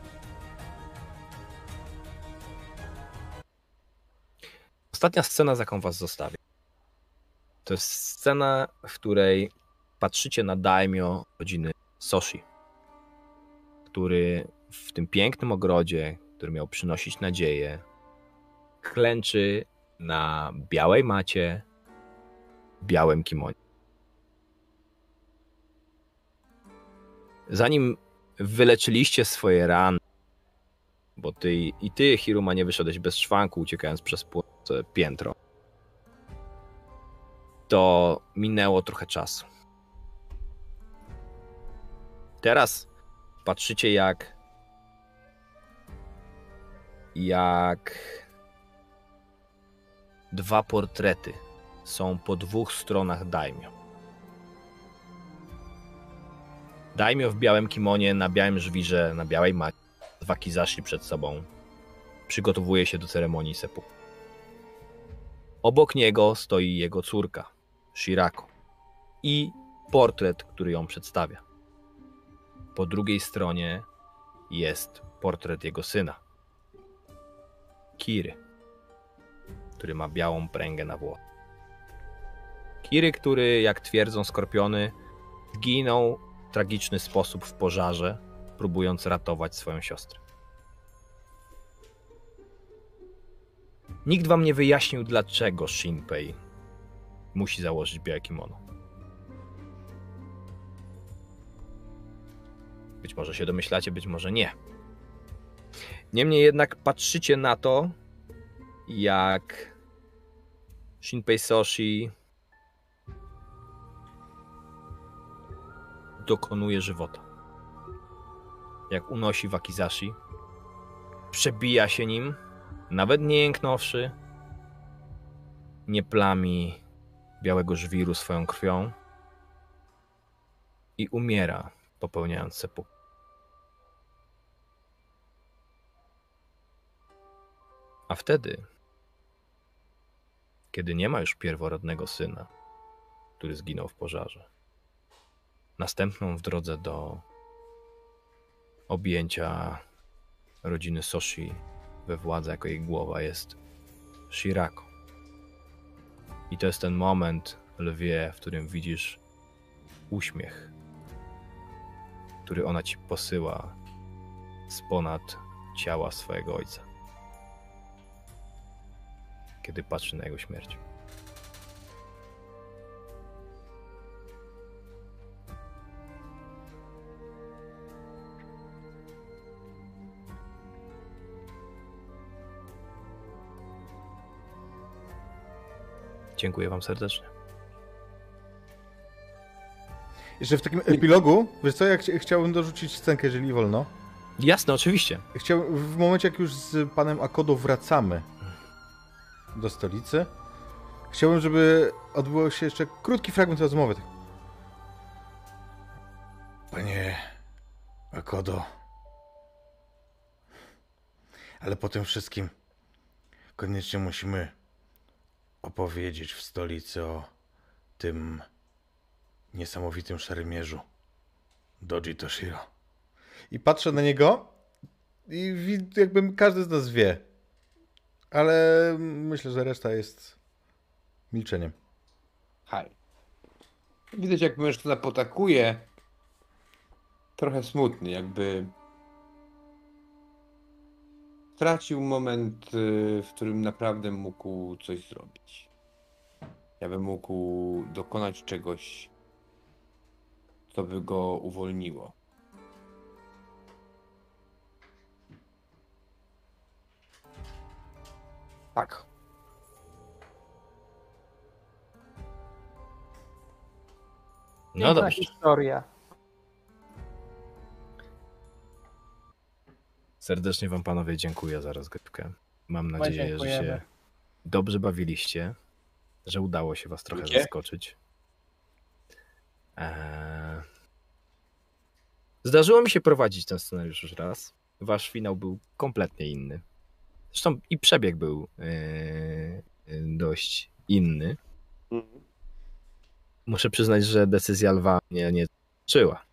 Ostatnia scena, z jaką was zostawię, to jest scena, w której patrzycie na daimyo rodziny Soshi, który w tym pięknym ogrodzie, który miał przynosić nadzieję, klęczy na białej macie, białym kimonie. Zanim wyleczyliście swoje rany, bo ty i ty, Hiruma, nie wyszedłeś bez szwanku, uciekając przez piętro, to minęło trochę czasu. Teraz patrzycie, jak jak dwa portrety są po dwóch stronach daimyo. Daimyo w białym kimonie, na białym żwirze, na białej macie, z wakizashi przed sobą, przygotowuje się do ceremonii seppuku. Obok niego stoi jego córka, Shirako, i portret, który ją przedstawia. Po drugiej stronie jest portret jego syna, Kiry, który ma białą pręgę na włosach. Kiry, który, jak twierdzą skorpiony, zginął w tragiczny sposób w pożarze, próbując ratować swoją siostrę. Nikt wam nie wyjaśnił, dlaczego Shinpei musi założyć białe kimono. Być może się domyślacie, być może nie. Niemniej jednak patrzycie na to, jak Shinpei Soshi dokonuje żywota. Jak unosi wakizashi, przebija się nim, nawet nie jęknąwszy, nie plami białego żwiru swoją krwią i umiera, popełniając seppuku. A wtedy, kiedy nie ma już pierworodnego syna, który zginął w pożarze, następną w drodze do objęcia rodziny Soshi we władzy jako jej głowa jest Shirako. I to jest ten moment, lwie, w którym widzisz uśmiech, który ona ci posyła z ponad ciała swojego ojca, kiedy patrzy na jego śmierć. Dziękuję wam serdecznie. Jeszcze w takim epilogu, wiesz co, ja ch chciałbym dorzucić scenkę, jeżeli wolno. Jasne, oczywiście. Chciałbym, w momencie jak już z panem Akodo wracamy do stolicy, chciałbym, żeby odbył się jeszcze krótki fragment rozmowy. Panie Akodo, ale po tym wszystkim koniecznie musimy opowiedzieć w stolicy o tym niesamowitym szermierzu Doji Toshiro. I patrzę na niego i jakby każdy z nas wie, ale myślę, że reszta jest milczeniem. Haj. Widać, jak mężczyzna potakuje, trochę smutny, jakby stracił moment, w którym naprawdę mógł coś zrobić. Ja bym mógł dokonać czegoś, co by go uwolniło. Tak. No Piękna dobrze. historia. Serdecznie wam panowie dziękuję za rozgrywkę. Mam nadzieję, że dziękujemy. się dobrze bawiliście, że udało się was trochę Dziękuję. zaskoczyć. Eee... Zdarzyło mi się prowadzić ten scenariusz już raz. Wasz finał był kompletnie inny. Zresztą i przebieg był yy, dość inny. Muszę przyznać, że decyzja lwa mnie nie zaskoczyła.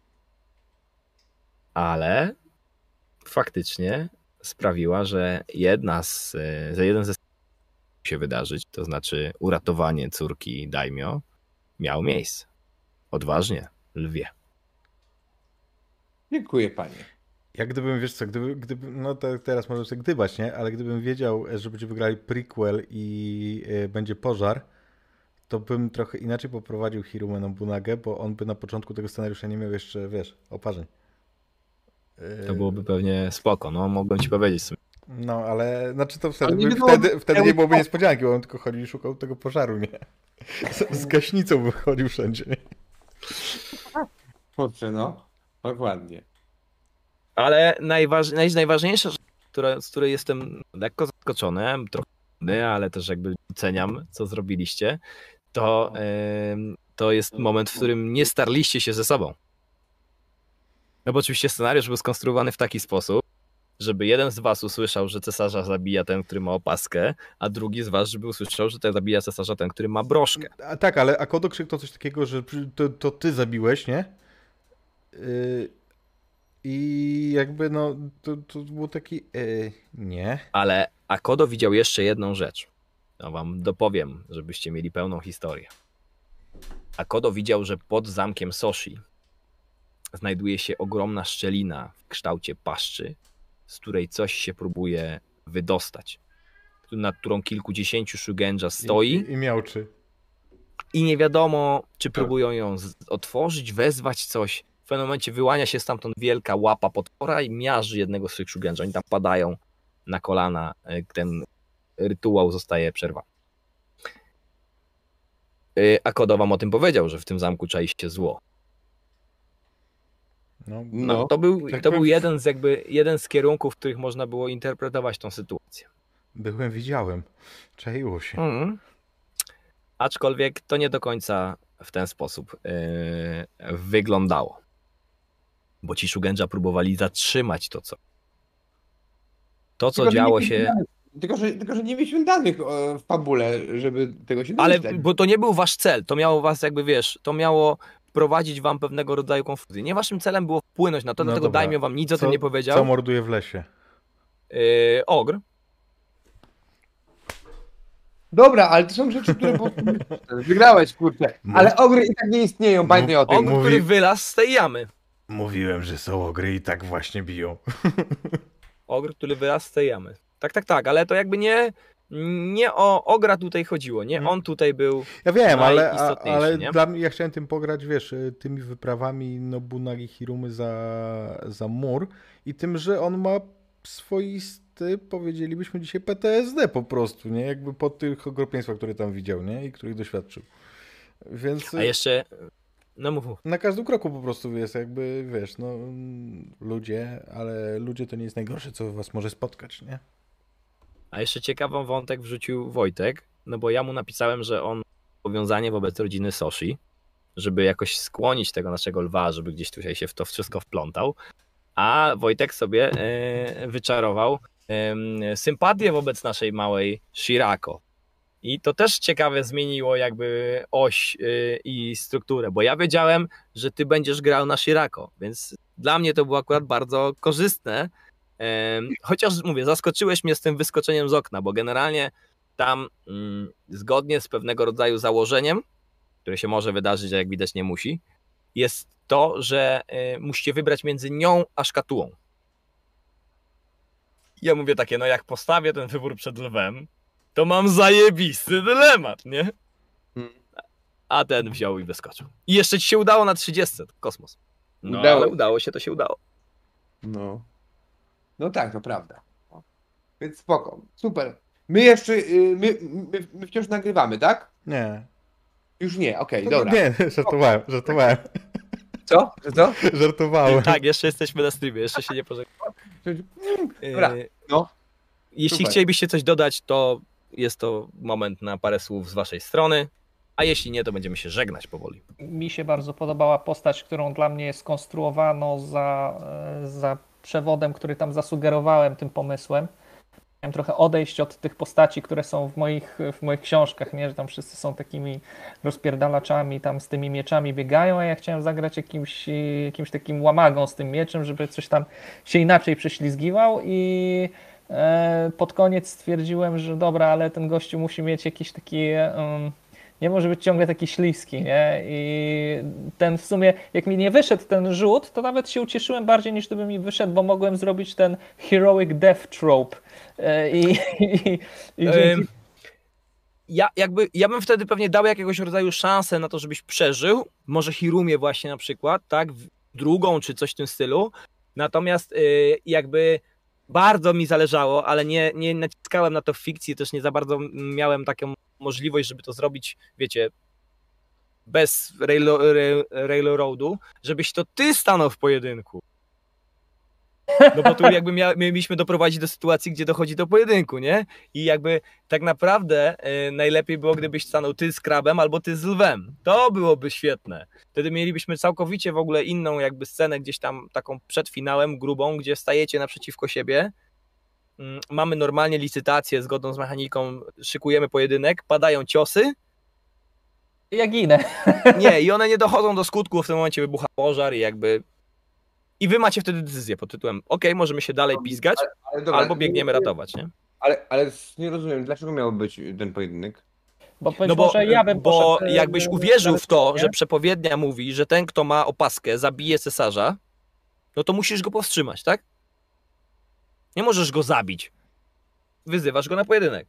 Ale faktycznie sprawiła, że jedna z, że jeden ze się wydarzyć, to znaczy uratowanie córki Daimyo, miał miejsce. Odważnie, lwie. Dziękuję, panie. Jak gdybym, wiesz co, gdyby, gdyby no to teraz możemy sobie gdybać, nie? Ale gdybym wiedział, że będziemy wygrali prequel i y, będzie pożar, to bym trochę inaczej poprowadził Hirume Nobunagę, bo on by na początku tego scenariusza nie miał jeszcze, wiesz, oparzeń. Y, To byłoby pewnie spoko, no mogłem ci powiedzieć sobie. No, ale znaczy to wtedy, Ale nie by, wiadomo, wtedy, wtedy ja nie bym- byłoby niespodzianki, bo on tylko chodził i szukał tego pożaru, nie? Z, z gaśnicą by chodził wszędzie, nie? Kurczę, no. Dokładnie. Ale najważ, naj, najważniejsza rzecz, która, z której jestem lekko zaskoczony, trochę trudny, ale też jakby doceniam, co zrobiliście, to, ym, to jest moment, w którym nie starliście się ze sobą. No bo oczywiście scenariusz był skonstruowany w taki sposób, żeby jeden z was usłyszał, że cesarza zabija ten, który ma opaskę, a drugi z was, żeby usłyszał, że ten zabija cesarza ten, który ma broszkę. A, tak, ale Akodo krzyknął coś takiego, że przy- to, to ty zabiłeś, nie? Yy, I jakby no, to, to był taki, yy, nie. Ale Akodo widział jeszcze jedną rzecz. No wam dopowiem, żebyście mieli pełną historię. Akodo widział, że pod zamkiem Soshi znajduje się ogromna szczelina w kształcie paszczy, z której coś się próbuje wydostać. Nad którą kilkudziesięciu shugenja stoi I, i, i miałczy. i nie wiadomo, czy próbują ją z- otworzyć, wezwać coś. W pewnym momencie wyłania się stamtąd wielka łapa potwora i miażdży jednego z tych shugenja. Oni tam padają na kolana. e, Ten rytuał zostaje przerwany. E, Akodo wam o tym powiedział, że w tym zamku czai się zło. No, No, No. to był, Tak to powiem- był jeden z jakby jeden z kierunków, w których można było interpretować tą sytuację. byłem, widziałem. Czaiło się. Mhm. Aczkolwiek to nie do końca w ten sposób yy, wyglądało. Bo ci shugenja próbowali zatrzymać to, co. To, co Tylko, że działo nie się. mieliśmy danych- Tylko że, tylko, że nie mieliśmy danych o, w fabule, żeby tego się Ale domyśleć. bo to nie był wasz cel. To miało was, jakby wiesz, to miało prowadzić wam pewnego rodzaju konfuzję. Nie waszym celem było wpłynąć na to, No dlatego dobra. Daimyo wam nic o Co- tym nie Co powiedział. morduje w lesie? Yy, ogr. Dobra, ale to są rzeczy, które po prostu wygrałeś, kurczę. Ale ogry i tak nie istnieją, pamiętaj o tym. Ogr, mówi- który wylazł z tej jamy. Mówiłem, że są ogry i tak właśnie biją. Ogr, który wylazł z tej jamy. Tak, tak, tak, ale to jakby nie, nie o ogra tutaj chodziło, nie Mhm. on tutaj był. Ja wiem, ale, a, najistotniejszy, ale nie? dla mnie, ja chciałem tym pograć, wiesz, y, tymi wyprawami Nobunagi Hirumy za, za mur i tym, że on ma swoist, y, powiedzielibyśmy dzisiaj P T S D po prostu, nie? Jakby po tych okropieństwach, które tam widział, nie? I których doświadczył. Więc... A jeszcze, no mów, mów. Na każdym kroku po prostu jest jakby, wiesz, no ludzie, ale ludzie to nie jest najgorsze, co was może spotkać, nie? A jeszcze ciekawą wątek wrzucił Wojtek, no bo ja mu napisałem, że on powiązanie wobec rodziny Soshi, żeby jakoś skłonić tego naszego lwa, żeby gdzieś tutaj się w to wszystko wplątał, a Wojtek sobie e, wyczarował e, sympatię wobec naszej małej Shirako. I to też ciekawe zmieniło jakby oś e, i strukturę, bo ja wiedziałem, że ty będziesz grał na Shirako, więc dla mnie to było akurat bardzo korzystne. E, chociaż mówię, zaskoczyłeś mnie z tym wyskoczeniem z okna, bo generalnie tam mm, zgodnie z pewnego rodzaju założeniem, które się może wydarzyć, a jak widać nie musi, jest to, że y, musicie wybrać między nią a szkatułą. Ja mówię takie, no jak postawię ten wybór przed lwem, to mam zajebisty dylemat, nie? A ten wziął i wyskoczył. I jeszcze ci się udało na trzydziestce, to kosmos. No Udało. ale udało się, to się udało. No. No tak, to prawda. No. Więc spoko, super. My jeszcze, y, my, my, my wciąż nagrywamy, tak? Nie. Już nie, okej, No, dobra. nie, żartowałem, żartowałem. Co? Że co? Żartowałem. Tak, jeszcze jesteśmy na streamie, jeszcze się nie pożegnamy. Dobra, no. Jeśli Super. chcielibyście coś dodać, to jest to moment na parę słów z waszej strony, a jeśli nie, to będziemy się żegnać powoli. Mi się bardzo podobała postać, którą dla mnie skonstruowano za, za przewodem, który tam zasugerowałem tym pomysłem. Chciałem trochę odejść od tych postaci, które są w moich, w moich książkach, nie? Że tam wszyscy są takimi rozpierdalaczami, tam z tymi mieczami biegają, a ja chciałem zagrać jakimś, jakimś takim łamagą z tym mieczem, żeby coś tam się inaczej prześlizgiwał i e, pod koniec stwierdziłem, że dobra, ale ten gościu musi mieć jakiś taki... Um, nie może być ciągle taki śliski, nie? I ten w sumie, jak mi nie wyszedł ten rzut, to nawet się ucieszyłem bardziej niż gdyby mi wyszedł, bo mogłem zrobić ten heroic death trope. I, i, i dzięki... Ja, jakby, ja bym wtedy pewnie dał jakiegoś rodzaju szansę na to, żebyś przeżył, może Hirumię właśnie na przykład, tak, drugą czy coś w tym stylu, natomiast yy, jakby bardzo mi zależało, ale nie, nie naciskałem na to w fikcji, też nie za bardzo miałem taką możliwość, żeby to zrobić, wiecie, bez railo, railroadu, żebyś to ty stanął w pojedynku. No bo tu jakby mia, mieliśmy doprowadzić do sytuacji, gdzie dochodzi do pojedynku, nie? I jakby tak naprawdę y, najlepiej było, gdybyś stanął ty z krabem albo ty z lwem. To byłoby świetne. Wtedy mielibyśmy całkowicie w ogóle inną jakby scenę gdzieś tam taką przed finałem, grubą, gdzie stajecie naprzeciwko siebie. Y, mamy normalnie licytację zgodną z mechaniką, szykujemy pojedynek, padają ciosy. Ja ginę. Nie, i one nie dochodzą do skutku, w tym momencie wybucha pożar i jakby... I wy macie wtedy decyzję pod tytułem ok, możemy się dalej pizgać, Ale, ale dobra, albo biegniemy ratować, nie? Ale, ale nie rozumiem, dlaczego miał być ten pojedynek? Bo, być No bo, może ja bym bo poszedł, jakbyś e, uwierzył w to, nie? że przepowiednia mówi, że ten, kto ma opaskę, zabije cesarza, no to musisz go powstrzymać, tak? Nie możesz go zabić. Wyzywasz go na pojedynek.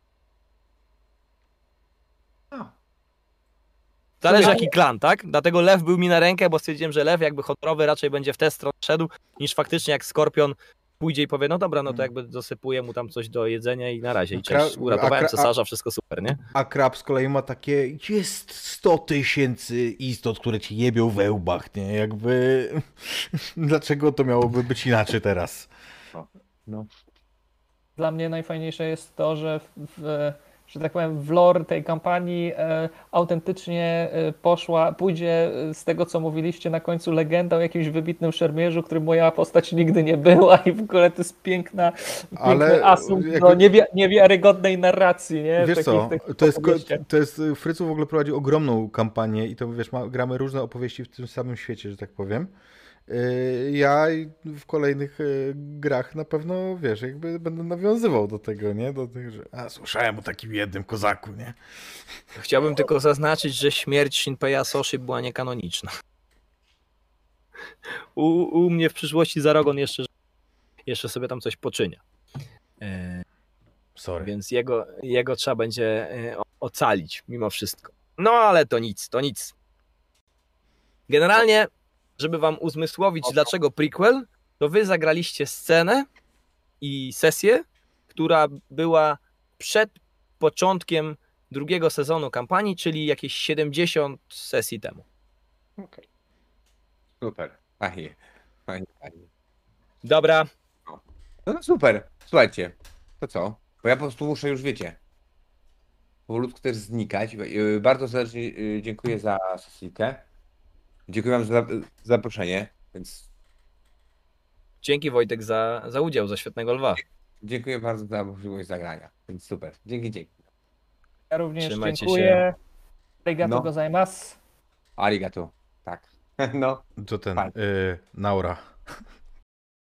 Zależy jaki klan, tak? Dlatego lew był mi na rękę, bo stwierdziłem, że lew jakby honorowy raczej będzie w tę stronę szedł, niż faktycznie jak skorpion pójdzie i powie, no dobra, no to jakby dosypuję mu tam coś do jedzenia i na razie. I cześć, uratowałem a- cesarza, wszystko super, nie? A krab z kolei ma takie, jest sto tysięcy istot, które ci jebią we łbach, nie? Jakby, dlaczego to miałoby być inaczej teraz? No. Dla mnie najfajniejsze jest to, że w, w, że tak powiem, w lore tej kampanii e, autentycznie e, poszła, pójdzie e, z tego, co mówiliście na końcu, legenda o jakimś wybitnym szermierzu, którym moja postać nigdy nie była i w ogóle to jest piękna, Ale piękny asumpt jakby- do niewia niewiarygodnej narracji, nie? W Wiesz takich- co, takich to jest, opowieściach. to jest, Frycu w ogóle prowadzi ogromną kampanię i to wiesz, ma, gramy różne opowieści w tym samym świecie, że tak powiem. Yy, Ja w kolejnych yy, grach na pewno, wiesz, jakby będę nawiązywał do tego, nie? Do tego, że a, słyszałem o takim jednym kozaku, nie? Chciałbym tylko zaznaczyć, że śmierć Shinpeya Soshi była niekanoniczna. U, u mnie w przyszłości Zaragon jeszcze, jeszcze sobie tam coś poczynia. E, Sorry. więc jego, jego trzeba będzie e, ocalić mimo wszystko. No ale to nic, to nic. Generalnie, żeby wam uzmysłowić, dlaczego prequel, to wy zagraliście scenę, i sesję, która była przed początkiem drugiego sezonu kampanii, czyli jakieś siedemdziesiąt sesji temu. Okej. Super. Fajnie. Fajnie, fajnie. Dobra, No to super. Słuchajcie, to co? Bo ja po prostu muszę już, wiecie, powolutku też znikać. Yy, Bardzo serdecznie yy, dziękuję za sesyjkę. Dziękuję wam za za zaproszenie, więc dzięki Wojtek za, za udział, za świetnego lwa. dziękuję bardzo za możliwość zagrania. Więc super. Dzięki, dzięki. Ja również Trzymajcie dziękuję. Arigato No. gozaimasu. Arigato. Tak. No. To ten, Fajnie. y, Naura.